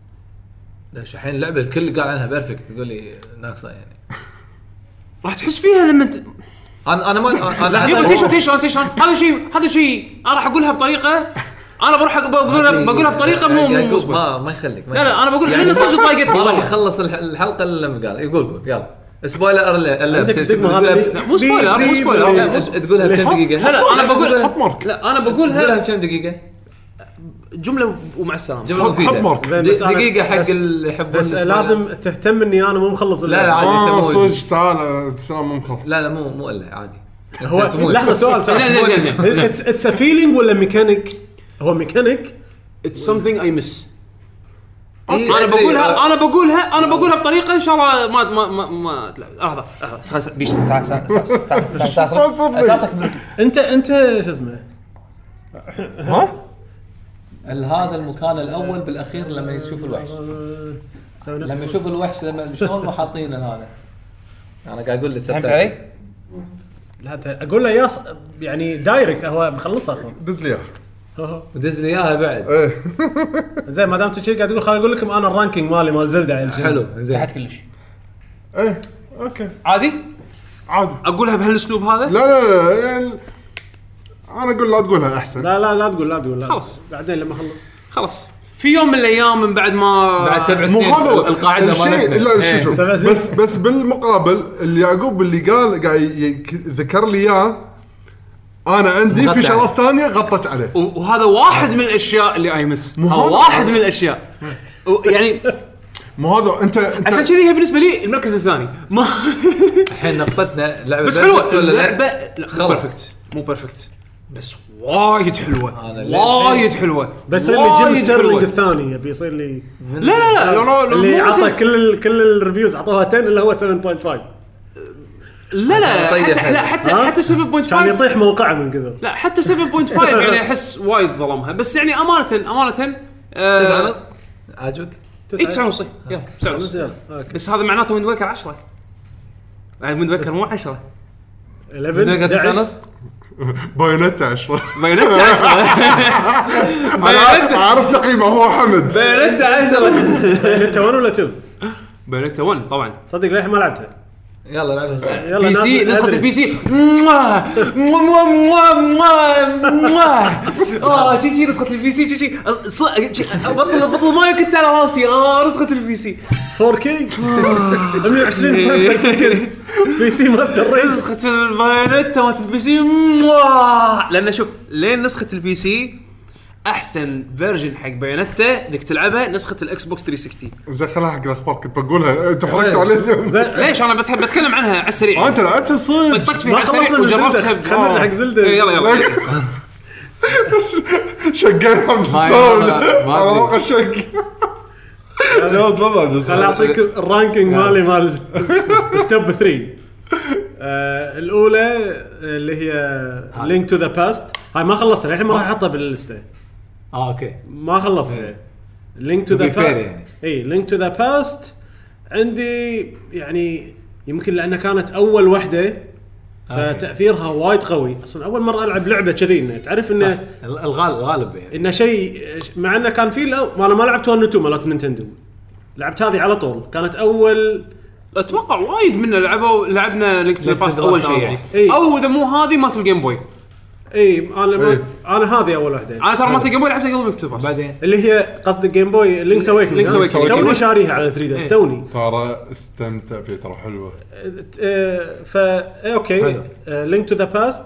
ليش الحين اللعبه الكل قال عنها بيرفكت تقول لي ناقصه يعني راح تحس فيها لما انت انا انا ما انا يبا أنا- تيشون تيشون تيشون هذا شيء هذا شيء انا راح اقولها بطريقه انا بروح أق- بقولها بقولها بطريقه مو مو يعقوب، مظبوطه. ما ما يخليك ما لا لا يخليك. انا بقول يعني لان صدق ضايقتني ما راح والله. يخلص الح- الحلقه الا لما قال يقول قول يلا سبويلر الا عندك الدقمه هذا لا، مو سبويلر، مو سبويلر. لا، تقولها بكم دقيقه لا لا انا بقول حط مارك. لا انا تقولها بقولها بكم دقيقه جمله ومع السلامه. جمله حط مفيده مارك. زين، بس أنا- دقيقه حق بس- اللي يحبون بس السبويلر. لازم تهتم اني انا مو مخلص لا لا اللعبة. عادي اه انت مو صدق تعال سلام مخر. لا لا مو مو الا عادي هو أنت تموت. لحظه سؤال سؤال لا، لا، لا، لا. اتس اتس ا فيلينج ولا ميكانيك؟ هو ميكانيك It's something I miss. إيه، انا أدري. بقولها انا بقولها انا بقولها بطريقه ان شاء الله ما ما ما, ما لحظه لحظه خلاص بيش تعال تعال تعال تعال اساسك انت انت شو اسمه ها ال- هذا المكان الاول بالاخير لما يشوف الوحش سوي لما نفس يشوف الوحش لما شلون مو حاطين هذا انا قاعد اقول له فهمت علي؟ لا أنت- اقول له يا ص- يعني دايركت هو مخلصها اخو دز لي إياه. ودز لي اياها بعد. ايه زين ما دام تشي قاعد تقول خليني اقول لكم انا الرانكينج مالي مال زلدة على الجيم. حلو زين. تحت كلش ايه اوكي عادي عادي. اقولها بهالاسلوب هذا. لا لا لا يعني انا اقول لا تقولها احسن. لا لا لا تقول لا تقول لا خلاص. بعدين لما اخلص خلاص في يوم من الايام من بعد ما بعد سبع مو سنين هذا القاعده الشيء. مالتنا. لا إيه. شوف شوف سبع سنين. بس بس بالمقابل اللي يعقوب اللي قال قاعد ي- ذكر لي اياه انا عندي مغطى في شغلات عليه. ثانيه غطت عليه. وهذا واحد من الاشياء اللي ايمس مو هذا هذا. واحد من الاشياء و- يعني مو هذا انت انت عشان كذي هي بالنسبه لي المركز الثاني ما الحين نقطتنا لعبه بس حلوه بيرفكت ولا لا؟ اللعبه لا مو خلاص. بيرفكت مو بيرفكت بس وايد حلوه أنا اللي- وايد حلوه بس اللي جيم وايد ستيرلينج حلوة. الثاني يبي يصير لي لا لا لا لو لو اللي مو عطى بس- كل ال كل الريفيوز عطوها عشرة اللي هو سبعة فاصلة خمسة لا لا عشان حتى يطيح. لا حتى ها؟ حتى سبعة فاصلة كان خمسة يطيح موقعه من كذا. لا حتى سبعة فاصلة خمسة يعني احس وايد ظلمها بس يعني امانه امانه آه، تسعة ونص عاجبك؟ إيه، تسعة ونص يلا تسعة ونص يلا، أوكي. بس هذا معناته ويند ويكر عشرة يعني ويند ويكر مو عشرة إحدى عشر تسعة ونص بايونيتا عشرة. بايونيتا عشرة انا اعرف تقييمه هو حمد. بايونيتا عشرة انت وين ولا تو؟ بايونيتا واحد طبعا صدق للحين ما لعبتها. يلا لعبه مستعد. يلا بي سي نازل- نسخة أدري. البي سي اه شي شي نسخة البي سي شي شي بطل بطل ما كنت على راسي اه نسخة البي سي فور كي مية وعشرين بي سي ماستر ريس. نسخة البايونيتا مالت البي سي لان شوف لين نسخة البي سي احسن فيرجن حق بايونيتا انك تلعبها نسخة الاكس بوكس ثلاثمية وستين. زين خلها حق الاخبار كنت بقولها انت حركتوا عليه اليوم. ليش انا بتحب بتكلم عنها على السريع آه، انت لعبتها صدق. طقطقت فيها ما على السريع خلصنا من وجربتها زلدة. خلينا حق زلدة. إيه، يلا يلا شقينا حمد ما- الصوت ما- ما على أدري. موقع الشق. لا تفضل خل اعطيك الرانكينج مالي مال التوب ثلاثة. آه الاولى اللي هي لينك تو ذا باست هاي ما خلصتها الحين ما راح احطها باللسته اه اوكي ما خلصتها. لينك تو To ذا be fair يعني. اي لينك تو ذا باست عندي يعني يمكن لانها كانت اول وحده فتاثيرها وايد قوي. اصلا اول مره العب لعبه كذي انه تعرف انه صح. الغالب الغالب يعني انه شيء مع انه كان في الأو... ما انا ما لعبت واحد تو مالت نينتندو لعبت هذه على طول كانت اول اتوقع وايد منا لعبوا لعبنا لينك تو باست اول شيء يعني إيه. او اذا مو هذه مالت الجيم بوي. اي انا ما... إيه. انا هذه اول وحده انا ترى مالت الجيم بوي لعبتها قبل لينك تو باست بعدين اللي هي قصد الجيم بوي لينكس اويكن Link's Awakening. توني شاريها على ثري داش إيه. توني ترى استمتع فيه ترى حلوه. آه، فا إيه، اوكي حلو. لينك تو ذا باست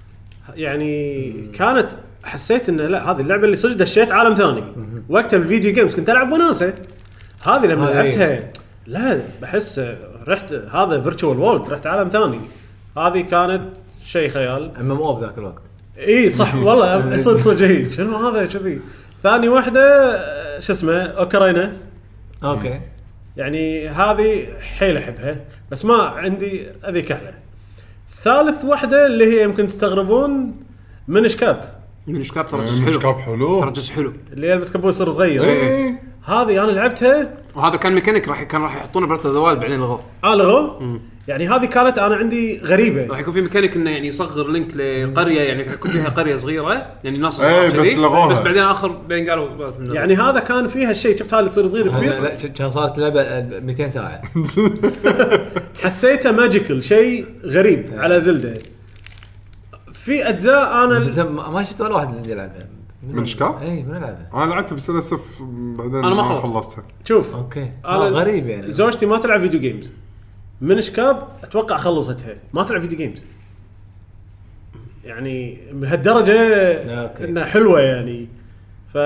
يعني كانت حسيت انه لا هذه اللعبه اللي صدق دشيت عالم ثاني. وقتها بالفيديو جيمز كنت العب وناسه هذه لما هذه. لعبتها لا بحس رحت هذا فيرتشوال وورلد رحت عالم ثاني. هذه كانت شيء خيال. ام ام او بذاك الوقت اي صح والله صدق صدق هي شنو هذا كذي. ثاني واحده آه، شو اسمه اوكرانيا اوكي يعني هذه حيل احبها بس ما عندي اذيك احلى. ثالث واحده اللي هي يمكن تستغربون من شكاب من شكاب ترى جزء مش حلو كاب حلو. ترى جزء حلو اللي يلبس كابوس صار صغير. ايه هذه انا لعبتها وهذا كان ميكانيك راح كان راح يحطونه بريث اوف ذا وايلد بعدين لغوه. الغوا يعني هذه كانت انا عندي غريبه راح يكون في ميكانيك انه يعني يصغر لينك لقريه يعني راح يكون فيها قريه صغيره يعني الناس إيه، صغار بس كذي، لغوها. بس بعدين اخر بعدين قالوا يعني هذا كان فيها الشيء شفت هاي اللي تصير صغير هذا كبير لا ك- كان صارت لعبه آه، مئتين ساعه حسيته ماجيكال شيء غريب على زلدة. في اجزاء انا بس ما ما شفت ولا واحد يلعبها من شكاب؟ اي من لعبه انا لعبتها بس للاسف بعدين أنا ما ما خلصت. خلصتها. شوف اوكي أنا- آه غريب يعني زوجتي ما تلعب فيديو جيمز من شكاب اتوقع خلصتها ما تلعب فيديو جيمز يعني بهالدرجه أوكي. انها حلوه يعني ف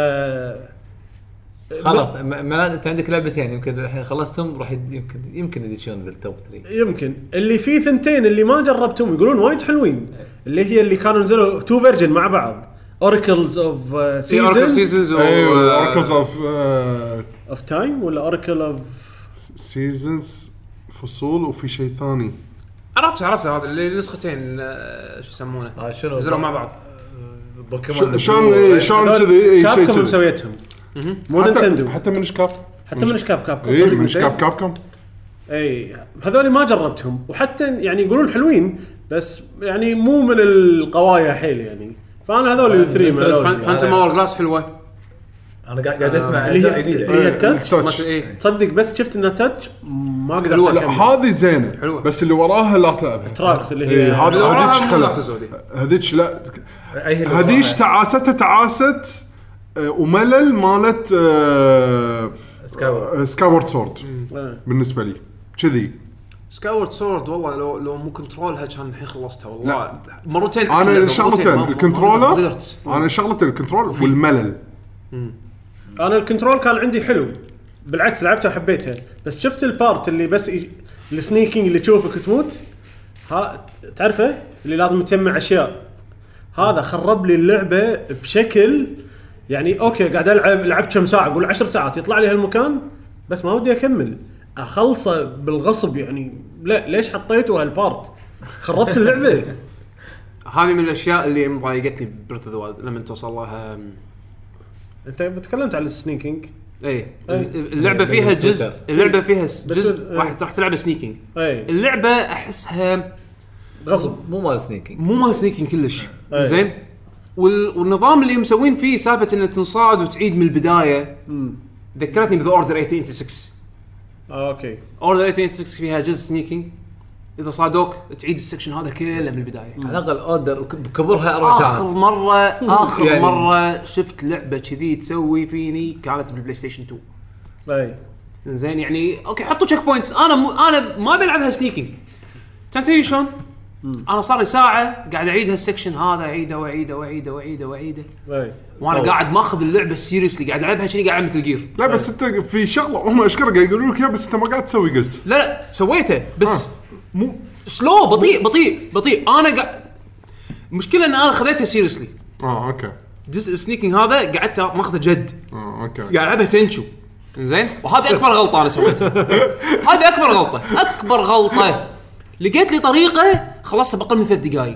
خلاص معناته انت عندك لعبتين يمكن الحين خلصتهم راح يد- يمكن يمكن يدشون بالتوب ثلاثة يمكن اللي فيه ثنتين اللي ما جربتهم يقولون وايد حلوين اللي هي اللي كانوا نزلوا تو فيرجن مع بعض اوركلز اوف سيزون سيزونز ايوه اوركلز اوف اوف تايم ولا اوراكل اوف سيزونز فصول وفي شيء ثاني. عرفت عرفت هذا اللي نسختين آه، شو يسمونه آه شنو نزلوا مع بعض. بوكيمون شلون ايه شلون كذي اي شيء كابكم كذي. مسويتهم مو حتى نينتندو حتى من شكاب. حتى من شكاب كابكم اي صدق من نسيت. شكاب كابكم. اي هذول ما جربتهم وحتى يعني يقولون حلوين بس يعني مو من القوايا حيل يعني فانا هذول الثري فانتوم اور جلاس حلوه. انا قاعد قاعد اسمع اللي اجزاء هي جديده اللي هي التاتش التاتش. ايه تصدق بس شفت انها تاتش ما قدرت حلوة. لا اكمل هذه زينه حلوة. بس اللي وراها لا تلعبها. تراكس اللي إيه، هي هذا اللي وراها هذيك مو خلا مركز هذي. هذيك لا اي اللي هذيك وراها. تعاستها تعاست آه، وملل مالت آه، سكاور. سكاورد سورد إيه. بالنسبه لي كذي. سكاورد سورد والله لو لو مو كنترولها كان الحين خلصتها والله. مرتين انا مرتين شغلتين ما- ما الكنترولر قدرت. انا شغلتين الكنترول والملل. انا الكنترول كان عندي حلو بالعكس لعبته وحبيتها بس شفت البارت اللي بس ي... السنيكينج اللي تشوفك تموت ها تعرفه اللي لازم تجمع اشياء هذا خرب لي اللعبه بشكل يعني اوكي قاعد العب لعبت كم ساعه اقول عشر ساعات يطلع لي هالمكان بس ما ودي اكمل اخلصه بالغصب يعني لا ليش حطيته هالبارت خربت اللعبه. هذه من الاشياء اللي مضايقتني بريث اوف ذا وايلد لما توصل لها. انت تكلمت عن السنيكينج اي اللعبه فيها جزء اللعبه فيها جزء إيه. واحد راح تلعب سنيكينج. اي اللعبه احسها غصب مو مال سنيكينج. مو مال سنيكينج كلش أي. زين. وال... والنظام اللي مسوين فيه سالفه انه تنصاد وتعيد من البدايه ذكرتني بذا اوردر ثمانية وثمانين. آه، اوكي اوردر ثمانية وثمانين فيها جزء سنيكينج اذا صادوك تعيد السكشن هذا كله من البدايه. على الاقل اوردر بكبرها اربع اخر ساعات. مره اخر يعني- مره شفت لعبه كذي تسوي فيني كانت بالبلاي ستيشن اثنين. اي زين يعني اوكي حطوا تشيك بوينتس. انا م... انا ما بلعبها سنيكينج. كان تدري شلون؟ انا صار لي ساعه قاعد اعيد هالسكشن هذا اعيده واعيده واعيده واعيده واعيده اي وانا قاعد ماخذ اللعبه سيريسلي قاعد العبها كذي قاعد مثل جير. لا بس انت في شغله هم اشكره قاعد يقولوا لك يا بس انت ما قاعد تسوي قلت لا لا سويته بس مو سلو بطيء بطيء بطيء. انا قاعد المشكله ان انا خذيتها سيريسلي. اه اوكي جزء السنيكينج هذا قعدت ماخذه جد اه اوكي قاعد العبها تنشو. زين وهذه اكبر غلطه انا سويتها. هذه اكبر غلطه اكبر غلطه. لقيت لي طريقه خلصتها باقل من ثلاث دقائق.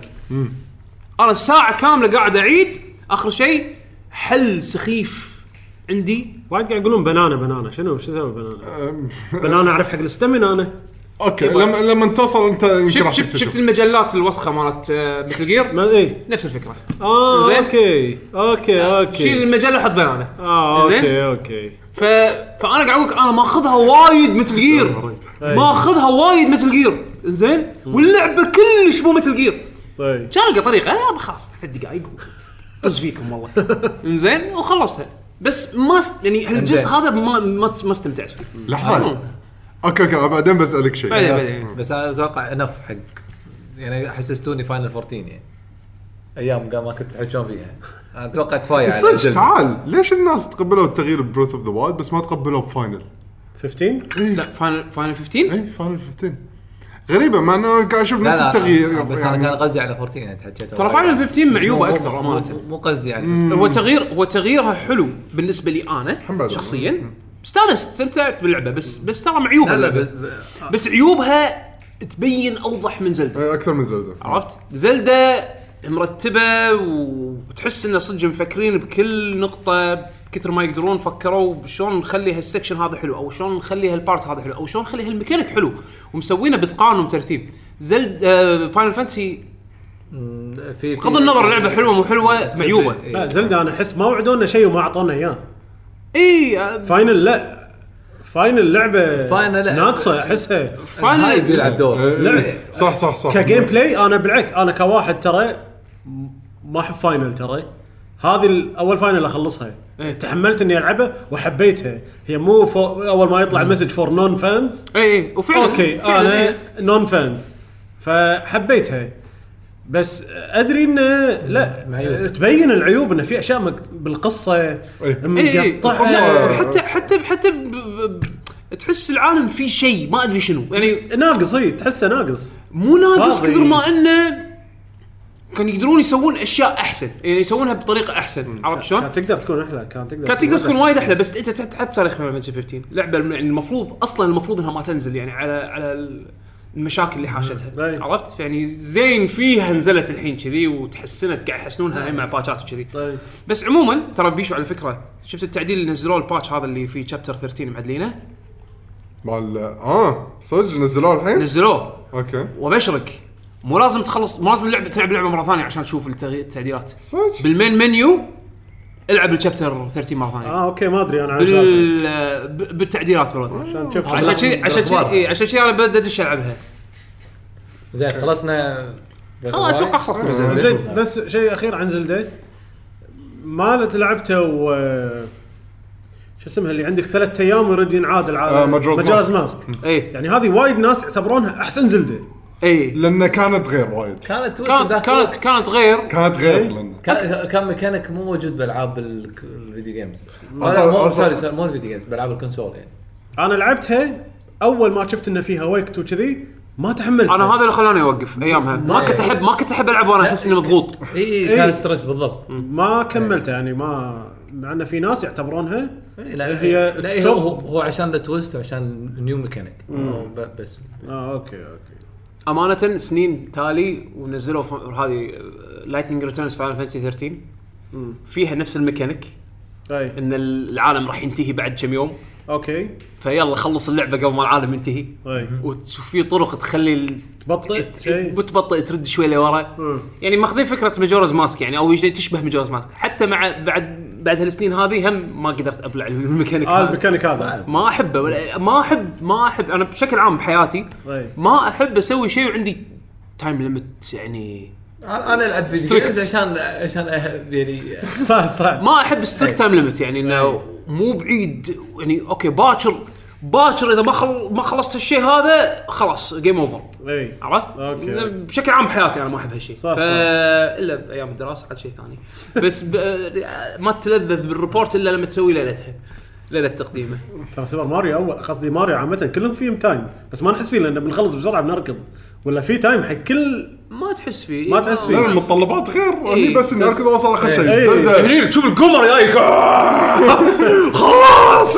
انا ساعه كامله قاعد اعيد اخر شيء حل سخيف عندي. وايد قاعد يقولون بنانا بنانا شنو شو اسوي بنانا بنانا اعرف حق الاستامينا انا اوكي لما لما توصل انت يمكن شفت راح شفت تكتشف. شفت المجلات الوسخه مالت آه، مثل جير ما ايه نفس الفكره. اه زين. اوكي اوكي اوكي شيل المجله وحط بنانه. اه زين؟ اوكي اوكي ف... فانا قاعد اقول لك انا ماخذها وايد مثل جير ماخذها وايد مثل جير. زين واللعبه كلش مو مثل جير. طيب كان القى طريقه يا خلاص ثلاث دقائق طز فيكم والله. زين وخلصتها بس ما است... يعني هالجزء هذا ما ما, ما استمتعت فيه. لحظه اوكي اوكي بعدين بسالك شيء. بعدين بعدين بس انا اتوقع انف حق يعني حسستوني فاينل أربعتاشر يعني ايام قام ما كنت تحشون فيها. انا اتوقع كفايه على صدق الجلد. تعال ليش الناس تقبلوا التغيير ببريث اوف ذا وايلد بس ما تقبلوا بفاينل؟ خمستاشر لا فاينل فاينل خمستاشر اي فاينل خمستاشر غريبه مع انه قاعد اشوف لا نفس لا التغيير بس يعني. انا كان قصدي على أربعتاشر يعني تحكيت ترى فاينل خمستاشر معيوبه اكثر مو, امانه. مو قصدي على خمستاشر. هو تغيير هو تغييرها حلو بالنسبه لي انا حمد. شخصيا. استانست استمتعت باللعبه بس بس ترى معيوبه لا لا اللعبة. ب- ب- بس عيوبها تبين اوضح من زلدة. إيه، اكثر من زلده. عرفت زلدة مرتبه وتحس انه صدق مفكرين بكل نقطه كثر ما يقدرون فكروا شلون نخلي هالسكشن هذا حلو او شلون نخلي هالبارت هذا حلو او شلون نخلي هالميكانيك حلو ومسوينه باتقان وترتيب. زلد آه فاينل فانتسي في بغض النظر اللعبه حلوه مو حلوه معيوبه. لا زلدة انا احس ما وعدونا شيء وما اعطونا اياه. اي آه، فاينل لا فاينل لعبه فاينل لا. ناقصه احسها هاي بيلعب دور. إيه، صح صح صح كجيم بلاي. انا بالعكس انا كواحد ترى ما احب فاينل ترى هذه الاول فاينل اخلصها. إيه. تحملت اني العبها وحبيتها. هي مو فو اول ما يطلع المسج فور نون فانز اي اي وفعلا اوكي فعلاً انا إيه. نون فانز فحبيتها بس ادري انه لا معيوب. تبين العيوب انه في اشياء مك- بالقصه إيه. إيه، مقطعه. لا، حتى حتى حتى ب... ب... تحس العالم فيه شيء ما ادري شنو يعني ناقص هي تحسه ناقص. مو ناقص فاضي. كثر ما انه كان يقدرون يسوون اشياء احسن يعني يسوونها بطريقه احسن. عرفت شلون؟ كانت تقدر تكون احلى كانت تقدر كانت تقدر تكون وايد احلى بس انت تعب تاريخ فاينل فانتسي خمستاشر لعبه يعني المفروض اصلا المفروض انها ما تنزل يعني على على المشاكل اللي حاشتها. طيب. عرفت يعني زين فيها نزلت الحين كذي وتحسنت قاعد يحسنونها مع باتشات وكذي. طيب. بس عموما ترى بيشو على فكره شفت التعديل اللي نزلوه الباتش هذا اللي فيه شابتر ثلاثة عشر معدلينه مال اه صدق نزلوه الحين. نزلوه اوكي وبشرك مو لازم تخلص مو لازم اللعبه تلعب لعبه مره ثانيه عشان تشوف التغي- التعديلات صدق بالمين منيو. العب الشابتر ثلاثة عشر مره ثانيه اه اوكي ما ادري انا عن السالفة. بال... ب- بالتعديلات مالتها عشان تشوف عشان شيء عشان شيء إيه عشان شيء انا بدي ادش العبها. زين خلصنا. خلاص اتوقع خلصنا زين. زين بس شيء اخير عن زلدة مالت لعبته و شو اسمها اللي عندك ثلاثة ايام ويرد ينعاد العالم آه، ماجورز ماجورز ماسك. ماسك اي يعني هذه وايد ناس يعتبرونها احسن زلدة اي لان كانت غير وايد كانت تويست كانت ذاك كانت الوقت. كانت غير كانت غير لان كان كان ميكانيك مو موجود بالالعاب ال- الفيديو جيمز. أصلاً- لا، مو أصلاً- سوري سوري، مو الفيديو جيمز بالالعاب الكونسول يعني. انا لعبتها اول ما شفت انه فيها ويكت وكذي ما تحملت انا هذا اللي خلاني اوقف ايامها. ما كنت احب ما كنت احب العب وانا احس اني مضغوط. اي إيه. كان ستريس بالضبط. ما كملتها يعني ما مع ان في ناس يعتبرونها إيه، لا هي هي لا هي هو التوب. هو عشان التويست وعشان نيو ميكانيك هو ب- بس. اه اوكي اوكي امانه سنين تالي ونزلوا ف- هذه لايتنينج ريتيرنز فاينل فانتسي ثلاثة عشر فيها نفس الميكانيك اي ان العالم راح ينتهي بعد كم يوم اوكي فيلا خلص اللعبه قبل ما العالم ينتهي اي وتشوف في طرق تخلي ال- تبطئ ت- شيء بتبطئ ترد شوي لورا. مم. يعني ماخذين فكره ماجورز ماسك يعني او شيء تشبه ماجورز ماسك حتى مع بعد بعد هالسنين هذه هم ما قدرت ابلع الميكانيك اه هذا. الميكانيك هذا ما احبه ولا ما احب ما احب انا بشكل عام بحياتي اي ما احب اسوي شيء وعندي تايم ليمت يعني انا انا العب فيديو Strict. جيمز عشان عشان أه- يعني صح صح ما احب ستريك تايم ليمت يعني انه مو بعيد يعني اوكي باكر باكر اذا ما خل ما خلصت هالشيء هذا خلاص جيم اوفر اي عرفت؟ أوكي. بشكل عام بحياتي انا ما احب هالشيء صح، ف... صح. الا بايام الدراسه عاد شيء ثاني بس ب... ما تلذذ بالريبورت الا لما تسوي ليلتها ليله تقديمه. ترى سوبر ماريو اول قصدي ماريو عامه كلهم فيهم تايم بس ما نحس فيه لان بنخلص بسرعه بنركض ولا في تايم حق كل ما تحس فيه ما تحس فيه. لا المتطلبات غير إيه. اني بس اني اركض واوصل اخر شيء إيه. زلدة هني تشوف القمر جايك خلاص.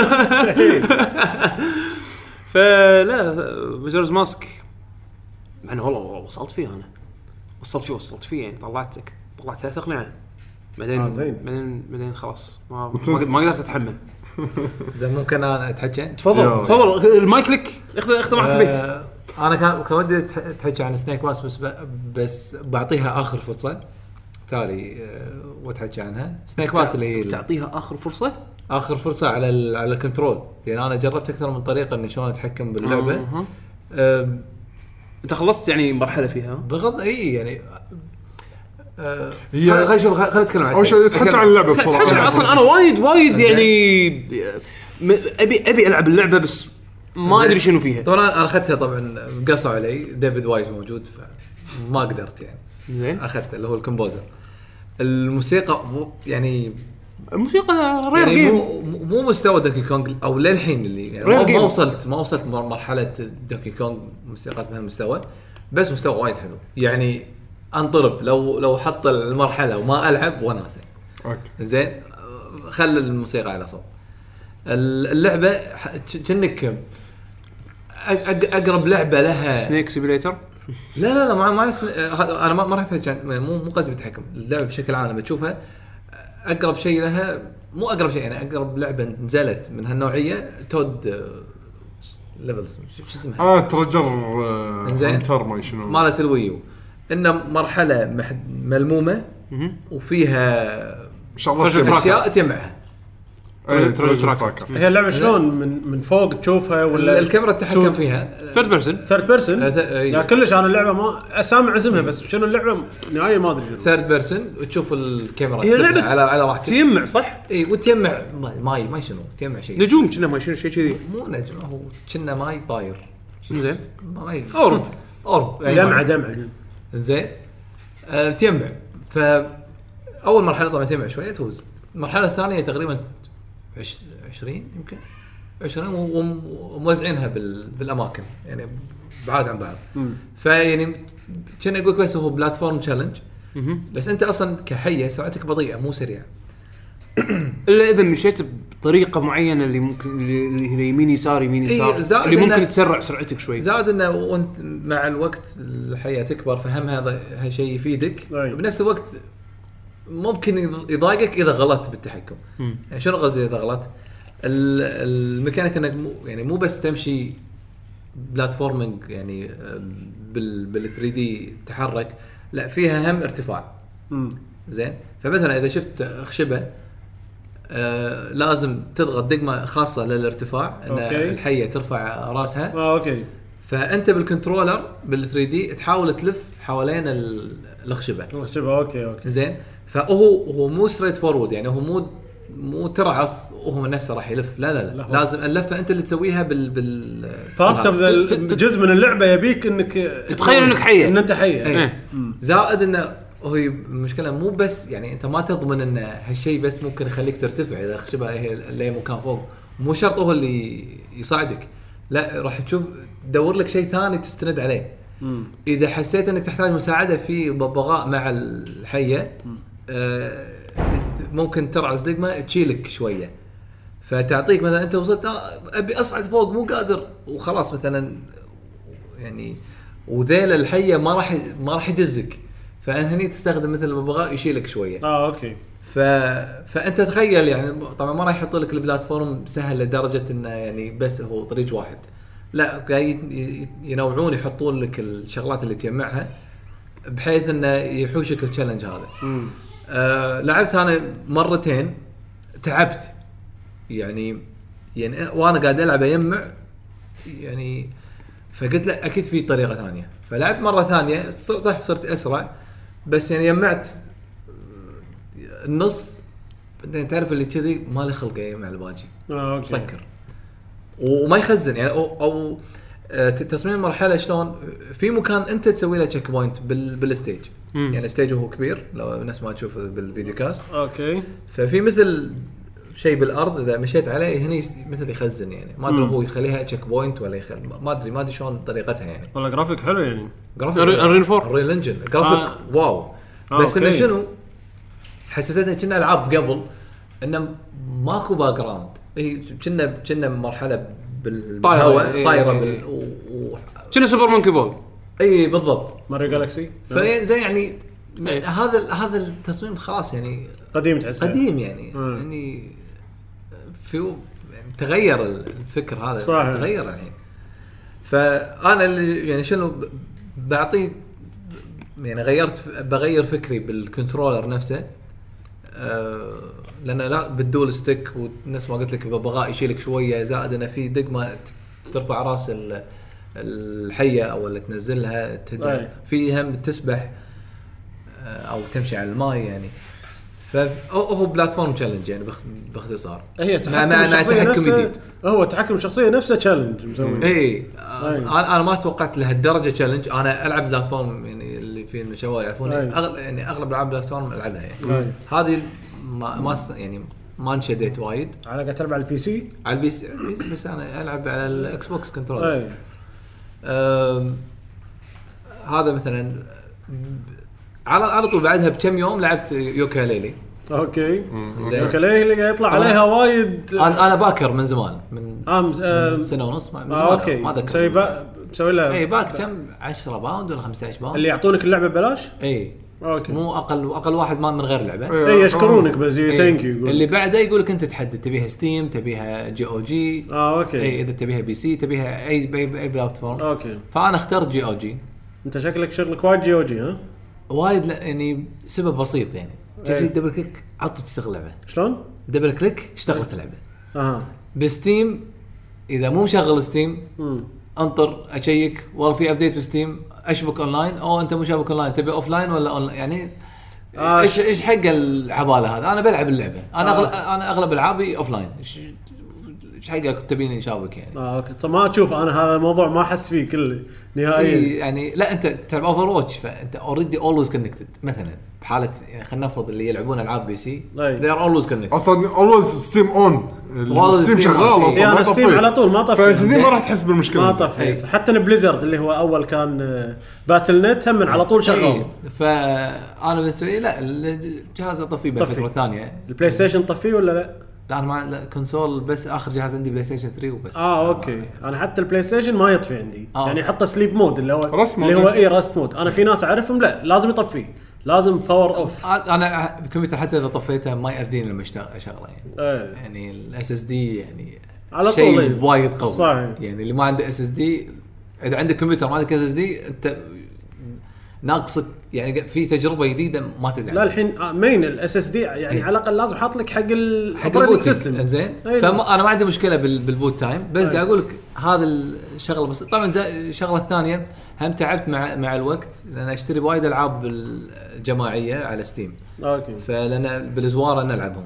فلا ماجورز ماسك انا والله وصلت فيه انا وصلت فيه وصلت فيه يعني طلعت طلعت ثلاث اقنعه بعدين آه، زين. بعدين بعدين خلاص ما ما قد- ما قدرت اتحمل. زين ممكن انا اتحكى. تفضل يلا. تفضل المايك لك اخذ اخذ معك البيت. آه، انا كان كان ودي أتح- اتحكى عن سنيك باس بس ب- بس بعطيها اخر فرصه تالي آه، واتحكى عنها. سنيك باس اللي هي ال- تعطيها اخر فرصه. اخر فرصه على ال على الكنترول يعني انا جربت اكثر من طريقه اني شلون اتحكم باللعبه. أها. أه انت خلصت يعني مرحله فيها. بغض اي يعني أه هي- خلينا نشوف خلينا نتكلم عن اول شيء تحكي عن اللعبه تحكي بصراحه اصلا انا وايد وايد زين. يعني م- ابي ابي العب اللعبه بس ما زين. ادري شنو فيها. طبعا انا اخذتها طبعا قصوا علي ديفيد وايز موجود فما قدرت يعني زين اخذته اللي هو الكومبوزر. الموسيقى مو- يعني الموسيقى رير يعني جيم. مو مو مستوى دوكي كونغ او للحين اللي يعني رير ما, جيم. ما وصلت ما وصلت مر- مرحله دوكي كونغ موسيقات بهالمستوى بس مستوى وايد حلو يعني انطرب لو لو حط المرحله وما العب وناسه. اوكي زين خلي الموسيقى على صوب. اللعبه ح- كأنك أق- اقرب لعبه لها. سنيك سيميليتر. لا لا لا ما ما سن... هذا انا ما ما راح أتحكي- مو مو قصدي بالتحكم. اللعبه بشكل عام لما تشوفها اقرب شيء لها مو اقرب شيء يعني اقرب لعبه نزلت من هالنوعيه تود ليفلز شو اسمها اه ترجر إنزين. انتر ما شنو مالت الويو انه مرحله محد ملمومه وفيها شغلات ترجر جميلة. اشياء تجمعها. إيه، ترجر ترجر تراكر. تراكر. هي اللعبه شلون من من فوق تشوفها ولا ولا الكاميرا تتحكم فيها ثيرد بيرسون. ثيرد بيرسون لا، ت- إيه. يعني كلش انا اللعبه ما اسامع اسمها بس شنو اللعبه نهايه ما ادري شنو. ثيرد بيرسون وتشوف الكاميرا هي تفتح لعبة على على راحتك. تجمع صح؟ اي وتجمع ما- ماي ماي شنو تجمع شيء نجوم كنا ما شنو شيء كذي. مو نجم هو كنا ماي طاير زين. ماي أورب. اورب أي دمعه ماي. دمعه زين أه تجمع ف اول مرحله طبعا تجمع شويه تفوز. المرحله الثانيه تقريبا عش- عشرين يمكن عشرين و- وم- وموزعينها بال... بالاماكن يعني بعاد عن بعض. فيعني كنا اقول بس هو بلاتفورم تشالنج بس انت اصلا كحيه سرعتك بطيئه مو سريعه. الا اذا مشيت بطريقه معينه اللي ممكن اللي هي يمين يسار يمين إيه، يسار زائد اللي ممكن إنه- تسرع سرعتك شوي. زائد انه وانت مع الوقت الحياه تكبر فهم هذا هالشيء يفيدك. أي. بنفس الوقت ممكن يضايقك اذا غلطت بالتحكم. يعني شنو قصدي اذا غلطت؟ ال- الميكانيك انك مو يعني مو بس تمشي بلاتفورمينج يعني بال بال ثري دي تحرك، لا فيها هم ارتفاع. امم زين، فمثلا اذا شفت خشبه آه لازم تضغط دقمه خاصه للارتفاع ان أوكي. الحيه ترفع راسها. اه اوكي فانت بالكنترولر بال ثري دي تحاول تلف حوالين ال- الخشبه. شبه اوكي اوكي زين، فهو هو مو ستريت فورورد، يعني هو مو مو ترعص وهو من نفسه راح يلف، لا لا, لا. لا، هو- لازم اللفه انت اللي تسويها بال بال بارت اوف ت- ت- جزء من اللعبه يبيك انك تتخيل إنك حية. ان انت حيه إيه. زائد انه هو المشكله مو بس يعني انت ما تضمن ان هالشيء بس ممكن يخليك ترتفع اذا خشبه هي اللي مكان فوق، مو شرط هو اللي يساعدك، لا راح تشوف دور لك شيء ثاني تستند عليه. مم. اذا حسيت انك تحتاج مساعده في ببغاء مع الحيه آه ممكن ترعس دقمه تشيلك شويه، فتعطيك مثلا انت وصلت آه ابي اصعد فوق مو قادر وخلاص مثلا يعني، وذيل الحيه ما راح ما راح يدزك، فهني تستخدم مثل الببغاء يشيلك شويه. اه اوكي ف... فانت تخيل يعني طبعا ما راح يحطوا لك البلاتفورم سهل لدرجه انه يعني بس هو طريق واحد، لا قاعد ينوعون يحطون لك الشغلات اللي تجمعها بحيث انه يحوشك التشالنج هذا. امم أه لعبت انا مرتين تعبت يعني يعني وانا قاعد العب يجمع يعني، فقلت لا اكيد في طريقه ثانيه، فلعبت مره ثانيه صح صرت اسرع بس يعني جمعت النص، بعدين تعرف اللي كذي ما له خلق مع الباجي اه اوكي مسكر وما يخزن يعني او, أو آه، تصميم المرحله شلون في مكان انت تسوي له تشيك بوينت بال بالستيج، مم. يعني ستيج هو كبير لو الناس ما تشوف بالفيديو كاست، اوكي ففي مثل شيء بالارض اذا مشيت عليه هني مثل يخزن يعني ما ادري مم. هو يخليها تشيك بوينت ولا يخل ما ادري ما ادري شلون طريقتها يعني. والله جرافيك حلو يعني جرافيك الريل فور. الريل انجن جرافيك آه. واو. آه، بس انه أوكي. شنو حسستني كنا العاب قبل انه ماكو باك جراوند، هي كنا كنا مرحله بالهواء إيه، طايره إيه، بال إيه. و... و... شنو سوبر مونكي بول. اي بالضبط. ماريو جالكسي فزي يعني إيه. هذا هذا التصميم خلاص يعني قديم تحسه قديم يعني مم. يعني في يعني تغير الفكر هذا صحيح. تغير الحين. فانا اللي يعني شنو ب- بعطيه يعني غيرت بغير فكري بالكنترولر نفسه أه لان لا بالدول ستيك والناس ما قلت لك ببغاء يشيلك شويه، زائد انه في دقمه ترفع راس ال- الحيه او اللي تنزلها تد- أي. في هم تسبح آه، او تمشي على الماء يعني. فهو بلاتفورم تشالنج يعني باخ- باختصار هي مع تحكم مع, مع الشخصيه تحكم نفسه جديد. هو تحكم الشخصيه نفسه تشالنج مسوي اي آه، أي. انا انا ما توقعت لهالدرجه تشالنج. انا العب بلاتفورم يعني اللي في الشباب يعرفوني أي. أغل... يعني اغلب العاب بلاتفورم العبها يعني. أي. هذه ما ما س- يعني ما انشديت وايد على قاعد تلعب على البي سي على البي سي، بس انا العب على الاكس بوكس كنترولر. اي أم... هذا مثلا على على طول بعدها بكم يوم لعبت يوكا ليلي. اوكي زين. اوكي اللي قاعد يطلع عليها وايد انا انا باكر من زمان من ام آم، سنه ونص ما من زمان آه اوكي ما اذكر. مسوي با- مسوي لها اي باك كم عشرة باوند ولا خمسة عشر باوند اللي يعطونك اللعبه ببلاش اي اوكي مو اقل اقل واحد ما من غير لعبه. إيه. اي يشكرونك بس إيه. ثانك يو اللي بعده يقول لك انت تحدد تبيها ستيم تبيها جي او جي. اه اوكي اي اذا تبيها بي سي تبيها اي اي, أي بلاتفورم. اوكي فانا اخترت جي او جي. انت شكلك شغلك وايد جي او جي ها وايد لا يعني سبب بسيط يعني إيه. تجي دبل كليك عطت تشتغل لعبه، شلون؟ دبل كليك اشتغلت اللعبه. اها بستيم اذا مو مشغل ستيم امم انطر اشيك والله في ابديت بستيم اشبك اونلاين او انت مو شابك اونلاين تبي اوفلاين ولا اونلاين يعني آه، ايش ايش حق العباله هذا. انا بلعب اللعبه انا آه. اغلب انا اغلب العابي اوفلاين. ايش ايش حقك تبيني نشابك يعني. اه اوكي طب ما تشوف انا هذا الموضوع ما احس فيه كله نهائيا إيه يعني لا انت تلعب اوفر واتش فانت اوريدي اولويز كونكتد مثلا بحاله يعني خلينا نفرض اللي يلعبون العاب بي سي أي. they are always connected. اصلا اولويز ستيم اون والله ستيم Steam شغال on. اصلا إيه، ما انا ستيم طفيه. على طول ما طفي فهني زين. ما راح تحس بالمشكله. ما طفي إيه. حتى البليزرد اللي هو اول كان آه، باتل نت هم من على طول شغال إيه. فانا بالنسبه لي لا الجهاز اطفيه طفي. بفتره ثانيه. البلاي ستيشن طفيه ولا لا؟ لا انا ما لا كونسول بس اخر جهاز عندي بلاي ستيشن ثري وبس. اه اوكي انا حتى البلاي ستيشن ما يطفي عندي آه. يعني حتى سليب مود اللي هو رست اللي مود. هو اي راست مود. انا في ناس اعرفهم لا لازم يطفيه لازم باور اوف انا الكمبيوتر حتى اذا طفيته ما ياذيني لما اشتغل اشغله يعني. ايه يعني الاس اس دي يعني على شيء طول. وايد قوي صحيح. يعني اللي ما عنده اس اس دي اذا عندك كمبيوتر ما عندك اس اس دي انت ناقصك يعني في تجربه جديده ما تدري لا الحين مين الاس اس دي يعني إيه. على الاقل لازم حاط لك حق حق الاوبريتنج البوت سيستم زين. أيه. فانا ما عندي مشكله بال- بالبوت تايم بس أيه. قاعد اقول لك هذا الشغله بس طبعا الشغله الثانيه هم تعبت مع مع الوقت لان اشتري وايد العاب الجماعيه على ستيم اوكي فلان بالزوار انا العبهم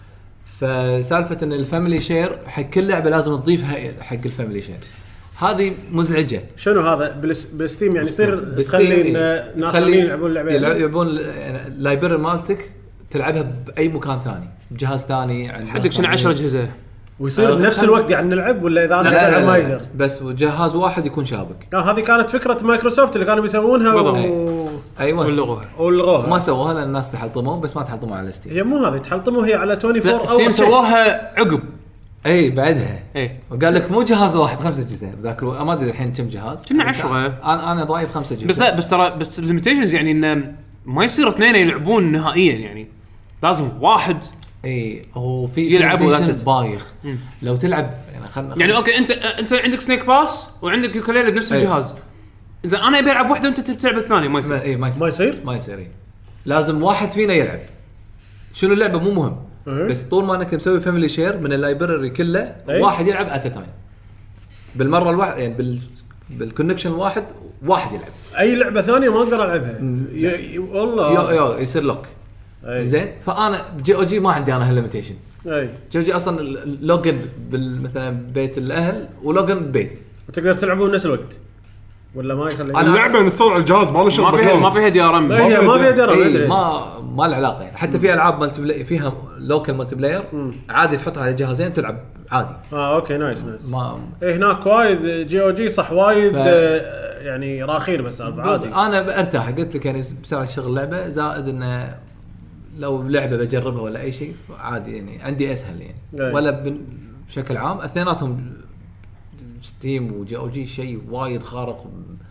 فسالفه ان الفاميلي شير حق كل لعبه لازم تضيفها حق الفاميلي شير هذه مزعجه شنو هذا بالس- بالستيم يعني يصير بالستيم تخلي إيه. إن ناس تخلي ثانيين يلعبون اللعبه يلعب- يلعبون اللايبرري مالتك تلعبها باي مكان ثاني بجهاز ثاني عند عندك شنو عشرة اجهزه ويصير آه، بنفس خمسة. الوقت قاعد نلعب ولا اذا انا لا قاعد لا ألعب لا, ما لا, يقدر بس جهاز واحد يكون شابك آه هذه كانت فكره مايكروسوفت اللي كانوا بيسوونها بالضبط. و... ايوه واللغه والغوها ما سووها لان الناس تحطموا بس ما تحطموا على ستيم هي مو هذه تحلطموا هي على أربعة وعشرين لا ستيم او سواها عقب اي بعدها ايه وقال لك مو جهاز واحد خمسة اجهزه ذاك الوقت ما ادري الحين كم جهاز كنا بس عشرة. انا انا ضايف خمسة اجهزه بس لا بس ترى بس الليميتيشنز يعني انه ما يصير اثنين يلعبون نهائيا يعني لازم واحد اي هو في يلعب في ولا limitation شيء. بايخ لو تلعب يعني خلنا يعني اوكي انت انت عندك سنيك باس وعندك يوكليله بنفس أي. الجهاز اذا انا ابي العب واحده وانت تبي تلعب الثانيه ما يصير اي ما يصير ما يصير؟ ما يصير إيه. لازم واحد فينا يلعب شنو اللعبه مو مهم أه. بس طول ما انك مسوي فاميلي شير من اللايبرري كله أي. واحد يلعب ات تايم بالمره الواحد يعني بال بالكونكشن واحد واحد يلعب اي لعبه ثانيه ما اقدر العبها ي... ي... والله يو يو يصير لوك أي. زين فانا جي او جي ما عندي انا هالليميتيشن اي جي او جي اصلا اللوجن مثلا بيت الاهل ولوجن ببيتي وتقدر تلعبون نفس الوقت ولا ما يخلي أنا- اللعبه نستول على الجهاز ما له ما شغل فيها ما باكونت. فيها دي ار ام ما هي ما فيها درا ما إيه ادري ما ما له علاقه يعني. حتى في العاب مالتي بلاير فيها لوكال مالتي بلاير عادي تحطها على جهازين تلعب عادي اه اوكي نايس نايس ما إيه هناك وايد جي او جي صح وايد ف- آه، يعني راخين بس عادي انا ارتاح قلت لك يعني بسرعه شغل لعبه زائد انه لو لعبه بجربها ولا اي شيء عادي يعني عندي اسهل يعني أي. ولا بن- بشكل عام اثنيناتهم ستيم وجي او جي شيء وايد خارق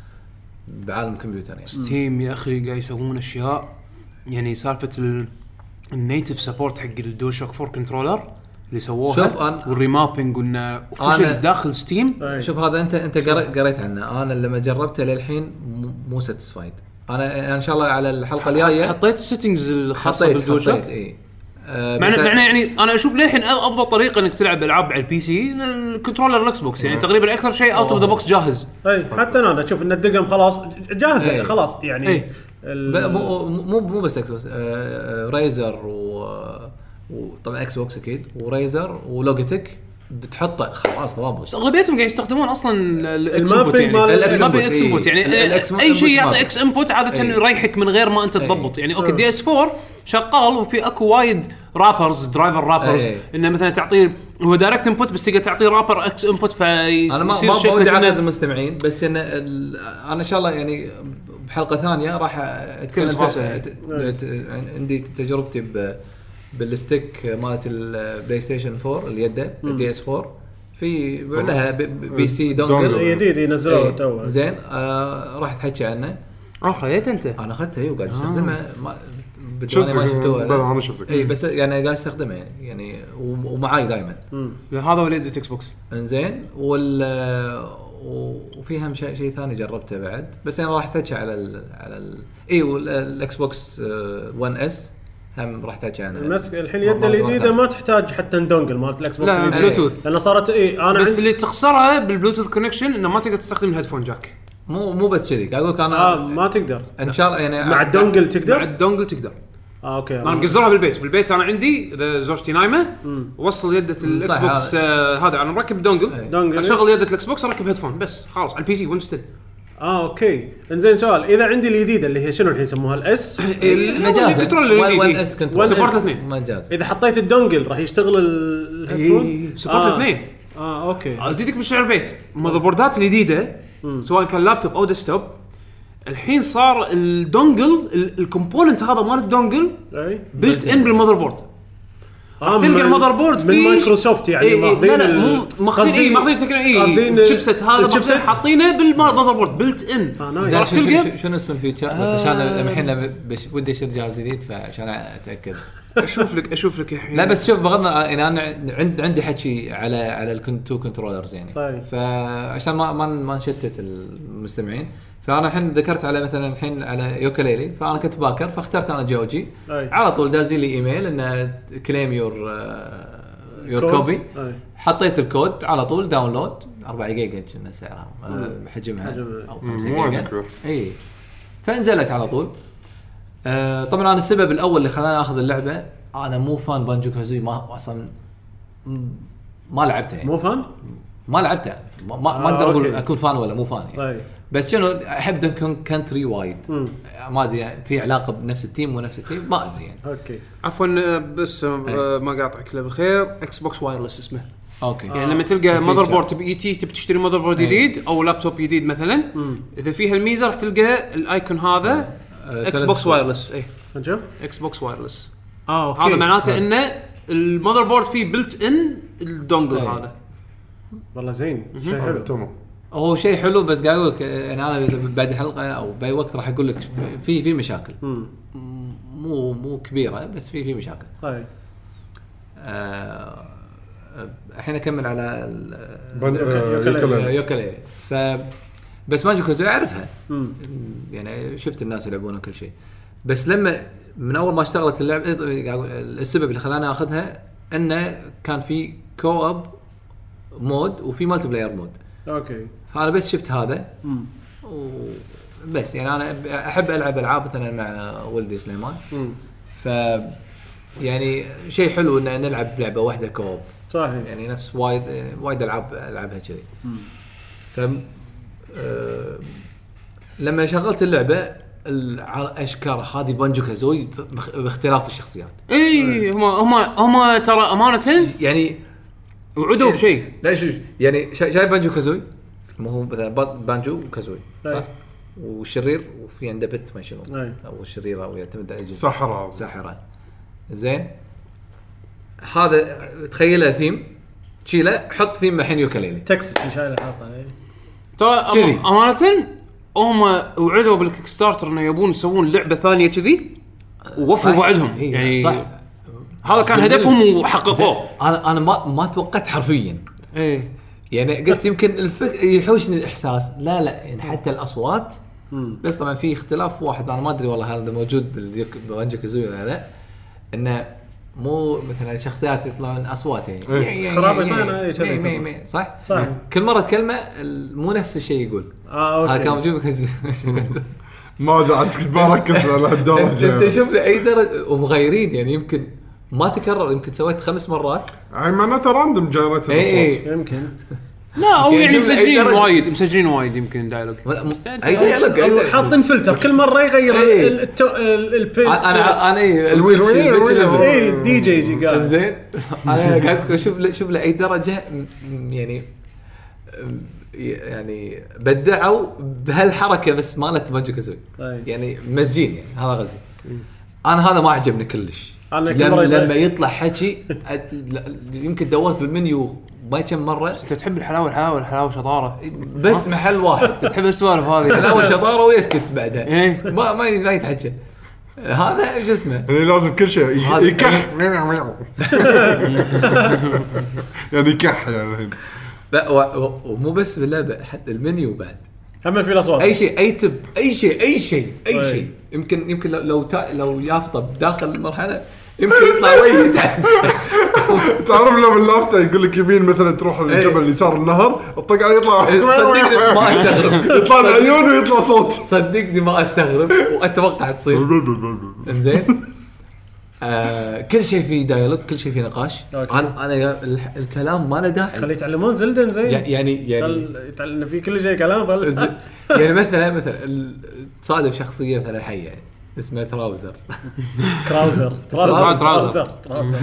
بعالم الكمبيوتر يعني ستيم يا اخي قاعد يسوون اشياء يعني سالفه ال- النيتف سبورت حق الدول شوك فور كنترولر اللي سووها شوف أنا- والريمابينج وانه أنا- اوفشل داخل ستيم أي. شوف هذا انت انت قريت قريت عنه انا لما جربته للحين مو- مو ساتيسفايد انا ان شاء الله على الحلقه الجايه حطيت السيتنجز الخاصه حطيت بالدول شوك حطيت اي آه معنى بس- معنى يعني انا اشوف للحين افضل طريقه انك تلعب العاب على البي سي الكنترولر الاكس بوكس يعني تقريبا اكثر شيء اوت اوف ذا بوكس جاهز. اي حتى انا اشوف ان الدقم خلاص جاهزه أي. خلاص يعني أي. ال- ب- مو مو مو بس اكس بوكس آه، آه، رايزر و وطبعا اكس بوكس اكيد وريزر ولوجيتك بتحطه خلاص ضابط بس اغلبيتهم قاعد يستخدمون اصلا الاكس المابينج انبوت يعني مال الاكس الإكس انبوت input، يعني إيه. الإكس اي شيء input يعطي مابينج. اكس انبوت عاده إيه. يريحك من غير ما انت إيه. تضبط يعني اوكي دي اس فور شغال وفي اكو وايد رابرز درايفر رابرز إيه. انه مثلا تعطيه هو دايركت انبوت بس تقدر تعطيه رابر اكس انبوت فيصير انا ما ما بدي اعقد المستمعين بس ان ال- انا ان شاء الله يعني بحلقه ثانيه راح اتكلم تفاصيل. ت- ت- عندي تجربتي ب بالستيك مالت البلاي ستيشن فور اليده الدي اس فور في لها ب- ب- بي سي دونجل دونجل. هي جديد ينزلوه إيه. تو زين آه راح تحكي عنه اه خذيت انت انا اخذته اي وقاعد استخدمه ما شفت بدواني ما شفته بلا انا شفتك اي بس يعني قاعد استخدمه يعني يعني و- ومعاي دائما هذا وليد اكس بوكس انزين وال وفي هم شيء شيء ثاني جربته بعد بس انا راح اتحكي على ال على ال اي والاكس بوكس ون اس هم راح اتحكي عنه المسك الحين اليد الجديده ما تحتاج حتى ندونجل مالت الاكس بوكس لا، الجديد. بلوتوث. لان صارت اي انا بس عندي اللي تخسرها بالبلوتوث كونكشن انه ما تقدر تستخدم الهيدفون جاك مو مو بس كذي قاعد اقول لك انا اه ما تقدر ان شاء الله يعني مع الدونجل مع تقدر الدونجل تقدر اه اوكي انا مقزرها بالبيت بالبيت انا عندي اذا زوجتي نايمه وصل يده الاكس صح، بوكس آه هذا انا مركب دونجل دونجل. اشغل يده الاكس بوكس اركب هيدفون بس خلاص على البي سي ونستل اه اوكي انزين سؤال اذا عندي الجديده اللي هي شنو الحين يسموها الاس مجازا الكنترول ون اس كنترول سبورت الاثنين مجاز اذا حطيت الدونجل راح يشتغل ال- الهيدفون سبورت آه. الاثنين اه اوكي ازيدك بالشعر البيت المذر بوردات الجديده سواء كان لابتوب او ديسكتوب الحين صار الدونجل ال- الكومبوننت هذا مال الدونجل اي بيلت ان بالمذر بورد راح تلقى المذر بورد من فيه مايكروسوفت يعني إيه إيه لا لا مو ماخذين اي ماخذين تكنولوجيا الشيبسيت هذا الشيبسيت حاطينه بالمذر بورد بلت ان آه راح تلقى شو شنو اسم الفيتشر بس عشان الحين بش ودي اشتري جهاز جديد فعشان اتاكد. اشوف لك اشوف لك الحين. لا بس شوف بغضنا يعني انا عند عندي حكي على على الكنتو كنترولرز يعني طيب. فعشان ما ما ما نشتت المستمعين فانا الحين ذكرت على مثلا الحين على يوكليلي فانا كنت باكر فاخترت انا جوجي على طول دازي لي ايميل انه كليم يور يور كوبي حطيت الكود على طول داونلود أربعة جيجا كنا سعرها حجمها او خمسة جيجا اي فنزلت على طول. آه طبعا انا السبب الاول اللي خلاني اخذ اللعبه انا مو فان بانجو كازوي ما اصلا ما لعبتها يعني. مو فان ما لعبتها ما ما آه اقدر اقول أوكي. اكون فان ولا مو فان يعني. بس شنو احب دنكن كانتري وايد ما ادري يعني في علاقه بنفس التيم ونفس التيم ما ادري يعني. اوكي عفوا بس آه ما قاطعك له بالخير اكس بوكس وايرلس اسمه اوكي يعني لما تلقى ماذر بورد تبي تي تبي تشتري ماذر بورد جديد او لابتوب جديد مثلا اذا فيها الميزه راح تلقى الايكون هذا اكس بوكس وايرلس اي نشوف اكس بوكس وايرلس اه اوكي هذا معناته انه الماذر بورد فيه بلت ان الدونجل هذا والله زين شيء حلو تمام. هو شيء حلو بس قاعد اقول لك يعني انا بعد الحلقه او باي وقت راح اقول لك في في مشاكل مو مو كبيره بس في في مشاكل. طيب آه الحين اكمل على يوكلي ف بس ماجيكو زي اعرفها يعني شفت الناس يلعبونها كل شيء بس لما من اول ما اشتغلت اللعبه السبب اللي خلاني اخذها انه كان في كوب مود وفي مالتي بلاير مود. اوكي فانا بس شفت هذا بس يعني انا احب العب العاب مثلا مع ولدي سليمان ف يعني شيء حلو ان نلعب لعبه واحده كوب صحيح يعني نفس وايد وايد العاب العبها كذي. ف أه لما شغلت اللعبه الاشكال هذه بانجو كازوي باختلاف الشخصيات اي هم هم هم ترى امانه يعني وعدوا بشيء لا شو يعني شايف بانجو كازوي ما هو مثلا بانجو وكازوي صح والشرير وفي عنده بت ما شنو او الشريره او يعتمد على جزء سحرة ساحره زين هذا تخيله ثيم تشيله حط ثيم الحين يوكليلي تكس شايله حاطه ترى امانه هم وعدوا بالكيك ستارتر انه يبون يسوون لعبه ثانيه كذي ووفوا وعدهم يعني صح. هذا كان هدفهم وحققوه. انا انا ما ما توقعت حرفيا ايه يعني قلت يمكن الفك يحوشني الاحساس لا لا يعني حتى الاصوات بس طبعا في اختلاف واحد انا ما ادري والله هذا موجود بالبانجو كازوي ولا لا انه مو مثلا شخصيات يطلعون اصوات يعني خرابطين صح صح كل مره كلمه مو نفس الشيء يقول اه اوكي هذا كان موجود ما قعدت بركز على هالدرجه. انت شوف لاي درجه ومغيرين يعني يمكن ما تكرر يمكن سويت خمس مرات يعني معناته راندوم جنريت الصوت يمكن لا او يعني مسجلين وايد مسجلين وايد يمكن دايلوج اي دايلوج حاطين فلتر كل مره يغير البيتش. انا انا اي دي جي جي قال زين انا قاعد اشوف شوف لاي درجه يعني يعني بدعوا بهالحركه بس مالت بانجو كازوي يعني مزجين يعني هذا غزي. انا هذا ما عجبني كلش لما, لما يطلع حكي يمكن دورت بالمنيو ما كم مره. انت تحب الحلاوه الحلاوه الحلاوه شطاره بس محل واحد تحب السوالف هذه حلاوه شطاره ويسكت بعدها ما ما ما يتحكى هذا ايش اسمه يعني لازم كل شيء يكح يعني كح يعني لا ومو بس باللعبه حتى المنيو بعد هم في الاصوات اي شيء اي تب اي شيء اي شيء اي شيء يمكن يمكن لو لو, لو يافطه داخل المرحله يمكن يطلع وجه تحت. تعرف لو اللافته يقول لك يمين مثلا تروح للجبل يسار النهر الطق يطلع صدقني ما استغرب يطلع العيون ويطلع صوت صدقني ما استغرب واتوقع تصير انزين. آه كل شيء فيه دايلوج كل شيء فيه نقاش. انا انا الكلام ما له داعي خليه يتعلمون زلدن زين يعني يعني يتعلم في كل شيء كلام يعني مثلا مثلا تصادف شخصيه مثلا حيه اسمه تراوزر تراوزر تراوزر تراوزر تراوزر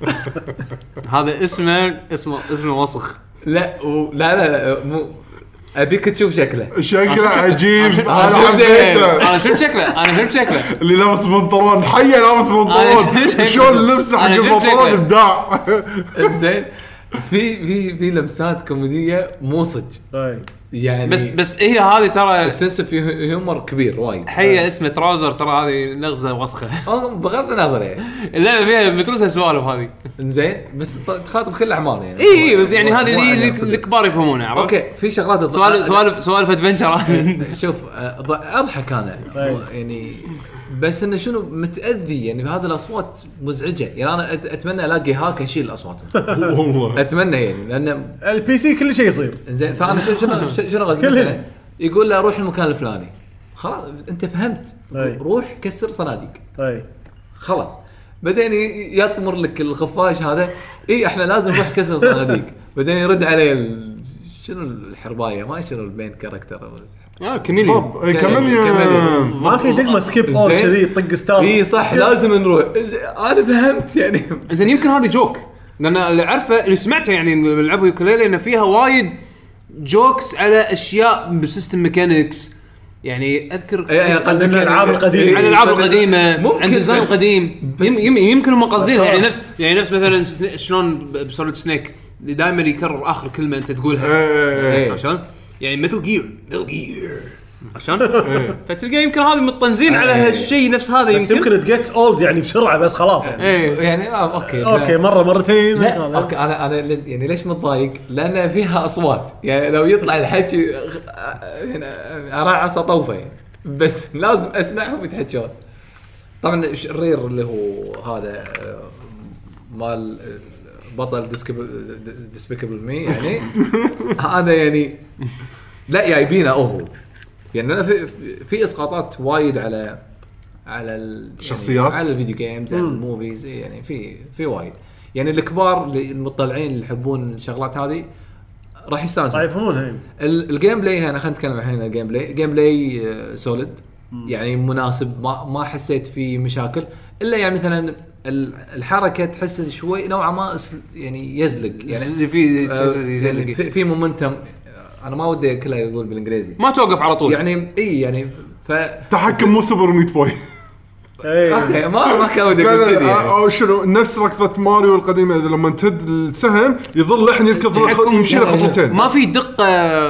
هذا اسمه اسمه اسمه وسخ. لا لا لا مو ابيك تشوف شكله شكله عجيب. شفت- انا أنا شفت- حبيته انا شفت شكله انا شفت شكله اللي لابس بنطلون حي لابس بنطلون أنا شفت- شلون اللبس حق أنا شفت البنطلون شكله. ابداع. زين. في في في لمسات كوميديه مو صج اي يعني. بس بس هي هذه ترى السنس في هيومر كبير وايد. حيه اسمه تراوزر، ترى هذه نغزه وسخه. اه بغض النظر يعني. اللعبه فيها متروسه سوالف هذه. زين بس ت- تخاطب كل الاعمار يعني. اي اي بس يعني مو- هذه مو اللي عادي اللي- أقصد. الكبار يفهمونها، عرفت؟ اوكي في شغلات سوالف سوالف سوالف ادفنشر. شوف آه، ض- اضحك انا أي. يعني. بس انه شنو متاذي يعني بهذه الاصوات مزعجه يعني. انا أت- اتمنى الاقي هاك يشيل اصواتهم. والله اتمنى يعني لان البي سي كل شيء يصير. زين. فانا شنو شنو شنو غزي كل مثلا شيء. يقول له روح المكان الفلاني، خلاص انت فهمت. أي. روح كسر صناديق اي خلاص. بعدين ي- يطمر لك الخفاش هذا اي احنا لازم نروح كسر صناديق. بعدين يرد عليه ال... شنو الحربايه ما شنو المين كاركتر. اه كميليا. طب إيه، كمل- كمان يا كمل. ما في دقمه سكيب اول زين. كذي طق ستار. اي صح لازم نروح. زين، انا فهمت يعني. زين يمكن هذه جوك، لان اللي عارفه اللي سمعته يعني إنه بيلعبوا يوكليلي انه فيها وايد جوكس على اشياء بسيستم ميكانكس. يعني اذكر إيه، أنا قصدي عن الألعاب يعني- القديمة. إيه، عن الالعاب بس- القديمه، ممكن عن ديزاين بس- قديم. بس- يم يم يمكن هم قاصدينها بس- يعني نفس يعني نفس مثلا سن- شلون بسوليد سنيك اللي دائما يكرر اخر كلمه انت تقولها. إيه. عشان يعني ميتال جير ميتال جير عشان فتلقى يمكن هذه متطنزين على هالشيء نفس هذا. بس يمكن يمكن تجيت اولد يعني بسرعه بس خلاص يعني. ايه يعني آه اوكي اوكي مره مرتين لا خلاص. اوكي انا انا ل- يعني ليش متضايق؟ لان فيها اصوات يعني لو يطلع الحكي يعني اراعص طوفه يعني. بس لازم اسمعهم يتحكون. طبعا الشرير اللي هو هذا آه، مال آه، بطل ديسبيكابل مي يعني. هذا يعني لا جايبينه هو يعني. انا في في- في اسقاطات وايد على على ال- شخصيات؟ يعني على الفيديو جيمز على الموفيز يعني. في في وايد يعني الكبار اللي المطلعين اللي يحبون الشغلات هذه راح يستانسوا. راح يفهمونها يعني. ال- الجيم بلاي انا خلينا نتكلم الحين عن الجيم بلاي. الجيم بلاي آه، سوليد يعني مناسب. ما ما حسيت فيه مشاكل الا يعني مثلا ال- الحركه تحس شوي نوعا ما اس- يعني يزلق يعني. في آه، زي يعني في, في مومنتم. انا ما ودي كله يقول بالانجليزي ما توقف على طول يعني. اي يعني ف تحكم مو سوبر ميت بوي. اي اوكي ما ما كان ودي لا اقول لا كذي لا، يعني. او شنو نفس ركضه ماريو القديمه اذا لما تهد السهم يظل لحن يركض التحكم- يمشي له خطوتين. ما في دقه.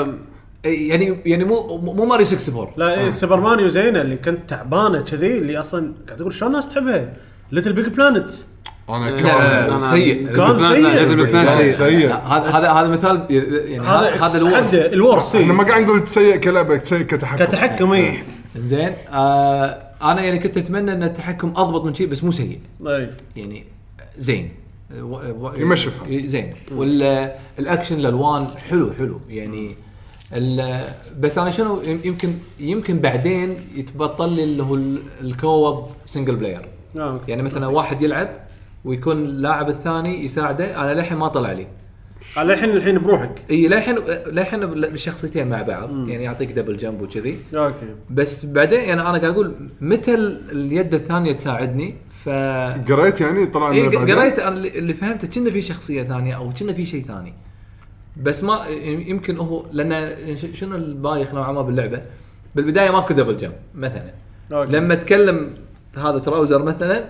يعني يعني مو مو ماريو ستة وستين. لا ايه سوبر ماريو زينه اللي كنت تعبانه كذي اللي اصلا قاعد اقول شلون الناس تحبها. ليتل بيج بلانت انا لا، لا لا كان لا سيء. كان لا، سيء. لازم البلان لا، سيء. سيء. لا، هذا هذا هذا مثال يعني. هذا هذا الورست. حد الورست انا ما إيه. قاعد نقول سيء كلعبه سيء كتحكم. كتحكم اي زين. آه انا يعني كنت اتمنى ان التحكم اضبط من شيء بس مو سيء اي يعني. زين و- و- يمشي. زين. والاكشن الالوان حلو حلو يعني. ال- بس انا شنو يمكن يمكن بعدين يتبطل لي اللي هو ال- الكوب سنجل بلاير آه. يعني. مثلا واحد يلعب ويكون اللاعب الثاني يساعده. انا للحين ما طلع لي على الحين الحين بروحك. اي للحين للحين بالشخصيتين مع بعض يعني. يعطيك دبل جمب وكذي. اوكي بس بعدين يعني انا قاعد اقول متى ال- اليد الثانيه تساعدني. ف قريت يعني طلع إيه لنا بعدين؟ قريت انا اللي اللي فهمته كنا في شخصيه ثانيه او كنا في شيء ثاني. بس ما يمكن هو لان ش- شنو البايخ نوعا ما باللعبه. بالبدايه ماكو دبل جمب مثلا. أوكي. لما تكلم هذا تراوزر مثلا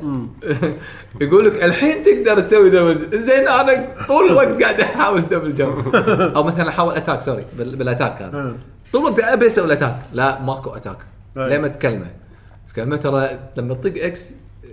يقول لك الحين تقدر تسوي دبل جمب. زين انا طول الوقت قاعد احاول دبل جمب او مثلا احاول اتاك سوري بال- بالاتاك هذا مم. طول الوقت ابي اسوي الاتاك. لا ماكو اتاك أي. لما تكلمه تكلمه ترى لما تطق اكس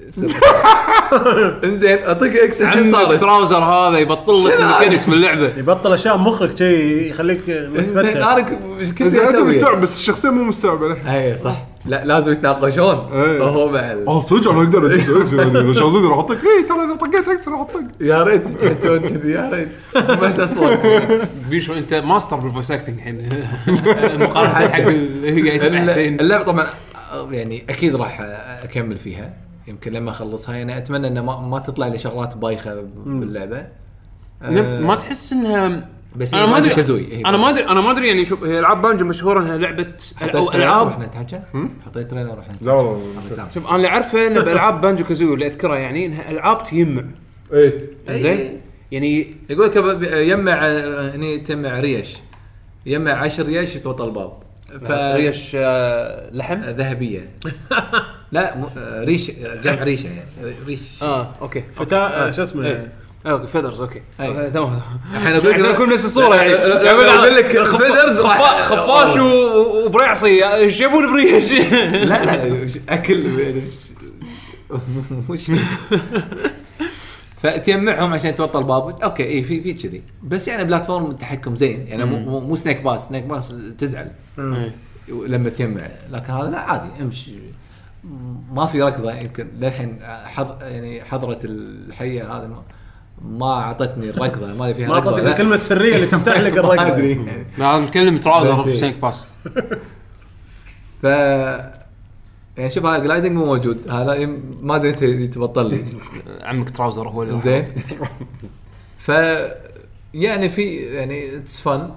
انزين اطق اكس الحين عندك صارت. تراوزر هذا يبطل لك شنو الميكانيكس باللعبه. يبطل اشياء مخك شيء يخليك زين متفتح. انا ك- ايش كنت زين انت اسوي؟ مستوعب بس الشخصيه مو مستوعبه له. اي صح. لا لازم يتناقشون إيه. هو مع ال- اه صدق انا اقدر ادش شخصيه راح اطق اي ترى اذا طقيت اكسر راح اطق. يا ريت تحجون كذي يا ريت بس اصوات. بيشو انت ماستر بالفويس اكتنج الحين. مقارنه حق اللي قاعد يسمع حسين. اللعبه طبعا يعني اكيد راح اكمل فيها يمكن لما اخلصها يعني. اتمنى انه ما, ما تطلع لي شغلات بايخه باللعبه. نب- ما تحس انها بس انا هي ما ادري بانجو-كازوي. هي انا ما ادري انا ما ادري يعني شوف هي العاب بانجو مشهوره انها لعبه حطيت او تريلر العاب. رحنا نتحكى. حطيت تريلر رحنا لا والله شوف انا اللي اعرفه ان بالعاب بانجو كازوي اللي اذكرها يعني انها العاب تجمع اي زين يعني يقول لك ب- يجمع هني تجمع ريش يجمع عشر ريش يتوطى الباب. ف ريش آه لحم ذهبيه لا م... آه ريش جمع ريشه يعني ريش اه اوكي فتاة شو اسمه ايه. اوكي فيدرز اوكي أي. تمام الحين عشان نكون نفس الصوره يعني اقول لك فيدرز خفاش وبريعصي ايش يبون بريش لا لا اكل مش فتجمعهم عشان توطى الباب. اوكي اي في في كذي بس يعني بلاتفورم التحكم زين يعني مو مو سنيك باس سنيك باس تزعل لما تجمع لكن هذا لا عادي امشي ما في ركضه. يمكن للحين حض يعني حضره الحيه هذا ما ما اعطتني الركضه ما فيها ما اعطتك الكلمه السريه اللي تفتح لك الركضه. لا نتكلم تراوزر في سنيك باس ف يعني شوف هذا جلايدنج مو موجود هذا ما ادري تبطل لي عمك تراوزر هو اللي زين. ف يعني في يعني اتس فن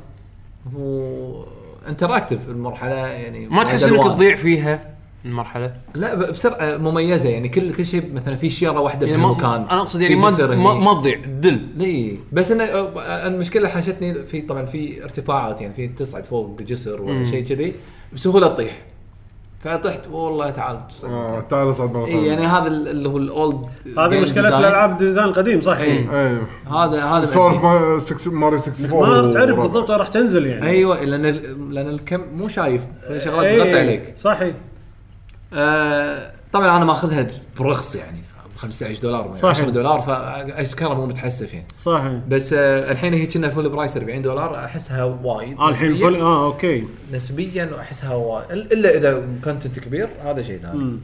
وانتراكتيف المرحله يعني ما تحس انك تضيع فيها المرحله لا بسرعه مميزه يعني كل كل شيء مثلا في شيره واحده يعني بمكان انا اقصد يعني ما ما تضيع دل لي بس انه المشكله حاشتني في طبعا في ارتفاعات يعني في تصعد فوق جسر ولا شيء كذي بسهوله تطيح فطحت والله تعال اه تعال صعد مره ثانيه يعني هذا اللي هو الاولد هذه مشكله الالعاب الديزاين القديم صح. ايوه هذا هذا سولف ما ستة ماريو أربعة وستين ما تعرف بالضبط راح تنزل يعني. ايوه لان لان الكم مو شايف في شغلات تغطي عليك صحيح. آه طبعا انا ماخذها برخص يعني خمسة عشر دولار عشرة دولار فاشكره مو متحسف يعني صحيح. بس آه الحين هي كنا الفول برايس أربعين دولار احسها وايد آه الحين فل اه اوكي نسبيا واحسها وايد الا اذا كونتنت كبير هذا شيء ثاني.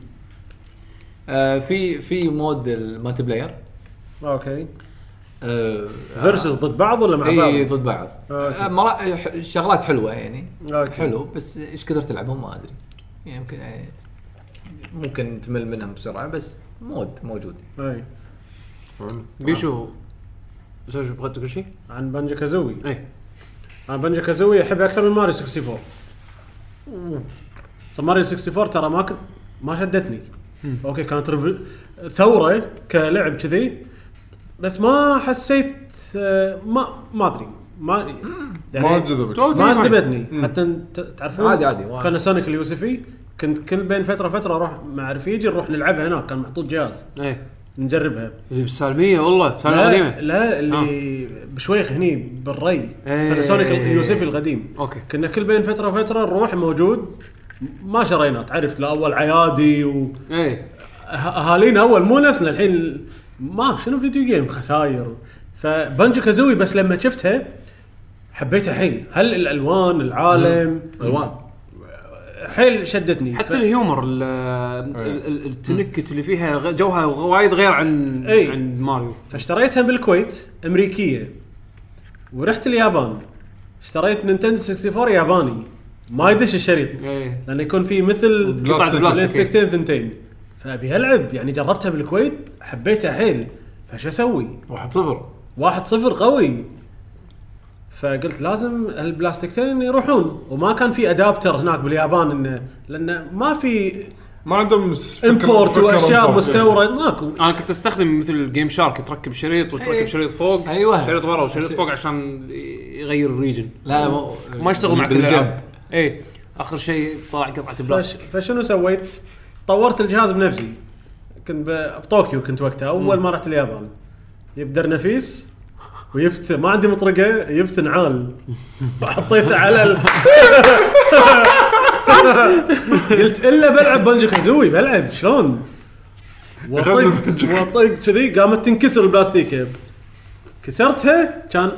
آه في في مود المالتي بلاير اوكي آه فيرسز ضد بعض ولا مع بعض؟ اي ضد بعض. آه مرا شغلات حلوه يعني أوكي. حلو بس ايش كثر تلعبهم ما ادري يعني يمكن يعني ممكن تمل منهم بسرعه بس مود موجود. اي بيشو شو بغيت تقول شيء عن بانجو كازوي؟ اي انا بانجو كازوي احب اكثر من ماريو أربعة وستين. صار ماريو أربعة وستين ترى ما كنت ما شدتني. اوكي كانت ريف... ثوره كلعب كذي بس ما حسيت ما ما ادري ما يعني ما جذبك ما جذبتني حتى تعرفون عادي عادي كان سونيك اليوسفي كنت كل بين فتره فتره اروح مع رفيجي نروح نلعبها هناك كان محطوط جهاز ايه نجربها اللي بالسالميه والله سالمه قديمه لا اللي آه. بشويخ هني بالري ايه كان سونيك اليوسفي القديم. اوكي كنا كل بين فتره فتره نروح موجود ما شرينا تعرف لاول عيادي و ايه اهالينا اول مو نفسنا الحين ما شنو فيديو جيم خساير. فبانجو كازوي بس لما شفتها حبيتها حيل هل الالوان العالم الوان حيل شدتني حتى ف... الهيومر التنكت اللي فيها جوها وايد غير عن أي. عن ماريو. فاشتريتها بالكويت امريكيه ورحت اليابان اشتريت نينتندو ستة وستين ياباني ما يدش الشريط أي. لانه يكون فيه مثل قطعه بلاستيكتين ثنتين فابي العب يعني جربتها بالكويت حبيتها حيل فش اسوي واحد صفر واحد صفر قوي فقلت لازم البلاستيكتين يروحون وما كان في ادابتر هناك باليابان انه لانه ما في ما عندهم امبورت واشياء مستورد ماكو. انا كنت استخدم مثل جيم شارك تركب شريط وتركب أيه. شريط فوق أيوة. شريط برا وشريط فوق عشان يغير الريجن لا مو ما يشتغل مع الجنب. اي اخر شيء طلع قطعه بلاستيك. فشنو سويت طورت الجهاز بنفسي كنت بطوكيو كنت وقتها اول ما رحت اليابان يبدر نفيس ويبت ما عندي مطرقه يبت نعال حطيته على ال... قلت الا بلعب بانجو كازوي بلعب شلون وطق وطق كذي قامت تنكسر البلاستيكه كسرتها كان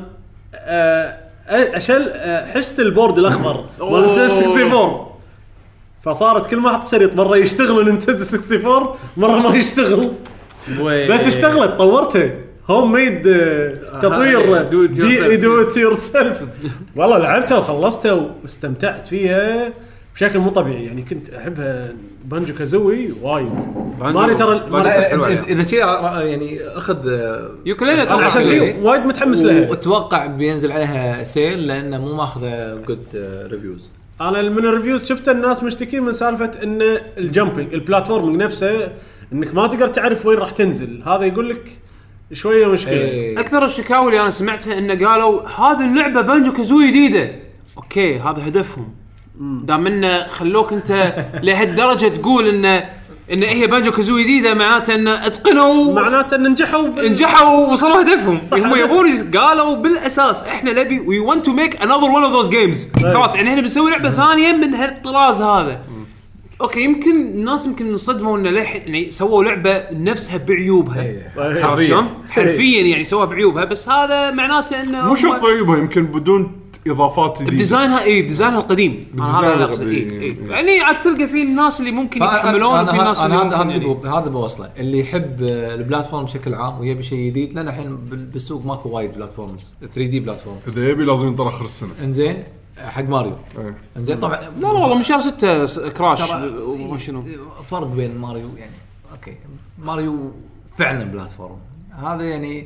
اشل حشت البورد الاخضر مال نينتندو ستة وستين فصارت كل ما احط شريط مره يشتغل نينتندو ستة وستين مره ما يشتغل بس اشتغلت طورته هوم ميد تطوير دي دو ات يور سيلف. والله لعبتها وخلصتها واستمتعت فيها بشكل مو طبيعي يعني كنت احبها بانجو كازوي وايد. ماري ترى اذا شيء يعني اخذ يوكليله عشان شيء وايد متحمس لها واتوقع بينزل عليها سيل لانه مو ماخذه جود ريفيوز. انا من الريفيوز شفت الناس مشتكين من سالفه ان الجامبينج البلاتفورمينج نفسه انك ما تقدر تعرف وين راح تنزل هذا يقول لك شويه مشكله. ايه. اكثر الشكاوي اللي انا سمعتها انه قالوا هذه اللعبه بانجو كازوي جديده اوكي هذا هدفهم دام انه خلوك انت لهالدرجه تقول انه ان هي بانجو كازوي جديده معناته ان اتقنوا معناته ان نجحوا بال... نجحوا ووصلوا هدفهم هم هدف. يبون قالوا بالاساس احنا نبي وي ونت تو ميك انذر ون اوف ذوز جيمز خلاص يعني احنا بنسوي لعبه ثانيه من هالطراز هذا اوكي يمكن الناس يمكن انصدموا ان ليه يعني سووا لعبه نفسها بعيوبها عرفت شلون حرفيا يعني سووها بعيوبها بس هذا معناته انه مو شرط عيوبها يمكن بدون اضافات جديده بديزاينها اي بديزاينها القديم هذا اللي اقصد اي يعني عاد تلقى فيه الناس اللي ممكن يتحملون وفي الناس اللي هذا يعني هذا بوصله اللي يحب البلاتفورم بشكل عام ويبي شيء جديد لان الحين بالسوق ماكو وايد بلاتفورمز ثري دي بلاتفورم اذا يبي لازم ينطر اخر السنه انزين حق ماريو أيه. انزين طبعا لا لا والله من شهر ستة كراش وما شنو فرق بين ماريو يعني اوكي ماريو فعلا بلاتفورم هذا يعني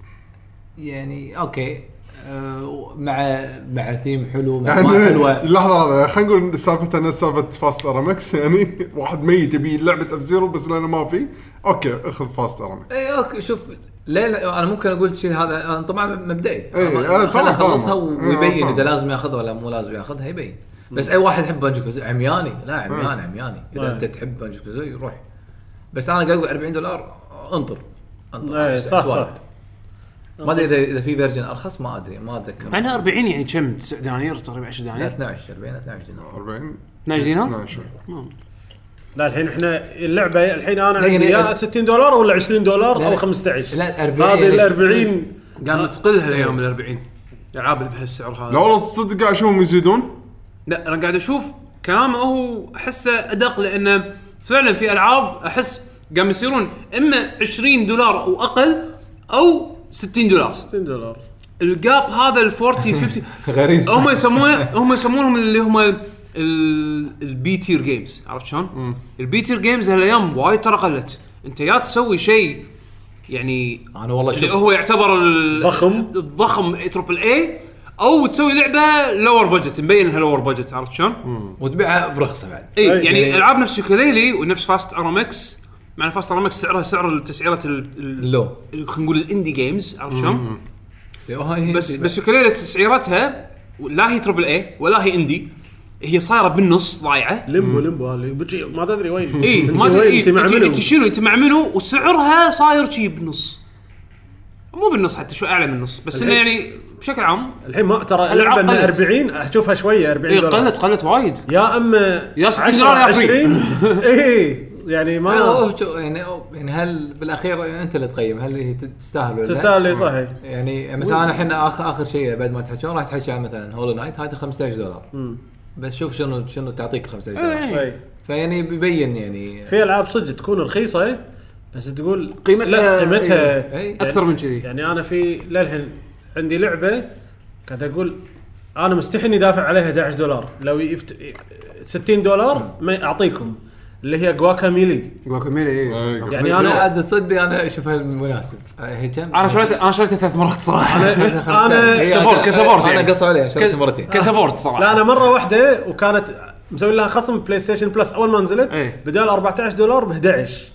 يعني اوكي أه مع مع ثيم حلو مع يعني حلوه لحظه هذا خلينا نقول سالفه انا سالفه فاست ارامكس يعني واحد ميت يبي لعبه اف زيرو بس لانه ما في اوكي اخذ فاست ارامكس اي اوكي شوف ليه انا ممكن اقول شيء هذا انا طبعا مبدئي ايه خلينا نخلصها فاهمة. ويبين ايه اذا لازم ياخذها ولا مو لازم ياخذها يبين بس اي واحد يحب بانجو كازوي عمياني لا عمياني عمياني اذا انت تحب بانجو كازوي روح بس انا قاعد اقول أربعين دولار انطر ايه صح صح ما ادري اذا اذا في فيرجن ارخص ما ادري ما اتذكر انا أربعين يعني كم تسعة دنانير تقريبا عشرة لا دنانير اثناشر أربعين اثناشر دينار أربعين اثناشر دينار اثناشر لا الحين احنا اللعبه الحين انا لا، عندي يعني يا ستين دولار ولا عشرين دولار لا، او لا. خمسة عشر لا أربعين هذه ال أربعين قام تقلها الايام ال أربعين الالعاب اللي بهالسعر لا هذا والله تصدق قاعد اشوفهم يزيدون لا انا قاعد اشوف كلامه هو احسه ادق لانه فعلا في العاب احس قام يصيرون اما عشرين دولار او اقل او ستين دولار ستين دولار الجاب هذا ال أربعين خمسين غريب هم يسمونه هم يسمونهم اللي هم البي تير جيمز عرفت شلون البي تير جيمز هالايام وايد ترى قلت انت يا تسوي شيء يعني انا والله اللي شوف هو يعتبر ضخم. الضخم تربل اي او تسوي لعبه لور بادجت مبين انها لور بادجت عرفت شلون وتبيعها برخصه بعد اي أي. يعني العاب نفس شوكوليلي ونفس فاست ارامكس مع فاست ارامكس سعرها سعر تسعيره اللو خلينا نقول الاندي جيمز عرفت شلون هاي بس بس شوكوليلي تسعيرتها لا هي تربل اي ولا هي اندي هي صايره بالنص ضايعه لمبو لمبو اللي بتجي ما تدري وين اي انت ما وين؟ تدري انت مع منو انت شنو انت مع منو وسعرها صاير شي بالنص مو بالنص حتى شو اعلى من النص بس انه يعني بشكل عام الحين ما ترى الألعاب اللعبه انها قلت. أربعين اشوفها شويه أربعين اي دولار قلت قلت وايد يا اما يا ستين عشرة دولار يا فري. عشرين اي يعني ما ما يعني يعني هل بالاخير انت اللي تقيم هل هي تستاهل ولا لا؟ تستاهل لي صحيح يعني مثلا احنا اخر اخر شيء بعد ما تحكون راح تحكي عن مثلا هولو نايت هذا خمسة عشر دولار بس شوف شنو شنو تعطيك خمسة عشر دولار إيه. اي فيعني بيبين يعني في العاب صدق تكون رخيصه بس تقول قيمتها- لا قيمتها إيه. اكثر من كذي يعني انا في للحين عندي لعبه قاعد اقول انا مستحي اني دافع عليها أحد عشر دولار لو يفت... ستين دولار ما اعطيكم اللي هي جواكاميلي جواكاميلي اي أي. يعني انا انا عاد تصدق انا اشوفها المناسب هي كم انا شريت انا شريتها ثلاث مرات صراحه أنا سبورت كسبورت انا يعني. قصوا عليها شريتها مرتين كسبورت صراحه لا انا مره واحده وكانت مسوي لها خصم بلاي ستيشن بلس اول ما نزلت إيه. بدال أربعة عشر دولار ب أحد عشر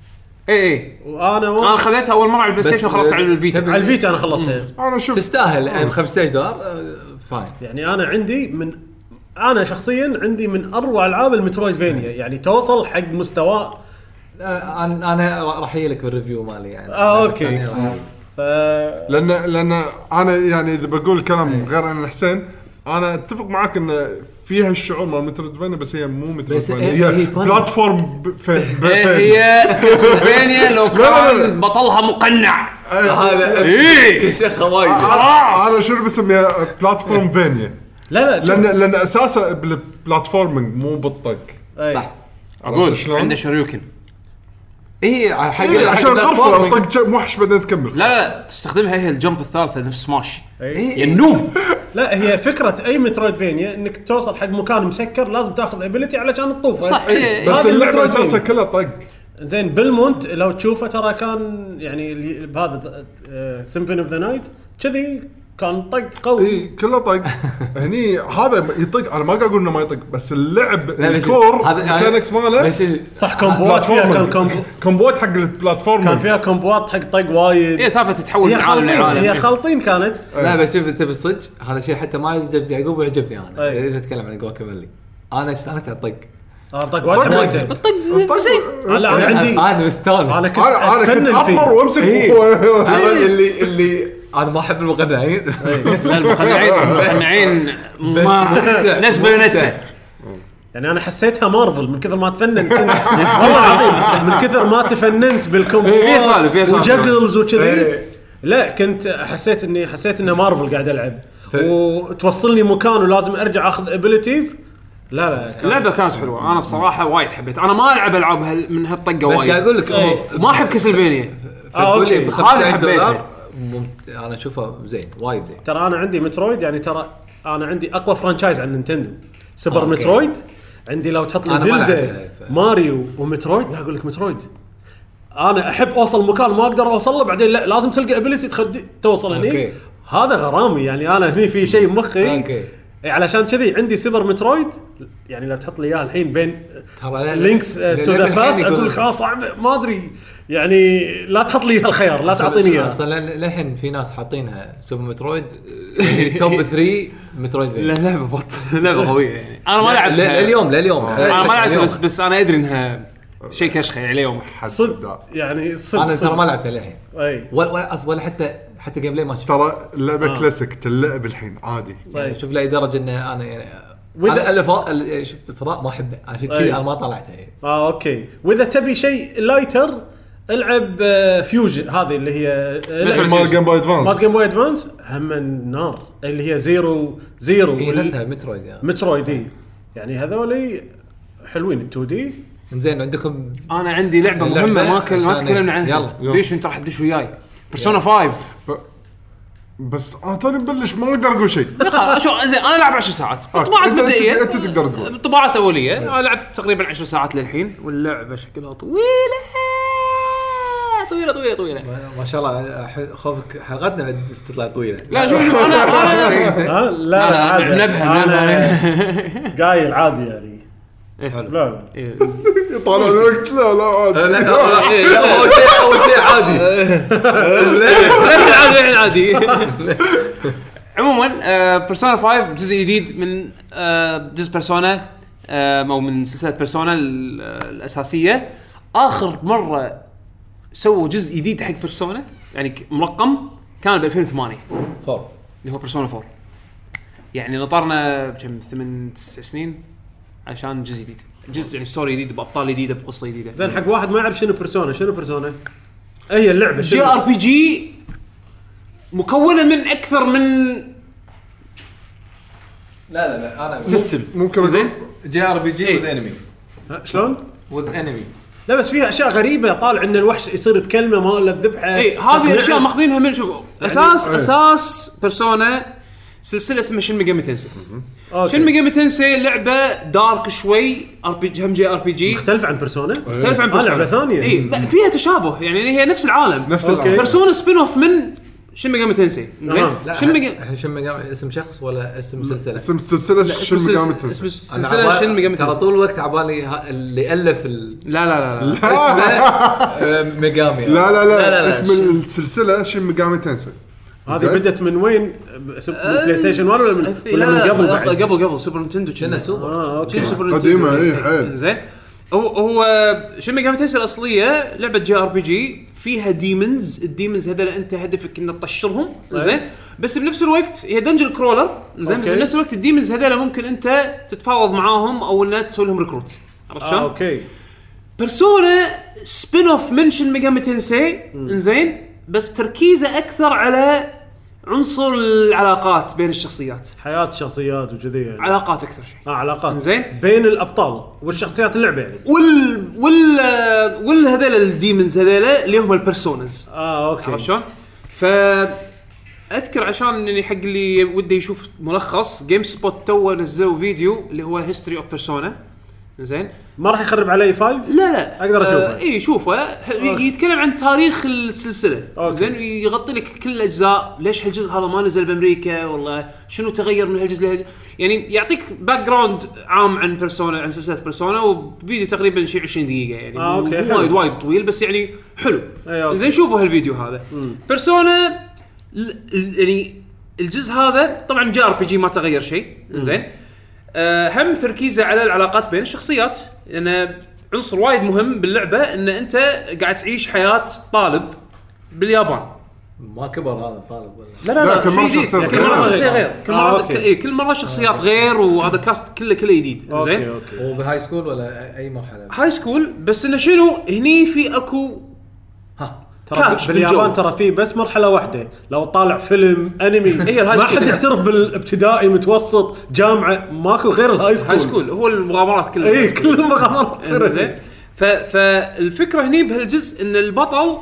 اي اي وانا انا و... خذيتها اول مره على البلاي بس- ستيشن وخلصت على الفيتا تبي- على الفيتا انا خلصتها انا شوف تستاهل ب خمسة عشر دولار آه، فاين يعني انا عندي من انا شخصيا عندي من اروع العاب المترويدفينيا يعني توصل حق مستوى آه، انا انا راح اجي لك بالريفيو مالي يعني اه اوكي ف لان لان انا يعني اذا بقول كلام غير عن حسين انا اتفق معاك ان فيها الشعور مال مترويدفينيا بس هي مو مترويدفينيا هي- هي, هي فن. بلاتفورم ب- ف- ب- هي كاسلفينيا لو لا، لا، لا. كان بطلها مقنع هذا إيه. كشخه وايد انا شنو بسميها بلاتفورم فينيا لا لا لان لان اساسا بالبلاتفورمينج مو بالطق أي. صح اقول شلون؟ عنده شريوكن اي حق إيه، عشان platforming. غرفه طق كم وحش بعدين تكمل لا لا تستخدمها هي الجمب الثالثه نفس سماش إيه. يا النوم لا هي فكره اي مترويدفينيا انك توصل حق مكان مسكر لازم تاخذ ابيلتي علشان تطوفه صح إيه. بس هذا اللعبه المترويدفينيا. اساسا كلها طق زين بالمونت لو تشوفه ترى كان يعني اللي- بهذا سيمفوني اوف ذا نايت كذي كان طق قوي. اي كله طق. هني هذا يطق، انا ما قاعد اقول انه ما يطق، بس اللعب لا، بس الكور هذا- الميكانكس ماله بس صح كومبوات فيها كان كومبو كومبوات حق البلاتفورم كان فيها كومبوات حق طق وايد. هي سالفه تتحول هي من عالم خلطين لعالم. هي خلطين كانت. لا بس شوف انت بالصدق هذا شيء حتى ما عجب يعقوب وعجبني انا أي. اذا نتكلم عن جواكاميلي انا استانست على الطق اه طق وايد حبيته. طق زين. لا انا عندي انا مستانس انا كنت انا انا كنت أتفنن احمر فيه. وامسك انا اللي اللي انا ما احب المقنعين بس المقنعين المقنعين ما ناس بيونتا. يعني انا حسيتها مارفل من كثر ما تفنن كنت والله العظيم من كثر ما تفننت في بالكومبوات سالفة- في سالفة. وجاجلز وكذي. إيه. لا كنت حسيت اني حسيت انه مارفل قاعد العب وتوصلني مكان ولازم ارجع اخذ ابيليتيز. لا لا كان- اللعبه كانت حلوه، انا الصراحه وايد حبيت. انا ما العب العاب هال- من هالطقه بس وايد. قاعد اقول لك إيه. ما احب كاسلفينيا. آه، فتقول لي أوكي. ب هذا خمسة حبيته. دولار ممت... انا اشوفه زين وايد زين. ترى انا عندي مترويد، يعني ترى انا عندي اقوى فرانشايز على نينتندو سوبر آه، أوكي. مترويد. عندي لو تحط لي أنا ما زلدة لعبتها، ف- ماريو ومترويد، لا اقول لك مترويد. انا احب اوصل مكان ما اقدر اوصل له، بعدين لا لازم تلقى ابيليتي تخدي توصل هني. أوكي. هذا غرامي يعني، انا هني في شيء مخي. أوكي. إيه علشان كذي عندي سوبر مترويد. يعني لو تحط لي اياه الحين بين ترى لا- لينكس تو لا- ذا لا- باست الحين اقول لك يقول- اه صعب ما ادري يعني. لا تحط لي الخيار، لا تعطيني اياه. اصلا للحين في ناس حاطينها سوبر مترويد يعني توب ثلاثة مترويد لا لعبه بط لعبه قويه يعني. انا ما لعبتها لليوم لليوم انا ما لعبتها بس بس انا ادري انها شيء كشخه يعني اليوم. صدق يعني صدق انا ترى صدق. ما لعبتها للحين اي ولا ولا, ولا حتى حتى جيم بلاي ما شفت. ترى اللعبه آه. كلاسيك تلعب الحين عادي. يعني شوف لاي درجه ان انا يعني وإذا- انا الفضاء ال- شوف الفضاء ما احبه عشان كذي أي. انا ما طلعتها يعني. اه اوكي. واذا تبي شيء لايتر العب آه، فيوجن هذه اللي هي آه، لا، مثل مال جيم بوي مال ادفانس. جيم بوي ادفانس هم النار اللي هي زيرو زيرو هي وال- نفسها مترويد يعني. مترويد. يعني هذول حلوين ال تو دي. زين عندكم انا عندي لعبه اللعبة مهمه ما كل ما عشان- تكلمنا عنها. يلا. يلا. ليش انت راح تدش وياي بيرسونا خمسة؟ بس انا توني مبلش ما اقدر اقول شيء. يا خلاص شو زين انا لعب عشر ساعات آه، طباعات أنت- أنت- بدائيه أنت تقدر تقول. طباعات اوليه. انا لعبت تقريبا عشر ساعات للحين واللعبه شكلها طويله طويله طويله طويله. ما شاء الله ح- خوفك حلقتنا بعد تطلع طويله. لا شوف شوف انا انا ها لا لا، عادي. نبهة، انا قايل عادي يعني. حلو. لا لا إيه. يطالع الوقت لا لا عادي. لا لا اول شيء اول شيء عادي. الحين عادي الحين عادي. عموما بيرسونا خمسة جزء جديد من آه، جزء بيرسونا او من سلسله بيرسونا ال- الاساسيه. اخر مره سووا جزء جديد حق بيرسونا يعني ك- مرقم كان ب ألفين وثمانية فور اللي هو بيرسونا أربعة. يعني نطرنا كم ثمان تسع سنين عشان جزء جديد، جزء يعني ستوري جديد بابطال جديده بقصه جديده. زين حق واحد ما يعرف شنو بيرسونا، شنو بيرسونا؟ هي اللعبه جي شنو؟ ار بي جي مكونه من اكثر من لا لا لا انا سيستم. ممكن أقول- زين جي ار بي جي وذ انمي ها، شلون؟ وذ انمي. لا بس فيها اشياء غريبه. طالع ان الوحش يصير يتكلمه ما ولا الذبحه. اي هذه اشياء ماخذينها من شوف اساس إيه. اساس بيرسونا سلسله اسمها شين ميجامي تنسي. أوكي. شين ميجامي تنسي لعبه دارك شوي ار بي جي، هم جي ار بي جي مختلف عن بيرسونا. مختلف عن آه، بيرسونا. لعبة ثانية. اي فيها تشابه يعني هي نفس العالم نفس أوكي. العالم. بيرسونا سبين اوف من شين ميجامي تنسي. زين آه. لا شين ميجامي الحين شن ميجامي اسم شخص ولا اسم سلسله؟ اسم السلسله شن اسم ميجامي السلسله تنسي. اسم أنا السلسله عبالي- شين ميجامي ترى تنسي. طول الوقت عبالي ها- اللي الف ال- لا لا لا لا اسمه آه، ميجامي. لا لا لا، لا، لا لا، اسم شن- السلسله شن ميجامي تنسي. هذه زين. بدت من وين؟ بس- بلاي ستيشن واحد ولا من, لا، ولا لا، من قبل لا، بعد؟ قبل قبل سوبر نينتندو شنو سوبر؟ اه اوكي. سوبر قديمة، نينتندو. إيه، حيل. زين هو هو شين ميجامي تنسي الاصليه لعبه جي ار بي جي فيها ديمونز. الديمونز هذول انت هدفك انك تطشرهم. زين بس بنفس الوقت هي دنجن كرولر. زين بس أوكي. بنفس الوقت الديمونز هذول ممكن انت تتفاوض معاهم او انك تسوي لهم ريكروت. عرفت اه شلون؟ اوكي. بيرسونا سبين اوف من شين ميجامي تنسي. زين بس تركيزه اكثر على عنصر العلاقات بين الشخصيات. حياه شخصيات وكذي يعني. علاقات اكثر شيء. اه علاقات زين. بين الابطال والشخصيات اللعبه يعني. وال وال وال هذول الديمونز هذول اللي هم البيرسونز. اه اوكي. عرفت شلون؟ ف اذكر عشان يعني حق اللي وده يشوف ملخص جيم سبوت تو نزلوا فيديو اللي هو هيستوري اوف بيرسونا. زين ما راح يخرب علي فايف. لا لا أقدر أشوفه. آه اي شوفه يتكلم عن تاريخ السلسله أوكي. زين يغطي لك كل الاجزاء ليش هالجزء هذا ما نزل بامريكا والله شنو تغير من هالجزء لهالجزء يعني يعطيك باك جراوند عام عن بيرسونا عن سلسله بيرسونا وفيديو تقريبا شيء عشرين دقيقه يعني آه، أوكي، مو حلو. وايد وايد طويل بس يعني حلو أي، أوكي. زين شوفوا هالفيديو هذا بيرسونا ال- ال- يعني الجزء هذا طبعا جي ار بي جي ما تغير شيء زين أه هم تركيزه على العلاقات بين الشخصيات لأن عنصر وايد مهم باللعبة ان انت قاعد تعيش حياة طالب باليابان. ما كبر هذا الطالب ولا لا لا لا، لا كل مرة شيء جديد شخصيات كل مرة غير. شخصية غير كل آه، مرة أوكي. ك- إيه كل مرة شخصيات غير وهذا كاست كله كله جديد زين اوكي اوكي. هو بهاي سكول ولا اي مرحله؟ هاي سكول بس انه شنو هني في اكو ها ترى كاتش باليابان بالجو. ترى في بس مرحله واحده لو طالع فيلم انمي هي الهاي ما سكول. حد يحترف بالابتدائي متوسط جامعه ماكو غير الهاي سكول. هاي سكول هو المغامرات كلها اي هاي سكول. كل المغامرات تصير زين ف فالفكرة هني بهالجزء ان البطل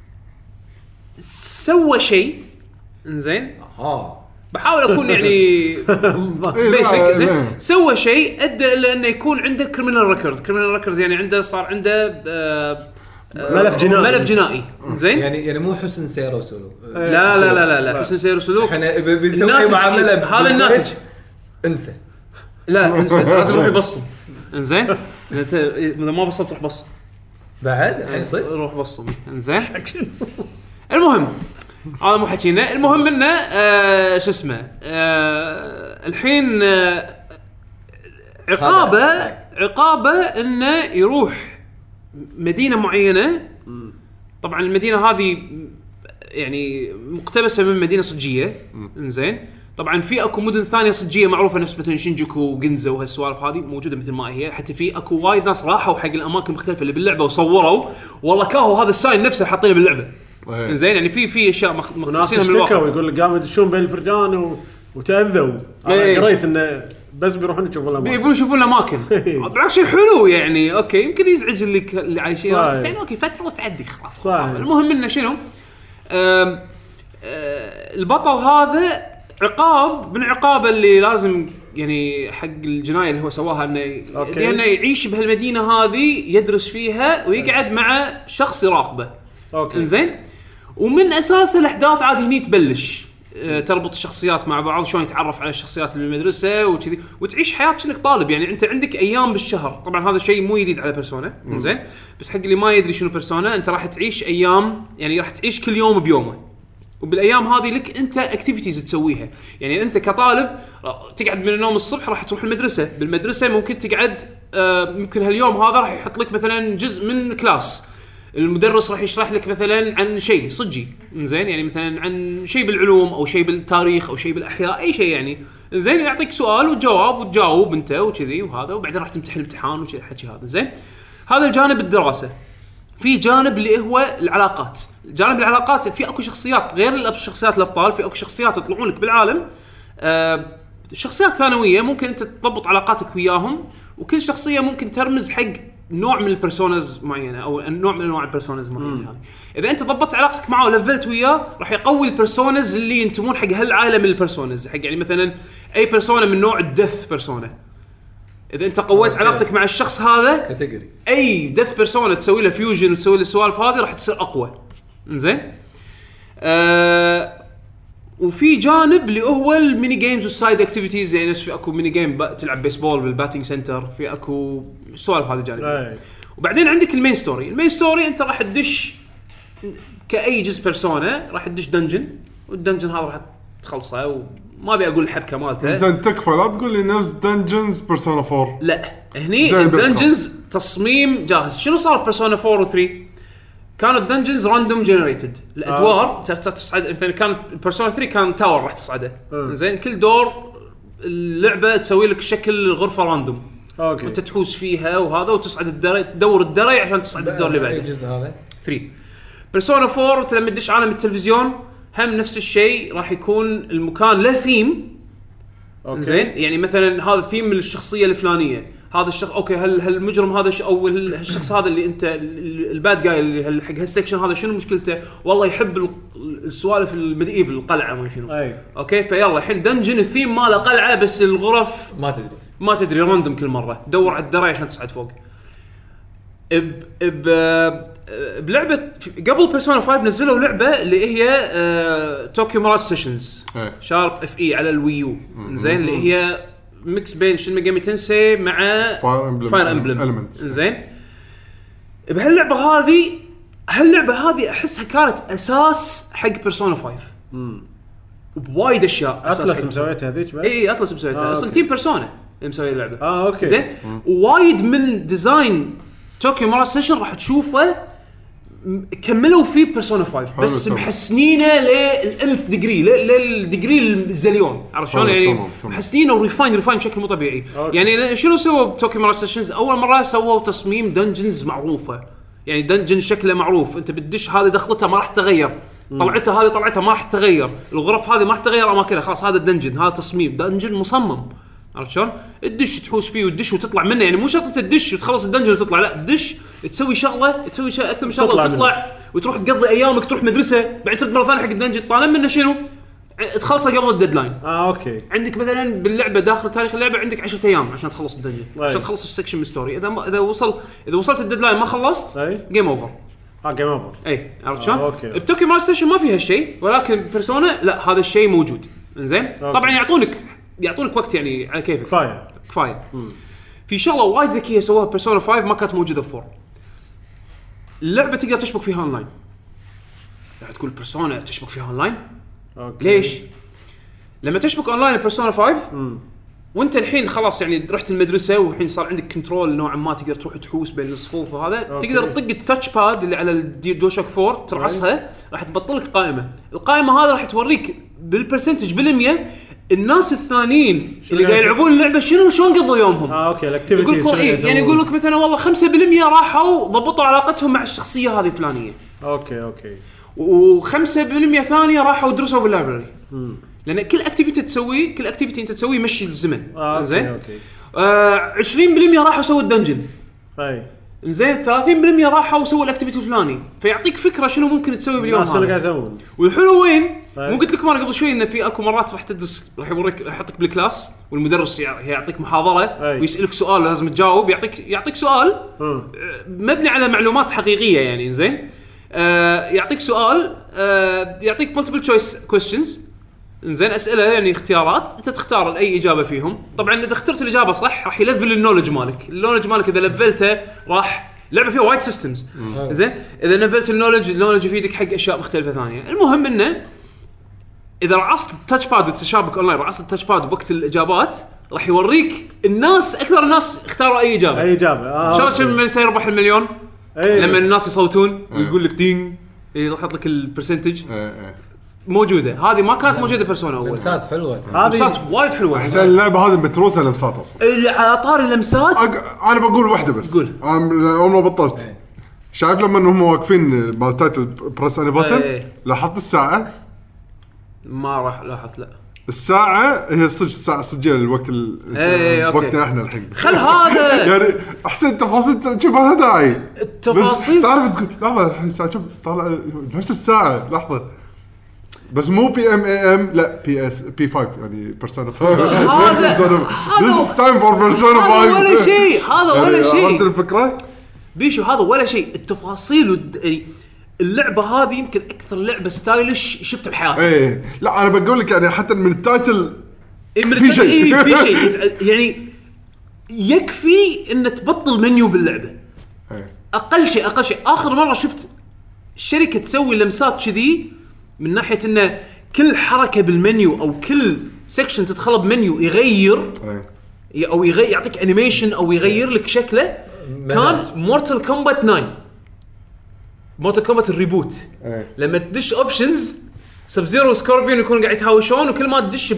سوى شيء زين ها بحاول اكون يعني إيه، لا، بيسك زين لا. سوى شيء ادى الى انه يكون عنده كريمنال ريكورد كريمنال ريكورد يعني عنده صار عنده آه، آه، ملف جنائي. ملف جنائي زين يعني يعني مو حسن سير وسلوك. لا لا لا لا لا حسن سير وسلوك احنا ب- بنسوي الناتج- معامله هذا الناتج انسى. لا انسى لازم يروح يبصم انزين انت اذا ما بصمت روح بصم بعد الحين صدق روح بصم انزين المهم هذا مو حكينا المهم انه آه شو اسمه آه الحين آه عقابه عقابه انه يروح مدينه معينه طبعا المدينه هذه يعني مقتبسه من مدينه صجيه انزين طبعا في اكو مدن ثانيه صجيه معروفه نفس مثلا شينجوكو وجينزا وهالسوالف هذه موجوده مثل ما هي حتى في اكو وايد ناس راحوا حق الاماكن المختلفه اللي باللعبه وصوروا والله كاهو هذا الساين نفسه حاطينه باللعبه إيه. زين يعني في في اشياء مخ- وناس مختصينها من اشتكوا الواقع يقول لك قاموا يدشون بين الفرجان و... وتاذوا. إيه. انا قريت انه بس بيروحون يشوفون الاماكن. يبون يشوفون الاماكن بالعكس شيء حلو يعني اوكي يمكن يزعج اللي ك... اللي عايشين صحيح. بس يعني اوكي فتره وتعدي خلاص صحيح. المهم انه شنو أم... أه... البطل هذا عقاب من عقابه اللي لازم يعني حق الجنايه اللي هو سواها انه أوكي. لانه يعيش بهالمدينه هذه يدرس فيها ويقعد مع شخص يراقبه اوكي. انزين ومن اساس الاحداث عاد هني تبلش أه، تربط الشخصيات مع بعض شلون يتعرف على الشخصيات اللي بالمدرسه وكذي وتعيش حياتك انك طالب يعني انت عندك ايام بالشهر طبعا هذا شيء مو جديد على بيرسونا زين بس حق اللي ما يدري شنو بيرسونا انت راح تعيش ايام يعني راح تعيش كل يوم بيومه وبالايام هذه لك انت اكتيفيتيز تسويها يعني انت كطالب تقعد من النوم الصبح راح تروح المدرسه بالمدرسه ممكن تقعد آه، ممكن هاليوم هذا راح يحط لك مثلا جزء من كلاس المدرس راح يشرح لك مثلا عن شيء صجي زين يعني مثلا عن شيء بالعلوم او شيء بالتاريخ او شيء بالاحياء اي شيء يعني زين يعطيك سؤال وجواب وتجاوب انت وكذي وهذا وبعدين راح تمتحن امتحان وكذي حكي هذا زين هذا الجانب الدراسه في جانب اللي هو العلاقات جانب العلاقات في اكو شخصيات غير الشخصيات الابطال في اكو شخصيات يطلعون لك بالعالم آه شخصيات ثانويه ممكن انت تضبط علاقاتك وياهم وكل شخصيه ممكن ترمز حق نوع من البيرسوناز معينه او نوع من انواع البيرسوناز معينه هذه اذا انت ضبطت علاقتك معه ولفلت وياه راح يقوي البيرسوناز اللي ينتمون حق هالعالم من البيرسوناز حق يعني مثلا اي بيرسونا من نوع الدث بيرسونا اذا انت قويت أوكي. علاقتك مع الشخص هذا كاتيجوري اي دث بيرسونا تسوي له فيوجن وتسوي له السوالف هذه راح تصير اقوى انزين آه وفي جانب اللي هو الميني جيمز والسايد اكتيفيتيز يعني نفس في اكو ميني جيم ب... تلعب بيسبول بالباتينج سنتر في اكو سوالف هذا الجانب أي. وبعدين عندك المين ستوري المين ستوري انت راح تدش كاي جزء بيرسونا راح تدش دنجن والدنجن هذا راح تخلصه وما ابي اقول الحبكه مالته زين تكفى لا تقول لي نفس دنجنز بيرسونا فور لا هني زي بس الدنجنز تصميم جاهز شنو صار بيرسونا فور و ثري كانوا الدنجنز راندوم جنريتد الادوار آه. تصعد مثلا كانت بيرسونا ثري كان تاور راح تصعده زين كل دور اللعبه تسوي لك شكل غرفه راندوم اوكي. وانت تحوس فيها وهذا وتصعد الدرج تدور الدرج عشان تصعد الدور اللي اي بعده جزء هذا ثري بيرسونا فور لما تدش عالم التلفزيون هم نفس الشيء راح يكون المكان له ثيم أوكي. زين يعني مثلا هذا ثيم من الشخصيه الفلانيه هذا الشخص اوكي هل هالمجرم هذا ش... او ال- الشخص هذا اللي انت ال- الباد جاي اللي هال- حق هالسكشن هذا شنو مشكلته والله يحب ال- السوالف الميديفل القلعه ما شنو اي اوكي فيلا الحين دنجن الثيم ماله قلعه بس الغرف ما تدري ما تدري راندوم كل مره دور على الدرع عشان تصعد فوق. ب ب بلعبه قبل بيرسونا خمسة نزلوا لعبه اللي هي طوكيو ميراج سيشنز شارب اف اي على الويو زين اللي هي ميكس بين شين ميجامي تنسي مع فاير امبلم زين. بهاللعبه هذه هاللعبه هذه احسها كانت اساس حق بيرسونا خمسة امم بوايد اشياء. اطلس مسويتها هذيك بعد اي اطلس مسويتها آه اصلا تيم بيرسونا مسوي اللعبه اه اوكي زين. وايد من ديزاين طوكيو ميراج سيشن راح تشوفه كملوا فيه بيرسونا خمسة بس محسنينه للألف ديجري للديجري الزليون عرفت شلون يعني محسنينه وريفاين ريفاين بشكل مو طبيعي. يعني شنو سووا بطوكيو ميراج سيشنز؟ اول مره سووا تصميم دنجنز معروفه يعني دنجن شكله معروف انت بتدش هذه دخلتها ما راح تغير طلعتها هذه طلعتها ما راح تغير الغرف هذه ما راح تغير اماكنها خلاص هذا الدنجن هذا تصميم دنجن مصمم عرفت شلون؟ تدش تحوس فيه وتدش وتطلع منه يعني مو شرط تدش وتخلص الدنجن وتطلع لا تدش تسوي شغله تسوي شيء اكثر من شغله وتطلع منه. وتروح تقضي ايامك تروح مدرسه بعدين ترد مره ثانيه حق الدنجن طالع منه شنو تخلصه قبل الديدلاين. اه اوكي عندك مثلا باللعبه داخل تاريخ اللعبه عندك عشرة ايام عشان تخلص الدنجن عشان تخلص السكشن من ستوري. اذا ما اذا وصل اذا وصلت الديدلاين ما خلصت جيم اوفر. اه جيم اوفر اي عرفت شلون؟ بتوكيو ميراج سيشن ما فيها شيء ولكن بيرسونا لا هذا الشيء موجود زين. طبعا يعطونك يعطونك وقت يعني على كيفك كفايه كفايه. في شغله وايد ذكيه سووها بيرسونا خمسة ما كانت موجوده بفور. اللعبه تقدر تشبك فيها اونلاين. راح تقول بيرسونا تشبك فيها اونلاين أوكي. ليش لما تشبك اونلاين بيرسونا خمسة مم. وانت الحين خلاص يعني رحت المدرسه والحين صار عندك كنترول نوعا ما تقدر تروح تحوس بين الصفوف وهذا أوكي. تقدر تطق التاتش باد اللي على الدوشك فور ترعصها راح تبطل لك قائمه. القائمه هذه راح توريك بالبرسنتج بالمية الناس الثانيين اللي قاعد يلعبون اللعبه شنو شلون قضوا يومهم. اه اوكي الاكتيفيتيز إيه؟ يعني يقول لك مثلا والله خمسة بالمية راحوا ضبطوا علاقتهم مع الشخصيه هذه الفلانيه اوكي اوكي وخمسة بالمية ثانيه راحوا درسوا باللايبرري لان كل اكتيفيتي تسويه كل اكتيفيتي انت تسويه يمشي الزمن آه زين. اوكي آه عشرين بالمية راحوا سووا الدنجن اي زين ثلاثين بالمية راحوا سووا الاكتيفيتي الفلاني فيعطيك فكره شنو ممكن تسوي باليوم هذا. قاعد يسوون والحلو وين مو قلت لكم انا قبل شوي ان في اكو مرات راح تدرس راح يوريك يحطك بالكلاس والمدرس يعطيك محاضره أي. ويسالك سؤال لازم تجاوب يعطيك يعطيك سؤال م. مبني على معلومات حقيقيه يعني زين. آه يعطيك سؤال آه يعطيك مالتيبل تشويس كويستشنز زين اسئله يعني اختيارات انت تختار اي اجابه فيهم. طبعا اذا اخترت الاجابه صح راح يلفل النولج مالك النولج مالك اذا لفلته راح لعبه فيها وايد سيستمز زين. اذا لفلت النولج النولج يفيدك حق اشياء مختلفه ثانيه. المهم انه اذا رعصت التاتش باد وتشابك اونلاين رعصت التاتش باد بوقت الاجابات راح يوريك الناس اكثر الناس اختاروا اي اجابه اي اجابه اه شلون من سيربح المليون أيه. لما الناس يصوتون ويقول لك دين يحط لك البرسنتج موجوده. هذه ما كانت موجوده بيرسونا اول. لمسات حلوه لمسات وايد حلوه. احسن اللعبه هذه متروسه لمسات اصلا. على طار اللمسات أق... انا بقول واحده بس قول. انا اول ما بطلت ايه. شايف لما انهم واقفين مال تايتل بريس اني بوتن ايه. لاحظت الساعه ما راح لاحظت لا الساعه هي صدق الساعه سجل الوقت ايه وقتنا احنا الحين خل هذا يعني احسن تفاصيل شوف هذا داعي التفاصيل تعرف تقول لحظه الحين الساعه شوف طالع نفس الساعه لحظه بس مو بي ام اي ام لا بي اس بي خمسة يعني بيرسونا هذا This is time for Persona خمسة هذا ولا شيء هذا ولا شيء عرفت الفكره بيشو هذا ولا شيء. التفاصيل والد... اللعبه هذه يمكن اكثر لعبه ستايلش شفتها بحياتي. ايه لا انا بقول لك يعني حتى من التايتل في شيء إيه في شيء يعني يكفي ان تبطل منيو باللعبه ايه. اقل شيء اقل شيء اخر مره شفت شركه تسوي لمسات كذي من ناحيه انه كل حركه بالمنيو او كل سيكشن تدخله بمنيو يغير ايه. او يغير يعطيك انيميشن او يغير لك شكله كان مورتال كومبات تسعة مورتال كومبات الريبوت أيه. لما تدش اوبشنز سب زيرو وسكوربيون يكون قاعد يتهاوشون وكل ما تدش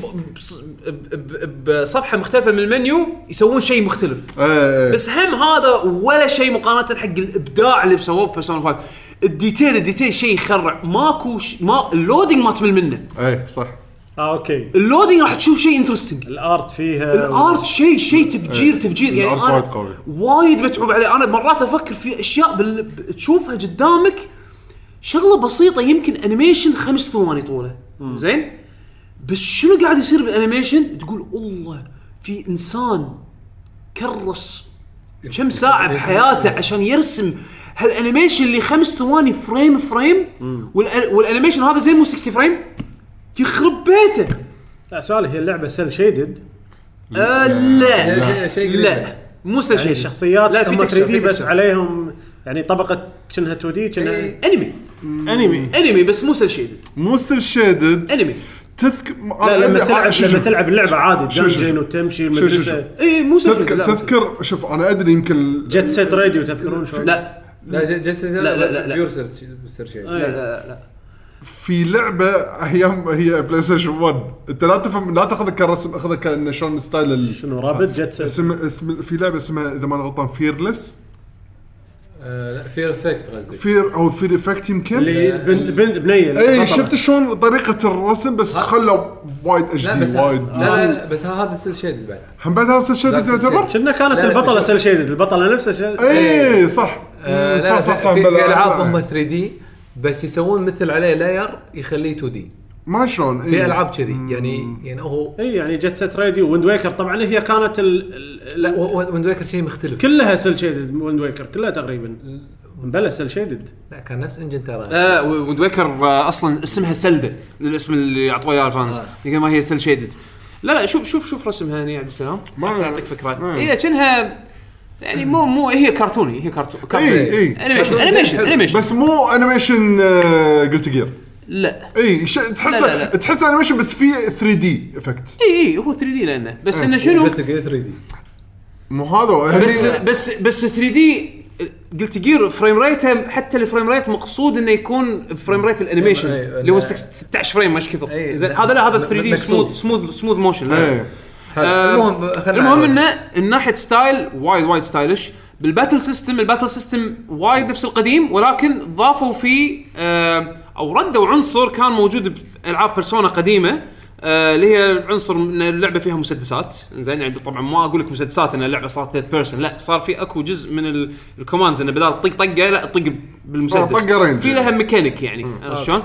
بصفحه مختلفه من المنيو يسوون شيء مختلف أيه. بس هم هذا ولا شيء مقارنه حق الابداع اللي بسووه بيرسونا خمسة. الديتيل الديتيل شيء يخرع ماكو ش... ما اللودينج ما تمل منه اي صح اه اوكي اللودينج راح تشوف شيء انترستينج الارت فيها الارت و... شيء شيء تفجير تفجير يعني انا وايد قوي وايد متعوب عليه. انا مرات افكر في اشياء بال... تشوفها قدامك شغله بسيطه يمكن انيميشن خمس ثواني طوله زين بس شنو قاعد يصير بالانيميشن تقول الله في انسان كرس كم ساعه بحياته عشان يرسم هالانيميشن اللي خمس ثواني فريم فريم والأ- والانيميشن هذا زي مو ستين فريم يخرب بيته. لا سؤال، هي اللعبه سيل شيدد آه لا لا، شيء قريب. لا مو سل يعني شيء الشخصيات لا، في هم texture، ثري دي في بس texture. عليهم يعني طبقه كأنها تو دي كأنها انمي انمي. انمي بس مو سل شيدد مو ستيل شيدد انمي. تذكر لا لما تلعب شو- لما شو- تلعب اللعبه عادي شو- شو- دنجن وتمشي شو- شو- المدرسه. اي مو سل تذكر تذكر شوف انا ادري يمكن جت سيت راديو تذكرون شو؟ لا لا جلسه لا، لا، لا، لا. بيور سيرش سيرش لا لا لا في لعبه ايام هي بلاي ستيشن واحد انت لا تفهم لا تاخذها كرسم اخذها كان شلون ستايل ال- شنو رابط جت سيت اسم اسم في لعبه اسمها اذا ما أنا غلطان فيرلس لا فير افكت قصدي فير او فير افكت يمكن اللي بنت بنت بنيه اي البطلة. شفت شلون طريقه الرسم بس خلوا وايد اتش لا دي بس وايد لا لا بس هذا سيل شيد بعد هم بعد هذا الشيء لا، تعتبر كنا كانت لا، لا، البطله بس- سيل شيدد البطله نفسها شيء اي صح آه، مم، لا صح صح صح في, بلا- في العاب لا. هم ثري دي بس يسوون مثل عليه لاير يخليه تو دي ما شلون في إيه. العاب كذي يعني يعني هو اي يعني جت سيت راديو ويند ويكر طبعا هي كانت ال... ال... لا ويند ويكر شيء مختلف كلها سيل شيدد ويند ويكر كلها تقريبا بلا سيل شيدد. لا كان نفس انجن ترى لا ويند ويكر آه، اصلا اسمها سلدة الاسم اللي يعطوه اياه الفانز آه. يمكن ما هي سيل شيدد. لا لا شوف شوف شوف رسمها هنا عبد السلام ما- ما تعطيك فكره ما- هي كأنها يعني مو مو هي كرتوني هي كرتون كرتون إيه، إيه. انيميشن كرتون انيميشن حلو. انيميشن بس مو انيميشن قلت جير لا اي ش... تحس لا، لا، لا. تحس انيميشن بس في ثري دي افكت اي اي هو ثري دي لانه بس إيه. انه شنو ثري دي مو هذا بس هني- بس بس ثري دي قلت جير فريم ريته حتى الفريم ريت مقصود انه يكون فريم ريت الانيميشن إيه، اللي هو لا. ستة عشر فريم مش كثر إيه، زين لا. هذا لا هذا م- ثري دي مقصود. سموث سموث سموث موشن لا. ايه آه، المهم خلينا المهم على انه من ناحيه ستايل وايد وايد ستايلش بالباتل سيستم الباتل سيستم وايد نفس القديم ولكن ضافوا فيه آه او ردوا عنصر كان موجود بالعاب بيرسونا قديمه آه اللي هي عنصر ان اللعبه فيها مسدسات زين يعني طبعا ما اقول لك مسدسات ان اللعبه صارت ثيرد بيرسون لا صار في اكو جزء من ال- الكوماندز انه بدال طق طقه لا طق آه، بالمسدس طقة رينج. في لها ميكانيك يعني عرفت شلون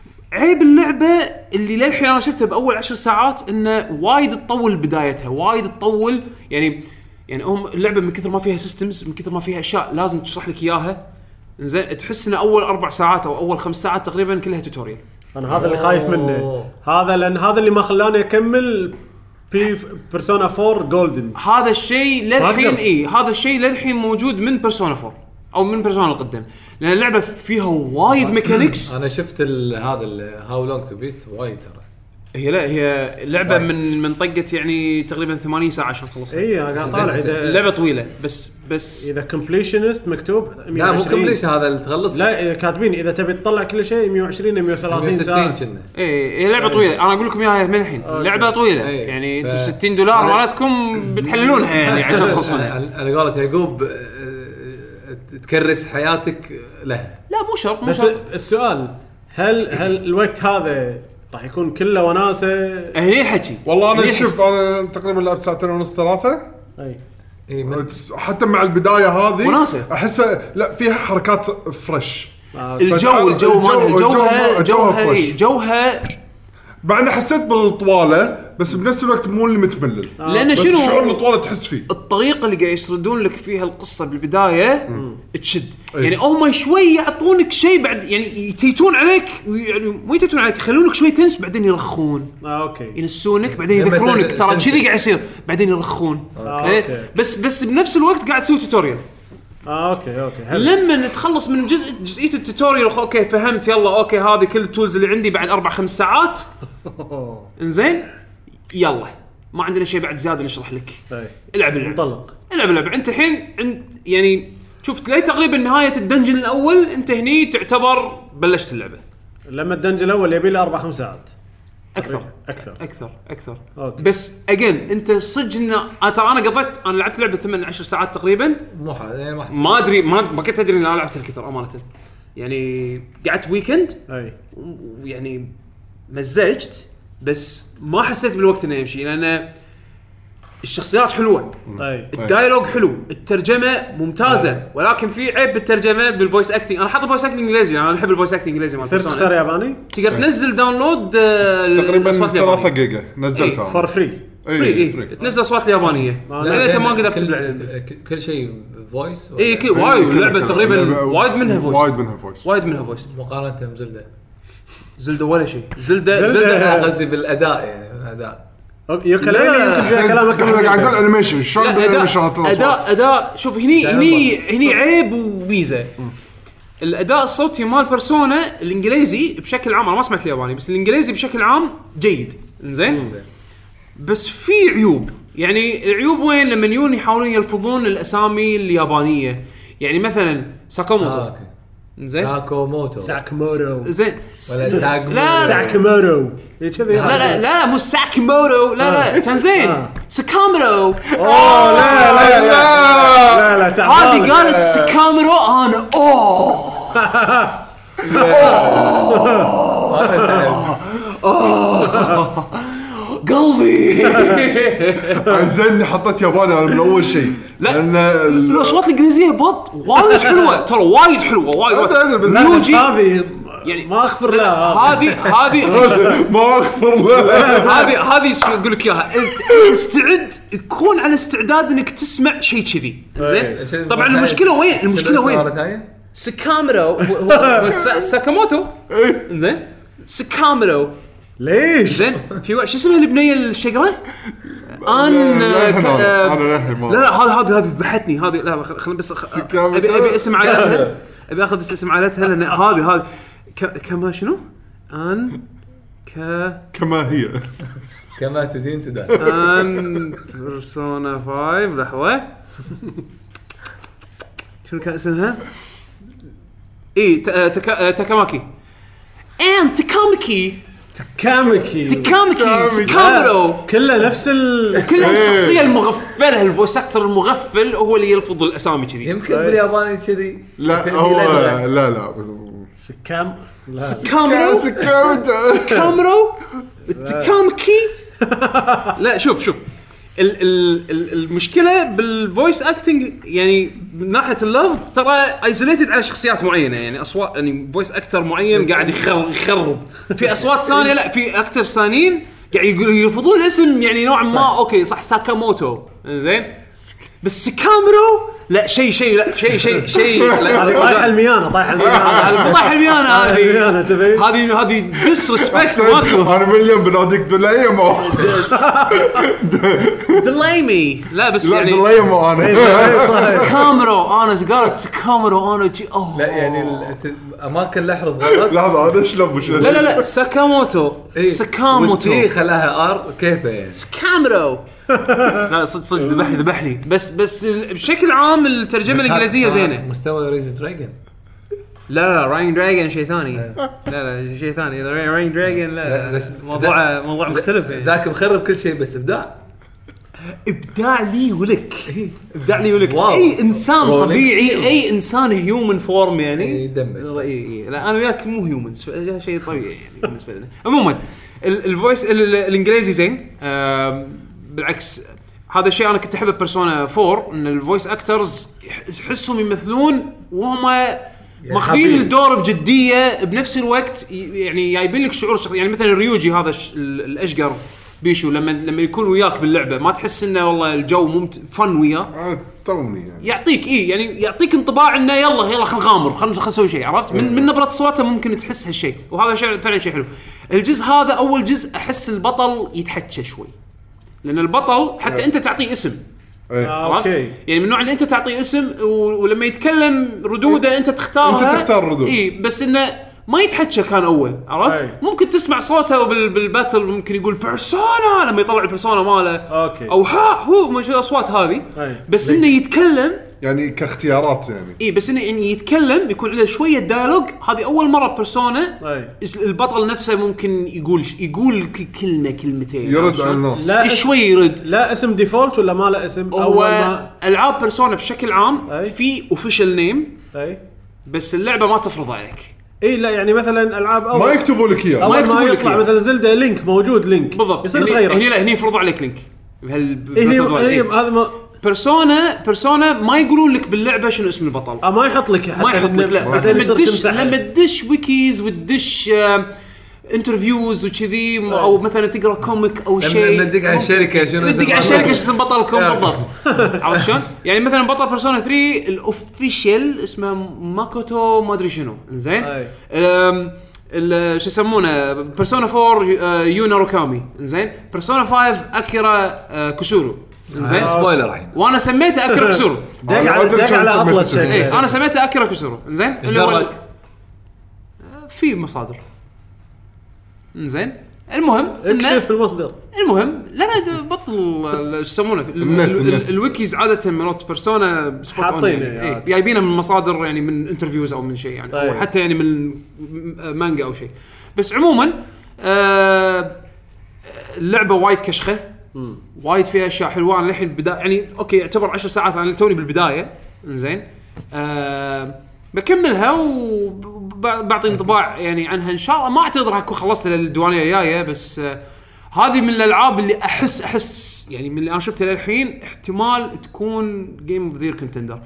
عيب اللعبه اللي للحين انا شفتها باول عشر ساعات انه وايد تطول بدايتها وايد تطول يعني يعني هم اللعبه من كثر ما فيها سيستمز من كثر ما فيها اشياء لازم تشرح لك اياها زين تحس ان اول اربع ساعات او اول خمس ساعات تقريبا كلها توتوريال انا هذا اللي خايف منه أوه. هذا لان هذا اللي ما خلاني اكمل في بيرسونا فور جولدن. هذا الشيء للحين قدرت. اي هذا الشيء للحين موجود من بيرسونا فور او من بيرسونا القدم لان اللعبه فيها وايد ميكانيكس انا شفت ال- هذا هاو لونج تو بيت وايد ترى هي لا هي لعبه وايد. من من طقه يعني تقريبا ثمانين ساعه عشان تخلصها اي انا قاعد طالع اذا اللعبه طويله بس بس اذا كومبليشنست مكتوب لا مو مية وعشرين. كومبليش هذا اللي تخلص لا إذا كاتبين اذا تبي تطلع كل شيء مية وعشرين مية وثلاثين ساعه. مية وستين كنا ايه هي لعبه طويله انا اقول لكم اياها من الحين لعبه طويله إيه. يعني ف- انتم ستين دولار أنا- مالتكم بتحللونها يعني عشان تخلصونها على على قولة يعقوب آه، آه، تكرس حياتك له لا مو شرط مو بس شرط السؤال هل هل الوقت هذا راح يكون كله وناسه؟ هني الحكي والله انا هني شوف انا تقريبا لعبت ساعتين ونص ثلاثه اي إيه، من- حتى مع البدايه هذه وناسة. احسها لا فيها حركات فريش آه. الجو فتعال- الجو الجو- مالها الجو- جوها الجو جوها فريش. إيه، جوها بعد حسيت بالطواله بس بنفس الوقت مو اللي متملل لان بس شنو شعور الطواله تحس فيه الطريقه اللي قاعد يسردون لك فيها القصه بالبدايه تشد أي. يعني هم شوي يعطونك شيء بعد يعني يتيتون عليك يعني مو يتيتون عليك يخلونك شوي تنس بعدين يرخون اه اوكي ينسونك بعدين لما يذكرونك ت- ترى تنسى. كذي قاعد يصير بعدين يرخون آه، إيه؟ أوكي. بس بس بنفس الوقت قاعد تسوي توتوريال اه اوكي اوكي حلو. لما تخلص من جزء جزئيه التوتوريال خ- اوكي فهمت يلا اوكي هذه كل التولز اللي عندي بعد اربع خمس ساعات انزين يلا ما عندنا شيء بعد زياده نشرح لك إيه. العب اللعبه انطلق. العب اللعبه انت الحين انت يعني شفت لي تقريبا نهايه الدنجن الاول انت هني تعتبر بلشت اللعبه لما الدنجن الاول يبي له اربع خمس ساعات اكثر اكثر. اكثر اكثر أوكي. بس اجين انت صدق ان أنا- ترى انا قضيت انا لعبت لعبه ثمانية عشر ساعات تقريبا مو ح- يعني ما أحس- ما ادري ما ما كنت ادري ان انا لعبت هالكثر امانه يعني قعدت ويكند اي ويعني مزجت بس ما حسيت بالوقت انه يمشي لان الشخصيات حلوه اي الدايلوج حلو الترجمه ممتازه ولكن في عيب بالترجمه بالفويس اكتنج انا حاط الفويس اكتنج انجليزي انا احب الفويس اكتنج انجليزي مال صرت Persona. تختار ياباني تقدر تنزل داونلود آه، تقريبا الأصوات ثلاثة اليابانية. جيجا نزلتها فور فري اي فري اي فري. تنزل اصوات اليابانيه يعني انت ما قدرت تبلع كل, كل شيء فويس اي كي وايد اللعبه تقريبا اللعبة وايد منها فويس وايد منها فويس وايد منها فويس مقارنه بزلده. زلده ولا شيء زلده زلدة. زلده انا قصدي بالاداء يعني الاداء. يوكليلي لا، يمكن فيها كلام اكثر. احنا قاعد نقول انيميشن شلون لا بالانيميشن اداء اداء اداء شوف هني هني هني عيب وميزه. الاداء الصوتي مال بيرسونا الانجليزي بشكل عام انا ما سمعت الياباني بس الانجليزي بشكل عام جيد زين بس في عيوب يعني العيوب وين لما يجون يحاولون يلفظون الاسامي اليابانيه يعني مثلا ساكاموتو آه، أوكي. زين ساكوموتو ساكامورو زين ولا ساكمو لا ساكامورو إيه كذي لا لا لا مو ساكاموتو لا لا كان زين آه. ساكامورو اوه لا لا لا لا لا تعال هذه قالت ساكامورو انا اوه قلبي زين حطيت ياباني انا من اول شيء لا. لان الاصوات الانجليزيه بط وايد حلوه ترى وايد حلوه وايد أدري، أدري، بس لا بس يوجي هذه يعني ما اغفر لها هذه هذه ما اغفر له هذه هذه شو اقول لك اياها انت استعد تكون على استعداد انك تسمع شيء كذي زين طبعا المشكله وين المشكله وين ساكامورو هو- هو سا- ساكاموتو زين ساكامورو ليش؟ زين في واحد شو اسمها البنيه الشقره ان لا، ك- لا، آه، أنا للحين ما- لا لا هذا هذا هذه ذبحتني هذه لا خل- خليني بس خ- سكامتو. ابي ابي اسم عائلتها ابي اخذ بس اسم عائلتها لان هذه هذه ك- كما شنو ان ك كما هي كما تدين تدان. ان بيرسونا خمسة لحظه شنو كان اسمها اي تاكاماكي ان تاكاماكي كاميكي تاكاماكي ساكامورو كله نفس ال كلها الشخصيه المغفله الفويس اكتر المغفل هو اللي يلفظ الاسامي كذي يمكن بالياباني كذي. لا هو لا لا سكام لا ساكامورو سكامتو كامرو تاكامكي لا شوف شوف ال ال ال المشكله بالفويس اكتنج يعني من ناحيه اللفظ ترى ايزوليتد على شخصيات معينه يعني اصوات يعني فويس اكتر معين قاعد يخرب يخرب في اصوات ثانيه لا في اكتر ثانيين قاعد يقولوا يرفضون الاسم يعني نوعا ما اوكي صح ساكاموتو زين بس ساكامورو لا شيء شيء لا شيء شيء شيء هذه طايح الميانه طايح الميانه هذا طايح الميانه هذه الميانه كذي هذه هذه ديسريسبكت ماكو انا مليون بناديك دلايه ما دلايمي لا بس لا يعني دلايه ما انا كاميرو انا قالت كاميرو انا جي اوه لا يعني ال- ت- اماكن الاحرف غلط. لحظه انا شلون مش لا لا لا ساكاموتو ساكاموتو والتي خلاها ار كيفه يعني. سكامرو لا صدق صدق ذبحني ذبحني بس بس بشكل عام الترجمه بس الانجليزيه هذا زينه مستوى ريز دراجون. لا لا راين دراجون شيء ثاني لا لا شيء ثاني راين دراجون لا لا، بس موضوع موضوع مختلف يعني ذاك مخرب كل شيء بس ابداع. ابداع لي ولك ابداع لي ولك واو. اي انسان رولينج طبيعي ستيل. اي انسان هيومن فورم يعني يدمج. اي اي لا انا وياك مو هيومن شيء طبيعي يعني بالنسبه لنا عموما ال- الفويس ال- الانجليزي زين آم، بالعكس هذا الشيء انا كنت احبه بيرسونا فور ان الفويس اكترز يحسهم يمثلون وهم ماخذين حابين. الدور بجديه بنفس الوقت ي- يعني جايبين لك شعور شخصي يعني مثلا ريوجي هذا الش- ال- الاشقر بيشو لما لما يكون وياك باللعبه ما تحس انه والله الجو ممت فن وياه آه، توني يعني يعطيك ايه يعني يعطيك انطباع انه يلا يلا خل نغامر خل خل نسوي شيء عرفت من من نبره صوته ممكن تحس هالشيء وهذا شيء فعلا شيء حلو. الجزء هذا اول جزء احس البطل يتحكى شوي لان البطل حتى انت تعطيه اسم إيه. عرفت اوكي يعني من نوع اللي انت تعطيه اسم و- ولما يتكلم ردوده انت تختارها أنت تختار ردود. اي بس انه ما يتحكى كان اول عرفت أي. ممكن تسمع صوته بال- بالباتل ممكن يقول بيرسونا لما يطلع البيرسونا ماله أوكي. او ها هو مش الاصوات هذه أي. بس انه يتكلم يعني كاختيارات يعني اي بس انه يعني يتكلم يكون عنده شويه ديالوج هذه اول مره بيرسونا أي. البطل نفسه ممكن يقول يقول ك- كلمه كلمتين يرد عرفت على شلون؟ الناس لا شوي يرد لا اسم ديفولت ولا ما له اسم هو اول ما العاب بيرسونا بشكل عام أي. في اوفيشال نيم اي بس اللعبه ما تفرض عليك اي لا يعني مثلا العاب اول ما يكتبوا لك اياه ما اول يكتبوا ما لك يطلع إياه. مثلا زلدة لينك موجود لينك بالضبط يصير هني تغيره هني لا هني يفرضوا عليك لينك بهال إيه هي بهال- هي إيه. هذا ما بيرسونا بيرسونا ما يقولون لك باللعبه شنو اسم البطل آه ما يحط لك حتى ما يحط لك لا إنه بس بعدين لما يصير تدش تمسحه. لما تدش ويكيز وتدش آه، انترفيوز وكذي او مثلا تقرا كوميك او شيء ندق على الشركه شنو ندق على الشركه ايش اسم بطلكم بالضبط عرفت شلون يعني مثلا بطل بيرسونا ثري الاوفيشال اسمه ماكوتو ما ادري شنو زين شو يسمونه بيرسونا فور يو ناروكامي زين بيرسونا فايف اكيرا كوسورو زين سبويلر الحين وانا سميته اكيرا كوسورو دق على دق على اطلس ايه انا سميته اكيرا كوسورو زين اللي هو في مصادر زين المهم اكشف المصدر المهم لا لا بطل شو يسمونه الويكيز عاده مالت بيرسونا سبوت اون إيه جايبينها من مصادر يعني من انترفيوز او من شيء يعني طيب. او حتى يعني من مانجا او شيء بس عموما آه اللعبه وايد كشخه وايد فيها اشياء حلوه انا الحين البدايه يعني اوكي يعتبر عشر ساعات انا توني بالبدايه زين آه بكملها وبعطي انطباع يعني عنها ان شاء الله ما اعتذر راح اكون خلصت الديوانيه الجايه بس آه هذه من الالعاب اللي احس احس يعني من اللي انا شفتها للحين احتمال تكون جيم اوف ذا كونتندر.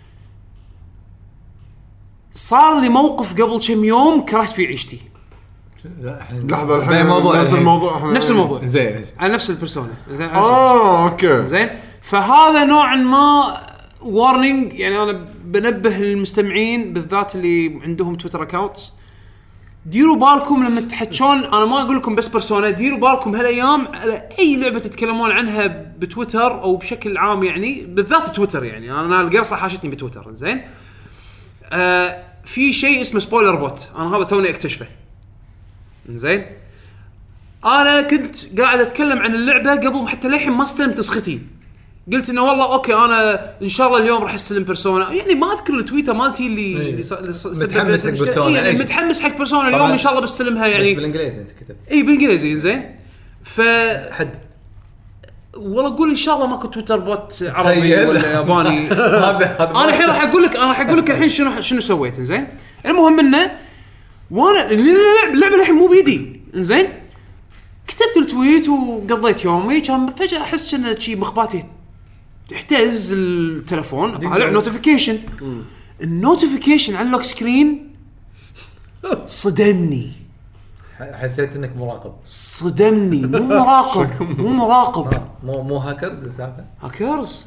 صار لي موقف قبل كم يوم كرهت فيه عيشتي. لحظه الحين موضوع نفس الموضوع نفس الموضوع زين على نفس البيرسونا زين اه اوكي زين فهذا نوعا ما وارنينج يعني انا بنبه المستمعين بالذات اللي عندهم تويتر اكاونتس ديروا بالكم لما تحكون انا ما اقول لكم بس بيرسونا ديروا بالكم هالايام على اي لعبه تتكلمون عنها بتويتر او بشكل عام يعني بالذات تويتر يعني انا القرصه حاشتني بتويتر زين آه في شيء اسمه سبويلر بوت انا هذا توني اكتشفه زين انا كنت قاعد اتكلم عن اللعبه قبل حتى للحين ما استلمت نسختي قلت انه والله اوكي انا ان شاء الله اليوم راح استلم بيرسونا يعني ما اذكر التويتر مالتي اللي اللي متحمس حق بيرسونا يعني متحمس حق بيرسونا اليوم ان شاء الله بستلمها يعني بالانجليزي انت كتبت اي بالانجليزي زين ف حد والله اقول ان شاء الله ماكو تويتر بوت عربي ولا ياباني هذا انا الحين راح اقول لك انا راح اقول لك الحين شنو شنو سويت زين المهم انه وانا اللعبه الحين مو بيدي زين كتبت التويت وقضيت يومي كان فجاه احس ان شيء مخباتي تحتز التلفون طالع نوتيفيكيشن النوتيفيكيشن على اللوك سكرين صدمني حسيت انك مراقب صدمني مو مراقب مو مراقب مو مو هاكرز السالفه هاكرز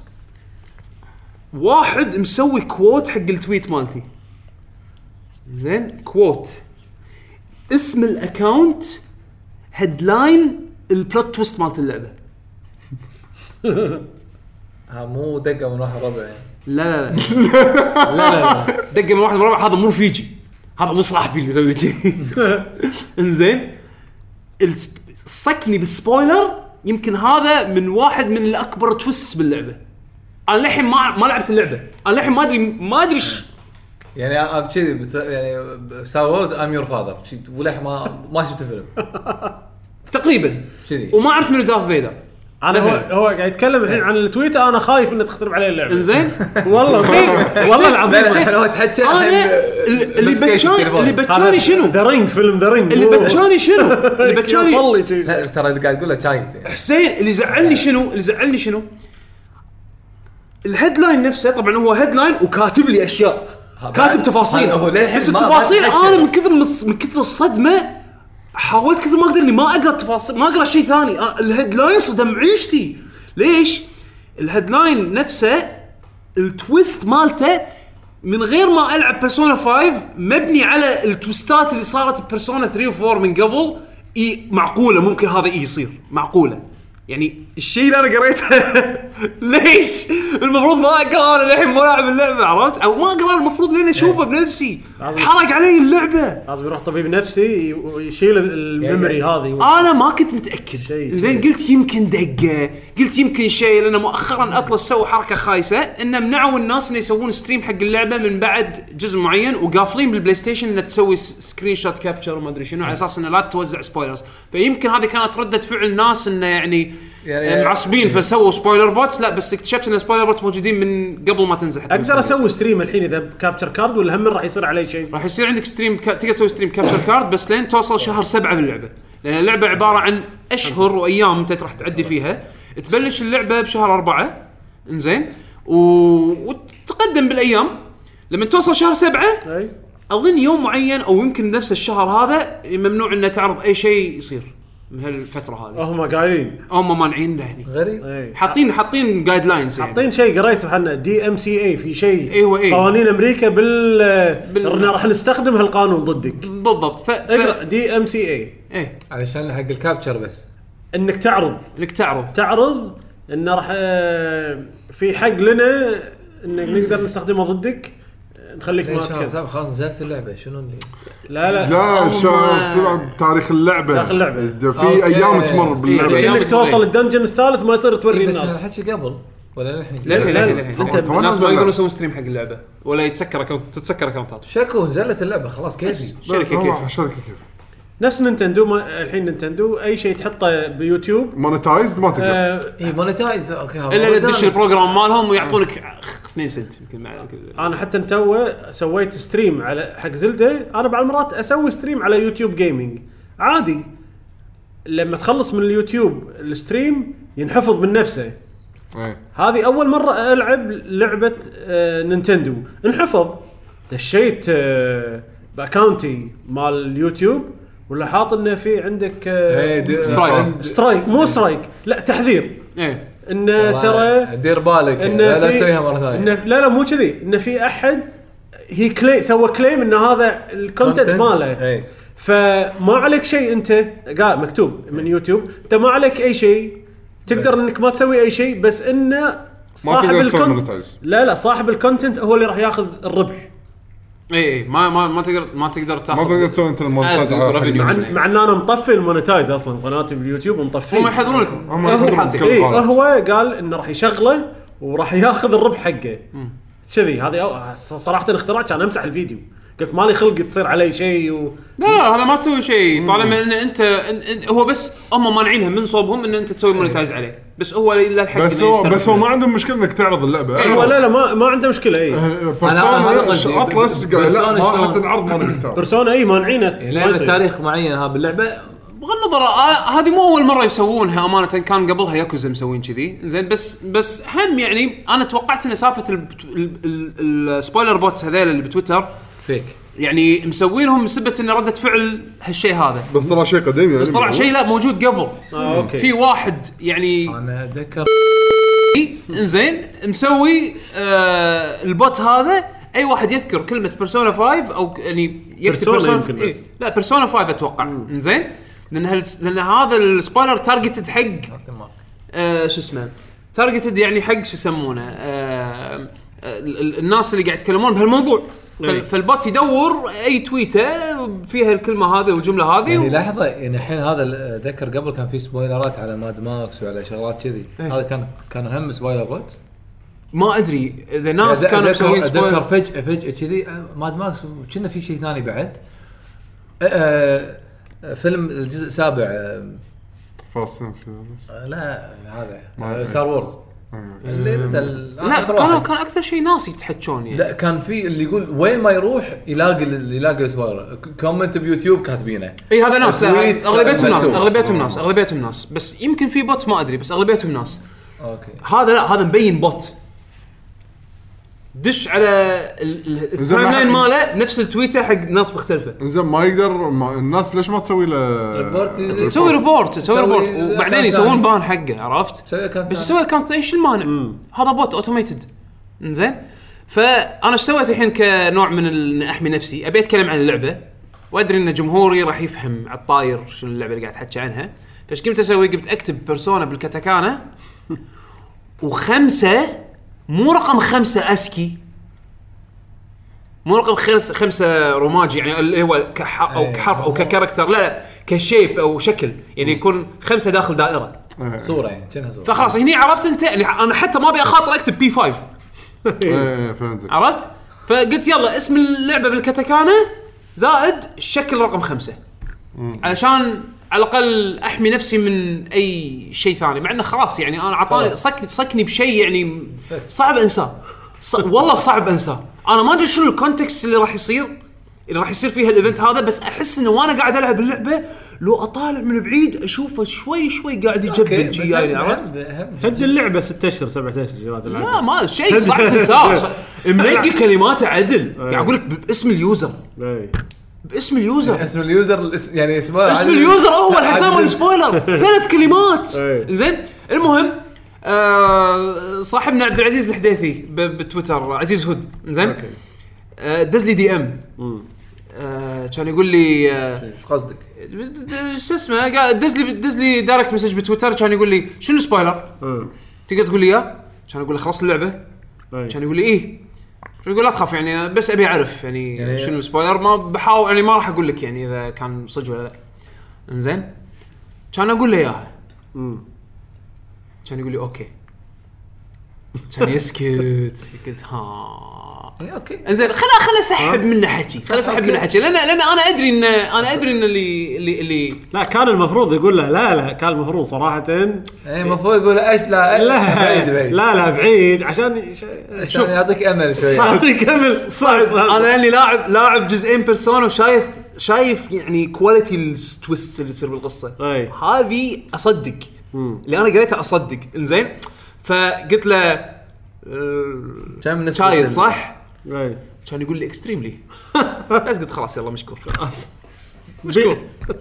واحد مسوي كوت حق التويت مالتي زين كوت اسم الاكاونت هيدلاين البلوت تويست مالت اللعبه ها مو دقه من واحد ربع يعني لا لا لا لا لا دقه من واحد ربع هذا مو رفيجي هذا مو صاحبي اللي يسوي كذي انزين صكني بالسبويلر يمكن هذا من واحد من الاكبر تويستس باللعبه انا الحين ما ما لعبت اللعبه انا الحين ما ادري ما ادري ش... يعني اب كذي يعني ستار وورز ام يور فاذر ولا ما ما شفت فيلم تقريبا كذي وما اعرف منو دارث فيدر انا هو هو قاعد يتكلم الحين عن التويتر انا خايف انه تخترب عليه اللعبه انزين والله والله العظيم لو تحكي انا اللي بتشاني اللي بتشاني شنو ذا رينج فيلم ذا رينج اللي بتشاني شنو اللي بتشاني لا ترى قاعد تقول له شاي حسين اللي زعلني شنو اللي زعلني شنو الهيدلاين نفسه طبعا هو هيدلاين وكاتب لي اشياء كاتب تفاصيل بس التفاصيل انا من كثر من كثر الصدمه حاولت كثر ما اقدر اني ما اقرا التفاصيل ما اقرا شيء ثاني الهيدلاين صدم عيشتي ليش الهيدلاين نفسه التويست مالته من غير ما العب بيرسونا فايف مبني على التويستات اللي صارت ببيرسونا ثري وفور من قبل اي معقوله ممكن هذا اي يصير معقوله يعني الشيء اللي انا قريته ليش المفروض ما اقرا انا الحين ما العب اللعبه عرفت او ما اقرا المفروض لين اشوفه بنفسي حرق علي اللعبه لازم يروح طبيب نفسي ويشيل الميموري هذه انا ما كنت متاكد زين قلت يمكن دقه قلت يمكن شيء لان مؤخرا اطلس سووا حركه خايسه ان منعوا الناس ان يسوون ستريم حق اللعبه من بعد جزء معين وقافلين بالبلاي ستيشن ان تسوي سكرين شوت كابتشر وما ادري شنو على اساس انه لا توزع سبويلرز فيمكن هذه كانت رده فعل الناس انه يعني يعني معصبين فسووا سبويلر بوتس لا بس اكتشفت ان سبويلر بوتس موجودين من قبل ما تنزل حتى اقدر اسوي ستريم الحين اذا كابتشر كارد ولا هم راح يصير عليه شيء راح يصير عندك ستريم كا... تقدر تسوي ستريم كابتشر كارد بس لين توصل شهر سبعة باللعبه لان اللعبه عباره عن اشهر وايام انت راح تعدي فيها تبلش اللعبه بشهر أربعة انزين و... وتقدم بالايام لما توصل شهر سبعة اظن يوم معين او يمكن نفس الشهر هذا ممنوع انه تعرض اي شيء يصير من هالفتره هذه. هم قايلين هم مانعين له هني، غريب. إيه. حاطين حاطين جايد لاينز يعني. حاطين شيء قريته احنا دي ام سي اي في شيء أيوة إيه. قوانين امريكا بال, بال- بال... راح نستخدم هالقانون ضدك. بالضبط. ف, اقرا ف... دي ام سي اي ايه علشان حق الكابتشر بس. انك تعرض انك تعرض تعرض انه راح آه، في حق لنا انك نقدر نستخدمه ضدك، نخليك ما ليش تكذب. هذا خلاص نزلت اللعبه شنو اللي لا لا لا هم- شا سرعة تاريخ اللعبة تاريخ اللعبة. إذا في أوكي. ايام تمر إيه. باللعبة أيام انك تمر. توصل الدنجن الثالث ما يصير توري إيه بس الناس. هذا حكي قبل ولا الحين؟ لا لا لا، لا لا. لا أنت- الناس ما نزل. يقدرون يسوون ستريم حق اللعبه ولا يتسكر اكونت تتسكر اكونتات شكو نزلت اللعبه خلاص كيفي. شركه كيف شركة كيف نفس نينتندو ما الحين نينتندو اي شيء تحطه بيوتيوب مونتايزد ما تقدر. آه اي مونيتايز اوكي. الا لا تدش البروجرام مالهم ويعطونك اثنين سنت يمكن مع انا حتى تو سويت ستريم على حق زلدة. انا بعض المرات اسوي ستريم على يوتيوب جيمنج عادي، لما تخلص من اليوتيوب الستريم ينحفظ من نفسه. ايه هذه اول مره العب لعبه آه نينتندو انحفظ. دشيت آه باكاونتي مال اليوتيوب ولا حاط انه في عندك آه سترايك. سترايك مو سترايك لا تحذير ايه انه ترى دير بالك إن لا, لا في- تسويها مره ثانيه. إن لا لا مو كذي، انه في احد هي كلي سوى كليم ان هذا الكونتنت ماله. اي فما عليك شيء، انت قال مكتوب من يوتيوب انت ما عليك اي شيء، تقدر انك ما تسوي اي شيء، بس انه صاحب تقدر تسوي الكونتنت monetize. لا لا صاحب الكونتنت هو اللي راح ياخذ الربح. اي اي ما ما ما تقدر ما تقدر تاخذ ما تقدر تسوي انت المونتايز آه، على حق revenue. مع, نفسك. نعم. مع ان انا مطفي المونتايز اصلا قناتي باليوتيوب مطفي. هم يحضرون لكم هم يحضرون حالتك. كل- اي القناة. هو قال انه راح يشغله وراح ياخذ الربح حقه كذي. هذه أو- صراحه الاختراع كان امسح الفيديو، قلت مالي خلق تصير علي شيء و... لا لا هذا ما تسوي شيء طالما ان انت إن إن هو بس هم مانعينها من صوبهم ان انت تسوي مونتايز عليه، بس هو الا الحق بس إنه هو يستخدم. بس هو ما عندهم مشكله انك تعرض اللعبه. ايوه لا لا ما ما عنده مشكله. اي أنا هذا قصدي. بيرسونا اطلس قال لا بيرسونا ما شلون؟ حتى العرض ما نبي بيرسونا اي مانعينه ما لعبه يصير. تاريخ معين ها باللعبه. بغض النظر آه هذه مو اول مره يسوونها امانه، كان قبلها ياكوزا مسوين كذي زين. بس بس هم يعني انا توقعت ان سالفه السبويلر بوتس هذول اللي بتويتر فيك يعني مسوينهم بسبه ان رده فعل هالشيء هذا، بس طلع شيء قديم يعني بس طلع شيء لا موجود قبل. آه اوكي. في واحد يعني انا اتذكر انزين مسوي آه البوت هذا، اي واحد يذكر كلمه بيرسونا خمسة او يعني يكتب Persona Persona- يمكن بس. إيه لا بيرسونا خمسة اتوقع. انزين لان هال... لان هذا السبويلر تارجتد حق آه شو اسمه تارجتد يعني حق شو يسمونه آه ال- ال- الناس اللي قاعد يتكلمون بهالموضوع. فال- إيه. فالبوت يدور اي تويته فيها الكلمه هذه والجمله هذه يعني و... لحظه يعني الحين هذا اتذكر قبل كان في سبويلرات على ماد ماكس وعلى شغلات كذي. هذا كان كان هم سبويلر بوت. ما ادري اذا ناس كانوا مسوين اتذكر سبويلر. فجاه فجاه كذي آه، ماد ماكس وكنا في شيء ثاني بعد. آه، آه، فيلم الجزء السابع آه، فاصل لا هذا ما- آه، ستار وورز اللي نزل لا آخر كانوا واحد. كان اكثر شيء ناس يتحكون يعني. لا كان في اللي يقول وين ما يروح يلاقي ال- يلاقي السبويلر كومنت بيوتيوب كاتبينه. اي هذا ناس لا تويت اغلبيتهم ناس مكتوب. اغلبيتهم ناس اغلبيتهم ناس بس يمكن في بوت ما ادري، بس اغلبيتهم ناس. اوكي هذا لا هذا مبين بوت دش على ال- زين التايم ما لاين حد- ماله نفس التويته حق ناس مختلفه. انزين ما يقدر ما الناس ليش ما تسوي له ريبورت يزيد. تسوي ريبورت تسوي تسوي ريبورت ال- وبعدين كان يسوون ثاني. بان حقه عرفت. سوي كان بس ثاني. يسوي كانت ايش المانع؟ هذا بوت اوتوميتد. انزين فانا ايش سويت الحين كنوع من ال- احمي نفسي، ابي اتكلم عن اللعبه وادري ان جمهوري راح يفهم على الطاير شنو اللعبه اللي قاعد احكي عنها. فايش قمت اسوي؟ قمت اكتب بيرسونا بالكاتاكانا وخمسه مو رقم خمسه اسكي، مو رقم خمسه خمسه روماجي يعني اللي هو كح او كحرف او ككاركتر، لا لا كشيب او شكل يعني يكون خمسه داخل دائره. صوره يعني كأنها صوره. فخلاص هني عرفت انت يعني انا حتى ما ابي اخاطر اكتب بي خمسة ايه فهمتك. عرفت. فقلت يلا اسم اللعبه بالكاتاكانا زائد الشكل رقم خمسة علشان على الاقل احمي نفسي من اي شيء ثاني، مع انه خلاص يعني انا عطاني خلاص. صك صكني بشيء يعني بس. صعب انساه. ص... والله صعب انساه. انا ما ادري شنو الكونتكست اللي راح يصير اللي راح يصير فيها الايفنت هذا. بس احس انه وانا قاعد العب اللعبه لو اطالع من بعيد اشوفه شوي شوي قاعد يجبل جياني. عرفت؟ هد اللعبه ستة اشهر سبعة اشهر جرات لا اللعبه ما شيء صعب تنساه. منقي كلماته عدل. قاعد اقول لك باسم اليوزر اي باسم اليوزر اسم اليوزر الاسم يعني اسمه اسم اليوزر اول حتى ما سبويلر ثلاث كلمات. زين المهم آه صاحبنا عبد العزيز الحديثي بتويتر عزيز هود زين آه دز لي دي ام آه كان يقول لي آه ايش قصدك شو اسمه قال دز لي دز لي دايركت مسج بتويتر كان يقول لي شنو سبويلر تقدر تقول لي اياه. كان اقول له خلص اللعبه كان يقول لي ايه يقول لا تخاف يعني بس ابي اعرف يعني, يعني شنو سبويلر ما بحاول يعني ما راح اقول لك يعني اذا كان صدق ولا لا. انزين كان اقول له اياها كان يقول لي اوكي كان يسكت قلت ها اي اوكي انزين خلا خلا اسحب منه حكي خلا اسحب منه حكي لان لان انا ادري ان انا ادري ان اللي اللي, اللي لا كان المفروض يقول له لا لا كان المفروض صراحه اي المفروض يقول ايش لا لا بعيد بعيد لا لا بعيد عشان شوف يعطيك امل شوي يعطيك امل صعب. انا لاني لاعب لاعب جزئين بيرسونا وشايف شايف يعني كواليتي التويست اللي تصير بالقصه هذه اصدق اللي انا قريتها اصدق. انزين فقلت له كم شايد صح اي كان يقول لي اكستريملي بس قلت خلاص يلا مشكور خلاص مشكور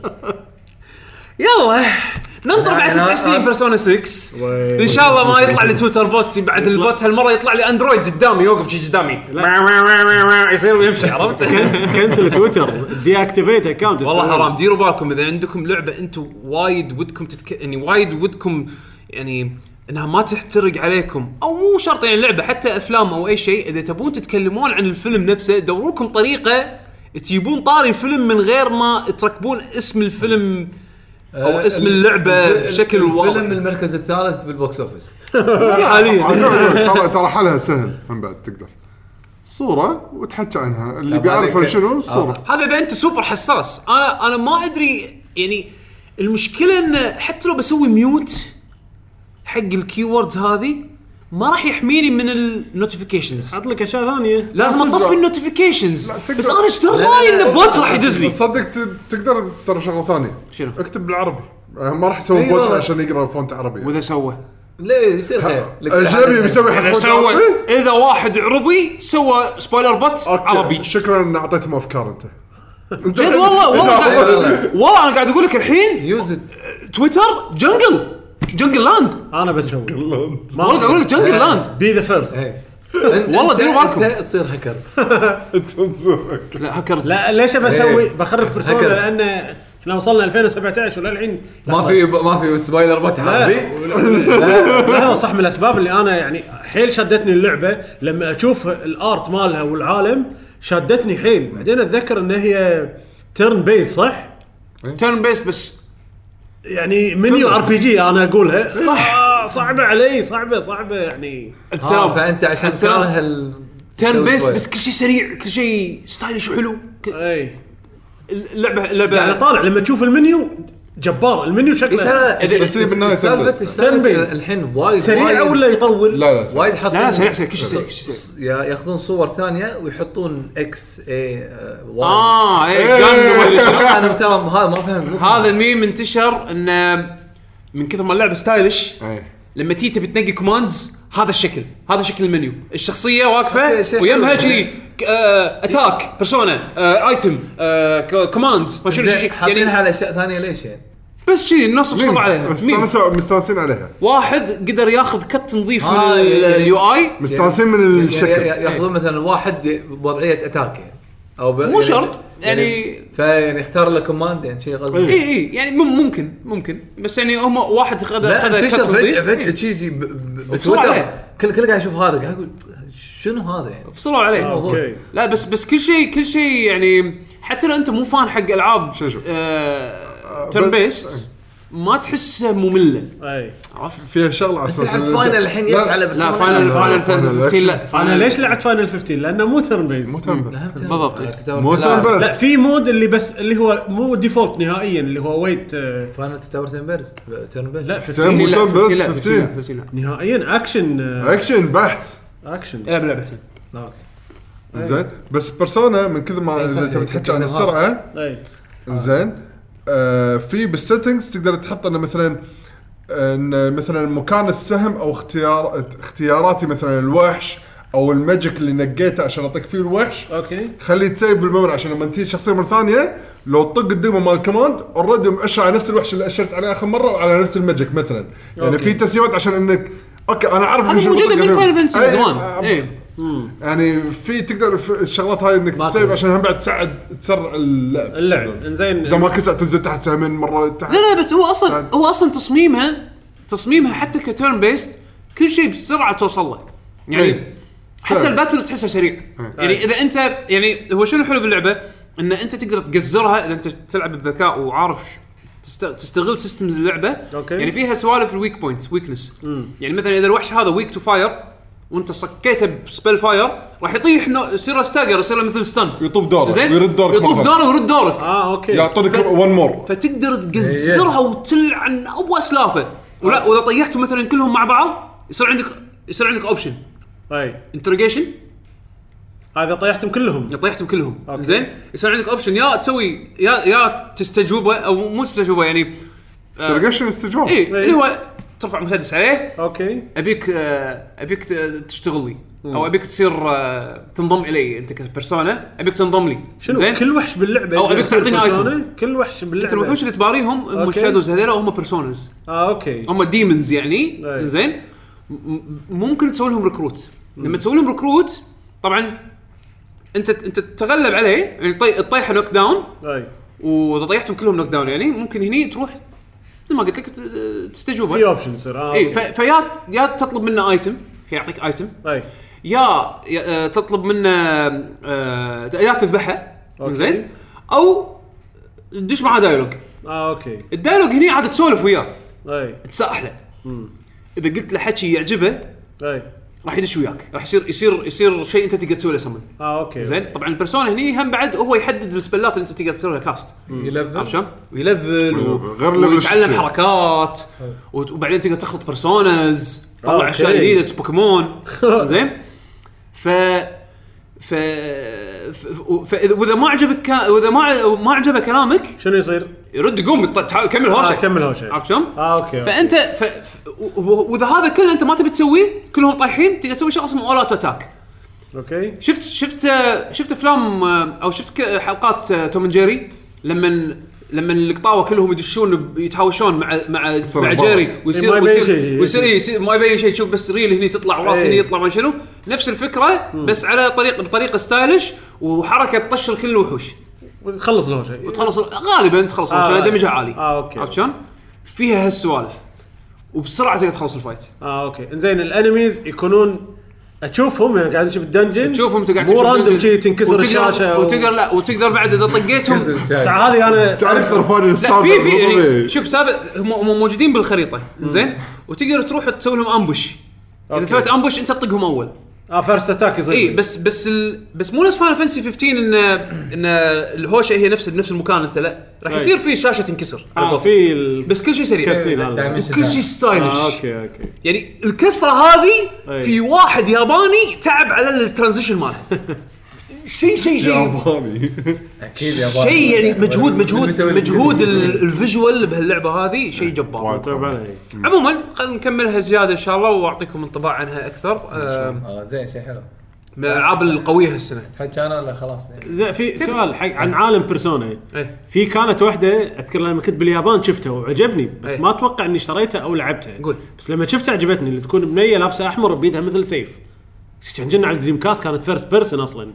يلا ننطر بعد تسع سنين بيرسونا ستة ان شاء الله ما يطلع لي تويتر بوت بعد البوت هالمره يطلع لي اندرويد قدامي يوقف شي قدامي يصير ويمشي. عرفت؟ كنسل تويتر دي اكتيفيت اكونت. والله حرام ديروا بالكم اذا عندكم لعبه انتم وايد ودكم تتك... يعني وايد ودكم يعني انها ما تحترق عليكم او مو شرط يعني لعبه حتى افلام او اي شيء اذا تبون تتكلمون عن الفيلم نفسه دوروا لكم طريقه تجيبون طاري الفيلم من غير ما تركبون اسم الفيلم او اسم اللعبه بشكل واضح. فيلم المركز الثالث بالبوكس اوفيس حاليا ترى ترى حلها سهل هم بعد تقدر صوره وتحكي عنها اللي بيعرف شنو الصوره. هذا اذا انت سوبر حساس. انا انا ما ادري يعني المشكله ان حتى لو بسوي ميوت حق الكيوردز هذه ما راح يحميني من النوتيفيكيشنز. حط لك اشياء ثانيه لازم اطفي النوتيفيكيشنز بس انا ايش دراني ان بوت راح يدز لي. صدق تقدر ترى شغله ثانيه شنو اكتب بالعربي ما راح يسوي بوت عشان يقرا فونت عربي واذا سوى ليه يصير خير اجنبي بيسوي اذا سوى اذا واحد عربي سوى سبويلر بوت عربي. شكرا ان اعطيتهم افكار انت جد والله والله والله انا قاعد اقول لك الحين يوز تويتر جنجل جنجل لاند. انا بسوي ما اقول لك جنجل لاند بي ذا فيرست. والله ديروا بالكم انت تصير هاكرز انت تصير لا هاكرز لا ليش بسوي بخرب بيرسونا لان احنا وصلنا ألفين وسبعة عشر ولا الحين ما في ما في سبويلر بوت عربي. لا هذا صح من الاسباب اللي انا يعني حيل شدتني اللعبه لما اشوف الارت مالها والعالم شدتني حيل. بعدين اتذكر ان هي تيرن بيس صح تيرن بيس بس يعني منيو ار بي جي انا اقولها صح صعبه علي صعبه صعبه يعني اه فانت عشان تكره ال تيرن بيس بس كل شيء سريع كل شيء ستايلش وحلو. اي اللعبه اللعبه يعني طالع لما تشوف المنيو جبار المنيو شكله بس بالنهايه سالفه الحين وايد سريع ولا يطول لا لا وايد حاطين لا سريع سريع كل شيء سريع ياخذون صور ثانيه ويحطون اكس اي واي اه اي كان ولا شنو. انا ترى هذا ما فهم هذا الميم انتشر ان من كثر ما اللعبه ستايلش لما تي تبي تنقي كوماندز هذا الشكل هذا شكل المنيو الشخصيه واقفه ويمها شيء اتاك بيرسونا ايتم كوماندز ما شنو شيء يعني على اشياء ثانيه ليش يعني بس شيء الناس بصوا عليها مستانسين عليها. واحد قدر ياخذ كت نظيف من اليو اي مستانسين من الشكل ياخذون مثلا واحد بوضعيه اتاك يعني او مو شرط يعني فيعني اختار له كوماند يعني شيء قصدي اي اي يعني ممكن ممكن بس يعني هم واحد خذ خذ كت نظيف فجاه تجي بتويتر كل كل قاعد يشوف هذا قاعد يقول شنو هذا يعني فصلوا عليه. لا بس بس كل شيء كل شيء يعني حتى لو انت مو فان حق العاب تيرن بيست ما تحسه ممله. اي عرفت فيها شغله على اساس فاينل الحين يت على بس لا فاينل فاينل خمسة عشر لا انا ليش لعبت فاينل خمسة عشر لانه مو تيرن بيست مو تيرن بيست بالضبط مو تيرن بيست لا في مود اللي بس اللي هو مو ديفولت نهائيا اللي هو ويت فاينل تاور تيرن بيست تيرن بيست لا مو تيرن بيست نهائيا اكشن اكشن بحت اكشن لا لا بحت اوكي زين بس بيرسونا من كذا ما اذا تبي تحكي عن السرعه اي زين آه في بالسيتنجز تقدر تحط انه مثلا ان مثلا مكان السهم او اختيار اختياراتي مثلا الوحش او الماجيك اللي نقيته عشان اعطيك فيه الوحش اوكي خليه تسيف بالميموري عشان لما تجي شخصيه مره ثانيه لو تطق الديمو مال الكوماند اوريدي مأشر على نفس الوحش اللي اشرت عليه اخر مره وعلى نفس الماجيك مثلا يعني أوكي. في تسييفات عشان انك اوكي انا عارف هذا موجوده بالفاينل فانتسي زمان اي يعني في تقدر في الشغلات هاي انك تسيف عشان هم بعد تساعد تسرع اللعب اللعب انزين اذا ما كسر تنزل تحت سهمين مره تحت لا لا بس هو اصلا هو اصلا تصميمها تصميمها حتى كتيرن بيست كل شيء بسرعه توصل له يعني إيه. حتى سهل. الباتل تحسه سريع يعني اذا انت يعني هو شنو حلو باللعبه ان انت تقدر تقزرها اذا انت تلعب بذكاء وعارف تست... تستغل سيستمز اللعبه أوكي. يعني فيها سوالف الويك بوينت ويكنس يعني مثلا اذا الوحش هذا ويك تو فاير وانت صكيته بسبيل فاير راح يطيح نو... يصير ستاجر يصير مثل ستان يطوف داره زين ويرد دورك يطوف داره ويرد دورك اه اوكي يعطونك ف- ون مور فتقدر تقزرها وتلعن ابو اسلافه ولا واذا طيحتوا مثلا كلهم مع بعض يصير عندك يصير عندك اوبشن اي انترجيشن هذا طيحتهم كلهم طيحتهم كلهم أوكي. زين يصير عندك اوبشن يا تسوي يا يا تستجوبه او مو تستجوبه يعني ترقشن استجواب اي اللي هو ترفع مسدس عليه اوكي ابيك آه، ابيك ت- تشتغل لي او ابيك تصير آه، تنضم الي انت كبيرسونا ابيك تنضم لي شنو زين كل وحش باللعبه أو يقدر أبيك يصير تعطيني بيرسونا؟ آيتم. كل وحش باللعبه انت الوحوش اللي تباريهم هم أوكي. الشادوز هذول هم بيرسونز اه اوكي هم ديمونز يعني أي. زين م- ممكن تسوي لهم ريكروت لما تسوي لهم ريكروت طبعا انت انت تتغلب عليه يعني طي... تطيح نوك داون اي واذا طيحتهم كلهم نوك داون يعني ممكن هني تروح مثل ما قلت لك ت- تستجوبه في اوبشن يصير اه اي أوكي. ف... فيا يا تطلب منه ايتم يعطيك ايتم اي يا يا- آه، تطلب منه آه، يا تذبحه أوكي. زين او تدش معاه دايلوج اه اوكي الدايلوج هني عاد تسولف وياه اي تساح له اذا قلت له حكي يعجبه اي راح يدش وياك راح يصير يصير يصير شيء انت تقدر تسوي له سمن اه اوكي زين طبعا البيرسونا هني هم بعد هو يحدد السبلات اللي انت تقدر تسوي لها كاست عرفت يلفل شلون ويلفل و- غير ليفل ويتعلم الشخصية. حركات وت- وبعدين تقدر تاخذ بيرسوناز آه، طلع اشياء أوكي. جديده بوكيمون زين ف ف ف اذا واذا ما عجبك كا... واذا ما ما عجبك كلامك شنو يصير؟ يرد يقوم يط- تح- كمل اه هوشك كمل هوشة عرفت شلون؟ اه اوكي فانت ف... ف... و- واذا هذا كله انت ما تبي تسويه كلهم طايحين تقدر تسوي شيء اسمه اولات اتاك اوكي شفت شفت شفت افلام او شفت ك- حلقات توم اند جيري لما لما القطاوه كلهم يدشون يتهاوشون مع مع مع البابا. جيري ما ويصير يبين ويصير شيء. ويصير يصير ما يبين شيء تشوف بس ريل هني تطلع وراس إيه. هني يطلع ما شنو نفس الفكره بس على طريقه بطريقه ستايلش وحركه تطشر كل الوحوش وتخلص الهوشة وتخلص غالبا تخلص آه. عشان دمجها عالي آه، أوكي. عرفت شلون؟ فيها هالسوالف وبسرعه تقدر تخلص الفايت اه اوكي انزين الانميز يكونون اشوفهم يعني قاعد نشوف الدنجن تشوفهم انت قاعد مو تشوف راندوم دنجن. شي تنكسر وتقدر- الشاشه وتقدر لا وتقدر بعد اذا طقيتهم تعال هذه انا تعرف طرفان لا السابق في في يعني طبيعي. شوف سابق هم هم موجودين بالخريطه زين وتقدر تروح تسوي لهم امبوش اذا أوكي. سويت امبوش انت تطقهم اول اه فيرست اتاك يصير اي بس بس ال... بس مو نفس فاينل فانتسي خمسة عشر ان ان الهوشه هي نفس نفس المكان انت لا راح أي. يصير في شاشه تنكسر اه في ال... بس كل شيء سريع كاتسين هذا. وكل شيء ستايلش اه اوكي اوكي يعني الكسره هذه أي. في واحد ياباني تعب على الترانزيشن ماله شيء شيء شيء ياباني اكيد يا شيء يعني مجهود مجهود مجهود ال- الفيجوال بهاللعبه هذه شيء جبار وايد طيب طبعاً. علي. عموما خلينا نكملها زياده ان شاء الله واعطيكم انطباع عنها اكثر آم، اه زين شيء حلو من الالعاب القويه هالسنه حكي انا ولا خلاص يعني. زين في سؤال حق عن عالم بيرسونا إيه. في كانت واحده اذكر لما كنت باليابان شفتها وعجبني بس إيه. ما اتوقع اني اشتريتها او لعبتها قول. بس لما شفتها عجبتني اللي تكون بنيه لابسه احمر وبيدها مثل سيف كان جنة على الدريم كاست كانت فيرست بيرسون اصلا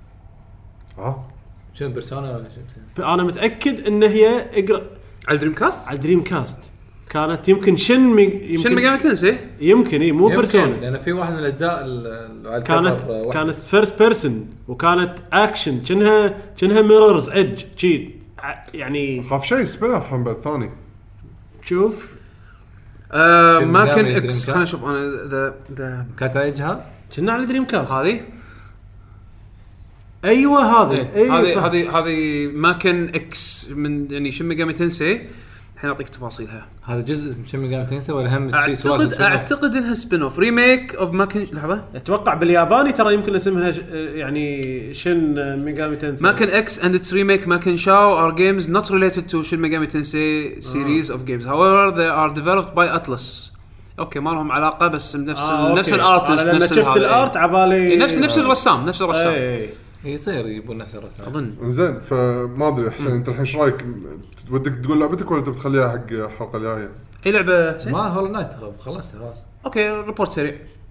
اه شنو بيرسونا ولا شفت انا متاكد ان هي اقرا على دريم كاست على الدريم كاست كانت يمكن شن ميج... يمكن شنو ميجامي تنسي يمكن اي مو بيرسونا لان في واحد من الاجزاء ال- على كانت الكفر واحد. كانت فيرست بيرسون وكانت اكشن كأنها كأنها ميرورز ايدج شي ع- يعني خاف شيء سبين اوف هم بعد ثاني شوف آه شنو ما كان ميجامي اكس دريم خلينا نشوف انا ذا ذا كانت على جهاز كنا على دريم كاست هذه ايوه هذا إيه، اي هذه صح. هذه هذه ما كان اكس من يعني شن ميجامي تنسي الحين اعطيك تفاصيلها. هذا جزء من شن ميجامي تنسي ولا هم اعتقد اعتقد انها سبين اوف ريميك اوف ماكن لحظه اتوقع بالياباني ترى يمكن اسمها ش... يعني شن ميجامي تنسي ماكن اكس and its remake ماكن شاو are games not related to Shin Megami Tensei series of games however they are developed by Atlus. اوكي ما لهم علاقه بس نفس آه نفس الارتست نفس شفت الارت عبالي نفس نفس الرسام نفس الرسام اي يصير يبون نفس الرسام اظن. زين فما ادري حسين انت الحين ايش رايك ودك تقول لعبتك ولا تبي تخليها حق الحلقه الجايه؟ اي لعبه ما هولو نايت خلصت خلاص. اوكي ريبورت سريع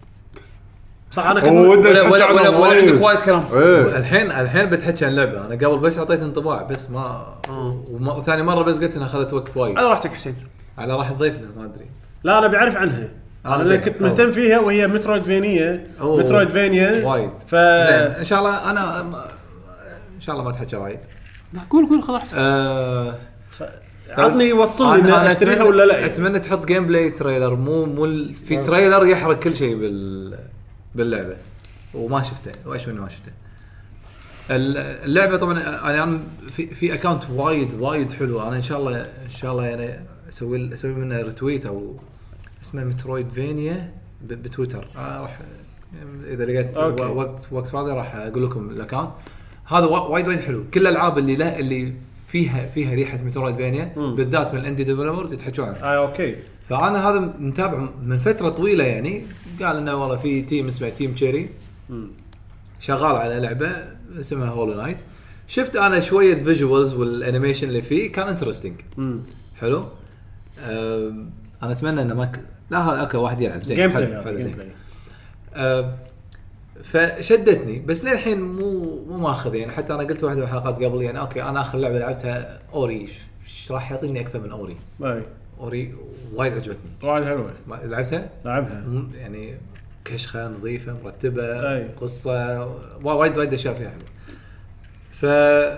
صح. انا كنت ولا ولا ولا, ولا عندك وايد كلام. ايه الحين الحين بتحكي عن لعبه انا قبل بس اعطيت انطباع بس ما وما- وثاني مره بس قلت انها اخذت وقت وايد على راحتك حسين. على راح تضيفنا ما ادري. لا انا بعرف عنها. آه انا زين. كنت مهتم فيها وهي مترويد فينيا أوه. مترويد فينيا وايد ف زين ان شاء الله انا ما- ان شاء الله ما تحكي وايد. قول قول خلاص. أه عطني وصلني أنا- ان أنا اشتريها أتمنى- ولا لا. اتمنى تحط جيم بلاي تريلر مو مو ال- في تريلر يحرق كل شيء بال باللعبه وما شفته وايش منه ما شفته. ال- اللعبه طبعا انا يعني في في اكونت وايد وايد حلو انا ان شاء الله ان شاء الله يعني اسوي اسوي منه ريتويت او اسمه مترويد فينيا ب- بتويتر. آه راح اذا لقيت أوكي. وقت وقت فاضي راح اقول لكم الاكونت هذا وا- وايد وايد حلو. كل الالعاب اللي له اللي فيها فيها ريحه مترويد فينيا بالذات من الاندي ديفلوبرز يتحكون عنها. اه اوكي. فانا هذا متابع من فتره طويله يعني قال انه والله في تيم اسمه تيم تشيري شغال على لعبه اسمها هولو نايت. شفت انا شويه فيجوالز والانيميشن اللي فيه كان انترستينج حلو. أه انا اتمنى انه ما ك... لا هذا اوكي واحد يلعب زين جيم حلو, بلاي حلو جيم زين. بلاي. أه فشدتني بس للحين مو مو ماخذ يعني. حتى انا قلت واحده من الحلقات قبل يعني اوكي انا اخر لعبه لعبتها اوري ايش راح يعطيني اكثر من اوري. اي اوري وايد عجبتني. وايد حلوه ما- لعبتها لعبها. م- يعني كشخه نظيفه مرتبه أي. قصه وا- وايد وايد اشياء فيها حلوه. ف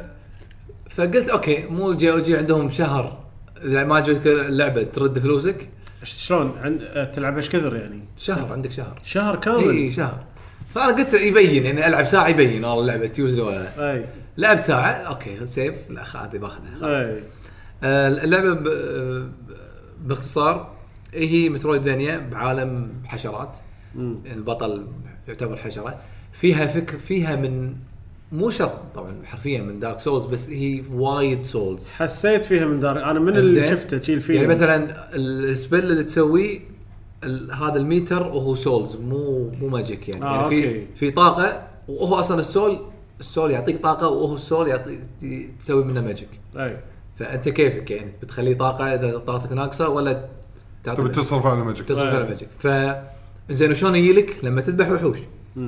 فقلت اوكي مو جي او جي عندهم شهر اذا ما عجبتك اللعبه ترد فلوسك شلون عند تلعب ايش كثر يعني شهر عندك شهر شهر كامل. اي شهر. فانا قلت يبين يعني العب ساعه يبين والله اللعبه تيوزلي ولا لا. اي لعبت ساعه اوكي سيف لا هذه باخذها خلاص. اي آه، اللعبه ب... آه، باختصار هي مترويد فينيا بعالم حشرات. البطل يعتبر حشره فيها فكر فيها من مو شرط طبعا حرفيا من دارك سولز بس هي وايد سولز. حسيت فيها من دار انا من اللي زين. شفته شيل فيه يعني مثلا السبيل اللي تسويه ال- هذا الميتر وهو سولز مو مو ماجيك يعني, آه، يعني في أوكي. في طاقه وهو اصلا السول السول يعطيك طاقه وهو السول يعطي تسوي منه ماجيك. اي فانت كيفك يعني بتخليه طاقه اذا طاقتك ناقصه ولا تعطي تبي تصرف على ماجيك تصرف أي. على ماجيك. ف زين وشلون يجيلك لما تذبح وحوش.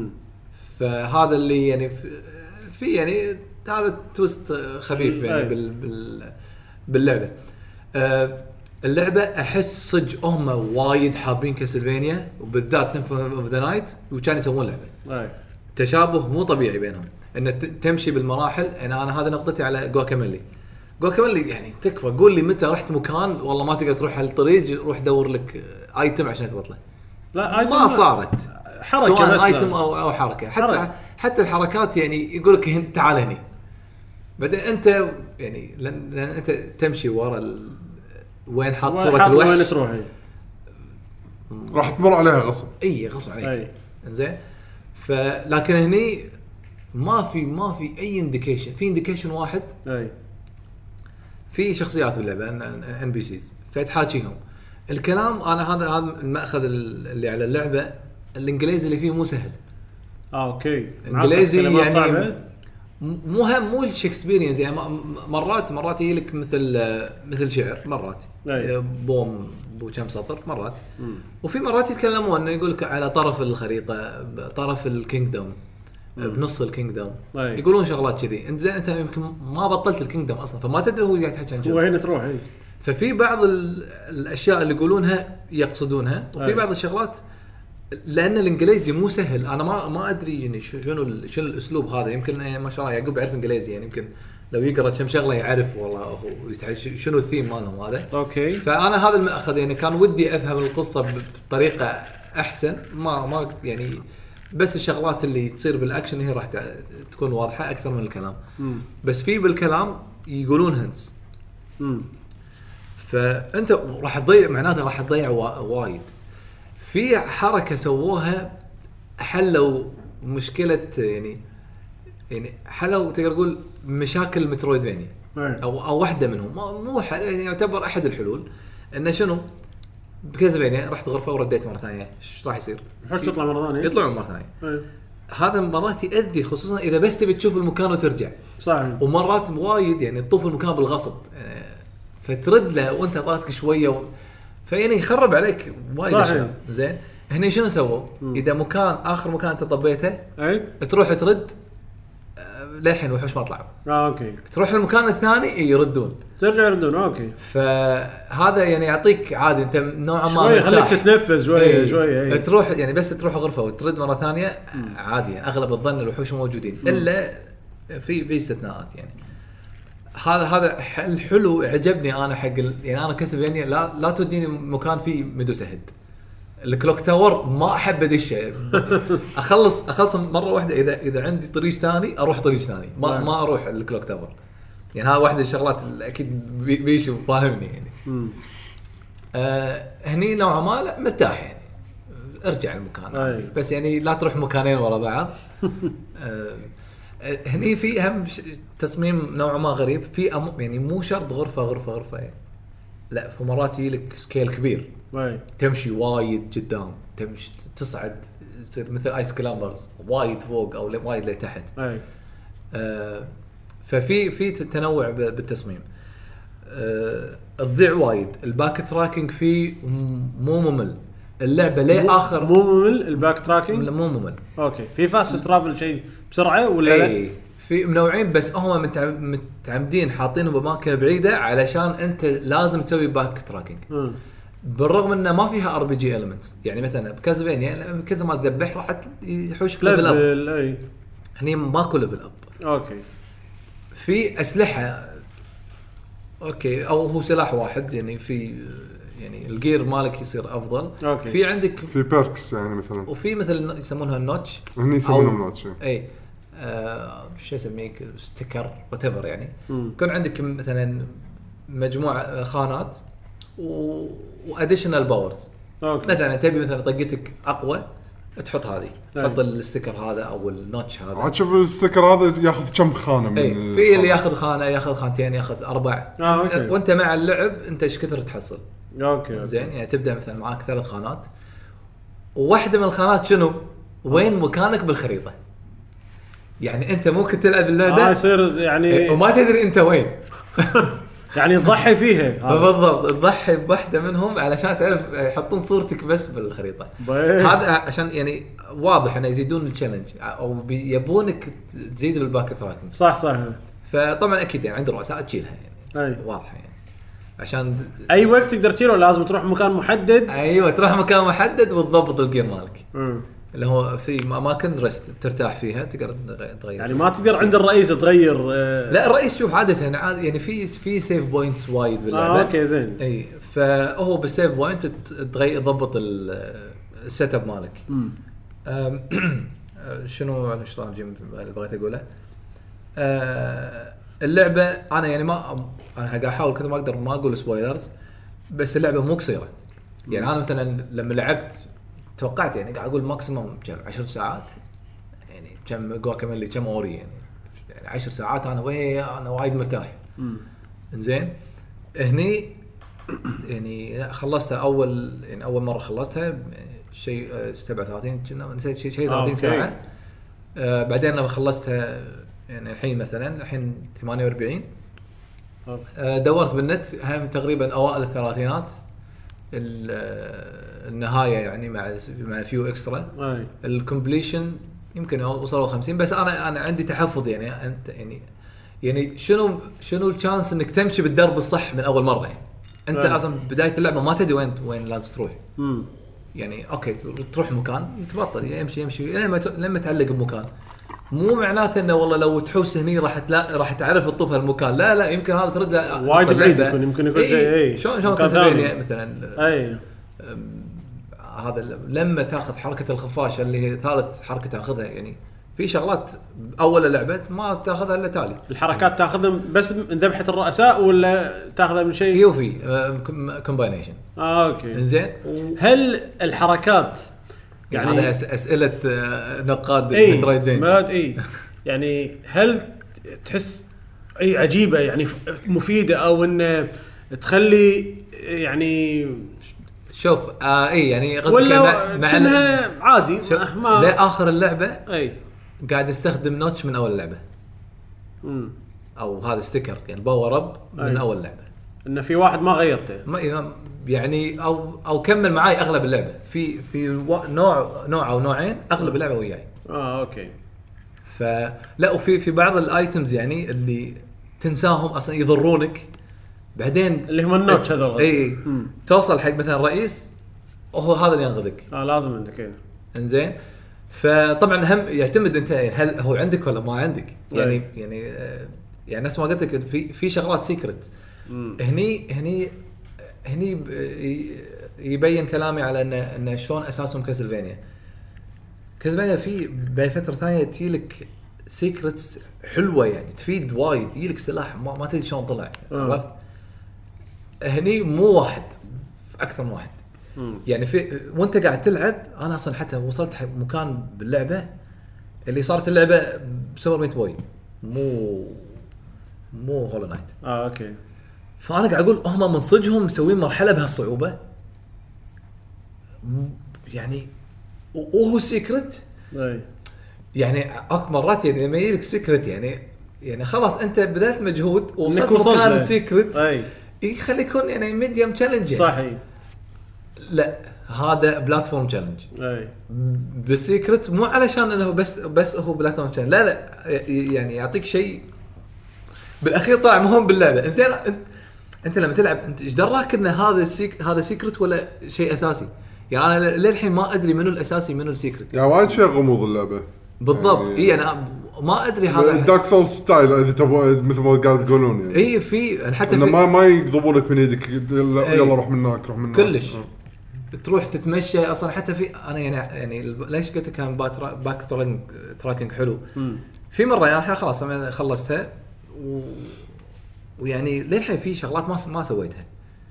فهذا اللي يعني في, في يعني هذا تويست خفيف يعني أي. بال بال باللعبه. أه اللعبه احس صدق هم وايد حابين كاسلفينيا وبالذات سيمفوني اوف ذا نايت وكان يسوون لعبه اي تشابه مو طبيعي بينهم ان ت- تمشي بالمراحل. يعني انا هذا نقطتي على جواكاميلي. جواكاميلي يعني تكفى قول لي متى رحت مكان والله ما تقدر تروح هالطريق روح دور لك ايتم عشان تبطله. لا ما صارت حركه سواء بس ايتم لا. او او حركه حتى حركة. حتى الحركات يعني يقول لك هن- تعال هني بعدين انت يعني لان, لأن انت تمشي ورا ال... وين حاط وين صوره حاط وين الوحش تروح هي. راح تمر عليها غصب. اي غصب عليك أي. زين. فلكن هني ما في ما في اي انديكيشن. في انديكيشن واحد اي في شخصيات باللعبه ان بي سيز فتحاكيهم الكلام. انا هذا هذا المأخذ اللي على اللعبه الانجليزي اللي فيه مو سهل. اه اوكي انجليزي معك كلمات يعني صعبة؟ مو هم مو الشكسبيريانز يعني م- مرات مرات يجي لك مثل مثل شعر مرات أي. بوم بو كم سطر مرات. وفي مرات يتكلمون انه يقول لك على طرف الخريطه طرف الكينجدوم بنص الكينجدوم أي. يقولون شغلات كذي. انت زين انت يمكن ما بطلت الكينجدوم اصلا فما تدري هو قاعد يحكي عن شنو. هو هنا تروح اي ففي بعض ال- الاشياء اللي يقولونها يقصدونها وفي أي. بعض الشغلات لان الانجليزي مو سهل. انا ما ما ادري يعني شو- شنو ال- شنو الاسلوب هذا. يمكن يعني ما شاء الله يعقوب يعرف انجليزي يعني يمكن لو يقرا كم شغله يعرف والله هو يتح- شنو الثيم مالهم هذا. اوكي فانا هذا المأخذ يعني كان ودي افهم القصه بطريقه احسن ما ما يعني بس الشغلات اللي تصير بالاكشن هي راح تع- تكون واضحه اكثر من الكلام. مم. بس في بالكلام يقولون هنتس. امم فانت راح تضيع، معناته راح تضيع وا- وايد. في حركه سووها حلوا مشكله، يعني يعني حلوا تقدر تقول مشاكل مترويدفانيا أي. او او واحده منهم، مو مو حل، يعني يعتبر احد الحلول. انه شنو بكازلفينيا رحت غرفه ورديت مره ثانيه، ايش راح يصير؟ حش تطلع مره ثانيه يطلعون مره ثانيه. أي. هذا مرات يأذي، خصوصا اذا بس تبي تشوف المكان وترجع، صحيح. ومرات وايد يعني تطوف المكان بالغصب، آه، فترد له وانت طاقتك شويه و... فيعني يخرب عليك وايد صحيح. اشياء. زين هني شنو سووا؟ اذا مكان اخر مكان انت طبيته اي تروح ترد، آه، للحين وحوش ما طلعوا، اه اوكي تروح المكان الثاني إيه، يردون. ترجع يردون اوكي فهذا يعني يعطيك عادي انت نوعا ما شوي خليك مرتاح. تتنفس شوي إيه. شوي اي تروح يعني بس تروح غرفه وترد مره ثانيه عادي، يعني اغلب الظن الوحوش موجودين الا في في استثناءات. يعني هذا هذا حل حلو عجبني انا حق ال... يعني انا كسب يعني لا لا توديني مكان فيه ميدوسا هيد. الكلوك تاور ما احب ادشه، اخلص اخلص مره واحده. اذا اذا عندي طريق ثاني اروح طريق ثاني، ما ما اروح الكلوك تاور. يعني هذا واحده الشغلات اللي اكيد بي- بيشو فاهمني يعني. آه هني نوعا ما لا مرتاح يعني، ارجع المكان عادي، أي. بس يعني لا تروح مكانين ورا بعض. آه هني في هم ش- تصميم نوعا ما غريب، في أم يعني مو شرط غرفه غرفه غرفه يعني. لا في مرات يجي لك سكيل كبير، اي تمشي وايد قدام، تمشي تصعد تصير مثل ايس كلامبرز وايد فوق او ل- وايد لتحت. اي آه ففي في تنوع ب- بالتصميم. آه تضيع وايد. الباك تراكنج فيه م- مو ممل، اللعبه ليه اخر مو ممل الباك تراكنج مو ممل. اوكي في فاست ترافل شيء بسرعه ولا لا اي في منوعين، بس هم متع- متعمدين حاطينهم باماكن بعيده علشان انت لازم تسوي باك تراكنج. مم. بالرغم انه ما فيها ار بي جي المنتس، يعني مثلا بكازلفينيا كثر ما تذبح راح يحوشك ليفل اب، ليفل اي هني ماكو ليفل اب. اوكي في اسلحه اوكي او هو سلاح واحد، يعني في يعني الجير مالك يصير افضل. أوكي. في عندك في بيركس يعني مثلا وفي مثل يسمونها النوتش، هني يسمونهم نوتش. اي آه شو يسميك ستيكر وات يعني. مم. يكون عندك مثلا مجموعه خانات و واديشنال باورز. اوكي مثلا تبي مثلا طقتك اقوى تحط هذه، أي. تحط الستيكر هذا او النوتش هذا. عاد شوف الستيكر هذا ياخذ كم خانه من اي ال- في اللي ياخذ خانه، ياخذ خانتين، ياخذ اربع. آه، أوكي. وانت مع اللعب انت ايش كثر تحصل. اوكي زين يعني تبدا مثلا معاك ثلاث خانات، وواحده من الخانات شنو وين مكانك بالخريطه. يعني انت ممكن تلعب اللعبه اه يصير يعني إيه، وما تدري انت وين. يعني تضحي فيها فبالضبط تضحي بواحده منهم علشان تعرف يحطون صورتك بس بالخريطه. باي. هذا عشان يعني واضح انه يزيدون التشالنج او بي- يبونك ت- تزيد بالباك تراكنج. صح صح فطبعا اكيد يعني عند رؤساء تشيلها يعني اي واضحه يعني عشان د- اي وقت تقدر تشيله لازم تروح مكان محدد ايوه تروح مكان محدد وتضبط الجير مالك، مم. اللي هو في اماكن رست ترتاح فيها تقدر تغ- تغير. يعني ما تقدر عند الرئيس تغير آه. لا الرئيس شوف عاده عاد يعني في في سيف بوينتس وايد باللعبه. اه اوكي زين اي فهو بالسيف بوينت تغير تضبط ال- السيت اب مالك. مم. أم، شنو الاستراتيجي اللي بغيت اقوله؟ أه، اللعبه انا يعني ما انا قاعد احاول كثر ما اقدر ما اقول سبويلرز، بس اللعبه مو قصيره. يعني انا مثلا لما لعبت توقعت يعني قاعد اقول ماكسيموم كم عشر ساعات، يعني كم جواكاميلي كم اوري يعني يعني عشر ساعات انا وين انا وايد مرتاح. زين هني يعني خلصتها اول يعني اول مره خلصتها شيء آه، سبعة وثلاثين كنا نسيت شيء شيء ثلاثين أوكي. ساعه. آه بعدين لما خلصتها يعني الحين مثلا الحين ثمانية وأربعين. أوكي. آه دورت بالنت هم تقريبا اوائل الثلاثينات ال- آه، النهايه يعني مع مع فيو اكسترا. اي الكومبليشن يمكن وصلوا خمسين، بس انا انا عندي تحفظ يعني انت يعني يعني شنو شنو الشانس انك تمشي بالدرب الصح من اول مره يعني. انت أي. اصلا بدايه اللعبه ما تدري وين وين لازم تروح. امم يعني اوكي تروح مكان تبطل يمشي يمشي لما ت- لما تعلق بمكان، مو معناته انه والله لو تحوس هني راح تلاقي راح تعرف تطوف هالمكان. لا لا يمكن هذا ترد له وايد نص بعيد اللعبة. يكون- يمكن يكون إيه شيء- إيه. إيه. شلون شلون مكان كاسلفينيا ثاني. مثلا اي هذا ال- لما تاخذ حركه الخفاش اللي هي ثالث حركه تاخذها يعني في شغلات اول اللعبه ما تاخذها الا تالي. الحركات تاخذهم بس من ذبحه الرؤساء ولا تاخذها من شيء؟ في وفي كومباينيشن. اه اوكي انزين. هل الحركات يعني هذا أس اسئله آه، نقاد اي مترويدفينيا. اي يعني هل تحس اي عجيبه يعني مفيده او ان تخلي يعني شوف آه اي يعني قصدك ولا مع كأنها عادي ما لاخر اللعبه اي قاعد يستخدم نوتش من اول اللعبه امم او هذا ستيكر يعني باور اب من أي. اول لعبه انه في واحد ما غيرته ما يعني او او كمل معاي اغلب اللعبه في في نوع نوع او نوعين اغلب اللعبه وياي. اه اوكي. فلا وفي في بعض الايتمز يعني اللي تنساهم اصلا يضرونك بعدين اللي هم النوتش هذول. اي توصل حق مثلا رئيس وهو هذا اللي ينقذك. اه لازم عندك ايه. انزين. فطبعا هم يعتمد انت هل هو عندك ولا ما عندك يعني أي. يعني آه يعني نفس ما قلت لك في في شغلات سيكرت هني هني هني يبين كلامي على ان ان شلون اساسهم كاسلفينيا. كاسلفينيا في بفتره ثانيه تجيلك سيكرتس حلوه يعني تفيد وايد يجيلك سلاح ما, ما تدري شلون طلع. عرفت هني مو واحد اكثر من واحد. يعني في وانت قاعد تلعب انا اصلا حتى وصلت مكان باللعبه اللي صارت اللعبه بسوبر ميت بوي مو مو هولو نايت. اه اوكي. فانا قاعد اقول هم من صجهم مسوين مرحله بهالصعوبه يعني وهو سيكرت. اي يعني اكثر مرات يعني لما يجيك سيكرت يعني يعني خلاص انت بذلت مجهود ووصلت وصلت مكان سيكرت اي يخلي يكون يعني ميديوم تشالنج. صحيح. لا هذا بلاتفورم تشالنج. اي بالسيكرت مو علشان انه بس بس هو بلاتفورم تشالنج لا لا يعني يعطيك شيء بالاخير طلع مهم باللعبه. زين انت انت لما تلعب انت ايش دراك ان هذا السيك هذا سيكرت ولا شيء اساسي؟ يعني انا للحين ما ادري منو الاساسي منو السيكرت. يعني وايد شيء غموض اللعبه بالضبط. يعني اي انا ما ادري هذا دارك سول ستايل اذا تبغى مثل ما قاعد تقولون يعني. اي في حتى إنه في ما ما يقضبوا لك من يدك يلا, يلا روح من هناك روح من هناك كلش آه. تروح تتمشى اصلا حتى في انا يعني يعني ليش قلت كان باك تراكنج تراكنج حلو. مم. في مره يعني الحين خلاص انا خلصتها و... ويعني للحين في شغلات ما ما سويتها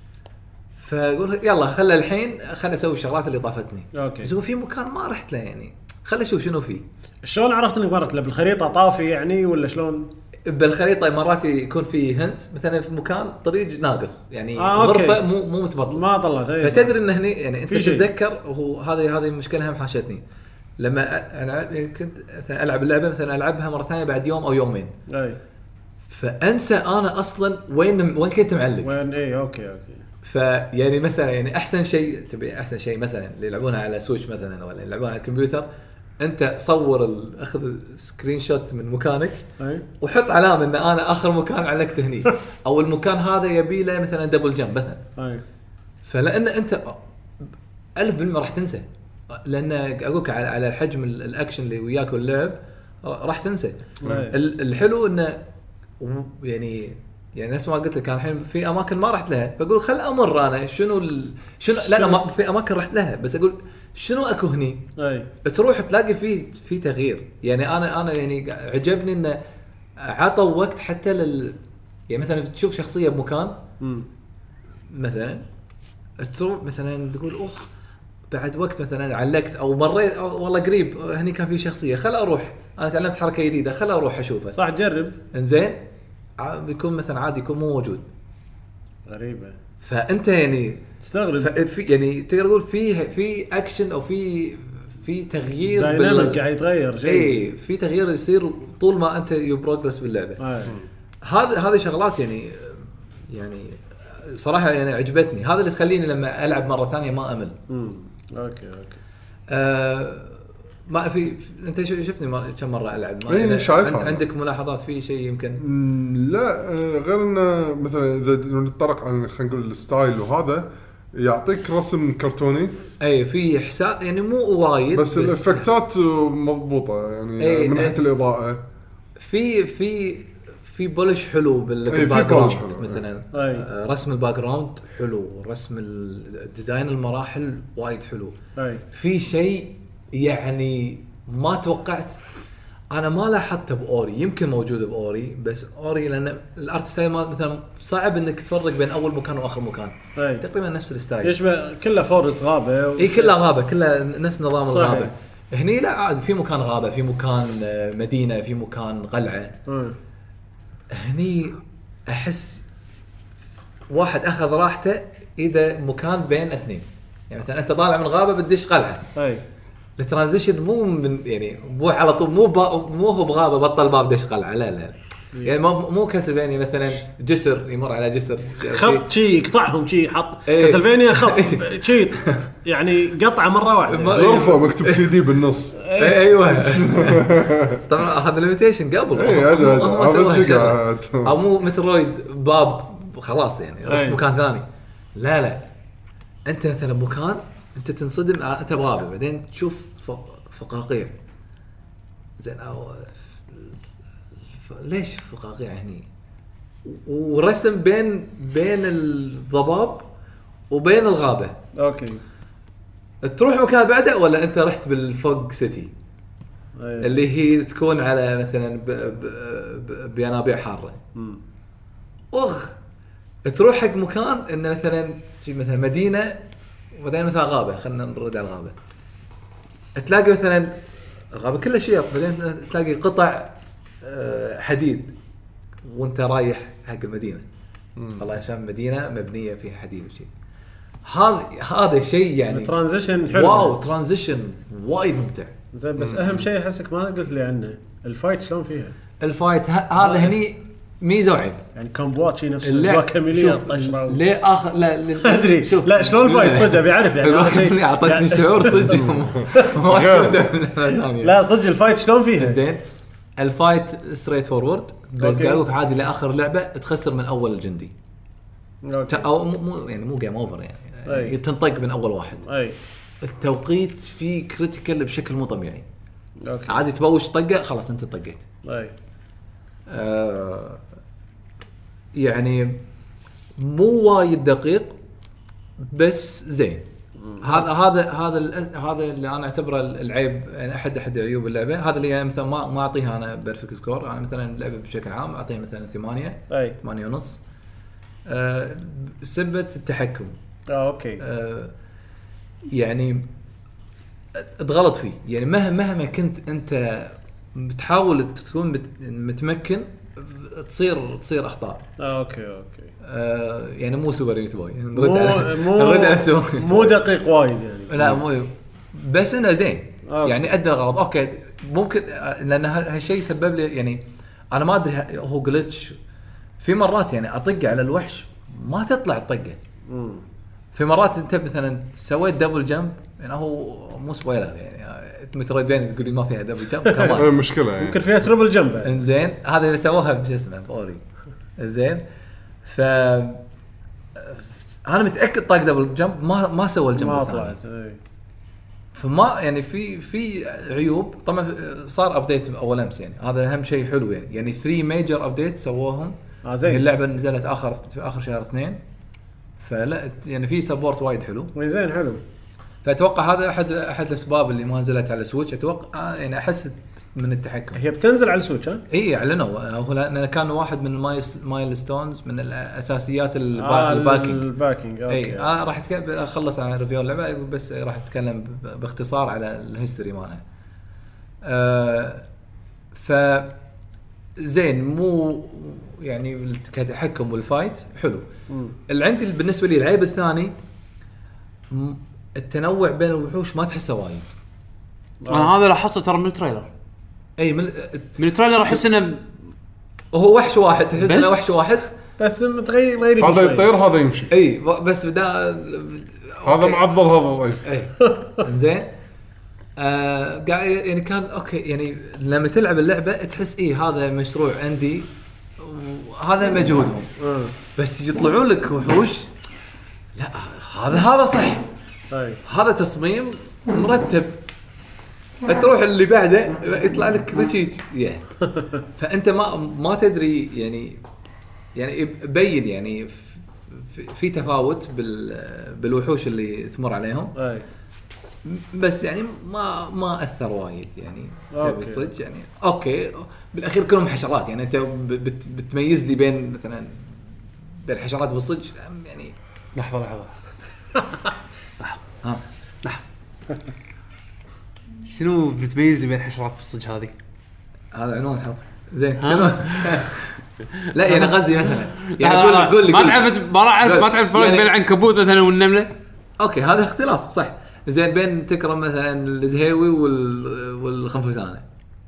فاقول يلا خلى الحين خلى اسوي الشغلات اللي طافتني. اوكي. بس هو في مكان ما رحت له يعني خلى اشوف شنو فيه. شلون عرفت انك مرت له بالخريطه طافي يعني ولا شلون؟ بالخريطه مرات يكون في هنت مثلا في مكان طريق ناقص يعني آه غرفه مو مو متبطله ما طلعت أي فتدري ان هني يعني انت في شيء. تتذكر وهو هذه هذه المشكله هم حاشتني لما أ- انا كنت مثلا العب اللعبه مثلا العبها مره ثانيه بعد يوم او يومين اي فانسى انا اصلا وين وين كنت معلق. وين اي اوكي اوكي. فيعني مثلا يعني احسن شيء تبي احسن شيء مثلا اللي يلعبونها على سويتش مثلا ولا يلعبونها على الكمبيوتر انت صور ال- اخذ سكرين شوت من مكانك اي وحط علامه ان انا اخر مكان علقت هني او المكان هذا يبي له مثلا دبل جمب مثلا. اي فلان انت ألف بالمئة راح تنسى لان اقولك على على الحجم ال- الاكشن اللي وياك واللعب راح تنسى. أي. ال- الحلو انه يعني يعني نفس ما قلت لك الحين في اماكن ما رحت لها فاقول خل امر انا شنو ال... شنو لا لا ما في اماكن رحت لها بس اقول شنو اكو هني اي تروح تلاقي فيه في تغيير. يعني انا انا يعني عجبني انه عطوا وقت حتى لل يعني مثلا تشوف شخصيه بمكان امم مثلا تروح مثلا تقول اخ بعد وقت مثلا علقت او مريت أو والله قريب هني كان في شخصيه خل اروح انا تعلمت حركه جديده خل اروح اشوفه. صح جرب. انزين بيكون مثلا عادي يكون مو موجود غريبه فانت يعني تستغرب في يعني تقدر تقول في في اكشن او في في تغيير دايناميك قاعد يتغير شيء. اي في تغيير يصير طول ما انت يو بروجرس باللعبه. اي هذا هذه شغلات يعني يعني صراحه يعني عجبتني هذا اللي تخليني لما العب مره ثانيه ما امل. امم اوكي اوكي. آه ما في انت شفتني مر... كم مره العب ما إيه، شايف عند... هذا. عندك ملاحظات في شيء يمكن مم، لا آه، غير انه مثلا اذا نتطرق على خلينا نقول الستايل وهذا يعطيك رسم كرتوني اي في حساب يعني مو وايد بس, بس الافكتات مضبوطه يعني إيه، من ناحيه إيه. الاضاءه في في في بولش حلو في بالباك polish جراوند حلو. مثلا. أي. آه، رسم الباك جراوند حلو رسم الديزاين المراحل وايد حلو. اي في شيء يعني ما توقعت انا ما لاحظته باوري، يمكن موجود باوري، بس اوري لان الارت ستايل مثلا صعب انك تفرق بين اول مكان واخر مكان. أي. تقريبا نفس الستايل، يشبه كله فورست غابه و... اي كلها غابه، كلها نفس نظام صحيح. الغابه. هني لا عاد في مكان غابه، في مكان آه، مدينه، في مكان قلعه. مم. هني احس واحد اخذ راحته اذا مكان بين اثنين، يعني مثلا انت طالع من غابه بتدش قلعه، اي الترانزيشن مو من يعني مو على طول، مو با مو هو بغابه بطل باب دش قلعه، لا لا يعني مو مو كاسلفينيا مثلا جسر يمر على جسر خط شي يقطعهم شي حط إيه. كاسلفينيا خط شي يعني قطعه مره واحده غرفه مكتوب سي دي بالنص. إيه ايوه طبعا هذا ليميتيشن قبل اي هذا هم هذا سووها هذا شغلة. الشيء. او مو مترويد باب خلاص يعني رحت أي. مكان ثاني، لا لا انت مثلا مكان انت تنصدم آه، انت بغابه بعدين تشوف ف- فقاقيع زين او ف... ليش فقاقيع هني ورسم بين بين الضباب وبين الغابه، اوكي تروح مكان بعده ولا انت رحت بالفوق سيتي أي. اللي هي تكون على مثلا ب... ب... ب... بينابيع حاره. مم. اخ تروح حق مكان انه مثلا شي مثلا مدينه وبعدين مثلا غابه، خلينا نرد على الغابه، تلاقي مثلا الغابه كلها شيء بعدين تلاقي قطع آه، حديد وانت رايح حق المدينه، والله عشان مدينه مبنيه فيها حديد وشي. هذا هذا شيء يعني الترانزيشن حلو واو ترانزيشن وايد ممتع. زين بس اهم شيء احسك ما قلت لي عنه الفايت شلون فيها الفايت ه- هذا هني ميزه وعيب. يعني كومبوات شي نفس اللعب الواكاميليا شوف الطشره و... ليه اخر لا لا- ادري شوف لا شلون الفايت صدق بيعرف يعني هذا شيء اعطتني يعني- شعور صدق ما يبدا من ثانيه. لا صدق الفايت شلون فيها زين الفايت ستريت فورورد بس أوكي. قالوا لك عادي لاخر لعبه تخسر من اول الجندي ت- أوكي. او مو مو- يعني مو جيم اوفر يعني أي. تنطق من اول واحد. اي التوقيت فيه كريتيكال بشكل مو طبيعي، اوكي عادي تبوش طقه خلاص انت طقيت. اي آه يعني مو وايد دقيق بس زين. هذا هذا هذا ال- هذا اللي انا اعتبره العيب، يعني احد احد عيوب اللعبه. هذا اللي يعني مثلا ما ما اعطيها انا بيرفكت سكور، انا مثلا اللعبه بشكل عام اعطيها مثلا ثمانية اي ثمانية ونص آه بسبب التحكم. اه اوكي آه يعني اتغلط فيه، يعني مهما مهما كنت انت بتحاول تكون مت- متمكن تصير تصير اخطاء. اه اوكي اوكي آه يعني مو سوبر ميت بوي نرد مو على مو نرد على سوبر ميت مو بوي. دقيق وايد يعني لا مو بس انه زين أوكي. يعني ادى الغلط اوكي ممكن آه، لان ه- هالشيء سبب لي يعني انا ما ادري ه- هو جلتش في مرات يعني اطق على الوحش ما تطلع الطقه. مم. في مرات انت مثلا سويت دبل جمب يعني هو مو سبويلر يعني انت متردين تقول لي ما فيها دبل جمب كمان المشكله يعني يمكن فيها تربل جنب بعد. انزين هذا اللي سووها بش اسمه بوري انزين ف انا متاكد طاق دبل جمب ما ما سوى الجمب ما الثاني طلعت اي فما يعني في في عيوب. طبعا صار ابديت اول امس يعني هذا اهم شيء حلو يعني يعني ثلاثة ميجر ابديت سووهم. اه زين اللعبه نزلت اخر في اخر شهر اثنين فلا يعني في سبورت وايد حلو. زين حلو فاتوقع هذا احد احد الاسباب اللي ما نزلت على السويتش. اتوقع يعني احس من التحكم. هي بتنزل على السويتش ها اي اعلنوا هو لأن كان واحد من المايل ستونز من الاساسيات البا- آه الباكينج. الباكينج اوكي اي انا راح أتك- اخلص عن ريفيو اللعبه بس راح اتكلم ب- باختصار على الهيستوري مالها. أه ف زين مو يعني كتحكم والفايت حلو. مم. اللي عندي بالنسبه لي العيب الثاني م- التنوع بين الوحوش ما تحسه وايد. انا هذا لاحظته ترى من التريلر اي من من التريلر احس انه هو وحش واحد تحس بس؟ انه وحش واحد. بس متغير غير هذا يطير هذا يمشي اي بس بدا هذا معضل هذا ضعيف. اي زين آه قاعد يعني كان اوكي يعني لما تلعب اللعبه تحس ايه هذا مشروع عندي وهذا مجهودهم آه. بس يطلعون لك وحوش لا هذا هذا صح اي هذا تصميم مرتب. تروح اللي بعده يطلع لك رشيج yeah. فانت ما ما تدري يعني يعني بين يعني في, في تفاوت بال بالوحوش اللي تمر عليهم. اي بس يعني ما ما اثر وايد يعني تبي أوكي. الصدق يعني اوكي بالاخير كلهم حشرات يعني انت بت بتميز لي بين مثلا بين الحشرات والصدق يعني لحظه لحظه ها شنو بتميز لي بين الحشرات بالصج هذه؟ هذا عنوان الحلقه زين شنو لا يعني غزي مثلا يعني قول لي قول لي ما تعرف ما اعرف ما تعرف الفرق يعني- بين العنكبوت مثلا والنمله. اوكي هذا اختلاف صح زين بين تكرم مثلا الزهيوي وال والخنفسانه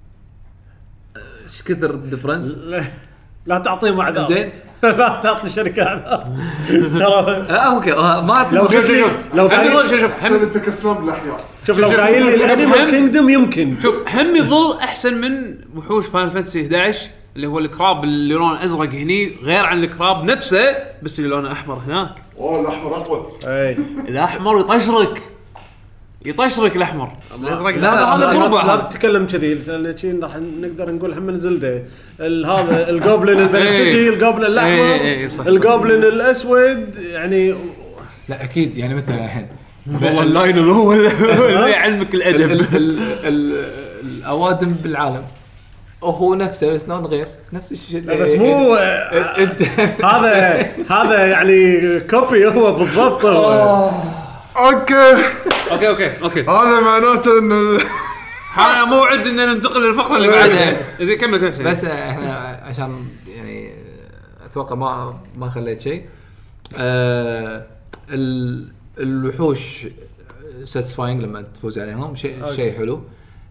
ايش كثر الديفرنس لا, لا تعطيهم اعذار زين. لا تعطي الشركه اعذار ترى لا اوكي آه، ما لو اعتقد قلت لي لو هم قايل يظل شوف شوف احسن هم التكسلان بالاحياء. شوف لو شوف- قايل لي هم- الانيمال كينجدم يمكن شوف هم يظل احسن من وحوش فاينل فانتسي إحدى عشر اللي هو الكراب اللي لونه ازرق هني غير عن الكراب نفسه بس اللي لونه احمر هناك. اوه الاحمر اطول. اي الاحمر يطشرك يطشرك الاحمر بس الازرق لا، لا لا، هذا لا، بربع لا هذا. تتكلم كذي لأن راح نقدر نقول هم من زلده ال- هذا الجوبلين إيه. البنفسجي الجوبلين إيه، الاحمر إيه، صح. الجوبلين الاسود يعني لا اكيد يعني مثلا الحين والله اللاين اللي هو اللي يعلمك ال- الادب. ال- ال- ال- الاوادم بالعالم هو نفسه بس لون غير نفس الشيء بس مو انت هذا هذا يعني كوبي هو بالضبط هو. اوكي اوكي اوكي اوكي هذا معناته ان ال- حان موعد ان ننتقل للفقره اللي بعدها. زين كمل كمل سعيد. بس احنا عشان يعني اتوقع ما ما خليت شيء آه ال- الوحوش ساتسفاينج لما تفوز عليهم شيء شيء حلو.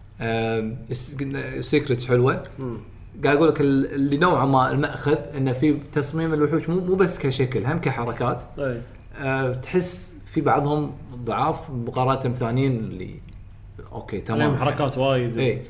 سيكريتس حلوه قاعد اقول لك ال- اللي نوعا ما المأخذ انه في تصميم الوحوش مو مو بس كشكل هم كحركات. أي. أه تحس في بعضهم ضعاف مقارنه بثانيين اللي اوكي تمام لهم حركات وايد اي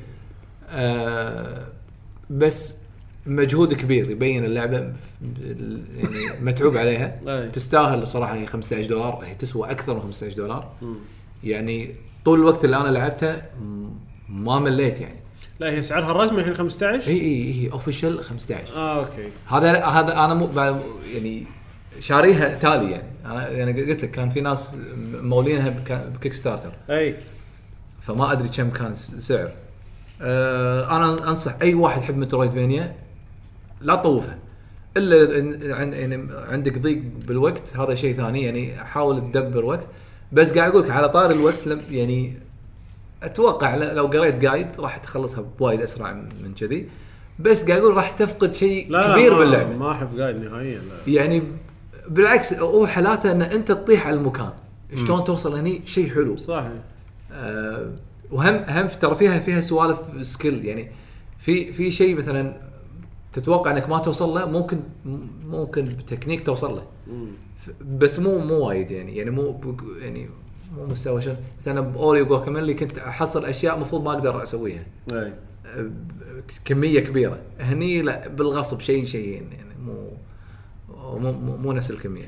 أه بس مجهود كبير يبين اللعبه ب- يعني متعوب عليها أي. تستاهل صراحه هي خمسة عشر دولار هي تسوى اكثر من خمسة عشر دولار يعني طول الوقت اللي انا لعبتها م- ما مليت يعني لا هي سعرها الرسمي الحين خمسة عشر اي اي هي اوفيشال خمسة عشر اه اوكي هذا هذا انا مو ب- يعني شاريها تالي يعني انا يعني قلت لك كان في ناس مولينها بك- بكيك ستارتر اي فما ادري كم كان س- سعر. أه انا انصح اي واحد يحب مترويدفينيا لا تطوفها الا إن- عن- يعني عندك ضيق بالوقت هذا شيء ثاني يعني حاول تدبر وقت بس قاعد اقول لك على طار الوقت لم يعني اتوقع ل- لو قريت جايد راح تخلصها بوايد اسرع من كذي بس قاعد اقول راح تفقد شيء لا كبير لا باللعبه ما احب قايد نهائيا لا يعني بالعكس هو حالاته ان انت تطيح على المكان شلون توصل هني شيء حلو صح آه وهم هم ترى فيها فيها سوالف سكيل يعني في في شيء مثلا تتوقع انك ما توصل له ممكن ممكن بتكنيك توصل له ف- بس مو مو وايد يعني يعني مو بق- يعني مو مستوى شن مثلا باوريو جواكاميلي كنت احصل اشياء المفروض ما اقدر اسويها اي آه، كميه كبيره هني لا بالغصب شيء شيئين يعني مو مو, مو, مو نفس الكميه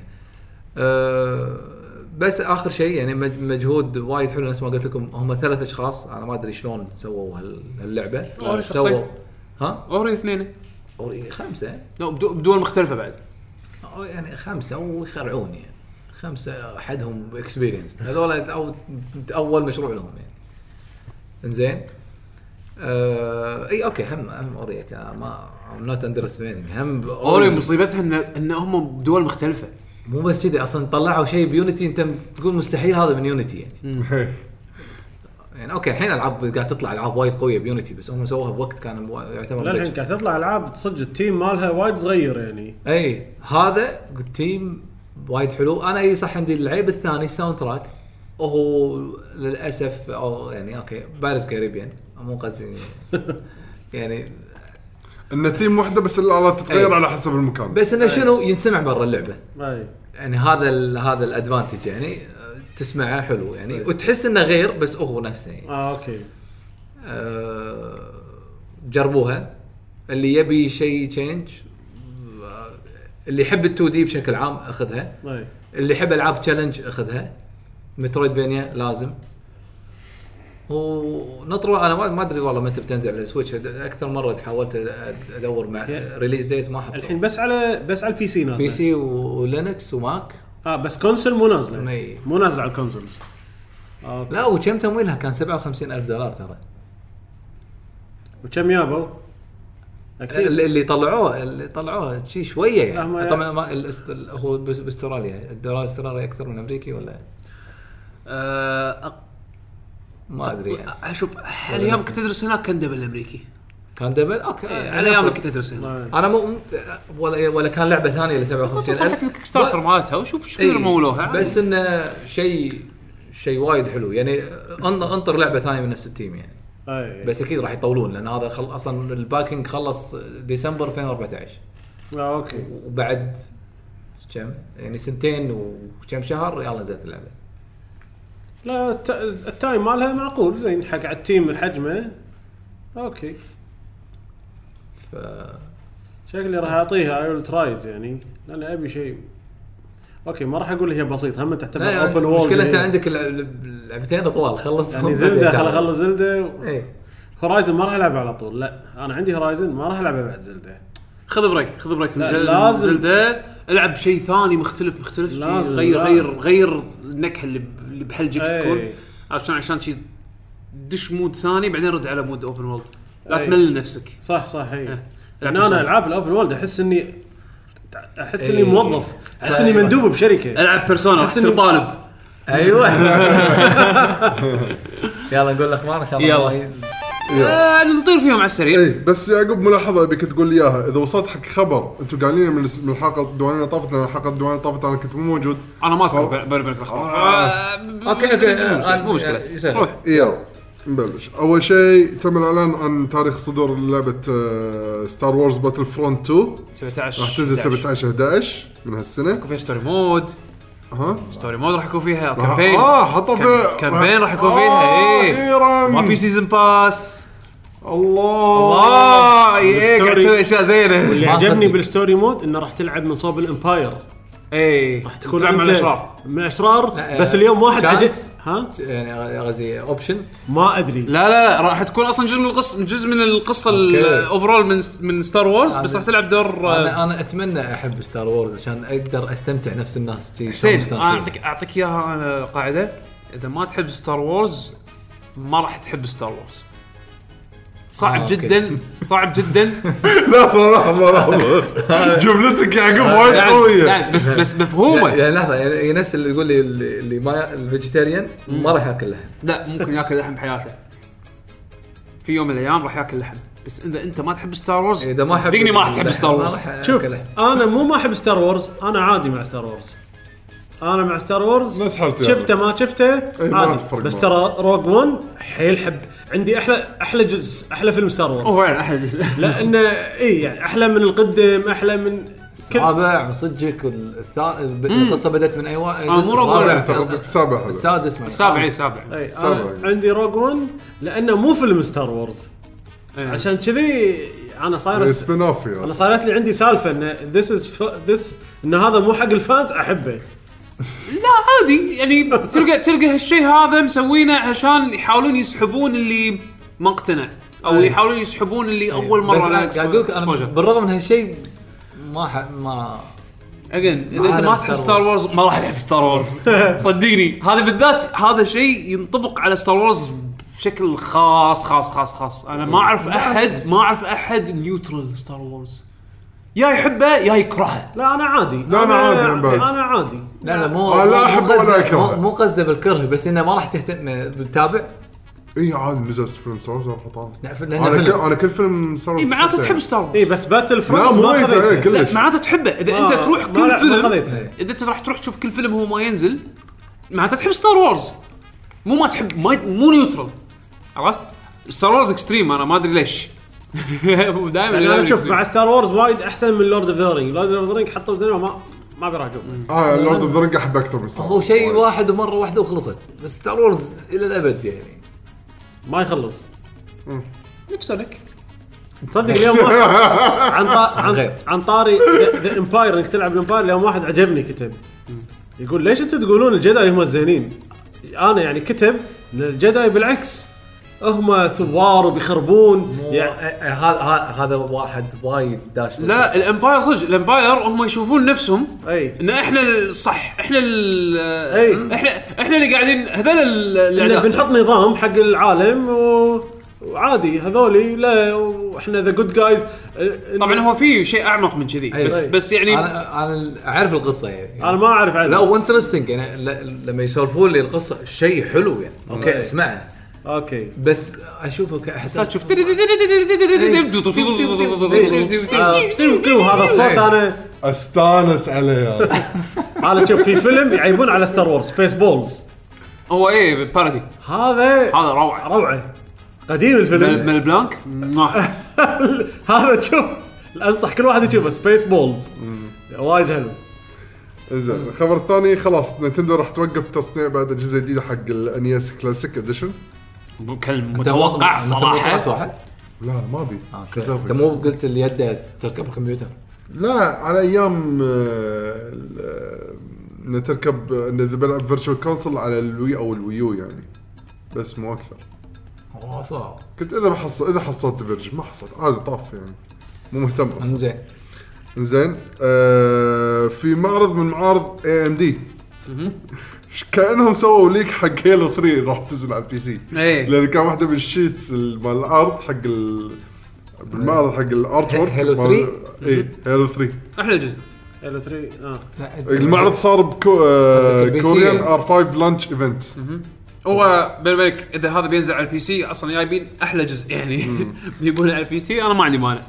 أه بس اخر شيء يعني مج- مجهود وايد حلو نفس ما قلت لكم هم ثلاث اشخاص انا ما ادري شلون سووا هال- هاللعبه أوري سووا شخصين. ها اوري اثنين أوري خمسه لا بدو- بدول مختلفه بعد. أو يعني خمسه ويخرعون يعني خمسه احدهم اكسبيرينس هذول أو اول مشروع لهم يعني انزين آه اي اوكي هم هم اوريك ما ام نوت اندرستاندينج هم اوري مصيبتها ان ان هم بدول مختلفه. مو بس كذي اصلا طلعوا شيء بيونيتي انت تقول مستحيل هذا من يونيتي يعني هي. يعني اوكي الحين العاب قاعد تطلع العاب وايد قويه بيونيتي بس هم سووها بوقت كان مو- يعتبر لا الحين glitch. قاعد تطلع العاب صدق التيم مالها وايد صغير يعني اي هذا تيم وايد حلو انا اي صح عندي العيب الثاني ساوند تراك وهو للاسف او يعني اوكي بارس كاريبيان مو قصدي يعني ان ثيم واحده بس الالات تتغير أي. على حسب المكان. بس انه شنو ينسمع برا اللعبه اي يعني هذا ال هذا الادفانتج يعني آه، تسمعه حلو يعني وتحس انه غير بس هو نفسه يعني. اه اوكي آه، جربوها اللي يبي شيء تشينج اللي يحب التو دي بشكل عام اخذها اي اللي يحب العاب تشالنج اخذها مترويد بينيا لازم ونطروا انا ما ما ادري والله متى بتنزل على السويتش اكثر مره حاولت أد- ادور مع ريليز ديت ما حط الحين بس على بس على البي سي نازل بي سي ولينكس وماك اه بس كونسل مو نازله مي. مو نازله على الكونسولز أوكي. لا وكم تمويلها كان سبعة وخمسين ألف دولار ترى. وكم يابو اكيد اللي اللي طلعوه اللي طلعوه شيء شويه لا، ما يعني. ي- طبعا ما الاست... هو بس- باستراليا الدولار الاسترالي اكثر من امريكي ولا آه ما ادري يعني. اشوف ايام كنت ادرس هناك كان دبل امريكي. كان دبل اوكي إيه، يعني على ايام أفرق. كنت ادرس هناك. انا مو ولا ولا كان لعبه ثانيه ل سبعة وخمسين صفحه ألف الكيك ستارتر مالتها وشوف ايش إيه، كثر مولوها. بس انه شيء شيء وايد حلو يعني. أن- انطر لعبه ثانيه من نفس التيم يعني. اي بس اكيد راح يطولون لان هذا خل... اصلا الباكينج خلص ديسمبر ألفين وأربعة عشر آه، اوكي وبعد كم يعني سنتين وكم شهر يلا نزلت اللعبه. لا الت... التايم مالها معقول زين حق على التيم حجمه اوكي. ف شكلي راح اعطيها ايول ترايز يعني لان ابي شيء اوكي. ما راح اقول هي بسيط هم تعتبر لا اوبن وولد. مشكلتها عندك اللعبتين طوال خلص يعني زلده خل اخلص زلده. ايه هورايزن ما راح العبها على طول. لا انا عندي هورايزن ما راح العبها بعد زلده. خذ بريك خذ بريك من لا، زل- لازم. زلدة العب شيء ثاني مختلف مختلف شي لازم، غير لازم. غير غير النكهه اللي ب- اللي بحلجك أي. تكون عشان عشان شي دش مود ثاني بعدين رد على مود اوبن وولد. لا أي. تمل نفسك. صح صح هي إيه. لان انا العاب الاوبن وولد احس اني احس اني إيه. موظف احس صح. اني مندوب بشركه. العب بيرسونا راح أحس تصير إني- طالب. ايوه يلا نقول الاخبار ان شاء الله. يلا. الله آه نطير فيهم على السريع. اي بس يعقوب ملاحظه ابيك تقول لي اياها اذا وصلت حق خبر انتم قايلين من من الحلقه الديوانيه طافت لان الحلقه الديوانيه طافت انا كنت مو موجود. انا ما اذكر ف- بيني وبينك الاخبار. آه، اوكي اوكي مو مشكلة، مو مشكله يسهل. روح. يلا نبلش. اول شيء تم الاعلان عن تاريخ صدور لعبه ستار وورز باتل فرونت تو. سبعة عشر راح تنزل سبعة عشر إحدى عشر من هالسنه. يكون فيها ستوري مود. ها ستوري مود راح يكون فيها راح- كامبين. اه حطوا فيها كامبين راح يكون فيها ايه. اخيرا ما في سيزون باس. الله الله ايه قاعد والستوري- تسوي اشياء زينه. اللي ما عجبني صدق. بالستوري مود انه راح تلعب من صوب الامباير. ايه راح تكون تلعب مع أنت الاشرار. من الاشرار. لا، بس اليوم واحد عجب chance. ها يعني غزي اوبشن ما ادري. لا لا لا راح تكون اصلا جزء من القصه جزء من القصه أوكي. الاوفرول من من ستار وورز بس راح تلعب دور آه، انا انا اتمنى احب ستار وورز عشان اقدر استمتع نفس الناس شي شلون حسين. مستانسين. انا اعطيك اعطيك اياها آه، قاعده اذا ما تحب ستار وورز ما راح تحب ستار وورز. صعب آه، أوكي. جدا صعب جدا. لحظه لحظه لحظه جملتك يعقوب وايد يعني, قويه. يعني بس بس مفهومه. يعني يعني لحظه يعني نفس اللي يقول لي اللي اللي ما الفيجيتيريان ما راح ياكل لحم. لا ممكن ياكل لحم بحياته في يوم من الايام راح ياكل لحم بس اذا انت ما تحب ستار وورز اذا ما احب صدقني ما راح تحب اللحم، ستار ما وورز. راح شوف أكل لحم. انا مو ما احب ستار وورز. انا عادي مع ستار وورز. انا مع ستار وورز نفس حالتي أنا. شفته ما شفته ما عادي. تفرق بس معي. ترى روج ون حيل حب عندي احلى احلى جزء احلى فيلم ستار وورز. هو يعني احد لانه اي يعني احلى من القدم احلى من كل رابع وصدقك والثا- القصه بدات من اي واحد آه، مو روج ون. انت قصدك السابع هذا. السادس ما سابع الخامس. سابع اي سبعة. انا عندي روج ون لانه مو فيلم ستار وورز. إيه. عشان كذي انا صاير سبين اوف انا يا صارت لي عندي سالفه ان ذس از ذس ان هذا مو حق الفانز احبه. لا عادي يعني تلقى تلقى هالشيء هذا مسوينه عشان يحاولون يسحبون اللي ما اقتنع او أي. يحاولون يسحبون اللي اول مره بس له قاعد اقول لك انا exposure. بالرغم من هالشيء ما ح... ما اجين اذا ما انت أنا ما بستار تحب ستار وورز. وورز ما راح تحب ستار وورز. صدقني هذا بالذات هذا شيء ينطبق على ستار وورز بشكل خاص خاص خاص خاص. انا ما اعرف احد ما اعرف احد نيوترال ستار وورز يا يحبه يا يكرهه. لا انا عادي. لا، أنا عادي من بعد. انا عادي. لا لا مو آه، لا مو- أحب مو ولا قصة- أكره. مو- مو قصده بالكره بس انه ما راح تهتم بتتابع. اي عادي نزل فيلم ستار وورز راح اطالع. لا، ف- لأنه انا فيلم. كل- انا كل فيلم ستار اي وورز معناته شفته. تحب ستار وورز. اي بس باتل لا فرونت مو ما وايد عليه خذيته. كلش. لا معناته تحبه اذا آه، انت تروح ما كل لا، ما فيلم خذيته. اذا انت راح تروح تشوف كل فيلم هو ما ينزل معناته تحب ستار وورز. مو ما تحب ما مو نيوترال. عرفت ستار وورز اكستريم انا ما ادري ليش. دائما يعني انا اشوف مع ستار وورز وايد احسن من لورد اوف ذا رينج. لورد اوف ذا رينج حطوا زين ما ما بيراجعوا. اه لورد اوف ذا رينج احب اكثر من ستار هو شيء واحد ومره واحده وخلصت بس ستار وورز الى الابد يعني. ما يخلص. نفسك تصدق اليوم واحد عن طا... عن, غير. عن طاري ذا امباير انك تلعب الامباير. اليوم واحد عجبني كتب يقول ليش انتم تقولون الجداي هم الزينين. انا يعني كتب ان الجداي بالعكس هم ثوار وبيخربون مو- يعني. آه، هذا ه- هذا واحد وايد داش لا بالقصة. الامباير صدق الامباير هم يشوفون نفسهم اي ان احنا الصح احنا ال أي. احنا احنا اللي قاعدين هذول ال- إن الاعداء بنحط نظام حق العالم و... وعادي هذولي لا واحنا ذا جود جايز. طبعا هو في شيء اعمق من كذي أيوة. بس بس يعني انا انا اعرف القصه يعني انا ما اعرف عنه. لا وانترستنج يعني ل- لما يسولفون لي القصه شيء حلو يعني اوكي اسمعها اوكي بس اشوفه كاحد صار شوف هذا الصوت انا استانس عليه انا شوف في فيلم يعيبون على ستار وورز سبيس بولز. هو ايه بارادي هذا هذا روعه روعه قديم من الفيلم. من البلانك هذا شوف انصح كل واحد يشوفه سبيس بولز وايد حلو. زين الخبر الثاني خلاص نينتندو راح توقف تصنيع بعد اجهزه جديده حق الانيس كلاسيك اديشن. كلام متوقع صراحه واحد لا ما ابي انت مو قلت اللي يده تركب الكمبيوتر لا على ايام آه، ال- انه تركب انه اذا بلعب فيرتشوال كونسول على الوي او الويو يعني بس مو اكثر. اوه شو كنت اذا بحصل اذا حصلت فيرجن ما حصلت عادي طاف يعني مو مهتم اصلا. زين زين آه في معرض من معارض اي ام دي كانهم سووا ليك حق هيلو ثري راح تنزل على البي سي إيه. لان كان واحده من الشيتس مال الارض حق ال... بالمعرض حق الارت وورك هيلو مال- ثري؟ اي هيلو ثري. احلى جزء ال ثلاثة اه المعرض صار بكو... آه البي سي. كوريان ار فايف لانش ايفنت. هو بالك اذا هذا بينزل على البي سي اصلا جايبين احلى جزء يعني بيقول على البي سي انا ما عندي مانع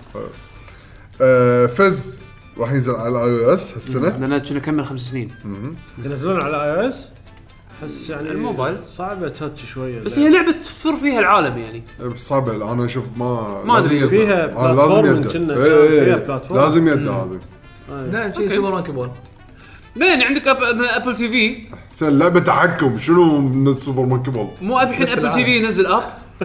آه فز راح ينزل على الاي او اس هالسنه. لان كنا نكمل خمس سنين ينزلون على اي او اس. احس يعني الموبايل. صعبه تاتش شويه بس هي لعبه تفر فيها العالم يعني صعبه انا اشوف ما ما أدري. لازم يده. فيها آه، لازم بلاتفورم يده. كنا إيه، كان إيه، فيها إيه. بلاتفورم. لازم يده هذا. لا شيء سوبر مونكي بول بعدين عندك أب... من ابل تي في سن لعبه تحكم شنو من السوبر مونكي بول. مو ابي الحين نفس ابل تي في العالم. ينزل اب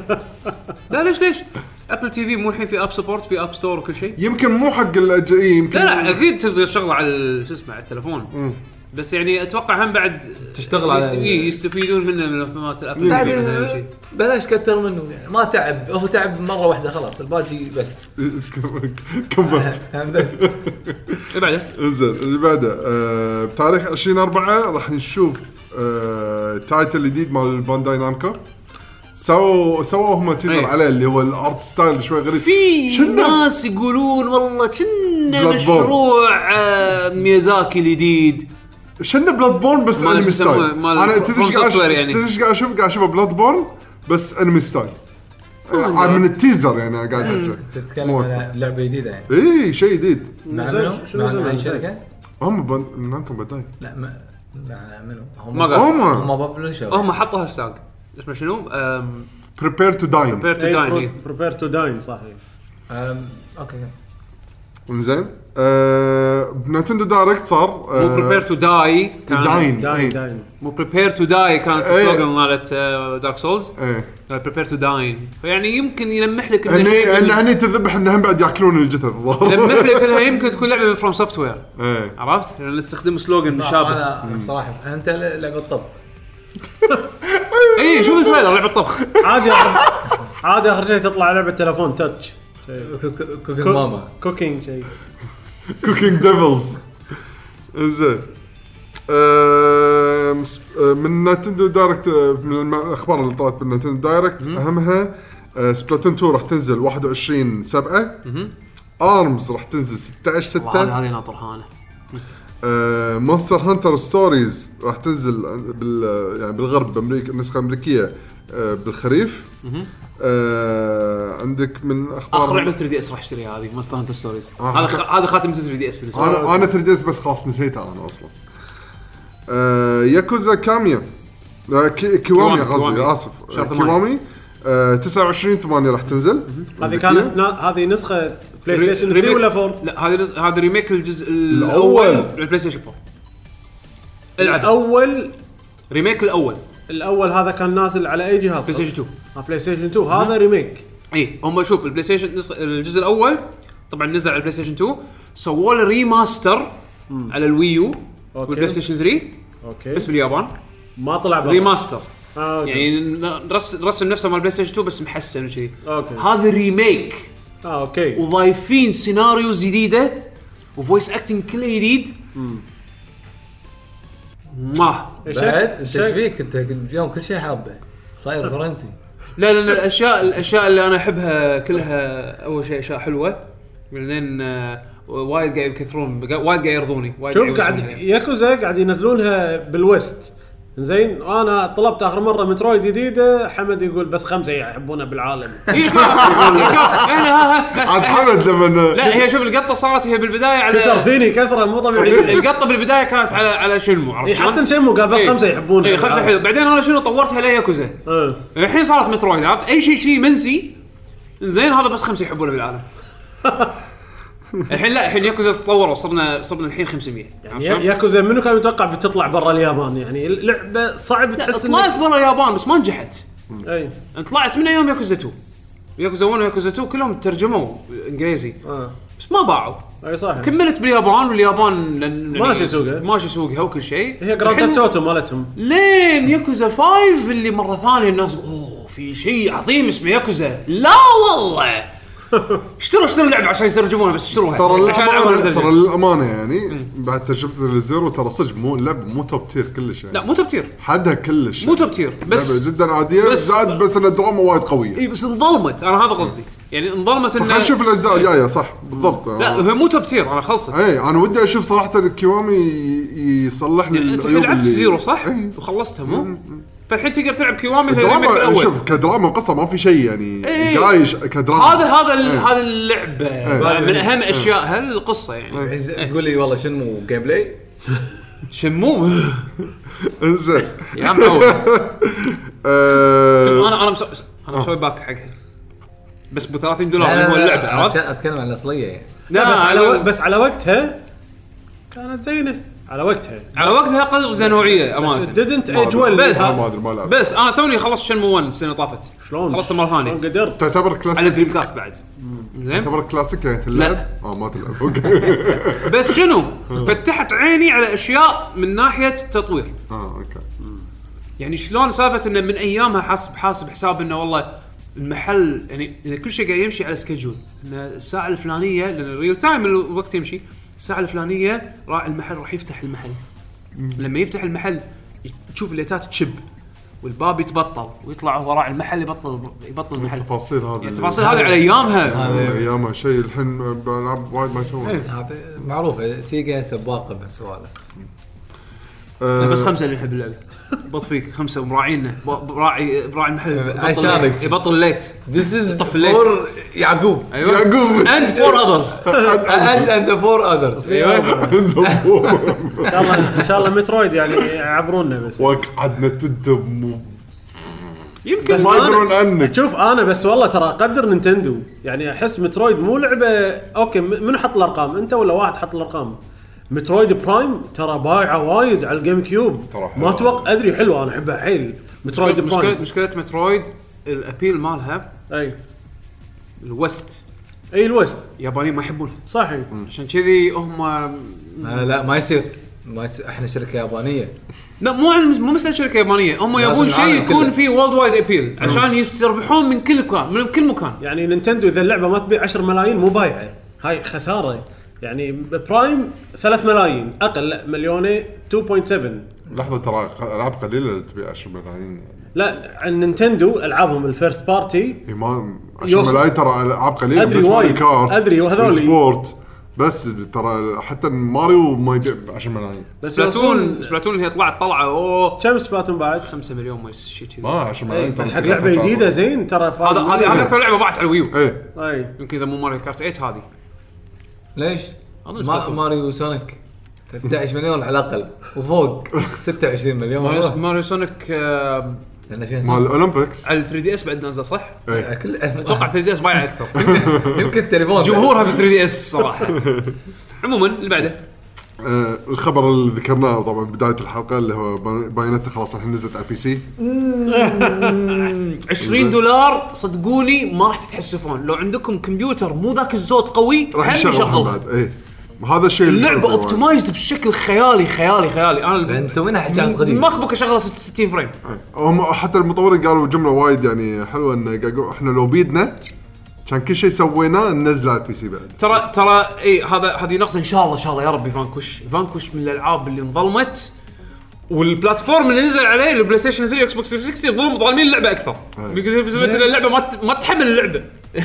لا ليش ليش ابل تي في مو الحين في اب سبورت في اب ستور وكل شيء يمكن مو حق الاجئين يمكن لا لا اكيد تقدر تشغله على ال- شو اسمه على التلفون بس يعني اتوقع هم بعد تشتغل على يست... ال- إيه، يستفيدون منه من خدمات الابل يمكن. تي في مثلاً شيء. بلاش كتر منه يعني ما تعب هو تعب مره واحده خلاص الباقي بس كبرت. بس ايه بعده انزين اللي بعده آه بتاريخ عشرين أربعة راح نشوف آه تايتل جديد مال بانداي نامكو. سووا سووا هم تيزر أيه. عليه اللي هو الارت ستايل شوي غريب. في شنو؟ ناس يقولون والله كنا Bloodborne. مشروع آه، ميازاكي الجديد شنو بلاد بورن بس مال انمي شو يسموه، ستايل. مال انا From تدري قاعد Software يعني. تدري قاعد اشوف قاعد اشوف بلاد بورن بس انمي ستايل. آه من التيزر يعني قاعد احكي. تتكلم مو عن لعبه جديده يعني اي شيء جديد. مع زين، منو؟ شنو مع زين؟ مع اي شركه؟ هم بن... نامكو بداي لا ما مع منو؟ هم ما قال. هم هم ببلشر هم حطوا هاشتاج اسمه شنو؟ أم... prepare to dine. prepare to dine إيه. بريبير تو داين صحيح. أم، اوكي انزين آه نينتندو دايركت صار مو آه prepare to die كان داين داين إيه. داين مو prepare to die كانت إيه. السلوغان مالت دارك سولز ايه prepare to dine فيعني يمكن يلمح لك انه هني شيء هني من- هني تذبح انهم بعد ياكلون الجثث الظاهر. يلمح لك انها يمكن تكون لعبه من فروم سوفت وير ايه عرفت؟ لان استخدموا سلوغان مشابه انا صراحه انت لعبه طب اي شوف التريلر لعبه طبخ عادي عادي اخر شيء تطلع لعبه تلفون تاتش كوكينج ماما كوكينج شيء. كوكينج ديفلز. انزين آم، س- آه، من نينتندو دايركت آه، من الم- الاخبار اللي طلعت من نينتندو دايركت اهمها آه، سبلاتون تو راح تنزل واحد وعشرين سبعة. ارمز راح تنزل ستة عشر هذه ستة. هذه ناطرها انا مونستر هانتر ستوريز راح تنزل بال يعني بالغرب بامريكا النسخه الامريكيه آه، بالخريف. آه، عندك من اخبار اخر لعبه ثري دي اس راح اشتريها هذه مونستر هانتر ستوريز آه. هذا خ... هذا خاتم ثري دي اس بالنسبه لي انا انا ثري دي اس بس خلاص نسيتها انا اصلا. آه ياكوزا كاميا آه كي كيوامي كيوامي، قصدي كيوامي. اسف شهر آه ثمانية. كيوامي آه تسعة وعشرين ثمانية راح تنزل. هذه كانت نا- هذه نسخه بلاي ستيشن ريميك- ثري ولا فور؟ لا هذا هذا ريميك الجزء الأول. الاول البلاي ستيشن فور العب الاول ريميك الاول الاول هذا كان نازل على اي جهاز؟ بلاي ستيشن تو آه، بلاي ستيشن تو هذا ريميك. اي هم شوف البلاي ستيشن نسخ- الجزء الاول طبعا نزل على البلاي ستيشن تو سووا له ريماستر على الويو والبلاي ستيشن ثري اوكي بس باليابان ما طلع برا. ريماستر آه، أوكي. يعني رسم الرسم نفسه مال بلاي ستيشن تو بس محسن وشي. أوكي. هذا ريميك اه اوكي وضايفين سيناريوز جديده وفويس اكتنج كله جديد. ما بعد انت ايش فيك انت اليوم كل شيء حابه صاير فرنسي. لا لا لا الاشياء الاشياء اللي انا احبها كلها اول شيء اشياء حلوه بعدين آه، وايد قاعد يكثرون وايد قاعد يرضوني وايد شوف يعوزون قاعد عليها. ياكوزا قاعد ينزلونها بالويست زين. انا طلبت اخر مره مترويد جديده حمد يقول بس خمسه يحبونها بالعالم. هي كا- هي كا- إحنا- ها- ها- عاد حمد لما لا هي شوف القطه صارت هي بالبدايه على كسر فيني كسره مو طبيعيه. القطه بالبدايه كانت على على شنمو عرفت إيه، شلون؟ حتى شنمو قال بس إيه. خمسه يحبونها اي خمسه حلو بعدين انا شنو طورتها لياكوزا آه. الحين صارت مترويد عرفت اي شيء شيء منسي زين هذا بس خمسه يحبونه بالعالم. الحين لا الحين ياكوزا تطوروا صرنا صرنا الحين خمسمية عرفت شلون؟ ياكوزا منو كان يتوقع بتطلع برا اليابان؟ يعني اللعبه صعب لا تحس طلعت برا اليابان بس ما نجحت. اي طلعت من ايام ياكوزا تو ياكوزا واحد وياكوزا اثنين كلهم ترجموا انجليزي اه بس ما باعوا. اي صح كملت باليابان واليابان لأن- ماشي سوقها. ماشي سوقها وكل شيء. هي جراند الحين- توتو مالتهم. لين ياكوزا خمسة اللي مره ثانيه الناس اوه في شيء عظيم اسمه ياكوزا. لا والله اشتروا اشتروا اللعبه عشان يترجمونها بس اشتروها ترى عشان الامانه العبها ترى ترجم. الامانه يعني بعد تجربه الزيرو ترى صدق مو اللعبه مو توب تير كلش يعني لا مو توب تير حدها كلش مو توب تير بس لعبة جدا عاديه بس- بس زاد بس ان الدراما وايد قويه. اي بس انظلمت انا هذا قصدي يعني انظلمت خلينا انه نشوف الاجزاء الجايه صح بالضبط. لا هو مو توب تير انا خلصت. اي انا ودي اشوف صراحه كيوامي يصلح لي انت العيوب لعبت اللي- زيرو صح؟ اي وخلصتها مو؟ فالحين تقدر تلعب كيوامي الريميك الدراما الاول. شوف كدراما وقصه ما في شيء يعني إيه. قايش كدراما هذا هذا ال- إيه. هذا اللعبه من اهم اشيائها القصه يعني الحين تقول لي والله شنو جيم بلاي شمو انزين يا معود. آه، انا انا مسوي انا مسوي باك حقها بس ب ثلاثين دولار اللي هو اللعبه عرفت؟ اتكلم عن الاصليه يعني. لا بس لا على على و... بس على وقتها كانت زينه على وقتها. على وقتها قصه نوعيه بس امانه didn't ما age أدري. well. بس- ما ادري ما لعب بس انا توني خلصت شنمو واحد السنه اللي طافت شلون خلصت مره شلون ثانيه قدرت؟ تعتبر على كلاسيك دريم كاست بعد زين تعتبر كلاسيك يعني تلعب اه ما تلعب اوكي بس شنو فتحت عيني على اشياء من ناحيه التطوير اه اوكي يعني شلون سالفه انه من ايامها حاسب حاسب حساب انه والله المحل يعني إن كل شيء قاعد يمشي على سكجول ان الساعه الفلانيه لان الريل تايم الوقت يمشي الساعه الفلانيه راعي المحل راح يفتح المحل لما يفتح المحل تشوف الليتات تشب والباب يتبطل ويطلع هو راعي المحل يبطل يبطل المحل التفاصيل هذه التفاصيل هذه على ايامها ايامها شيء الحين بلعب وايد ما يسوون هذا معروفه سيجا سباقه بهالسوالف. آه، بس خمسه اللي نحب اللعبه بط فيك خمسه ومراعينا براعي براعي المحل يبطل عشانك. ليت. يبطل ليت This is طف الليت. for يعقوب ايوه يعقوب and for others and and the four others. ايوه ان شاء الله ان شاء الله مترويد يعني يعبرونا بس. وقعدنا تدم يمكن ما يدرون عنك شوف انا بس والله ترى اقدر نينتندو يعني احس مترويد مو لعبه اوكي م- منو حط الارقام انت ولا واحد حط الارقام؟ مترويد برايم ترى بايعه وايد على الجيم كيوب ترى حلوة. ما اتوقع ادري حلوه انا احبها حيل مترويد مشكله برايم. مشكله مترويد الابيل مالها اي الوست اي الوست اليابانيين ما يحبونها صحيح عشان كذي هم آه لا ما يصير ما يصير احنا شركه يابانيه. لا مو عن- مو مساله شركه يابانيه هم لازم يبون شيء العالم يكون كله. فيه وورلد وايد ابيل عشان يستربحون من كل مكان من كل مكان يعني نينتندو اذا اللعبه ما تبيع عشرة ملايين مو بايعه هاي خساره يعني برايم ثلاثة ملايين اقل لا مليونين اثنين فاصلة سبعة. لحظه ترى العاب قليله اللي تبيع عشرة ملايين لا عن نينتندو العابهم الفيرست بارتي إيه ما عشرة يوصل. ملايين ترى العاب قليله أدري بس ماري وايد. كارت أدري وهذولي. سبورت بس ترى حتى ماريو ما يبيع عشرة ملايين بس سبلاتون يوصلون- سبلاتون اللي هي طلعت طلعه اوه كم سبلاتون بعد؟ خمسة مليون ما شيء كذي ما عشرة ملايين ترى حق لعبه جديده زين ترى هذا هذه هذه اكثر لعبه باعت على الويو ايه اي يمكن اذا مو ماريو كارت ثمانية هذه ليش؟ أظن ما سبلاتون. ماريو سونيك احد عشر مليون على الاقل وفوق ستة وعشرين مليون ماريو, والله. ماريو سونيك آه لان فيها مال سونيك. الاولمبيكس على ثري دي اس بعد نازل صح؟ ايه كل اتوقع ثري دي اس بايع اكثر يمكن التليفون جمهورها ب ثري دي اس صراحه عموما اللي بعده آه، الخبر اللي ذكرناه طبعا بدايه الحلقه اللي هو بايونيتا خلاص الحين نزلت على البي سي عشرين دولار صدقوني ما راح تتحسفون لو عندكم كمبيوتر مو ذاك الزود قوي راح هم يشغلها يشغلها بعد ايه هذا الشيء اللي اللعبه حلو وايد. اوبتمايزد بشكل خيالي خيالي خيالي يعني انا مسوينها حق جهاز قديم. الماك بوك اشغله ستين فريم. هم حتى المطورين قالوا جمله وايد يعني حلوه انه قالوا احنا لو بيدنا كان كل شيء سويناه ننزله على البي سي بعد. ترى ترى اي هذا هذه نقص ان شاء الله ان شاء الله يا ربي. فانكوش فانكوش من الالعاب اللي انظلمت والبلاتفورم اللي نزل عليه البلاي ستيشن ثلاثة اكس بوكس ثلاثمية وستين ظلم ظالمين اللعبه اكثر. بالنسبه اللعبه ما ت- ما تحمل اللعبه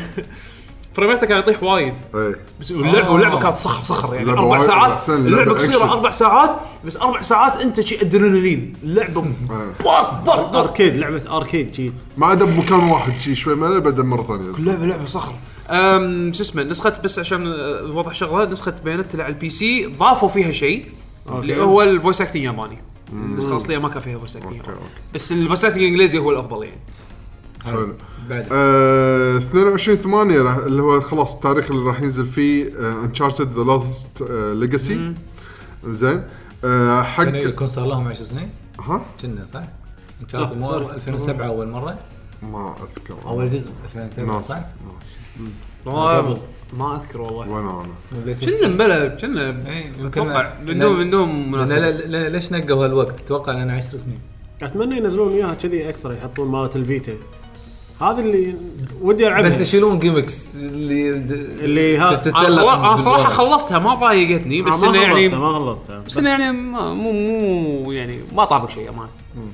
فريماتها كان يطيح وايد. ايه بس اللعبه واللعبه كانت صخر صخر يعني اللعبة اربع وايد ساعات أحسن، اللعبة اللعبه قصيره أكشن. اربع ساعات بس اربع ساعات انت شيء ادرينالين اللعبه بق بق بق اركيد لعبه اركيد جي ما عدا بمكان واحد شيء شوي ملل بعد مره ثانيه. اللعبه لعبه صخر. امم شو اسمه نسخه بس عشان اوضح شغله نسخه بيانات على البي سي ضافوا فيها شيء اللي هو الفويس اكتنج ياباني. النسخه الاصليه ما كان فيها فويس اكتنج بس الفويس اكتنج الانجليزي هو الافضل يعني. حلو. بعد آه، اثنين وعشرين ثمانية راح اللي هو خلاص التاريخ اللي راح ينزل فيه انشارتد ذا لاست ليجاسي. زين آه، حق كان يكون صار لهم عشر سنين ها كنا صح؟ ان شاء الله مو ألفين وسبعة اول مره ما اذكر اول جزء ألفين وسبعة ناس صح؟ ناس والله ما اذكر والله وين انا مو بلاي ستيشن. كنا مبلى كنا إيه، يمكن اتوقع ما- من دون لا- من دون لأن مناسبه. لا- لا- ليش نقوا هالوقت؟ اتوقع لنا عشر سنين. اتمنى ينزلون اياها كذي اكسترا يحطون مالت الفيتا هذا اللي ودي العبها بس يشيلون جيمكس اللي اللي ها- انا صراحة, أنا صراحة خلصتها ما ضايقتني بس آه، انه ما يعني خلصتها ما خلصتها بس انه يعني ما- مو مو يعني ما طابق شيء امانه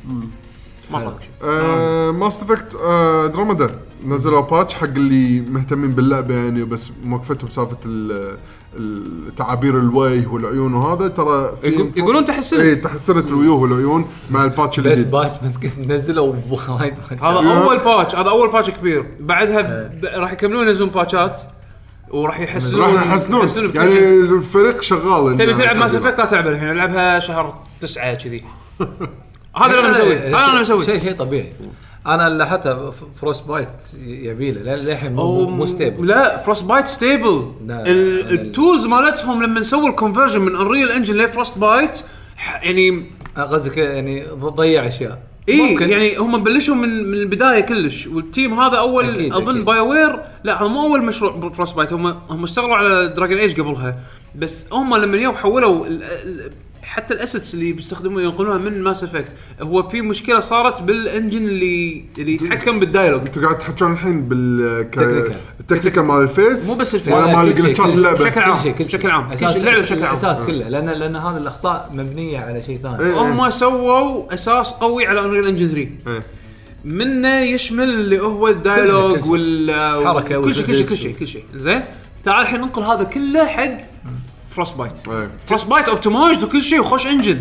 ما طابق شيء. ماست افكت دراما نزلوا باتش حق اللي مهتمين باللعبه يعني بس موقفتهم سالفه ال- التعابير الوجه والعيون وهذا ترى في يقول- يقولون تحسنت. اي تحسنت الوجوه والعيون مع الباتش بس الجديد. باتش بس كنت نزلوا وايد هذا اول باتش هذا اول باتش كبير بعدها ب- راح يكملون ينزلون باتشات وراح يحسنون راح يحسنون بكل يعني شيء. الفريق شغال تبي إنه تلعب ماس يعتدل. افكت لا تلعب الحين العبها شهر تسعة كذي. هذا اللي انا مسويه هذا انا مسويه. شيء شيء طبيعي. انا اللي حتى فروست بايت يبيله للحين مو مو ستيبل. لا فروست بايت ستيبل. لا، ال- أنا- التولز مالتهم لما سووا الكونفرجن من انريل انجن لفروست بايت يعني قصدك يعني ضيع اشياء. اي ممكن. يعني هم بلشوا من من البدايه كلش والتيم هذا اول أكيد اظن أكيد. باي وير لا هم مو اول مشروع فروست بايت هم هم اشتغلوا على دراجون ايج قبلها بس هم لما اليوم حولوا ال- ال- حتى الاسيتس اللي بيستخدموا ينقلونها من ماس افكت هو في مشكله صارت بالانجن اللي اللي يتحكم بالدايلوج. انتوا قاعد تحكون الحين بال تكنيكال. التكنيكال مال الفيس مو بس الفيس. ولا مال كل شيء، جلتشات كل- اللعبه بشكل عام. كل شيء كل بشكل شيء. عام. كل اساس شيء، اللعبة بشكل عام. اساس كله لان لان هذه الاخطاء مبنيه على شيء ثاني. إيه. هم سووا اساس قوي على انريل انجن ثلاثة إيه. منه يشمل اللي هو الدايلوج كل شيء. وال حركة كل شيء كل شيء كل والفيزيكس شيء كل شيء زين. تعال الحين ننقل هذا كله حق فروست بايت. إيه. فروست بايت اوبتمايزد وكل شيء وخش انجن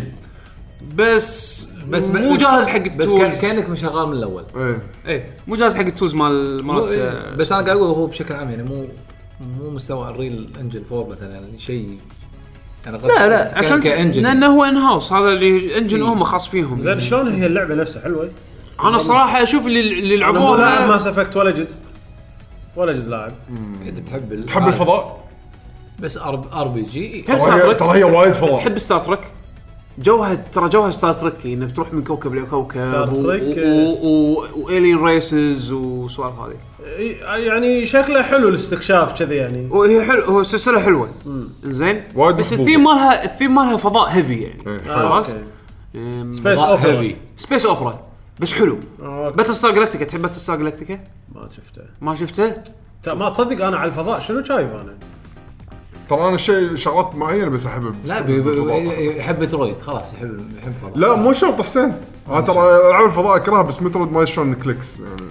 بس بس مو جاهز حق بس التولز. كانك مشغل من الاول. ايه ايه مو جاهز حق التولز مال مو- مالت إيه. بس انا قاعد اقول هو بشكل عام يعني مو مو مستوى الريل انجن فور مثلا شيء. انا لا لا عشان كانجن لانه هو ان هاوس هذا اللي انجن إيه. هم خاص فيهم. زين شلون هي اللعبه نفسها حلوه؟ انا صراحه اشوف اللي اللي انا مو لاعب لعبوها ماس افكت ولا جزء ولا جزء لاعب. اذا تحب ال- تحب الفضاء؟ بس ار بي جي تحب ترى ستار هي تريك؟ ترى هي وايد فضاء. تحب ستار تريك؟ جوها ترى جوها ستار تريك انك تروح من كوكب لكوكب ستار و- تريك، و- و- والين ريسز وسوالف هذه. يعني شكله حلو الاستكشاف كذي يعني. وهي حلو هو سلسله حلوه زين وايد بس محبوبة. الثيم مالها الثيم مالها فضاء هيفي يعني إيه. عرفت؟ أوكي. أم، سبيس فضاء اوبرا هيفي. سبيس اوبرا بس حلو. أوكي. باتل ستار جلاكتيكا تحب باتل ستار جلاكتيكا؟ ما شفته. ما شفته؟ تا- ما تصدق انا على الفضاء شنو شايف انا؟ ترى انا شيء شغلات معينه بس احب لا بي- بي- الفضاء. يحب مترويد خلاص يحب يحب فضاء. لا مو شرط حسين انا ترى العاب الفضاء اكرهها بس مترود ما شلون كليكس يعني.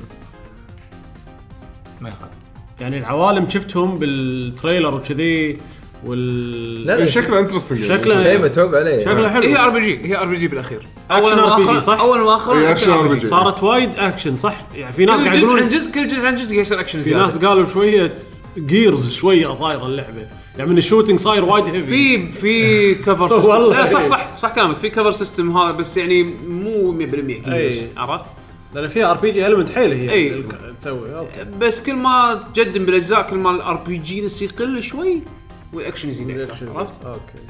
ما يخالف. يعني العوالم شفتهم بالتريلر وكذي وال لا، إيه، شكله انترستنج شكله- شيء متعوب عليه. شكله حلو. هي ار بي جي هي ار بي جي بالاخير. أكشن أولاً آر بي جي وآخراً- صح؟ اول واخر إيه، أكشن آر بي جي. صارت وايد اكشن صح؟ يعني في ناس كل قاعد جزء يقولون عن جزء كل جزء عن جزء يصير اكشن في ناس زياده. قالوا شويه جيرز شويه صايره اللعبه يعني من الشوتينج صاير وايد هيفي. في في كفر والله. سيستم. لا صح صح صح كلامك في كفر سيستم هذا بس يعني مو مية بالمية أي. كيس عرفت. لان فيها ار بي جي المنت حيل هي أي. الك- تسوي اوكي. بس كل ما تقدم بالاجزاء كل ما الار بي جي نس يقل شوي والاكشن يزيد اكثر عرفت. اوكي.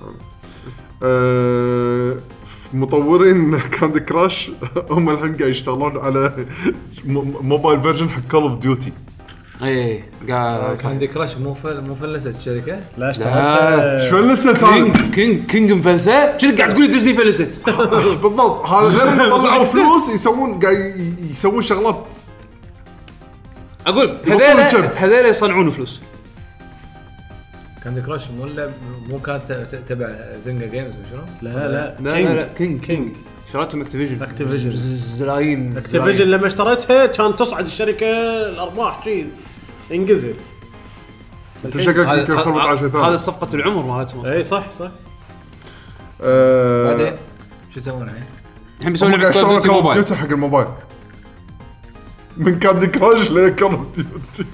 أه مطورين كاندي كراش هم الحين قاعد يشتغلون على م- موبايل فيرجن حق كول اوف ديوتي. ايه قاعد كاندي كراش مو فل مو فلست شركه. لا اشتريتها ايش فلست هذا كينج كينج كينج مفلسه كنت قاعد تقول ديزني فلست بالضبط. هذا غير إنه طلعوا فلوس يسوون قاعد يسوون شغلات. اقول يبطلون هذول الشبت. هذول يصنعون فلوس. كاندي كراش مو اللعب مو كانت ت- تبع زنجا جيمز وشنو؟ لا لا لا لا لا كينج كينج شريتهم اكتيفيجن Activision. زلاين اكتيفيجن لما اشتريتها كان تصعد الشركه الارباح شيء انقزت. انت شكلك يمكن خربط على شيء ثاني. هذا صفقه العمر مالتهم اي صح صح. آه، بعدين شو يسوون الحين؟ الحين بيسوون هم لعبه قاعد كول يشتغلون اوف كول اوف موبايل ديوتي حق الموبايل من كاندي كراش لكول اوف ديوتي.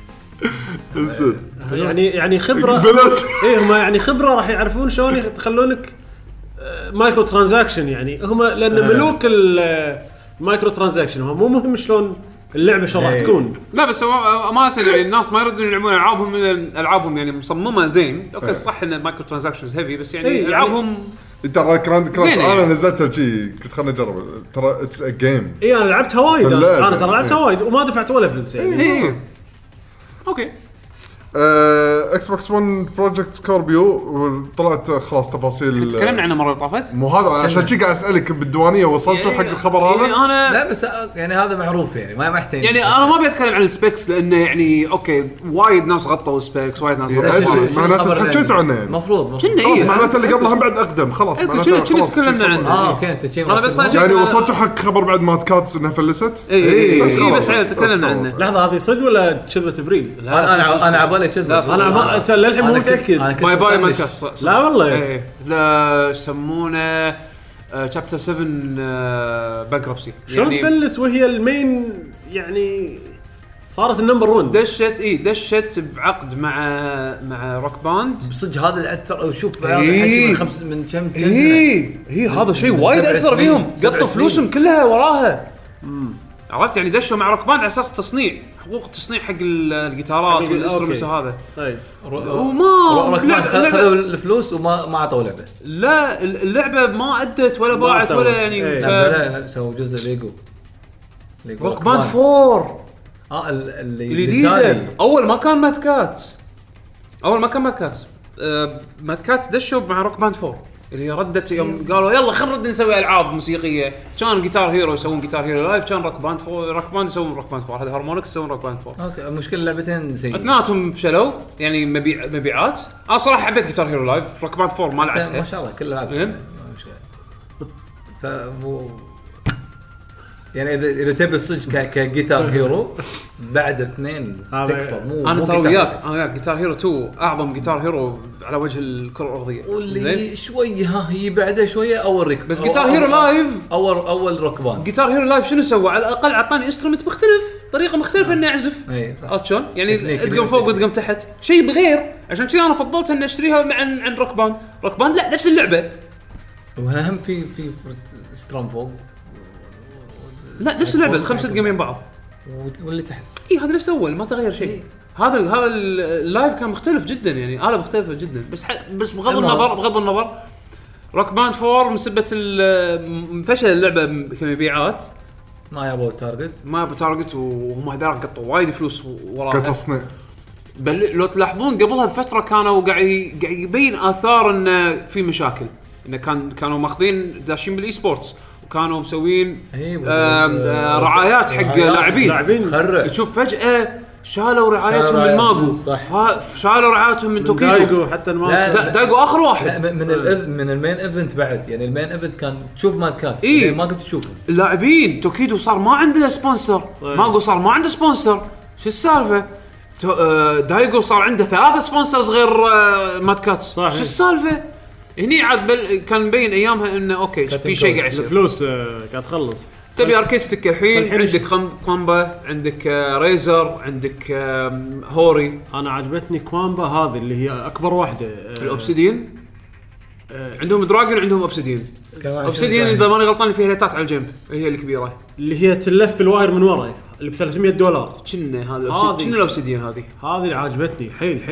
زين يعني يعني خبره فلوس. اي هم يعني خبره راح يعرفون شلون يخلونك آه، مايكرو ترانزاكشن. يعني هم لان ملوك المايكرو ترانزاكشن هم مو مهم شلون اللعبه شو راح إيه. تكون. لا بس هو امانه يعني الناس ما يردون يلعبون العابهم من العابهم يعني مصممه زين اوكي صح ان المايكرو ترانزاكشنز هيفي بس يعني إيه، يعني- العابهم ترى كاندي كراش زين انا يعني. نزلتها شي كنت خلنا نجرب ترى اتس ا جيم. اي انا لعبتها وايد انا اللعبة. أنا ترى لعبتها إيه. وايد وما دفعت ولا فلس يعني. ايه اوكي اكس بوكس ون بروجكت سكوربيو وطلعت خلاص تفاصيل. تكلمنا عنه المره اللي طافت مو هذا عشان شي قاعد اسالك بالديوانيه وصلتوا حق الخبر يعني هذا؟ انا لا بس يعني هذا معروف يعني ما محتاج يعني انا ما ابي اتكلم عن السبيكس لانه يعني اوكي وايد ناس غطوا السبيكس وايد ناس غطوا أدري. السبيكس. معناته تحكيتوا عنه يعني. المفروض كنا خلاص إيه. معناته اللي قبلها بعد اقدم خلاص إيه، معناته كنا- كنا خلاص تكلمنا شي عنه. خبر. اه اوكي انت شيء أنا بس مرتب. طيب. يعني أنا- وصلتوا حق خبر بعد ما كاتس انها فلست؟ اي اي بس اي خلاص. بس إحنا تكلمنا بس خلاص. عنه لحظه هذه صدق ولا كذبه تبريل؟ انا انا انا عبالي كذا لا، انا ما انت للحين مو متاكد. باي باي ما كاس لا والله. ايه لا يسمونه شابتر سبعة بانكربسي شلون تفلس وهي المين يعني صارت النمبر واحد. دشت اي دشت بعقد مع مع روك باند. صدق هذا اللي اثر شوف هذا إيه. الحكي من خمس من كم كم سنه اي اي هذا شيء من وايد سبع اثر سنين. فيهم سبع قطوا سنين. فلوسهم كلها وراها عرفت يعني دشوا مع روك باند على اساس تصنيع حقوق تصنيع حق ال- الجيتارات حق ال- والانسترومنتس أوكي. هذا طيب وما ركبان اللعبة- خذوا الفلوس وما ما اعطوا لعبه. لا اللعبه ما ادت ولا ما باعت سوت. ولا يعني إيه. ف... لا لا سووا جزء ليجو ليجو روك باند فور اه ال- اللي الجديده التالي. اول ما كان مات كات اول ما كان مات كات آه مات كات دشوا مع روك باند فور اللي ردت يوم قالوا يلا خلينا نرد نسوي العاب موسيقيه كان جيتار هيرو يسوون جيتار هيرو لايف كان روك باند فور روك باند يسوون روك باند فور هذا هارمونيكس يسوون روك باند فور اوكي المشكله اللعبتين سيئه. اثنيناتهم فشلوا يعني مبيع مبيعات انا صراحه حبيت جيتار هيرو لايف روك باند فور ما ما لعبتها شاء الله كلها لعبت إيه. ما مشكله. فمو يعني اذا اذا تبي الصدق ك- كجيتار هيرو بعد اثنين هذا- تكفى مو انا مو ترى جيتار. وياك انا وياك جيتار هيرو تو اعظم جيتار هيرو على وجه الكره الارضيه زين؟ واللي شوي ها هي بعده شويه اول ريك بس أو- جيتار أو- هيرو أو- لايف اول اول روك باند. جيتار هيرو لايف شنو سوى على الاقل اعطاني انسترومنت مختلف طريقه مختلفه اني اعزف اي صح. عرفت شلون؟ يعني تكنيك ادقم غير فوق تكنيك. وادقم تحت شيء بغير عشان كذا انا فضلت ان اشتريها مع عن, عن روك باند روك باند لا نفس اللعبه وهم في في سترام فوق لا نفس اللعبه الخمسه ادقم يم بعض واللي تحت. اي هذا نفس اول ما تغير شيء هذا هذا اللايف كان مختلف جدا يعني آلة مختلفة جدا بس ح... بس بغض المهم. النظر بغض النظر روك باند فور من سبة ال- فشل اللعبة كمبيعات ما يبغوا التارجت. ما بتارجت وهم هذول قطوا وايد فلوس وراها كتصنيع. بل لو تلاحظون قبلها بفتره كانوا قاعد ي- قاعد يبين اثار انه في مشاكل انه كان كانوا ماخذين داشين بالاي سبورتس وكانوا مسوين إيه، آم، آه، رعايات حق رعايات لاعبين لاعبين. خرع تشوف فجاه شالوا رعايتهم شالوا من رعاية- ماجو صح. ف- شالوا رعايتهم من توكيدو دايجو حتى ما لا، دا- دايجو اخر لا واحد من من الإذ- من المين ايفنت بعد يعني المين ايفنت كان تشوف ماد كات إيه. ما كنت تشوفه. اللاعبين توكيدو صار ما عنده سبونسر طيب. ماجو صار ما عنده سبونسر شو السالفه تو- آه، دايجو صار عنده ثلاثة سبونسرز غير آه، ماد كاتس صحيح. شو السالفه هني عاد بل... كان مبين ايامها انه اوكي كاتن في شيء كوست. قاعد يصير الفلوس آه، قاعد تخلص. تبي اركيد ستيك الحين فالحين عندك خم... كومبا عندك آه، ريزر عندك آه، هوري انا عجبتني كوامبا هذه اللي هي اكبر واحده آه، الاوبسيديان عندهم دراجون وعندهم اوبسيديان كان واحد اوبسيديان شنو اذا ماني غلطان اللي فيها هيتات على الجنب هي الكبيره اللي هي تلف الواير من ورا اللي ب ثلاثمية دولار. كنا هذا هذه. كنا الاوبسيديان هذه هذه اللي عجبتني حيل حيل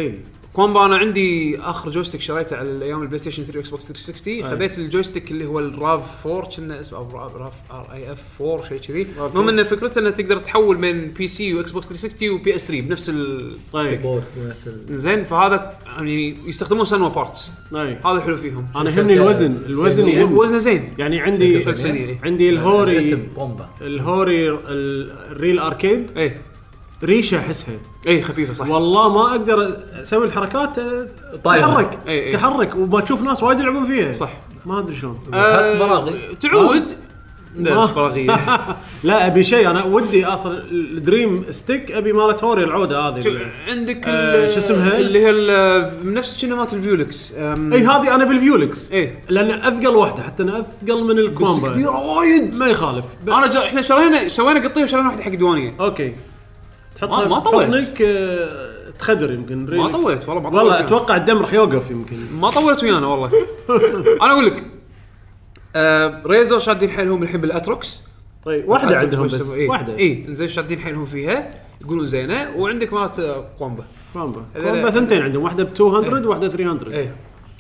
كومبا انا عندي اخر جويستيك شريته على الايام البلاي ستيشن ثري اكس بوكس ثري سكستي. خذيت الجويستيك اللي هو الراف فور كنا اسمه او راف ار اي اف فور شيء كذي. المهم ان فكرته انه تقدر تحول من بي سي واكس بوكس ثري سكستي وبي اس ثري بنفس الستيك زين. فهذا يعني يستخدمون سنوا بارتس هذا حلو فيهم. انا يهمني الوزن الوزن يهم وزنه زين يعني عندي عندي الهوري الهوري الريل اركيد اي ريشه احسها اي خفيفه صح والله ما اقدر اسوي الحركات تحرك أي أي. تحرك وما تشوف ناس وايد يلعبون فيها صح ما ادري شلون أه براغي تعود لا براغيه لا ابي شيء انا ودي اصل الدريم ستيك ابي مالت هوري العوده هذه عندك آه شو اسمها اللي هي نفس كلمات الفيولكس اي هذه انا بالفيولكس اي لان اثقل واحده حتى انا اثقل من الكومبا كبيره وايد ما يخالف ب... انا جا... احنا شرينا سوينا قطيه وشرينا واحده حق ديوانيه اوكي ما, ما طولت بطنك تخدر يمكن ما طولت والله ما طولت والله اتوقع الدم راح يوقف يمكن ما طولت ويانا والله انا اقول لك آه ريزر شادين حيلهم الحين بالاتروكس طيب واحده عندهم بس إيه؟ واحده اي زين شادين حيلهم فيها يقولون زينه. وعندك مالت كومبا كومبا كومبا ثنتين عندهم واحده ب مئتين وواحده ثلاثمية. اي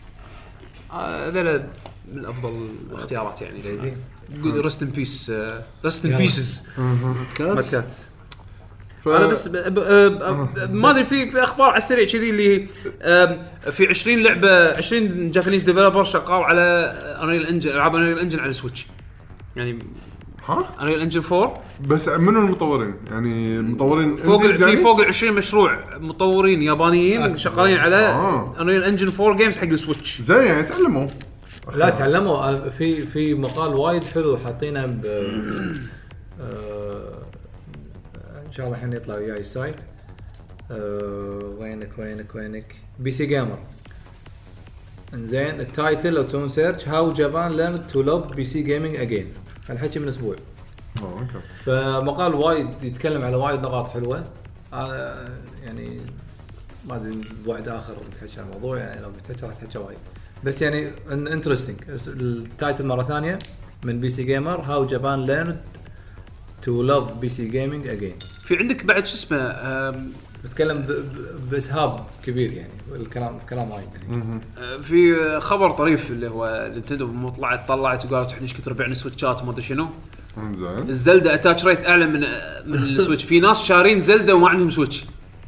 هذول من افضل الاختيارات يعني يقول رست ان بيس رست ان بيسز كات. انا بس ب... ب... ب... ما ادري في في اخبار على السريع كذي اللي في عشرين لعبه عشرين جابانيز ديفلوبر شغال على انريل انجن العاب انريل انجن على السويتش يعني ها انريل انجن فور بس منو المطورين يعني المطورين فوق يعني؟ في فوق عشرين مشروع مطورين يابانيين شغالين على آه. انريل انجن فور جيمز حق السويتش زين يعني تعلموا لا تعلموا في في مقال وايد حلو حاطينه ب ان شاء الله الحين يطلع وياي السايت. أه وينك وينك وينك بي سي جيمر انزين التايتل لو تسوون سيرش هاو جابان ليرن تو لوف بي سي جيمنج اجين الحكي من اسبوع. اه اوكي فمقال وايد يتكلم على وايد نقاط حلوه. آه يعني ما ادري واحد اخر بتحكي عن الموضوع يعني لو بتحكي راح تحكي وايد بس يعني انترستينج. التايتل مره ثانيه من بي سي جيمر هاو جابان ليرن تو لوف بي سي جيمنج اجين. في عندك بعد شو اسمه بتكلم باسهاب كبير يعني الكلام كلام وايد يعني. في خبر طريف اللي هو نينتندو مطلعت طلعت وقالت احنا ايش كثر بعنا سويتشات وما ادري شنو. زين الزلدا اتاتش ريت اعلى من من السويتش. في ناس شارين زلدا وما عندهم سويتش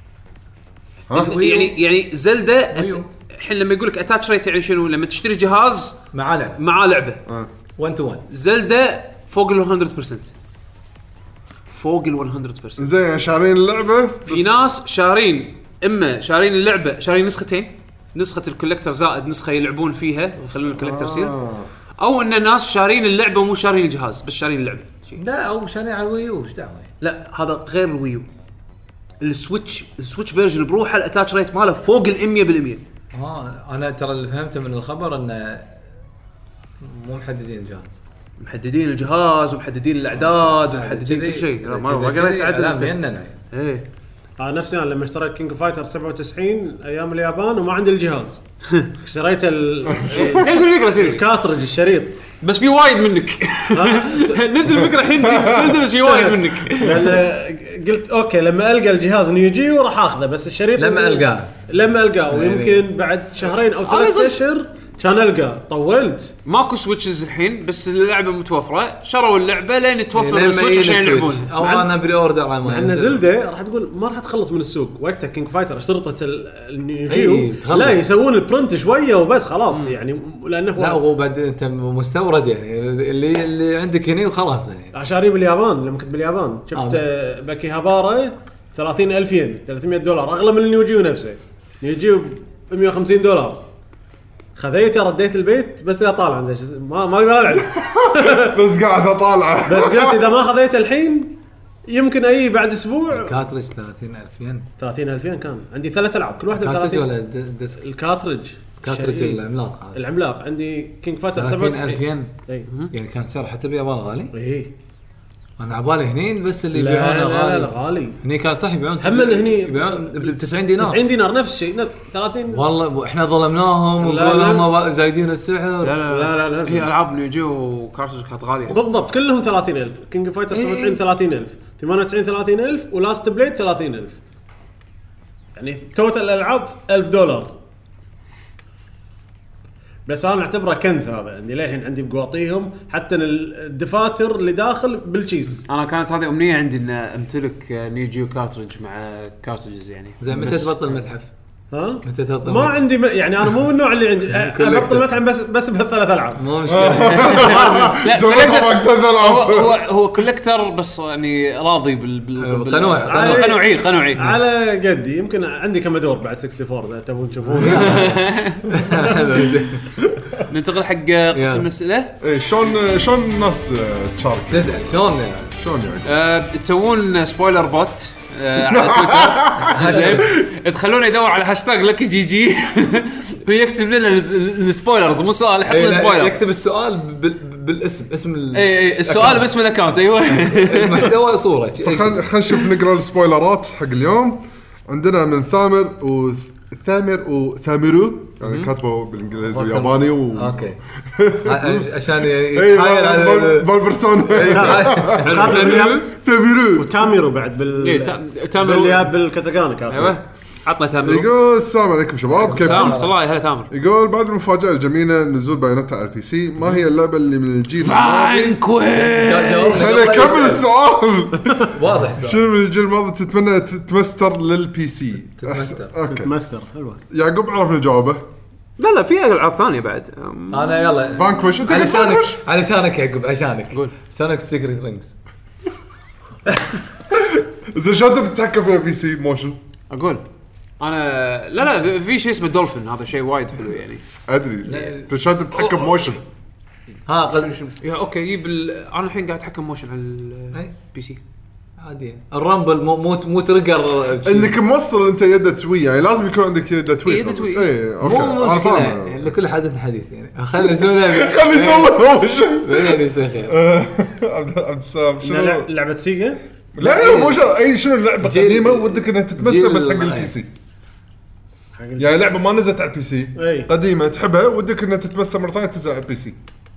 يعني يعني زلدا الحين لما يقول لك اتاتش ريت يعني شنو لما تشتري جهاز مع لعبه مع لعبه واحد تو واحد زلدا فوق ال مية بالمية فوق ال مية بالمية. زين شارين اللعبه في ناس شارين اما شارين اللعبه شارين نسختين نسخه الكولكتر زائد نسخه يلعبون فيها ويخلون الكولكتر سيل آه. او ان الناس شارين اللعبه ومو شارين الجهاز بس شارين اللعبه. لا او شارين على الويو ايش دعوه لا هذا غير الويو. السويتش السويتش فيرجن بروحه الاتاتش ريت ماله فوق ال مية بالمية. اه انا ترى اللي فهمته من الخبر انه مو محددين الجهاز محددين الجهاز ومحددين الاعداد ومحددين كل شيء. ما قريت عدد مننا ايه انا نفسي انا لما اشتريت كينج فايتر سبعة وتسعين ايام اليابان وما عندي الجهاز اشتريت ال ايش الفكره سيدي الكاترج الشريط بس في وايد منك نزل الفكره الحين بس في وايد منك لان قلت اوكي لما القى الجهاز انه يجي وراح اخذه بس الشريط لما القاه لما القاه ويمكن بعد شهرين او ثلاثة اشهر كان القى طولت. ماكو سويتشز الحين بس اللعبه متوفره شروا اللعبه لين توفر السويتش عشان يلعبون او انا بري اوردر على ما نزلده راح تقول ما راح تخلص من السوق وقتها كينج فايتر اشترطت النيو لا يسوون البرنت شويه وبس خلاص يعني لانه لا هو بعد انت مستورد يعني اللي اللي عندك هنا وخلاص يعني شاري باليابان لما كنت باليابان شفت آه. باكي هابارا ثلاثين ألف ين ثلاثمية دولار اغلى من النيو نفسه نيو ب مية وخمسين دولار خذيته رديت البيت بس طالع زين ما ما اقدر العب بس قاعد اطالعه بس قلت اذا ما خذيته الحين يمكن اي بعد اسبوع. الكاترج ثلاثين ألف ين ثلاثين ألف ين كان عندي ثلاث العاب كل واحده ثلاثين ولا ديسك الكاترج كاترج العملاق هذا العملاق عندي كينج فايتر سبعة وتسعين ألف ين اي يعني كان سعر حتى باليابان غالي. اي انا عبالي هنين بس اللي يبيعونه غالي لا غالي هني كان صح يبيعون هم هني يبيعون ب تسعين دينار تسعين دينار نفس الشيء ثلاثين والله احنا ظلمناهم وقالوا هم زايدين السعر. لا لا لا, لا, لا. في العاب اللي يجوا كارتج كانت غاليه بالضبط كلهم ثلاثين ألف كينج فايتر سبعة وتسعين ثلاثين ألف ثمانية وتسعين ثلاثين ألف ولاست بليد ثلاثين ألف يعني توتال الالعاب ألف دولار بس انا اعتبره كنز هذا عندي للحين عندي بقواطيهم حتى الدفاتر اللي داخل بالكيس. انا كانت هذه امنيه عندي ان امتلك نيو جيو كارتريج مع كارتريجز يعني. زين متى تبطل المتحف؟ ها متى تبطل؟ ما عندي م... يعني انا مو من النوع اللي عندي ابطل المتحف بس بس بهالثلاث العاب مو مشكله. لا زودها هو هو هو كولكتر بس يعني راضي بال بال قنوع قنوعي قنوعي على قدي. يمكن عندي كمدور بعد أربعة وستين اذا تبون تشوفون. ننتقل حق قسم الاسئله. اي شلون شلون الناس تشارك تسال شلون شلون يعني أه تسوون سبويلر بوت أه على تويتر زين تخلونه يدور على هاشتاج لك جي جي ويكتب لنا السبويلرز مو سؤال يحط لنا سبويلر يكتب السؤال بالاسم اسم ال... اي اي السؤال باسم الاكونت ايوه المحتوى صوره. خلينا خلينا نشوف نقرا السبويلرات حق اليوم. عندنا من ثامر وثامر وثامرو يعني كاتبه بالانجليزي والياباني و اوكي عشان يتحايل على بالبرسون ثامرو وتاميرو بعد بال تاميرو بالكاتاغانا كاتب. ايوه عطنا تامر. يقول السلام عليكم شباب كيفكم؟ صلاه هلا تامر. يقول بعد المفاجاه الجميله نزول بياناتها على البي سي ما هي اللعبه اللي من الجيل فانكوين هلا كمل السؤال. واضح سؤال. شنو من الجيل الماضي تتمنى تتمستر للبي سي؟ تتمستر. اوكي ماستر حلوه. يعقوب عرفنا جوابه. لا لا في العاب ثانيه بعد. انا يلا فانكوش انت علشانك علشانك يعقوب عشانك قول سونيك سيكريت رينجز. اذا شلون تتحكم فيها بي سي موشن؟ اقول انا لا لا في شيء اسمه دولفين هذا شيء وايد حلو يعني. ادري انت شلون تتحكم موشن؟ ها قصدي يا اوكي يجيب انا الحين قاعد اتحكم موشن على البي سي عادي. الرامبل مو مو مو تريجر انك موصل انت يدك وي يعني لازم يكون عندك يدك وي. يدك وي. اي اوكي مو انا مشكله فاهم. لكل حدث حديث يعني. خلينا نسوي خلي يسوي موشن. يعني يصير خير. عبد عبد السلام شنو لعبه سيجا؟ لا لا مو شرط اي شنو اللعبه قديمه ودك انها تتمثل بس حق البي سي. يعني لعبه ما نزلت على البي سي قديمه تحبها ودك انها تتمثل مره ثانيه تنزل على البي سي.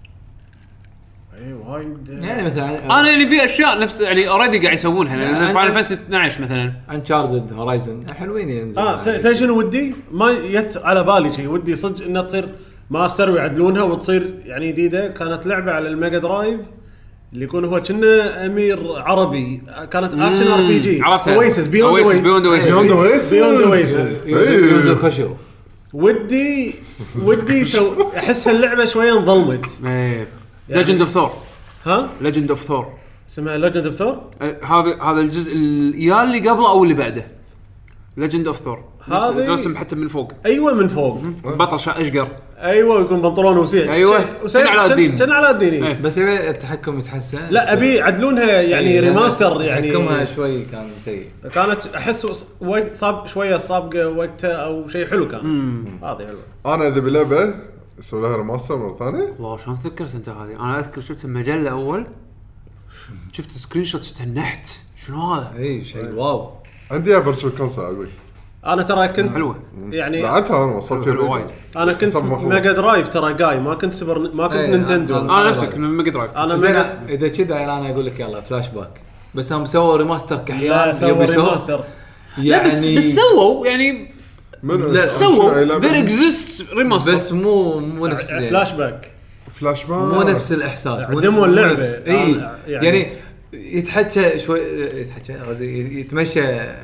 اي وايد يعني مثلا انا يعني في اشياء نفس يعني اوريدي قاعد يسوونها يعني فاينل فانتسي اثناشر مثلا انشاردد هورايزن حلوين ينزلون. اه تدري شنو ودي ما يت على بالي شيء ودي صدق انها تصير ماستر ويعدلونها وتصير يعني جديده. كانت لعبه على الميجا درايف اللي يكون هو كنا امير عربي كانت اكشن ار بي جي اويسس بيوند اويسس بيوند اويسس بيوند اويسس بيوند اويسس يوزو كوشيرو. ودي ودي سو احس هاللعبه شويه انظلمت. ايه ليجند اوف ثور. ها ليجند اوف ثور اسمها ليجند اوف ثور. هذا هذا الجزء يا اللي قبله او اللي بعده. ليجند اوف ثور هذا ترسم حتى من فوق. ايوه من فوق بطل شا اشقر. ايوه يكون بنطلون وسيع. ايوه كان على الدين كان على الدين ايه. بس يبي التحكم يتحسن. لا ابي يعدلونها يعني ريماستر يعني تحكمها شوي كان سيء. كانت احس وقت صاب شويه صابقه وقتها او شيء حلو كان. هذه حلوه. انا اذا بلعبه اسوي لها ريماستر مره ثانيه. والله شلون تذكرت انت هذه؟ انا اذكر شفت المجله اول شفت سكرين شوت تنحت شنو هذا؟ اي شيء واو. عندي فيرتشوال كونسول علوي. انا ترى كنت حلوه يعني لعبتها انا وصلت فيها وايد. انا كنت ميجا درايف ترى جاي ما كنت سوبر ما كنت نينتندو. انا نفسك من ميجا درايف. انا زين اذا كذا انا اقول لك يلا فلاش باك بس هم سووا ريماستر كحيان سووا ريماستر يعني بس بس سووا يعني لا سووا there exists ريماستر بس مو مو نفس فلاش باك فلاش باك مو نفس الاحساس. قدموا اللعبه اي يعني يتحكى شوي يتحكى قصدي يتمشى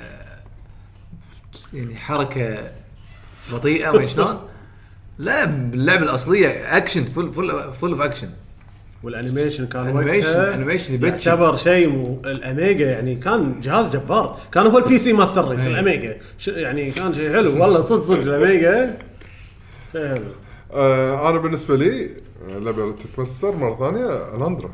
يعني حركه بطيئه ما شلون. لا اللعبه الاصليه اكشن فل فل فل اوف اكشن. والانيميشن كان انيميشن انيميشن يعتبر شيء مو الاميجا يعني كان جهاز جبار. كان هو البي سي ماستر ريس الاميجا يعني كان شيء حلو والله صدق صدق الاميجا شيء حلو. آه انا بالنسبه لي لعبه تتمستر مره ثانيه الاندرا.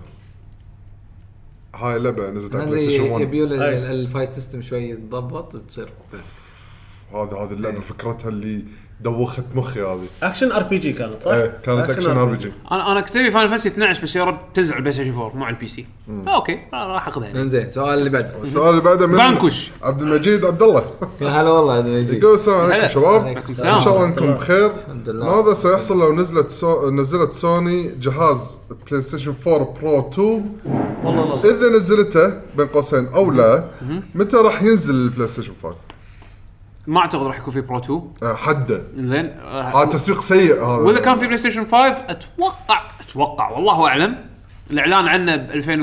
هاي لعبه نزلت على بلاي ستيشن واحد. يبيون الفايت سيستم شوي يتضبط وتصير هذا هذه اللعبه فكرتها اللي دوخت مخي هذه. اكشن ار بي جي كانت صح؟ ايه كانت اكشن ار بي جي. انا انا كنت ابي فاينل فانتسي اثناشر بس يا رب تنزل على البلاي ستيشن فور مو على البي سي. اوكي راح اخذها يعني. زين السؤال اللي بعده. السؤال اللي بعده من بانكوش عبد المجيد عبد الله. يا هلا والله عبد المجيد. يقول السلام عليكم شباب عليكم ان شاء الله انكم بخير. الحمد لله. ماذا سيحصل لو نزلت سو... نزلت سوني جهاز بلاي ستيشن فور برو تو والله اذا نزلته بين قوسين او لا متى راح ينزل البلاي ستيشن خمسة؟ ما اعتقد راح يكون في برو تو. آه، حده زين هذا تسويق سيء هذا. واذا كان في بلاي ستيشن خمسة اتوقع اتوقع والله اعلم الاعلان عنه ب ألفين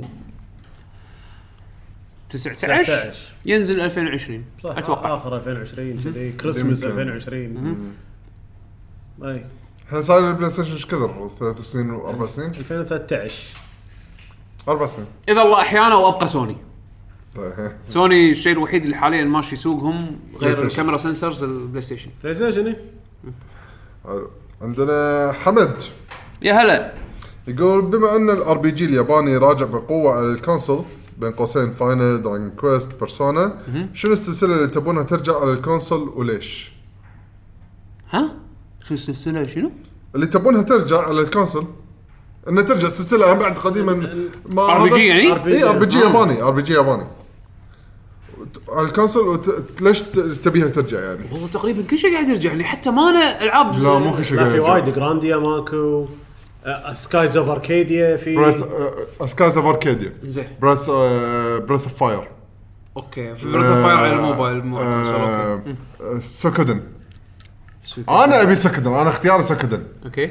وتسعة عشر ينزل ألفين وعشرين اتوقع اخر ألفين وعشرين كذي كريسمس ألفين وعشرين. اي الحين صار البلاي ستيشن ايش كثر ثلاث سنين واربع سنين ألفين وثلاثة عشر اربع سنين اذا الله احيانا وابقى سوني. طيب. سوني الشيء الوحيد اللي حاليا ماشي سوقهم بلاي غير ستيشن. الكاميرا سنسرز البلاي ستيشن. بلاي ستيشن. حلو. عندنا حمد يا هلا. يقول بما ان الار بي جي الياباني راجع بقوه على الكونسول بين قوسين فاينل دراجون كويست بيرسونا شنو السلسله اللي تبونها ترجع على الكونسول وليش؟ ها شو السلسله شنو اللي تبونها ترجع على الكونسول ان ترجع السلسله هم بعد قديما ما ار بي جي يعني اي ار بي جي ياباني ار بي جي ياباني على الكونسول وت... ليش تبيها ترجع يعني؟ والله تقريبا كل شيء قاعد يرجع لي حتى ما انا العاب. لا مو كل شيء لا في وايد جرانديا ماكو سكايز اوف اركاديا في بريث سكايز اوف اركاديا زين بريث بريث اوف فاير اوكي في بريث اوف فاير على الموبايل مو على الكونسول. اوكي سكودن انا ابي سكودن انا اختياري سكودن اوكي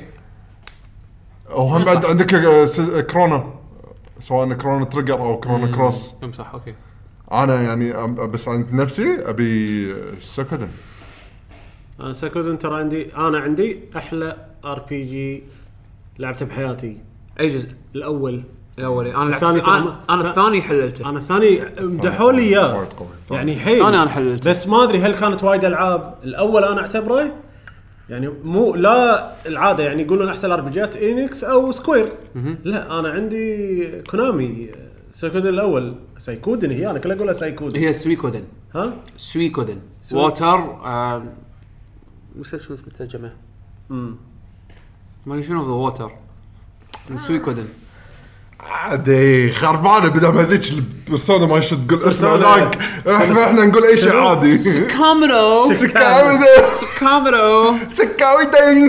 وهم بعد عندك آه، س- كورونا سواء كورونا تريجر او كورونا كروس ام صح اوكي انا يعني أم- بس عند نفسي ابي سكودن انا سكودن ترى عندي انا عندي احلى ار بي جي لعبته بحياتي. اي جزء الاول الاول انا لعبت الثاني ترى انا, ما- أنا الثاني حللته. انا الثاني مدحوا لي اياه وايد قوي. يعني حيل الثاني انا حللته بس ما ادري هل كانت وايد العاب. الاول انا اعتبره يعني مو لا العاده يعني يقولون احسن ار بي جيات انكس او سكوير. لا انا عندي كونامي سايكودن الاول. سايكودن هي انا كله اقولها سايكودن. هي سويكودن ها سويكودن ووتر آه... مش شو اسمه الترجمه امم ما شنو ذا ووتر سويكودن عادي خربانه بدل هذيك البرسونا ما يشد تقول اسمه بيرسونا. هناك احنا احنا نقول اي شيء عادي سكامرو سكاوي سكامرو سكاوي دين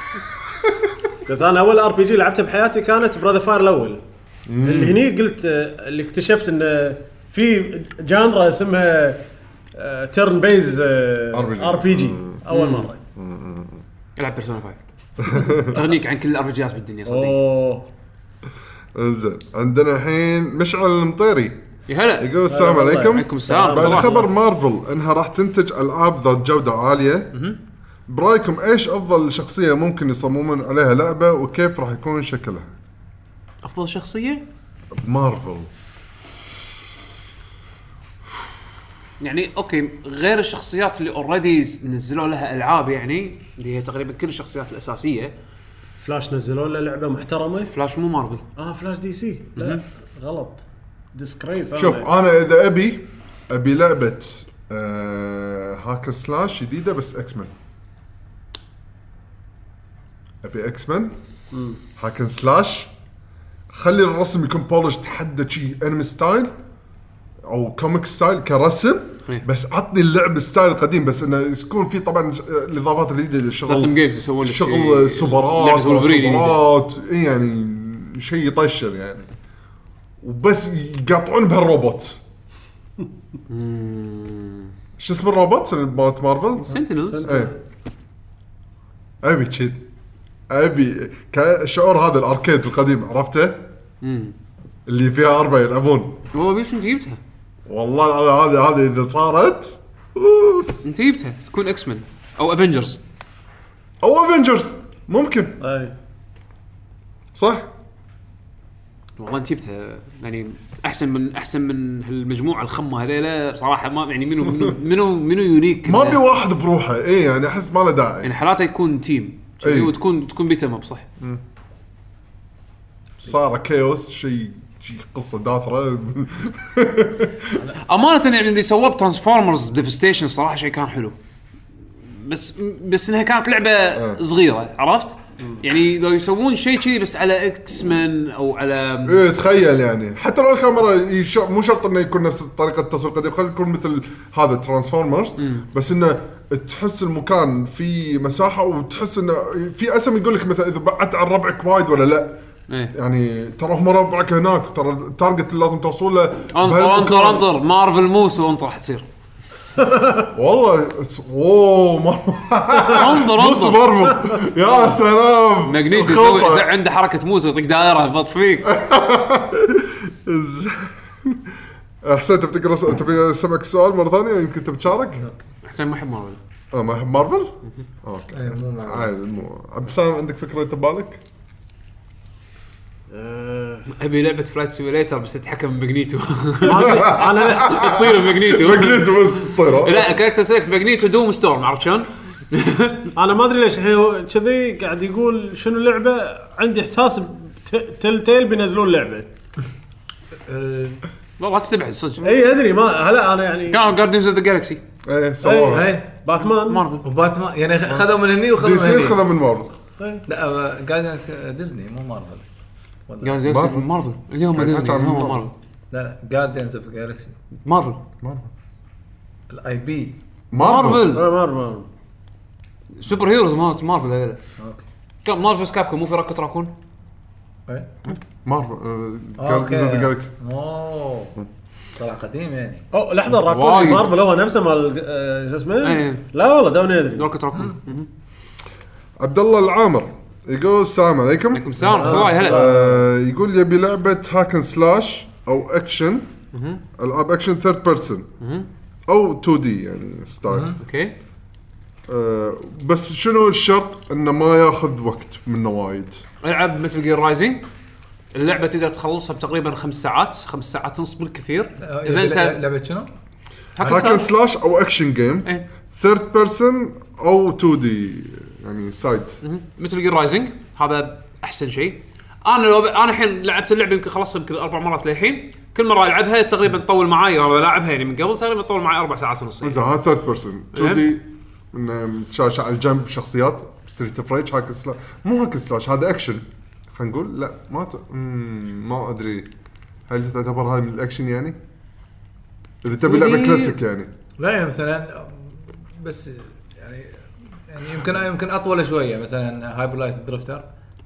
بس انا اول ار بي جي لعبته بحياتي كانت براذر فاير الاول. اللي هني قلت آه، اللي اكتشفت انه في جانرا اسمها تيرن بيز ار بي جي اول مره. العب بيرسونا خمسة تغنيك عن كل الاربجيات بالدنيا صدق. اوه انزين عندنا الحين مشعل المطيري يا هلا يقول السلام عليكم عليكم السلام. بعد صباح خبر مارفل انها راح تنتج العاب ذات جوده عاليه برايكم ايش افضل شخصيه ممكن يصممون عليها لعبه وكيف راح يكون شكلها افضل شخصيه مارفل؟ يعني اوكي غير الشخصيات اللي اوريدي نزلوا لها العاب يعني اللي هي تقريبا كل الشخصيات الاساسيه. فلاش نزلوا له لعبه محترمه. فلاش مو مارفل. اه فلاش دي سي لا غلط ديسكريس. شوف انا اذا ابي ابي لعبه آه هاك سلاش جديده بس اكس مان. ابي اكس مان هاك سلاش خلي الرسم يكون بولش تحدى شيء انمي ستايل او كوميك ستايل كرسم إيه. بس عطني اللعب ستايل قديم بس انه يكون في طبعا الاضافات الجديده بلاتنم الشغل جيمز يسوون لك شغل سوبرات لعبة وولفرين جديدة. سوبرات إيه يعني شيء يطشر يعني وبس يقاطعون بهالروبوت. شو اسم الروبوت مالت مارفل؟ سنتينلز. ايه ابي كذي ابي كشعور هذا الاركيد القديم عرفته اللي فيها اربعه يلعبون. والله بيش انت جبتها والله هذا هذا هذا اذا صارت انت جبتها تكون اكس مان او افنجرز او افنجرز ممكن اي صح. والله انت جبتها يعني احسن من احسن من هالمجموعه الخمه هذيلا صراحه ما يعني منو منو منو, منو يونيك ما بي واحد بروحه ايه يعني احس ما له داعي يعني حالاته يكون تيم أي. وتكون تكون بيتم اب صح. صار كيوس شيء شيء قصه داثره. امانه يعني اللي سواه بترانسفورمرز ديفستيشن صراحه شيء كان حلو بس بس انها كانت لعبه صغيره عرفت يعني لو يسوون شيء كذي بس على اكس مان او على ايه تخيل يعني حتى لو الكاميرا يش... مو شرط انه يكون نفس طريقه التصوير القديم خلي يكون مثل هذا ترانسفورمرز بس انه تحس المكان في مساحه وتحس انه في اسم يقول لك مثلا اذا بعدت عن ربعك وايد ولا لا. إيه. يعني ترى هم ربعك هناك ترى التارجت اللي لازم توصل له انطر انطر انطر مارفل موس وانطر راح تصير والله س- اوه ما انظر موس انظر مارفل يا سلام ماجنيتو الخلطة. يسوي يسوي عنده حركه موس يعطيك دائره بطفيك. حسين تبي تقرا س- تبي اسمعك السؤال مره ثانيه يمكن تبي تشارك؟ عشان ما احب مارفل. اه ما احب مارفل؟ اوكي إيه، مو مع- عادي مو عبد السلام عندك فكره انت ببالك؟ آه، ابي لعبه فلايت سيميليتر بس تتحكم بماجنيتو. ما أدري، انا تطير بماجنيتو. ماجنيتو بس طيره لا كاركتر سيلكت ماجنيتو دوم ستورم عرفت شلون؟ انا ما ادري ليش الحين هو كذي قاعد يقول شنو اللعبه. عندي احساس تل تيل بينزلون لعبه. والله تستبعد صدق. اي ادري ما هلا انا يعني كانوا جاردينز اوف ذا جالكسي ايه سووها اي باتمان مارفل. وباتمان يعني خ- خذوا من هني دي وخذوا من سي هني. خذها من مارفل لا قاعد ديزني مو مارفل. ولا- جاردينز مارفل. اوف مارفل اليوم يعني ديزني حكى عن هو مارفل. مارفل لا لا جارديانز اوف جالكسي مارفل مارفل الاي بي. مارفل مارفل آه، مارفل سوبر هيروز مالت مارفل هذول اوكي كان مارفل كابكوم مو في راكت راكون. إيه؟ مارفل اوكي جاردينز اوف ذا جالكسي اوه طلع قديم يعني. او لحظه وايد. الراكون مارفل هو نفسه مال آه، شو اسمه إيه. لا والله دوني ادري راكت راكون. عبد الله العامر يقول السلام عليكم عليكم السلام سواي هلا. آه يقول يبي لعبه هاكن سلاش او اكشن العاب اكشن ثيرد بيرسون او تو دي يعني ستايل اوكي آه بس شنو الشرط انه ما ياخذ وقت منه وايد العب مثل جير رايزنج. اللعبه تقدر تخلصها بتقريبا خمس ساعات خمس ساعات ونص بالكثير اذا انت لعبه شنو؟ هاكن سلاش او اكشن جيم إيه. ثيرد بيرسون او تو دي يعني سايد مثل جير رايزنج هذا احسن شيء. انا لو ب... انا الحين لعبت اللعبه يمكن خلصت يمكن اربع مرات للحين. كل مره العبها تقريبا تطول معاي وانا لاعبها يعني من قبل تقريبا تطول معي اربع ساعات ونص. اذا هذا ثيرد بيرسون تو إيه. دي من شاشه على الجنب شخصيات ستريت اوف ريج هاكن سلاش مو هاكن سلاش هذا اكشن خلينا نقول لا ما ت... مم، ما ادري هل تعتبر هاي من الاكشن يعني اذا تبي لعبه ودي- كلاسيك يعني لا يعني مثلا بس يعني يعني يمكن يمكن اطول شويه مثلا هايبر لايت درفتر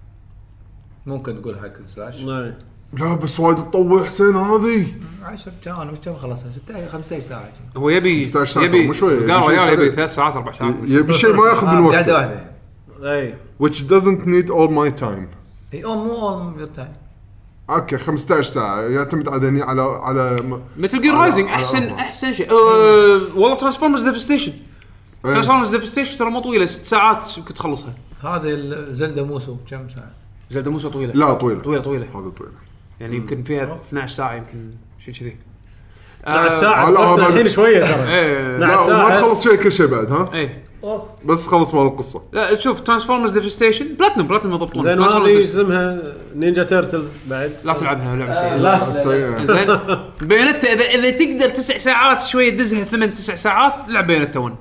ممكن تقول هاك سلاش. إيه. لا بس وايد تطول حسين هذه عشر جا انا كم خلصها ستة خمسة ساعه هو يبي خمسة عشر ساعة، يبي مو شوية، يبي قال شيء ريال يبي سريع. ثلاث ساعات اربع ساعات. يبي شيء ما ياخذ من آه وقته قاعده واحده اي which doesn't need all my time اي او مو اول يور تايم. اوكي خمسة عشر ساعه يعتمد على على على م- مثل جير على- رايزنج على احسن أربعة. احسن شيء. أه والله ترانسفورمرز ديفستيشن إيه. ترانسفورمرز ديفستيشن ترى مو طويله ست ساعات يمكن تخلصها. هذه الزلده موسو كم ساعه؟ زلده موسى طويله لا طويله طويله طويله هذا طويله يعني يمكن فيها اثنا عشر ساعه يمكن شيء كذي. مع آه، الساعه على وقتها هذا- الحين شويه ترى ايه نعم. لا ساعة. ما تخلص شيء كل شيء بعد ها ايه بس خلص مال القصه لا شوف ترانسفورمرز ديفستيشن بلاتنم بلاتنم يضبطون. زين Transformers هذه Devastation. اسمها نينجا تيرتلز بعد لا تلعبها لعبه سيئه. لا سيئة. زين بيانتا اذا اذا تقدر تسع ساعات شويه تدزها ثمان تسع ساعات العب بيانتا ون.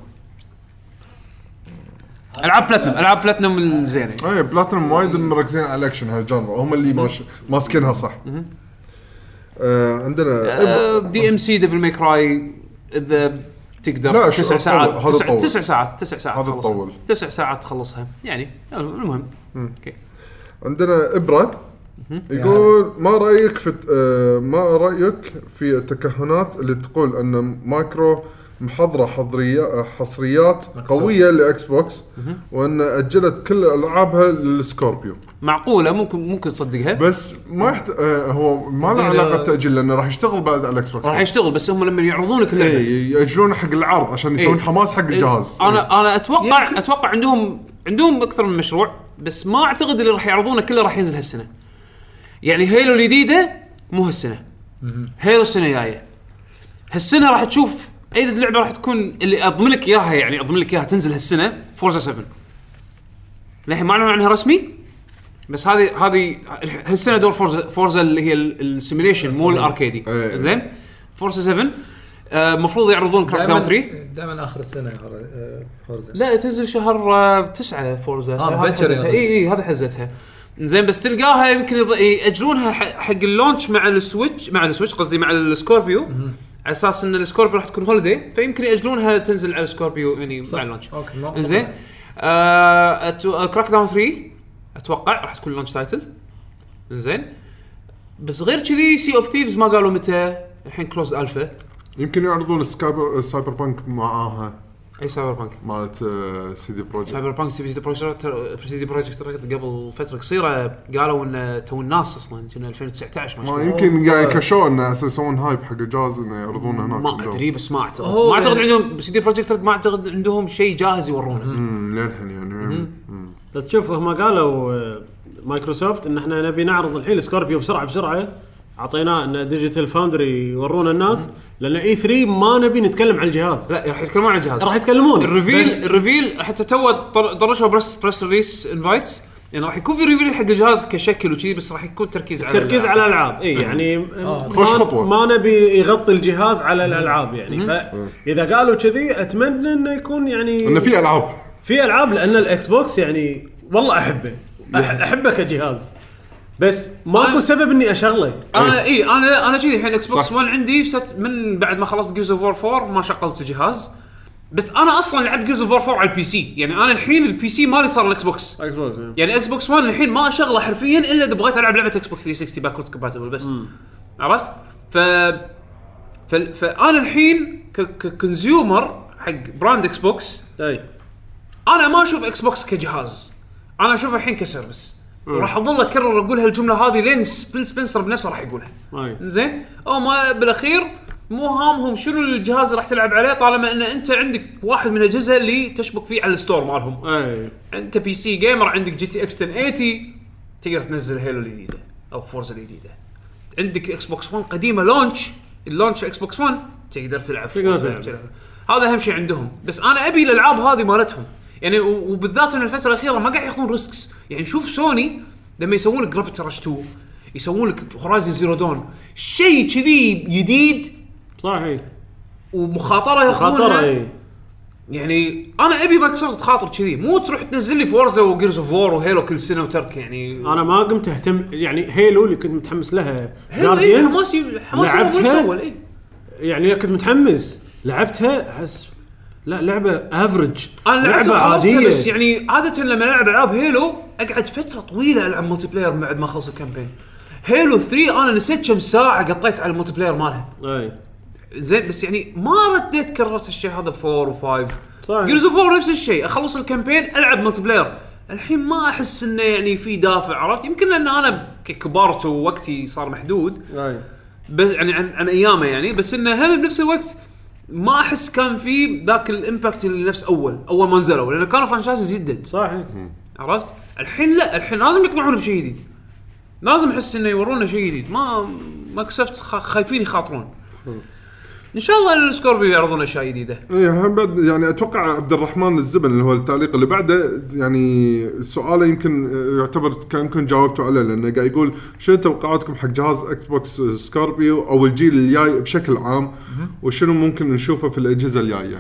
العاب بلاتنم العاب بلاتنم الزينه. اي بلاتنم وايد مركزين على الاكشن هالجانرا هم اللي ماش ماسكينها صح آه عندنا دي ام سي ديفل ماي كراي اذا لا، تقدر شو- تسع هذا ساعات طول، هذا تسع, طول. تسع ساعات تسع ساعات هذا تخلصها. طول. تسع ساعات تخلصها يعني المهم اوكي. عندنا ابره يقول ما رايك في آه ما رايك في التكهنات اللي تقول ان مايكرو محضره حضريات حصريات قويه لاكس بوكس وان اجلت كل العابها للسكوربيو معقوله ممكن ممكن تصدقها. بس ما يحت... آه هو ما له علاقه بالتاجيل لانه راح يشتغل بعد على الاكس بوكس راح يشتغل بس هم لما يعرضون لك اللعبه اي ياجلون حق العرض عشان يسوون إيه. حماس حق الجهاز انا انا اتوقع اتوقع عندهم عندهم اكثر من مشروع بس ما اعتقد اللي راح يعرضونه كله راح ينزل هالسنه. يعني هيلو الجديده مو هالسنه هيلو السنه الجايه. هالسنه راح تشوف اي لعبه راح تكون اللي اضمن لك اياها يعني اضمن لك اياها تنزل هالسنه فورزا سبعة. للحين ما اعلنوا عنها رسمي بس هذه هذه هالسنه دور فورزا فورزا اللي هي السيميليشن مو الاركيدي. إيه. زين فورزا سبعة المفروض آه يعرضون كراك داون ثلاثة. دائما اخر السنه فورزا. لا تنزل شهر آه، تسعة فورزا. آه، هذا بكر حزتها. يعني. اي اي هذا حزتها. زين بس تلقاها يمكن يض- ياجلونها ح- حق اللونش مع السويتش مع السويتش قصدي مع السكوربيو على اساس ان السكوربيو راح تكون هوليدي فيمكن ياجلونها تنزل على السكوربيو يعني مع اللونش. اوكي ما- زين آه أتو... كراك داون ثلاثة اتوقع راح تكون لونش تايتل. زين بس غير كذي سي اوف ثيفز ما قالوا متى الحين كلوز الفا يمكن يعرضون سكايبر سايبر بانك معاها اي سايبر بانك مالت سي دي بروجكت. سايبر بانك سي دي بروجكت سي دي بروجكت قبل فتره قصيره قالوا ان تو الناس اصلا كنا ألفين وتسعة عشر ما يمكن قاعد كشو انه اساسا يسوون هايب حق الجهاز انه يعرضونه هناك. ما ادري بس ما اعتقد ما اعتقد عندهم سي دي بروجكت ما اعتقد عندهم شيء جاهز يورونه. امم للحين يعني. بس شوف هم قالوا مايكروسوفت ان احنا نبي نعرض الحين سكوربيو بسرعه بسرعه. اعطيناه ان ديجيتال فاوندري يورونا الناس لان اي ثري ما نبي نتكلم عن الجهاز. لا راح يتكلمون عن الجهاز راح يتكلمون الريفيل الريفيل حتى تو طرشوا بريس بريس ريليس انفايتس يعني راح يكون في ريفيل حق الجهاز كشكل وشي بس راح يكون تركيز على تركيز على الالعاب. اي يعني خوش خطوه ما نبي يغطي الجهاز على الالعاب يعني. فاذا قالوا كذي اتمنى انه يكون يعني انه في العاب في العاب لان الاكس بوكس يعني والله احبه احبه كجهاز بس ماكو سبب اني اشغله. انا اي انا انا كذي الحين اكس بوكس واحد عندي ست من بعد ما خلصت جيرز اوف وور فور ما شغلت الجهاز بس انا اصلا لعبت جيرز اوف وور فور على البي سي يعني انا الحين البي سي مالي صار الاكس بوكس اكس بوكس يعني اكس بوكس واحد الحين ما اشغله حرفيا الا اذا بغيت العب لعبه اكس بوكس ثلاثمية وستين باكورد كومباتبل بس م. عرفت ف ف فانا الحين ككونسيومر حق براند اكس بوكس اي انا ما اشوف اكس بوكس كجهاز انا اشوفه الحين كسيرفيس وراح اظل اكرر اقول هالجمله هذه لين فيل سبنسر بنفسه راح يقولها زين او ما بالاخير مو هامهم شنو الجهاز اللي راح تلعب عليه طالما ان انت عندك واحد من الاجهزه اللي تشبك فيه على الستور مالهم. اي انت بي سي جيمر عندك جي تي اكس عشرة ثمانين تقدر تنزل هيلو الجديده او فورزا الجديده. عندك اكس بوكس واحد قديمه لونش اللونش اكس بوكس واحد تقدر تلعب فيه. هذا اهم شيء عندهم بس انا ابي الالعاب هذه مالتهم يعني وبالذات ان الفتره الاخيره ما قاعد ياخذون ريسكس يعني. شوف سوني لما يسوون لك جرافيتي رش تو يسوون لك هورايزن زيرو دون شيء كذي جديد صحيح ومخاطره ياخذونها يعني. انا ابي مايكروسوفت تخاطر كذي مو تروح تنزل لي فورزا وجيرز اوف وور وهيلو كل سنه وترك يعني. انا ما قمت اهتم يعني هيلو اللي كنت متحمس لها جارديانز حماسي حماسي لعبتها إيه؟ يعني كنت متحمس لعبتها احس لا لعبه افريج لعبه عاديه بس يعني عاده لما العب العاب هيلو اقعد فتره طويله العب ملتي بلاير بعد ما اخلص الكامبين. هيلو ثري انا نسيت كم ساعه قطيت على الملتي بلاير مالها اي زين بس يعني ما رديت كررت الشيء هذا فور وفايف. جيرز اوف وور نفس الشيء اخلص الكامبين العب ملتي بلاير الحين ما احس انه يعني في دافع عرفت. يمكن لان انا كبرت ووقتي صار محدود اي بس يعني عن, عن ايامه يعني بس انه هم بنفس الوقت ما احس كان في ذاك الامباكت اللي نفس اول اول ما نزلوا لانه كانوا فرانشايز جدا صحيح عرفت. الحين لا الحين لازم يطلعون بشيء جديد لازم احس انه يورونا شيء جديد ما مايكروسوفت خايفين يخاطرون. ان شاء الله السكوربيو يعرضون اشياء جديده. ايه بعد يعني اتوقع عبد الرحمن الزبن اللي هو التعليق اللي بعده يعني سؤاله يمكن يعتبر كان كنت جاوبته عليه لانه قاعد يقول شنو توقعاتكم حق جهاز اكس بوكس سكوربيو او الجيل الجاي بشكل عام وشنو ممكن نشوفه في الاجهزه الجايه.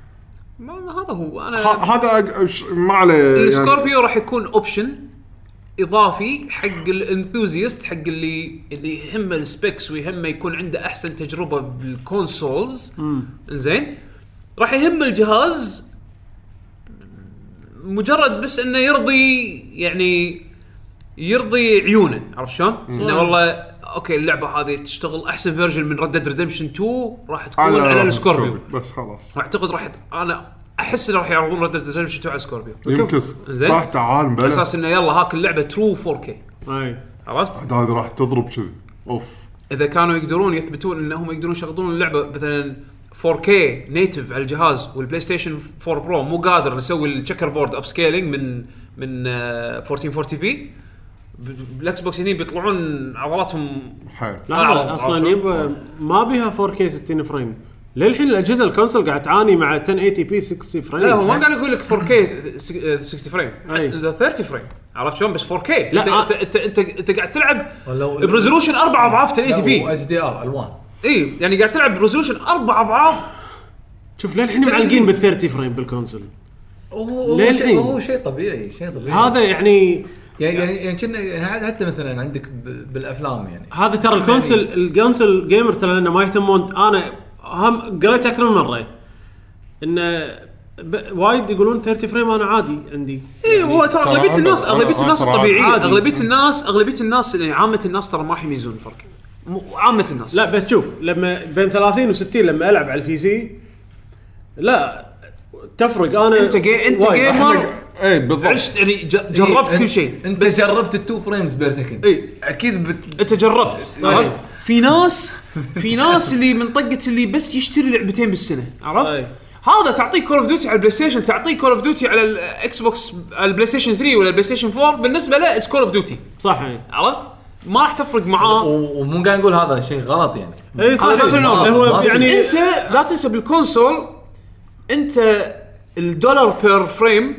هذا هو انا هذا ما عليه السكوربيو يعني راح يكون اوبشن اضافي حق الانثوزيست حق اللي اللي يهمه السبيكس ويهمه يكون عنده احسن تجربه بالكونسولز. زين راح يهم الجهاز مجرد بس انه يرضي يعني يرضي عيونه عرفت شلون انه والله اوكي اللعبه هذه تشتغل احسن فيرجن من ريد ديد ريدمشن تو راح تكون على, على السكوربيو بس خلاص اعتقد راح انا احس انه راح يعرضون ريد ديد ريدمشن تو على السكوربيو يمكن صح تعال بلا اساس انه يلا هاك اللعبه ترو فور كي اي عرفت هذا راح تضرب كذي اوف. اذا كانوا يقدرون يثبتون انهم يقدرون يشغلون اللعبه مثلا فور كي نيتف على الجهاز والبلاي ستيشن فور برو مو قادر يسوي التشيكر بورد اب سكيلينج من من ألف وأربعمية وأربعين بي بالاكس بوكس هني بيطلعون عضلاتهم حيل. لا اصلا يبقى ما بيها فور كي ستين فريم للحين الاجهزه الكونسول قاعد تعاني مع عشرة ثمانين بي ستين فريم. لا هو ما قاعد يقول لك فور كي ستين فريم لا ثلاثين فريم عرفت شلون بس فور كي انت انت انت انت قاعد تلعب بريزولوشن اربع اضعاف ثمانين بي اتش دي ار الوان اي يعني قاعد تلعب بريزولوشن اربع اضعاف. شوف للحين معلقين بال ثلاثين فريم بالكونسول هو شيء هو شيء طبيعي شيء طبيعي هذا يعني يعني يعني كنا يعني حتى مثلا عندك بالافلام يعني هذا ترى الكونسول الكونسول جيمر ترى لانه ما يهتمون. انا هم قلت اكثر من مره انه وايد يقولون ثلاثين فريم انا عادي عندي. اي يعني هو ترى اغلبيه الناس اغلبيه الناس الطبيعيه اغلبيه الناس اغلبيه الناس يعني عامه الناس ترى ما راح يميزون الفرق م- عامه الناس. لا بس شوف لما بين ثلاثين وستين لما العب على البي سي لا تفرق. انا انت جي انت وايد. جيمر اي بالضبط. عشت يعني ج- جربت إيه، كل شيء. انت جربت التو فريمز بير سكند إيه. اكيد بت... انت جربت أي. عرفت؟ في ناس في ناس اللي من طقه اللي بس يشتري لعبتين بالسنه عرفت؟ أي. هذا تعطيه كول اوف ديوتي على البلاي ستيشن، تعطيه كول اوف ديوتي على الاكس بوكس على البلاي ستيشن ثري ولا البلاي ستيشن فور، بالنسبه له اتس كول اوف ديوتي صح يعني. عرفت؟ ما راح تفرق معاه. و- ومو قاعد نقول هذا شيء غلط يعني. اي صح. هذا نفس النوع. هو ما- يعني انت لا تنسى بالكونسول انت الدولار بير فريم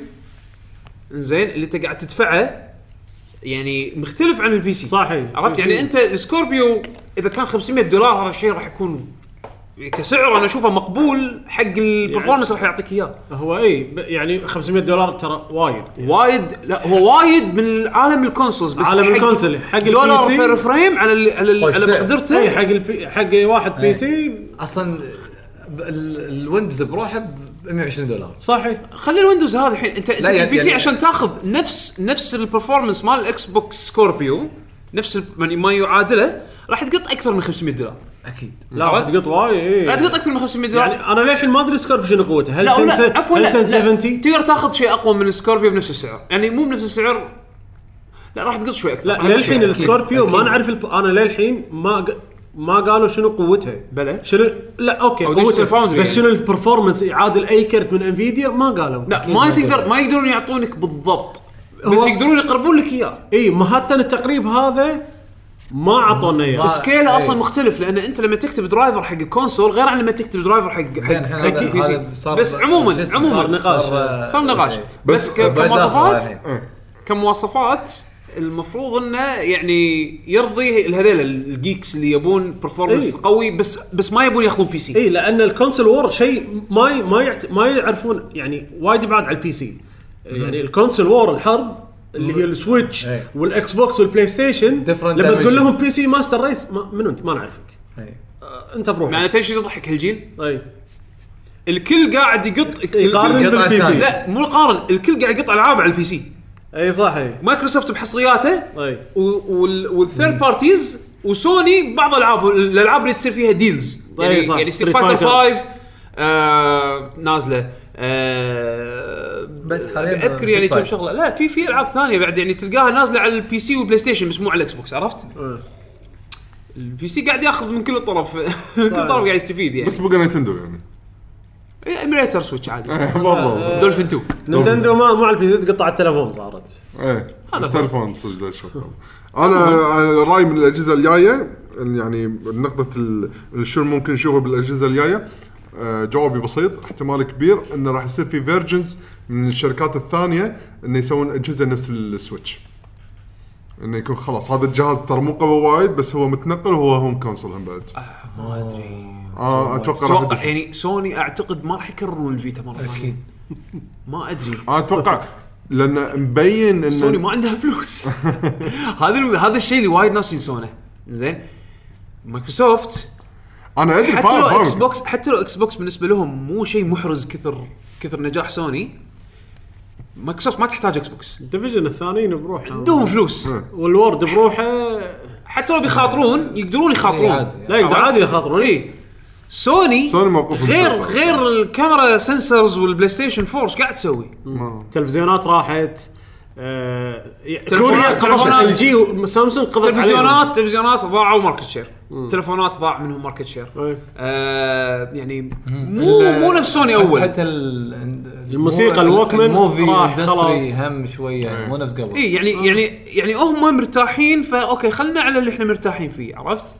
زين اللي انت قاعد تدفعه يعني مختلف عن البي سي. صحيح. عرفت يعني انت السكوربيو اذا كان خمسمية دولار هذا الشيء راح يكون كسعر انا اشوفه مقبول حق البرفورمانس راح يعطيك اياه. هو اي ب- يعني خمسمية دولار ترى وايد يعني. وايد لا هو وايد من عالم الكونسولز بس عالم حق الكونسول حق البي دولار سي. بير فريم على ال على ال خوش على سعر. مقدرته. اي حق البي حق واحد بي سي اصلا ب- ال- الويندوز بروحه ب مية وعشرين دولار. صحيح. خلي الويندوز هذا الحين انت انت لا، في يعني- البي سي يعني- عشان تاخذ نفس نفس البرفورمانس مال الاكس بوكس سكوربيو نفس ال- يعني ما يعادله راح تقط اكثر من خمسمية دولار. اكيد. لا عرفت؟ راح تقط وايد. اي راح تقط اكثر من خمسمية دولار. يعني انا للحين ما ادري سكوربيو شنو قوته. هل لا تنسى لا عفوا هل لا, لا سبعين تقدر تاخذ شيء اقوى من السكوربيو بنفس السعر يعني مو بنفس السعر. لا راح تقط شوي اكثر. لا راح تقط للحين شوي. السكوربيو ما أكيد. نعرف الب... انا للحين ما ق... ما قالوا شنو قوتها. بلى. شنو لا اوكي أو قوتها Digital Foundry بس يعني. شنو البرفورمانس يعادل اي كرت من انفيديا ما قالوا. لا أكيد ما تقدر قالوا. ما يقدرون يعطونك بالضبط بس هو- يقدرون يقربون لك اياه. اي ما حتى التقريب هذا ما عطونا اياه. سكيله إيه. اصلا مختلف لان انت لما تكتب درايفر حق الكونسول غير عن لما تكتب درايفر حق زين حق الحين هذا- حق بي سي. هذا صار- بس عموما شو اسمه؟ عموما صار نقاش. صار- صار نقاش إيه. بس بس ك- كمواصفات إيه. كمواصفات المفروض انه يعني يرضي هذول الجيكس اللي يبون برفورمانس إيه. قوي بس بس ما يبون ياخذون بي سي. اي لان الكونسول وور شيء ما ي... ما يعت... ما يعرفون يعني وايد يبعد على البي سي. يعني الكونسول وور الحرب اللي هي السويتش إيه. والاكس بوكس والبلاي ستيشن Different لما تقول dimension. لهم بي سي ماستر ريس ما... منو انت ما نعرفك. إيه. آه، انت بروحك. يعني تدري شو يضحك هالجيل؟ اي الكل قاعد يقط يقارن الكل- بالبي سي. لا مو يقارن الكل قاعد يقط العاب على البي سي. اي صح. اي مايكروسوفت بحصرياته اي والثيرد بارتيز وسوني بعض الالعاب الالعاب اللي تصير فيها ديلز يعني أي صح. يعني ستريت Street فايتر Fighter. خمسة آه نازله آه بس حالياً اذكر يعني Street كم Fighter. شغله. لا في في العاب ثانيه بعد يعني تلقاها نازله على البي سي والبلاي ستيشن بس مو على الاكس بوكس. عرفت؟ آه. البي سي قاعد ياخذ من كل طرف كل طرف قاعد يستفيد يعني. بس بقى نينتندو يعني ايميليتر سويتش عادي بالضبط. دولفين تو. نينتندو ما مع البي سي تقطع التلفون صارت. ايه هذا التلفون صدق ذا الشيء. انا على راي من الاجهزه الجايه يعني نقطه ال- شو ممكن نشوفه بالاجهزه الجايه. آه، جوابي بسيط احتمال كبير انه راح يصير في فيرجنز من الشركات الثانيه انه يسوون اجهزه نفس السويتش انه يكون خلاص هذا الجهاز ترى مو قوي وايد بس هو متنقل وهو هوم كونسول هم بعد. ما ادري اه اتوقع راح اتوقع يدش- يعني سوني اعتقد ما راح يكررون الفيتا مره اكيد. ما ادري انا اتوقع لان مبين سوني ان ما عندها فلوس. هذا ال- هذا الشيء اللي وايد ناس ينسونه. زين مايكروسوفت انا ادري حتى لو فاهم اكس فاهم بوكس حتى لو اكس بوكس بالنسبه لهم مو شيء محرز كثر كثر نجاح سوني. مايكروسوفت ما تحتاج اكس بوكس الديفيجن الثانيين بروحه عندهم فلوس. والورد بروحه. حتى لو بيخاطرون يقدرون يخاطرون. عادي. لا يقدر عادي يخاطرون. اي سوني سوني موقفهم غير ممتاز. غير الكاميرا سنسرز والبلاي ستيشن فور ايش قاعد تسوي؟ تلفزيونات راحت. آه تلفزيونات- كوريا تلفزيونات- ال جي وسامسونج قضت عليهم. تلفزيونات تلفزيونات ضاعوا ماركت شير. تلفونات ضاع منهم ماركت شير. إيه. آه يعني مو مو نفس سوني اول. حتى ال- الموسيقى ال- الووكمان الموفي راح اندستري خلاص. هم شويه يعني مو نفس قبل. اي يعني يعني يعني هم مرتاحين فا اوكي خلنا على اللي احنا مرتاحين فيه. عرفت؟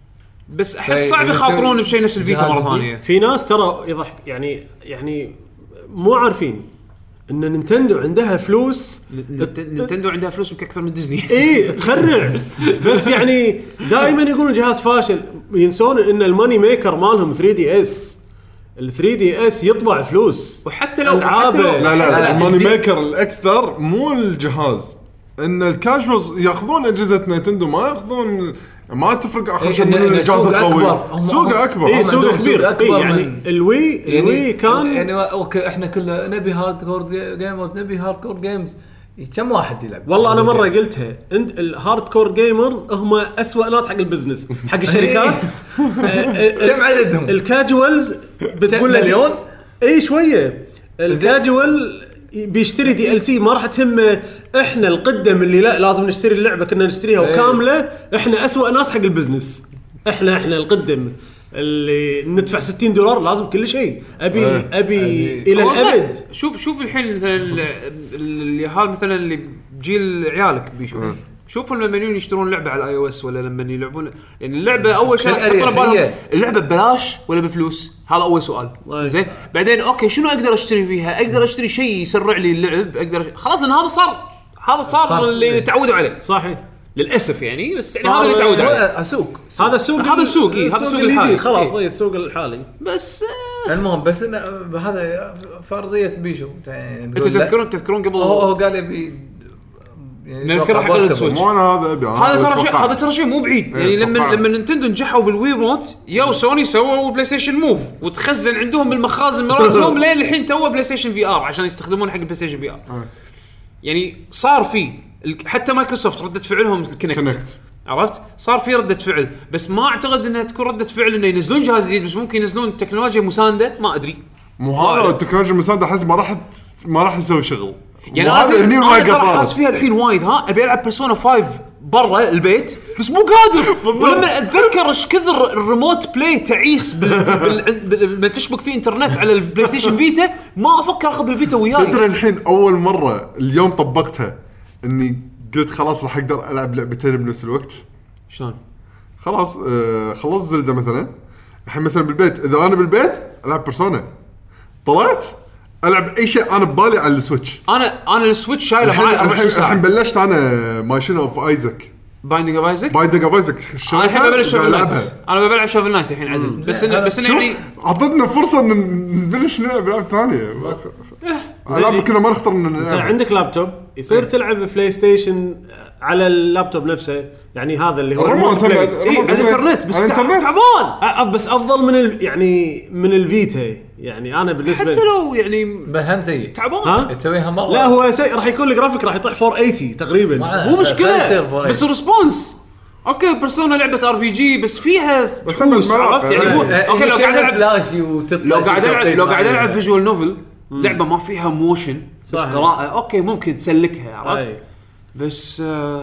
بس احس إيه، صعب يعني يخاطرون يسوي بشيء نفس الفيتا جهاز مره جديد. ثانيه. في ناس ترى يضحك يعني يعني مو عارفين ان نينتندو عندها فلوس. نت- نينتندو عندها فلوس يمكن اكثر من ديزني. ايه تخرع. بس يعني دائما يقولون الجهاز فاشل ينسون ان الماني ميكر مالهم ثري دي اس. ال ثري دي اس يطبع فلوس. وحتى لو ألعاب. حتى لو لا لا, حتى لا لو- الماني دي- ميكر الاكثر مو الجهاز ان الكاجوالز ياخذون اجهزه نينتندو ما ياخذون ما تفرق اخر إيه، شيء إن- من إن الجهاز سوق القوي أكبر. هم- سوق هم- اكبر اي هم سوق عندهم كبير. سوق أكبر اي يعني من- الوي الوي كان يعني اوكي احنا كله نبي هارد كور جيمرز نبي هارد كور جيمز كم واحد يلعب؟ والله انا مره قلتها، انت الهارد كور جيمرز هم اسوأ ناس حق البزنس حق الشركات. كم عددهم؟ الكاجوالز بتقول مليون؟ اي شويه. الكاجوال بيشتري دي ال سي ما راح تهمه. احنا القدم اللي لا لازم نشتري اللعبه كنا نشتريها وكامله. احنا أسوأ ناس حق البزنس. احنا احنا القدم اللي ندفع ستين دولار لازم كل شيء. ابي أه. ابي الى الابد. شوف شوف الحين مثلا اللي هال مثلا اللي جيل عيالك بيشوف شوفوا لما يشترون لعبه على الاي او اس ولا لما يلعبون يعني اللعبه اول شيء يحطون بالهم اللعبه ببلاش ولا بفلوس. هذا اول سؤال. زين بعدين اوكي شنو اقدر اشتري فيها؟ اقدر اشتري شيء يسرع لي اللعب. اقدر خلاص ان هذا صار هذا صار, صار اللي تعودوا عليه. صحيح للاسف يعني بس يعني هذا اللي تعودوا عليه. اسوق هذا السوق هذا السوق إيه هذا السوق الحالي خلاص اي السوق الحالي. بس المهم بس إن هذا فرضيه بيشو. انت تذكرون تذكرون قبل هو هو قال يبي يعني نذكر حق السويتش. مو انا هذا ابي هذا ترى شيء هذا ترى شيء مو بعيد يعني لما لما نينتندو نجحوا بالوي موت يا سوني سووا بلاي ستيشن موف وتخزن عندهم بالمخازن مراتهم لين الحين تو بلاي ستيشن في ار عشان يستخدمون حق بلاي ستيشن في ار. يعني صار في حتى مايكروسوفت ردة فعلهم الكونكت عرفت صار في ردة فعل بس ما اعتقد انها تكون ردة فعل انه ينزلون جهاز جديد بس ممكن ينزلون تكنولوجيا مساندة ما ادري. مو هذا التكنولوجيا المساندة حس ما راح ما راح يسوي شغل يعني هذا هني ما قصرت فيها الحين وايد. ها ابي العب بيرسونا خمسة برا البيت بس مو قادر. ولما اتذكر ايش كثر الريموت بلاي تعيس لما تشبك فيه انترنت على البلاي ستيشن فيتا ما افكر اخذ الفيتا وياي. تدري الحين اول مره اليوم طبقتها اني قلت خلاص راح اقدر العب لعبتين بنفس الوقت. شلون خلاص آه خلص زلدة مثلا الحين مثلا بالبيت اذا انا بالبيت العب بيرسونا طلعت العب اي شيء انا ببالي على السويتش. انا انا السويتش شايله معي أربعة وعشرين ساعه. الحين بلشت انا مايشن اوف ايزك بايندينج اوف ايزك بايندينج اوف ايزك انا الحين ببلش شوفل نايت. انا ببلع شوفل نايت الحين عدل بس إن بس إن يعني اعطتنا فرصه ان نبلش نلعب لعبه ثانيه. العاب كنا ما نختار ان انت عندك لابتوب يصير تلعب بلاي ستيشن على اللابتوب نفسه يعني هذا اللي هو الريموت إيه الانترنت بس تعبان بس افضل من ال... يعني من الفيتا يعني انا بالنسبه حتى لو يعني بهم سيء تعبان تسويها مره. لا هو سيء راح يكون الجرافيك راح يطيح أربعمية وثمانين تقريبا مو مشكله بس الريسبونس اوكي بيرسونا لعبه ار بي جي بس فيها بس عرفت يعني مو اوكي لو قاعد العب فلاشي وتطلع لو قاعد العب لو قاعد العب فيجوال نوفل لعبه ما فيها موشن بس قراءه اوكي ممكن تسلكها عرفت بس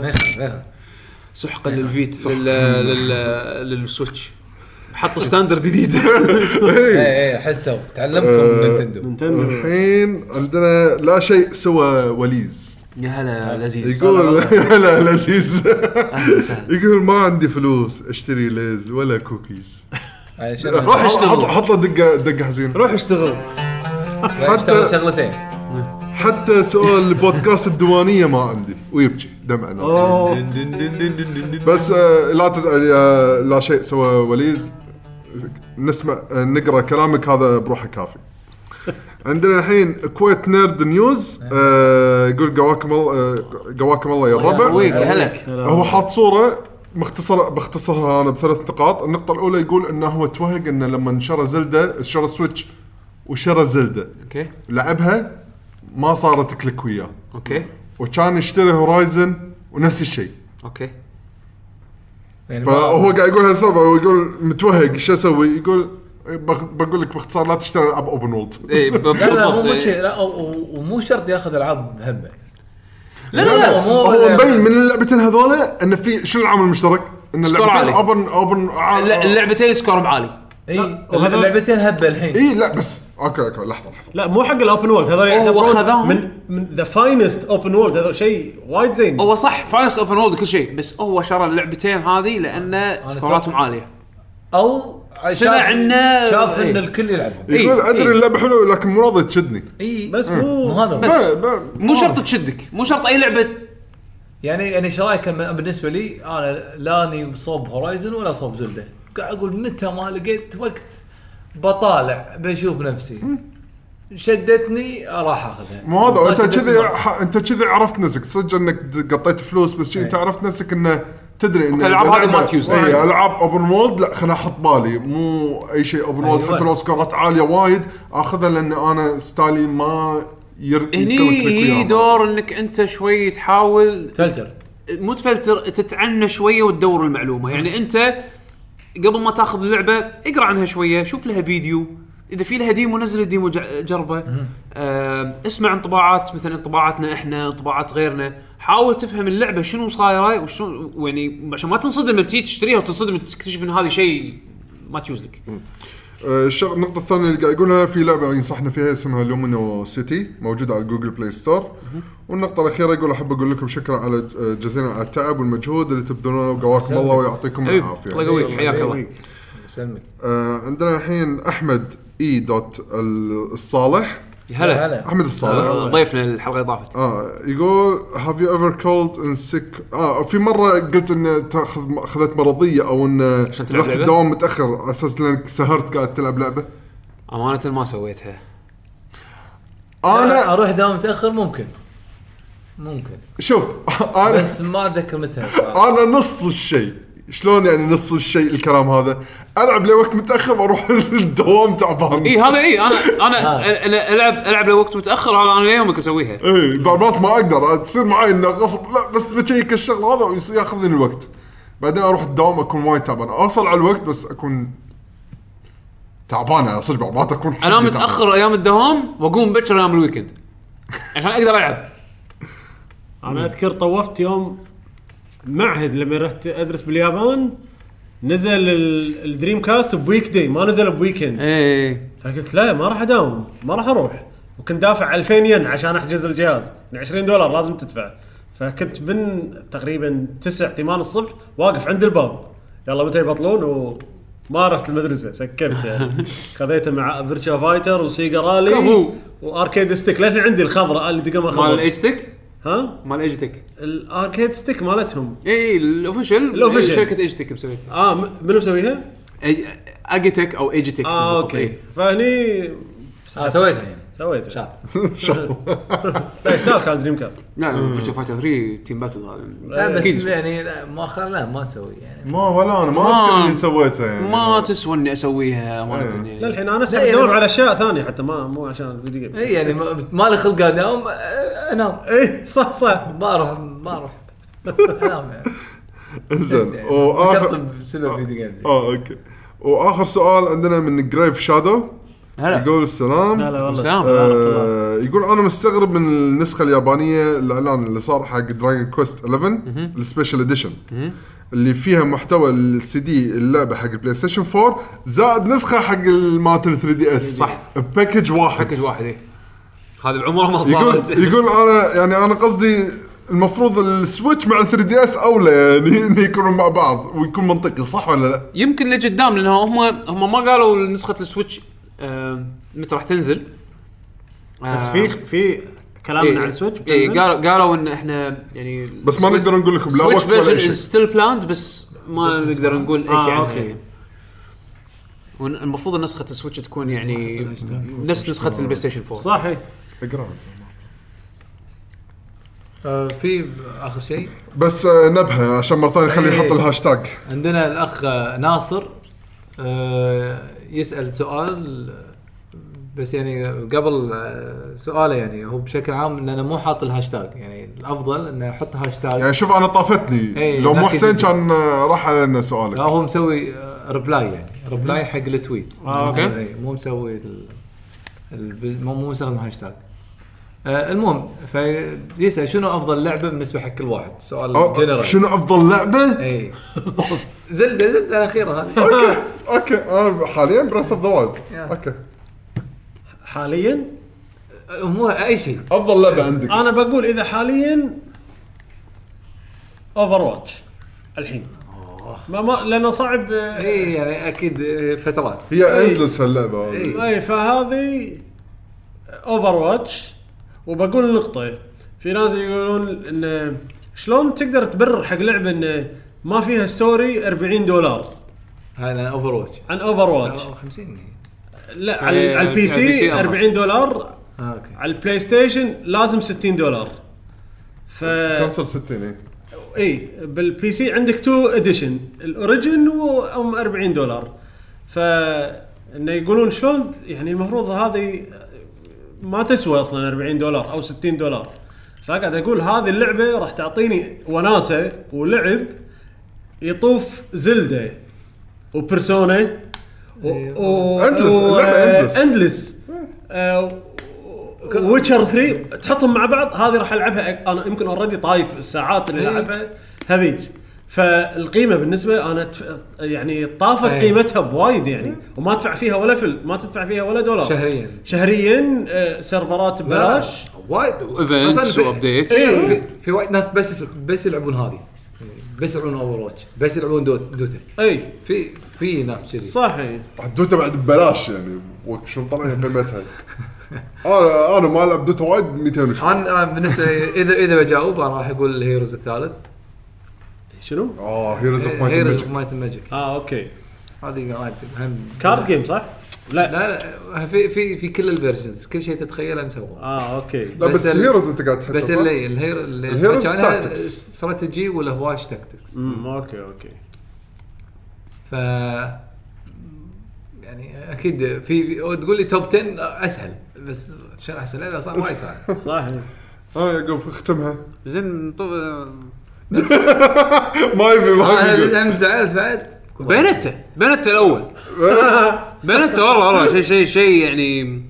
سحقا للفيت لل لل للسويتش حطوا ستاندرد جديد. اي اي حسوا تعلمكم نينتندو. نينتندو الحين عندنا لا شيء سوى وليز يا هلا لذيذ يقول لا لذيذ يقول ما عندي فلوس اشتري ليز ولا كوكيز. روح اشتغل حط له دقه دقه حزين روح اشتغل حتى شغلتين حتى سؤال البودكاست الديوانيه ما عندي ويبكي دمعنا. بس آه لا تزعل آه لا شيء سوى وليز نسمع آه نقرا كلامك هذا بروحه كافي. عندنا الحين كويت نيرد نيوز آه يقول قواكم الله قواكم الله يا الربع. هلك هو حاط صوره مختصره باختصارها انا بثلاث نقاط. النقطه الاولى يقول انه هو توهق انه لما شرى زلدة شرى سويتش وشرى زلدة اوكي لعبها ما صارت كليك وياه اوكي وكان يشتري هورايزن ونفس الشيء اوكي يعني فهو قاعد يقول هالسبب ويقول متوهق شو اسوي. يقول بقول لك باختصار لا تشتري العاب اوبن وورلد. اي لا لا مو شيء لا ومو شرط ياخذ العاب بهمه. لا لا لا هو مبين من اللعبتين هذول ان في شو العامل المشترك ان اللعبتين اوبن اوبن اللعبتين سكور عالي. اي اللعبتين هبه الحين. اي لا بس اوكي اوكي لحظه لحظه لا مو حق الاوبن وورلد هذول يعتبرون من من ذا فاينست اوبن وورلد. هذا شيء وايد زين. هو صح فاينست اوبن وورلد كل شيء بس هو شرى اللعبتين هذه لان سكوراتهم عاليه او سمع انه شاف ان الكل يلعبها. يقول ادري اللعبه حلوه لكن مو راضي تشدني. اي بس مو هذا بس مو شرط تشدك مو شرط اي لعبه يعني يعني ايش رايك بالنسبه لي انا لاني صوب هورايزن ولا صوب زلدة قاعد اقول متى ما لقيت وقت بطالع بشوف نفسي شدتني راح اخذها. مو هذا انت كذي انت كذي عرفت نفسك صدق انك قطيت فلوس بس انت عرفت نفسك انه تدري ان الالعاب هذه ما تيوز اي العاب اوبن وورلد لا خليني احط بالي مو اي شيء اوبن وورلد حتى لو سكورات عاليه وايد اخذها لان انا ستايلي ما ير... يسوي هني كليك هي وياه. دور انك انت شوي تحاول فلتر مو تفلتر تتعنى شويه وتدور المعلومه. يعني انت قبل ما تاخذ اللعبه اقرا عنها شويه، شوف لها فيديو، اذا في لها ديمو نزل الديمو ج- جربه، آه اسمع انطباعات مثلا انطباعاتنا احنا انطباعات غيرنا، حاول تفهم اللعبه شنو صايره وشنو يعني عشان ما تنصدم لما تيجي تشتريها وتنصدم تكتشف ان هذا شيء ما تيوز لك. آه، الشغ... النقطة الثانية اللي قاعد يقولها في لعبة ينصحنا فيها اسمها لومينو سيتي موجودة على جوجل بلاي ستور. والنقطة الأخيرة يقول أحب أقول لكم شكرا على جزيلا على التعب والمجهود اللي تبذلونه وقواكم الله ويعطيكم أيوة. العافية. الله يقويك حياك الله. يسلمك. آه، عندنا الحين أحمد إي دوت الصالح هلا هلا أحمد الصالح آه، ضيفنا الحلقه اضافت. اه يقول have you ever called in sick اه في مره قلت ان تاخذ اخذت مرضيه او ان عشان تلعب رحت لعبة؟ الدوام متاخر على اساس انك سهرت قاعد تلعب لعبه. امانه ما سويتها. انا انا اروح دوام متاخر ممكن ممكن شوف انا بس ما اتذكر متى صار. انا نص الشيء. شلون يعني نص الشيء الكلام هذا؟ العب لوقت متاخر واروح الدوام تعبان. اي هذا اي انا انا انا العب العب لوقت متاخر، هذا انا اليوم اسويها. اي بعض مرات ما اقدر تصير معي انه غصب، لا بس بشيك الشغل هذا وياخذني الوقت، بعدين اروح الدوام اكون وايد تعبان. اوصل على الوقت بس اكون تعبان على صدق، بعض مرات اكون انا متاخر ايام الدوام واقوم بكر ايام الويكند عشان اقدر العب. انا اذكر طوفت يوم معهد لما رحت ادرس باليابان، نزل ال- الدريم كاست بويك داي ما نزل بويكند، اي فقلت لا ما راح اداوم ما راح اروح، وكنت دافع ألفين ين عشان احجز الجهاز، يعني عشرين دولار لازم تدفع. فكنت من تقريبا تسعة ثمان الصبح واقف عند الباب، يلا متى يبطلون، وما رحت المدرسه سكرت يعني. خذيته مع فيرتشا فايتر وسيجا رالي كفو. واركيد ستيك للحين عندي الخضراء اللي دقمها مال خضراء. ايجتك ها مال ايجتك الاركيد ستيك مالتهم. اي الاوفيشال الأوفيشال. شركه ايجتك مسويتها. اه م- منو مسويها؟ اجيتك او ايجتك. اه اوكي فهني آه سويتها يعني سويت شاط. لا يستاهل كان دريم كاست. لا فيرتشو فايتر ثري تيم باتل هذا لا بس أكيد. يعني لا مؤخرا لا ما اسوي يعني. ما ولا انا ما ما- اذكر اللي سويته يعني. ما تسوى اني اسويها امانه لا يعني. الحين انا اسحب لا، ادور يعني- على اشياء ثانيه حتى ما مو عشان الفيديو جيم. اي يعني ما- ما لي خلق انام آه، انام اي صح صح. ما اروح ما اروح انام يعني. بس زين يعني واخر شرط بسبب فيديو جيمز. اه اوكي واخر سؤال عندنا من جريف شادو. هلا يقول السلام. لا لا والله سلام. آه يقول انا مستغرب من النسخه اليابانيه الاعلان اللي صار حق دراجون كويست إحدى عشر السبيشال اديشن اللي فيها محتوى السي دي اللعبه حق البلاي ستيشن فور زائد نسخه حق المات ثري دي اس صح. باكج واحد. باكج واحد ايه هذا بعمره ما يقول صارت. يقول انا يعني انا قصدي المفروض السويتش مع ثري دي اس اولى يعني انه يكونوا مع بعض ويكون منطقي صح ولا لا؟ يمكن لقدام لانه هم هم ما قالوا نسخه السويتش آه متى راح تنزل. آه بس في في كلام إيه على السويتش إيه بتنزل؟ قالوا قالوا ان احنا يعني بس ما نقدر نقول لكم لا وقت ولا شيء. ستيل بلاند بس ما نقدر نقول اي آه، شيء عنها أوكي. يعني. والمفروض نسخه السويتش تكون يعني نفس نسخه البلاي ستيشن فور. صحيح. اقرا آه، في اخر شيء بس آه، نبهه عشان مره ثانيه خليه إيه. يحط الهاشتاج. عندنا الاخ آه، ناصر آه، يسال سؤال بس يعني قبل آه، سؤاله يعني هو بشكل عام ان انا مو حاط الهاشتاج يعني الافضل انه احط هاشتاج. يعني شوف انا طافتني إيه، لو مو لكن- حسين كان آه، راح علينا سؤالك. لا هو مسوي ريبلاي يعني ريبلاي حق التويت. آه، أوكي. إيه، مو مسوي ال... ال... مو مو مستخدم هاشتاج. آه المهم فيسأل شنو افضل لعبه بالنسبه حق كل واحد سؤال أو- جنرال. شنو افضل لعبه؟ اي زلده زلده الاخيره هذه. اوكي اوكي انا حاليا بريث اوف ذا وايلد. يا. اوكي حاليا آه، مو اي شيء. افضل لعبه عندك؟ انا بقول اذا حاليا اوفر واتش الحين ما ما لانه صعب. اي يعني اكيد آه، فترات. هي اندلس هاللعبه هذه. إيه. اي فهذه اوفر واتش. وبقول نقطه في ناس يقولون ان شلون تقدر تبرر حق لعبه ان ما فيها ستوري أربعين دولار هاي انا اوفر واتش عن اوفر واتش. خمسين. لا على إيه، على البي على البي سي سي أرخص. أربعين دولار، آه، اوكي. على البلاي ستيشن لازم ستين دولار. ف كنسل ستين اي. اي بالبي سي عندك تو اديشن الاوريجن وام أربعين دولار. ف انه يقولون شلون يعني المفروض هذه ما تسوى اصلا أربعين دولار او ستين دولار. بس قاعد اقول هذه اللعبه راح تعطيني وناسه ولعب يطوف زلدة وبرسونا و Endless، اللعبة Endless. اندلس ويتشر ثلاثة تحطهم مع بعض. هذه راح العبها انا يمكن اوريدي طايف الساعات اللي العبها هذيك. فالقيمه بالنسبه انا تف... يعني طافت أي. قيمتها بوايد يعني وما تدفع فيها ولا فل ما تدفع فيها ولا دولار شهريا شهريا آه، سيرفرات ببلاش وايد ايفنتس أصلاً في- وابديت. إيه، في, في وايد ناس بس بس يلعبون هذه بس يلعبون اوفر واتش بس يلعبون دوت دوتا اي في في ناس كذي صحيح. دوتا بعد ببلاش يعني شو طلع قيمتها. انا انا ما العب دوتا وايد مئتين وشوي. انا أنا بالنسبه اذا اذا بجاوب انا راح اقول الهيروز الثالث شنو؟ اه هيروز اوف مايت هيروز ماجيك. اوف مايت ماجيك اه اوكي هذه وايد هم كارد جيم صح؟ لا لا لا في في في كل الفيرجنز كل شيء تتخيله مسوى اه اوكي لا بس بس ال- هيروز انت قاعد تحكي بس اللي الهيرو اللي الهيروز تحكي عنها تاكتكس. استراتيجي ولا هواش تاكتكس امم اوكي اوكي ف يعني اكيد في تقول لي توب عشرة اسهل بس عشان احسن لعبه صار وايد صعب صحيح. اه يعقوب اختمها. زين طب ما يبي ما يبي انا زعلت بعد بينته بينته الاول بينته والله والله شيء شيء شيء يعني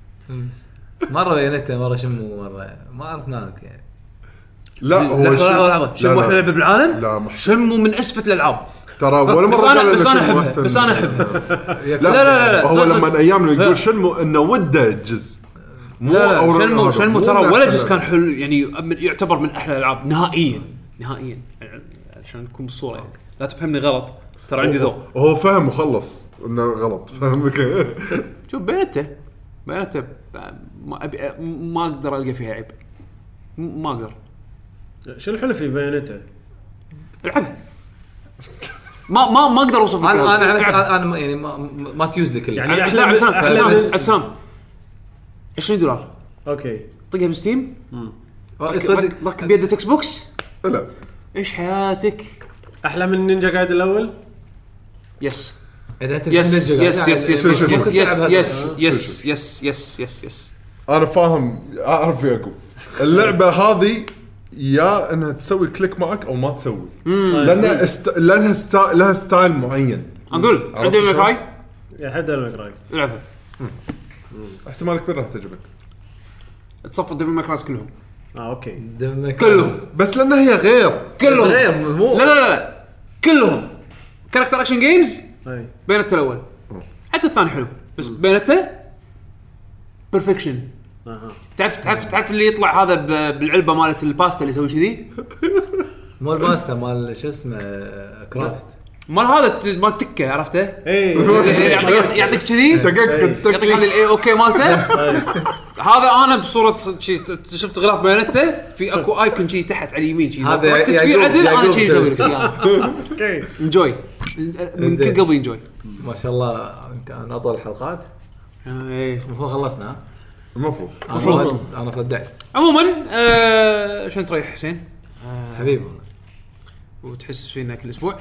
مره بينته مره شمو مره ما اعرف مالك يعني لا هو لحظه شيء- لحظه لحظه شنو لا، احلى لا. لعبه بالعالم؟ لا ما شنو من اسفه الالعاب ترى ولا بس مره انا قال بس إنه انا شنمو احبها أحسن. بس انا احبها لا لا، لا، لا. هو لا، لا. لما ايام لا. يقول شنمو انه وده جزء مو لا أو لا شنمو هذا، شنمو مو ترى من ولا أحسن جزء كان لعبة. حلو يعني من- يعتبر من احلى الالعاب نهائيا نهائيا عشان نكون بالصوره يعني لا تفهمني غلط ترى عندي ذوق. هو فهم وخلص انه غلط فهمك. شوف بينته بينته ما أبي ما اقدر القى فيها عيب م- ما اقدر شو الحلو في بيانته؟ العبها ما ما ما اقدر اوصف لك انا انا العب. انا انا ما- يعني ما ما تيوز لي كل يعني شيء. أحلى عسام من- عسام أحلى عسام من- عسام عشرين دولار اوكي طقها من ستيم تصدق ركب بيدك اكس بوكس لا ايش حياتك. احلى من نينجا جايد الاول. يس اذا انت يس تفهم يس يس يس يس ممكن تلعب يس هذا. يس يس يس يس يس يس انا فاهم اعرف يعقوب اللعبه هذه يا انها تسوي كليك معك او ما تسوي لانها است... لانها است... لها ستايل معين. اقول عرفت عندي شلون؟ مكراي يا حد المكراي. العبها احتمال كبير راح تعجبك تصفط ديفل ماكرايز كلهم اه اوكي كلهم بس لانها هي غير. كلهم غير مو لا لا لا لا كلهم كاركتر اكشن جيمز اي بينته الاول حتى الثاني حلو بس بينته بيرفكشن. اها تعرف تعرف تعرف اللي يطلع هذا ب- بالعلبه مالت الباستا اللي يسوي كذي مو الباستا مال شو اسمه كرافت مال هذا ت- مال تكه عرفته اي يعطيك يعطيك كذي دقق يعطيك هذا الاي اوكي مالته هذا انا بصوره شي ت- شفت غلاف بيانته في اكو ايكون شي تحت على اليمين شي هذا ركز فيه يعقوب- عدل انا يعقوب شي يسوي. اسوي لك اوكي انجوي من زين. كل قلبي انجوي ما شاء الله كان اطول الحلقات ايه المفروض خلصنا ها؟ المفروض أنا المفروض. وايد- انا صدعت عموما آه شلون تريح حسين حبيبي وتحس فينا كل اسبوع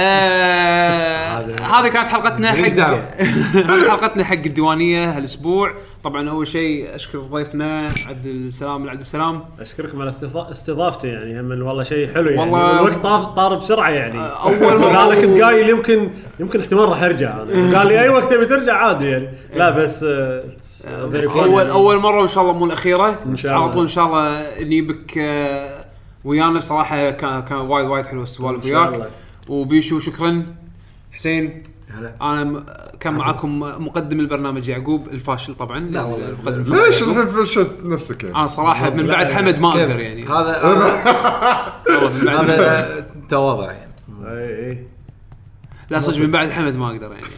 آه هذا- هذه كانت حلقتنا ماليش حق دعوة. هذه حلقتنا حق الديوانيه هالاسبوع. طبعا اول شيء اشكر ضيفنا عبد السلام عبد السلام اشكركم على استضا- استضافتي يعني هم والله شيء حلو يعني والله- الوقت طار طار بسرعه يعني. اول مره انا كنت قايل يمكن يمكن احتمال راح ارجع انا قال لي اي وقت تبي ترجع عادي يعني لا بس آه، it's very fun اول يعني. اول مره وان شاء الله مو الاخيره إن شاء الله. على طول ان شاء الله نجيبك آه، ويانا صراحه كان كان وايد وايد حلو السوالف إن شاء وياك الله. وبيشو شكرا. حسين هلا انا م- كان معاكم مقدم البرنامج يعقوب الفاشل طبعا لا والله. مقدم البرنامج ليش يعقوب. الحين فشت نفسك يعني؟ انا صراحه من لا، بعد لا، حمد ما كيف؟ اقدر يعني هذا والله من بعد هذا تواضع يعني اي اي لا صدق من بعد حمد ما اقدر يعني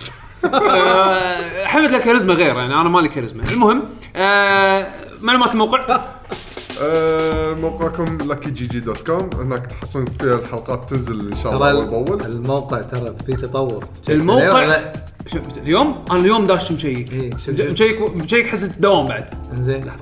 آه، حمد له كاريزما غير يعني انا مالي كاريزما. المهم آه، معلومات الموقع آه، موقعكم لاكي جي جي دوت كوم هناك تحصلون فيها الحلقات تنزل ان شاء الله ترى اول باول. الموقع ترى فيه تطور الموقع لا شوف، اليوم انا اليوم داش مشيك إيه، شوف، مج- شوف. مشيك مشيك حسه الدوام بعد انزين لحظه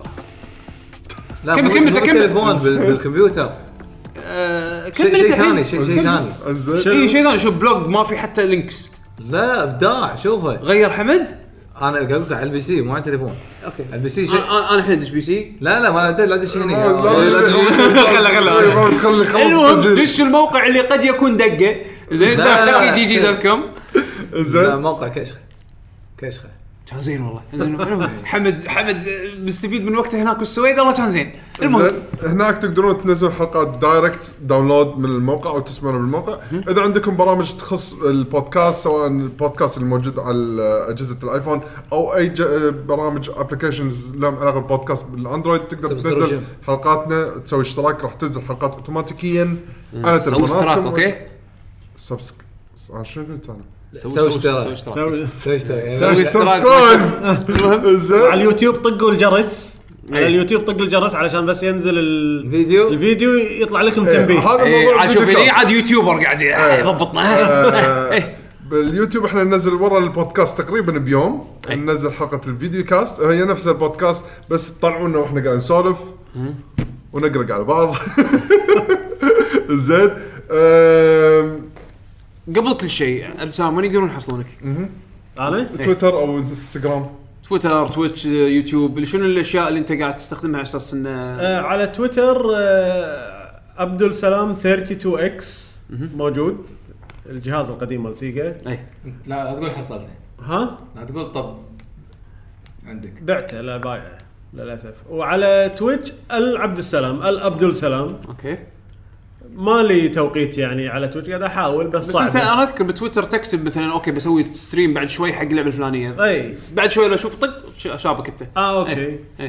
لا كمل- مو- كمل- مو كمل. بالتليفون بال- بالكمبيوتر آه، شيء كمل شيء انت ثاني الحين. شيء شيء ثاني انزين اي شيء ثاني شوف بلوج ما في حتى لينكس لا ابداع شوفه غير حمد انا اقول لك على البي سي مو على التليفون. اوكي البي سي شيء. انا انا الحين ادش بي سي. لا لا ما لا دش هنا خلي خلي خلي خلص المهم تسجيل. دش الموقع اللي قد يكون دقه زين لا، لا، لا. جي جي دوت كوم. زين موقع كشخه كشخه كان زين والله زين. حمد حمد مستفيد من وقته هناك بالسويد والله كان زين. المهم زين هناك تقدرون تنزلون حلقات دايركت داونلود من الموقع او تسمعونها بالموقع. اذا عندكم برامج تخص البودكاست سواء البودكاست الموجود على اجهزه الايفون او اي برامج ابلكيشنز لهم علاقه بالبودكاست بالاندرويد تقدر تنزل حلقاتنا تسوي اشتراك راح تنزل حلقات اوتوماتيكيا على سوي تلفوناتكم. اشتراك اوكي سبسك شنو قلت انا؟ سوي اشتراك سوي سوي اشتراك سوي اشتراك. سبسكرايب زين على اليوتيوب طقوا الجرس. على أي. اليوتيوب طقوا الجرس علشان بس ينزل ال- فيديو الفيديو يطلع لكم إيه، تنبيه. هذا ايه الموضوع عاد شوف الفيديو لي كاست. عاد يوتيوبر قاعد يضبطنا. آه، باليوتيوب احنا ننزل ورا البودكاست تقريبا بيوم أي. ننزل حلقه الفيديو تكاست هي نفس البودكاست بس تطلعونا واحنا قاعدين نسولف ونقرق على بعض. زين آم، قبل كل شيء ابتسام وين يقدرون يحصلونك؟ انا تويتر او انستغرام. تويتر تويتش يوتيوب شنو الاشياء اللي انت قاعد تستخدمها على اساس انه آه على تويتر آه عبد السلام اثنين وثلاثين اكس موجود. الجهاز القديم مال سيجا. اي لا لا تقول حصلتني ها لا تقول طب عندك بعته لا بايعه للاسف. وعلى تويتش العبد السلام العبد السلام. اوكي ما لي توقيت يعني على تويتش قاعد احاول بس, بس صعب. انت انا اذكر بتويتر تكتب مثلا اوكي بسوي ستريم بعد شوي حق اللعبه الفلانيه اي بعد شوي لو اشوف طق ش- شابك انت. اه اوكي اي اي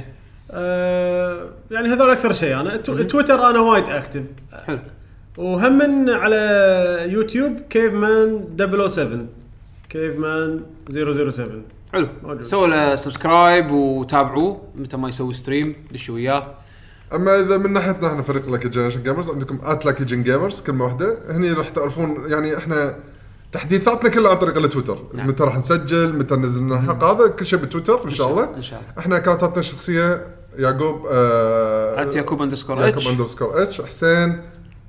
آه يعني هذول اكثر شيء. انا تو- تويتر انا وايد اكتف. حلو وهم من على يوتيوب كيف مان صفر صفر سبعة كيف مان صفر صفر سبعة. حلو موجود. سووا له سبسكرايب وتابعوه متى ما يسوي ستريم دشوا وياه. اما اذا من ناحيتنا احنا فريق لاكي جنريشن جيمرز عندكم ات لاكي جن جيمرز كلمه واحده هني راح تعرفون يعني احنا تحديثاتنا كلها عن طريق التويتر. نعم. متى راح نسجل متى ننزل الحلقه هذا كل شيء بالتويتر ان شاء الله. ان شاء الله. احنا اكونتاتنا الشخصيه يعقوب آه ات يعقوب اندرسكور يعقوب اتش اندرسكور اتش حسين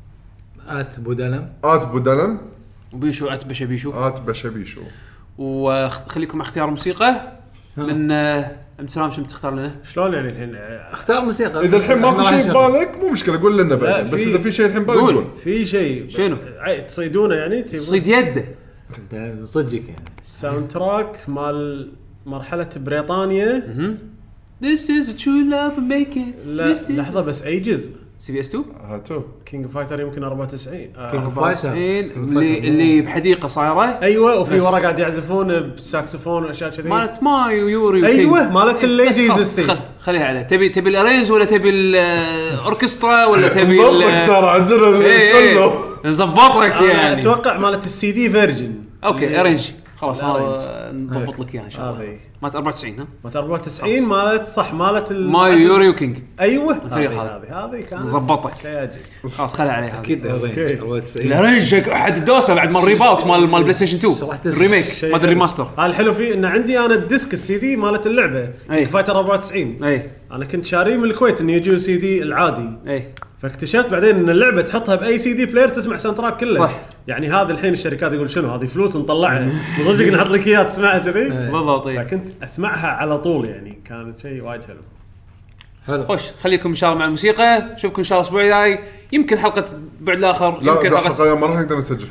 ات بودلم ات بودلم وبيشو ات بشبيشو. ات بشبيشو. وخليكم اختيار موسيقى من آه، عبد السلام شو بتختار لنا؟ شلون يعني الحين آه، اختار موسيقى اذا الحين إحنا ماكو راح شيء نشغل. ببالك مو مشكله قول لنا بعدين بس في- اذا في شيء الحين ببالك قول. قول. في شيء شنو؟ عي- تصيدونه يعني تبون صيد يده. انت صدقك يعني ساوند تراك مال مرحله بريطانيا. This is a true love making. لا لحظه بس اي جزء سي في اس تو هاتو كينج فايتر يمكن أربعة وتسعين آه، كينج أربعة فايتر. اللي King of Fighters. اللي بحديقه صايره ايوه وفي بس. ورا قاعد يعزفون بساكسفون واشياء كذي. مالت مايو يوري ايوه مالت الليديز خل- ستيج. خل- خليها عليه. تبي تبي الارينج ولا تبي الاوركسترا ولا تبي نضبط ترى عندنا ايه كله. ايه نظبط لك أنا يعني. اتوقع مالت السي دي فيرجن. اوكي ارينج خلاص هذا الأرينج. نضبط لك اياها ان شاء الله. هذه. مالت أربعة وتسعين ها مالت أربعة وتسعين مالت صح مالت ال- مايو يوري وكينج ايوه الفريق هذه هذا. هذه هذه كانت نظبطك شيء عجيب. خلاص خلها عليه هذا. اكيد أوكي. الرينج أربعة وتسعين. الارينج احد الدوسه بعد مال ريباوت مال مال بلاي ستيشن شو راح اثنين تسوي؟ الريميك شيء مال حلو. الريماستر. هذا الحلو فيه ان عندي انا الديسك السي دي مالت اللعبه كينج فايتر أربعة وتسعين. اي انا كنت شاريه من الكويت انه يجي سي دي العادي. اي فاكتشفت بعدين ان اللعبه تحطها باي سي دي بلاير تسمع ساوند تراك كله. صح. يعني هذا الحين الشركات يقول شنو هذه فلوس نطلعها مصدق نحط لك اياها تسمعها كذي. بالضبط اي فكنت اسمعها على طول يعني كانت شيء وايد حلو. حلو خوش خليكم ان شاء الله مع الموسيقى نشوفكم ان شاء الله الاسبوع الجاي يمكن حلقه بعد الاخر لا يمكن لا حلقه حلقه ما راح نقدر نسجل.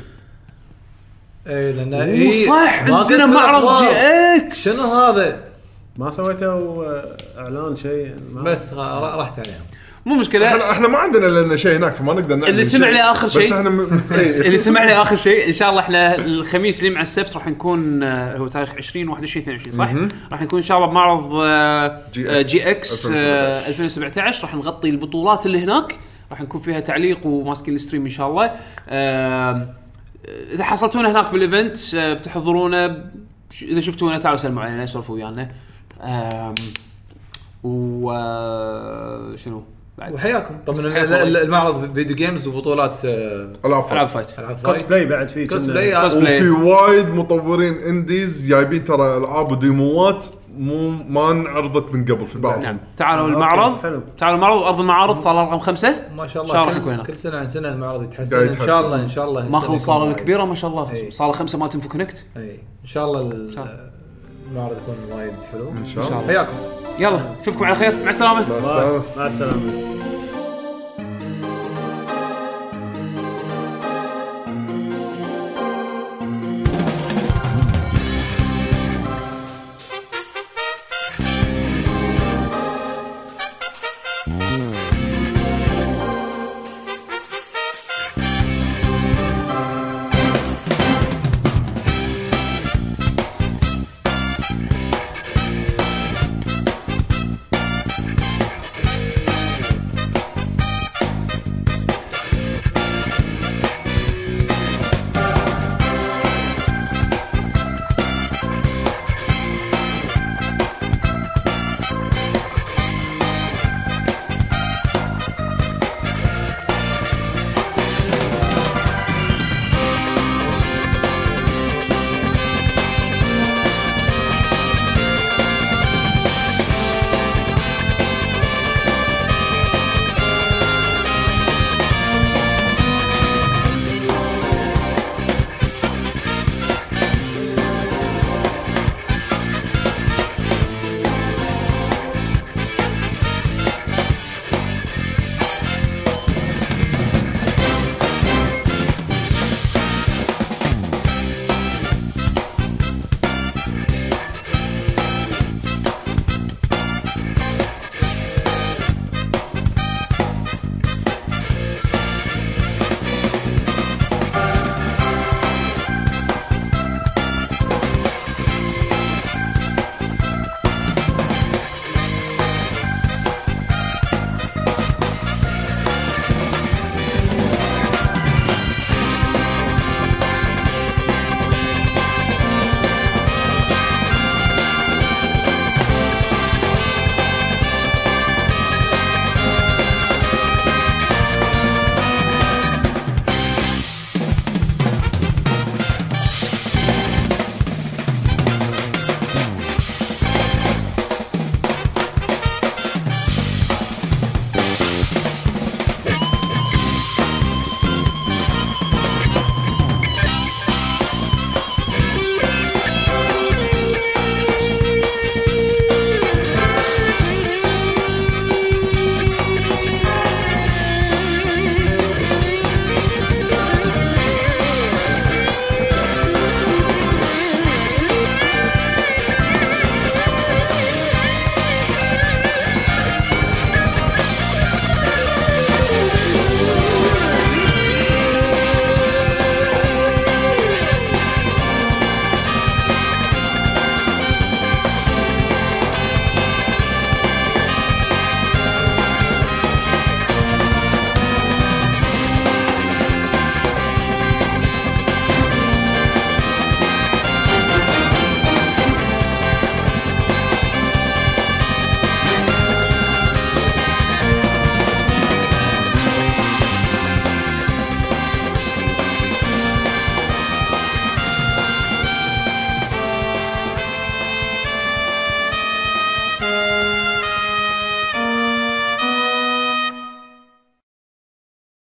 اي لان مو إيه، صح ما عندنا قلت لك معرض واو. جي اكس شنو هذا ما سويتوا آه، اعلان شيء ما- بس غ- راحت عليهم مو مشكله. احنا احنا ما عندنا لنا شيء هناك فما نقدر نعمل اللي سمع لي آخر شيء. بس احنا م... إيه. اللي سمع لي اخر شيء ان شاء الله احنا الخميس اللي مع السبت راح نكون آه، هو تاريخ عشرين واحد وعشرين اثنين وعشرين صح؟ راح نكون ان شاء الله بمعرض آه، جي آه، إكس جي اكس ألفين وسبعة عشر. آه، ألفين وسبعة عشر راح نغطي البطولات اللي هناك راح نكون فيها تعليق وماسكين الستريم ان شاء الله. آه، اذا حصلتونا هناك بالايفنت آه، بتحضرونا ش- اذا شفتونا تعالوا سلموا علينا سولفوا ويانا. آم، و آه، شنو بعد وحياكم طبعا ال- حياكم. ال- المعرض فيديو جيمز وبطولات آه، العاب العاب فايت. فايت. العاب كوست فايت بلاي بعد فيه كوست كنا- بلاي كوست آه، بلاي. وفي وايد مطورين انديز جايبين ترى العاب وديموات مو ما انعرضت من قبل في بعض. نعم تعالوا أوكي، المعرض حلو. تعالوا المعرض ارض المعارض صار رقم خمسة ما شاء إن شاء الله الله راح نكون كل, هناك. كل سنه عن سنه المعرض يتحسن قاعد ان يتحسن. شاء الله ان شاء الله ماخذ السنة يكون الصاله وايد. الكبيره ما شاء الله إي. صاله خمسة ما تنفو كونكت. اي ان شاء الله ال- شاء الله. المعرض يكون وايد حلو ان ان شاء شاء الله الله. حياكم. يلا نشوفكم على خير، مع السلامه. مع السلامه. مع السلامه.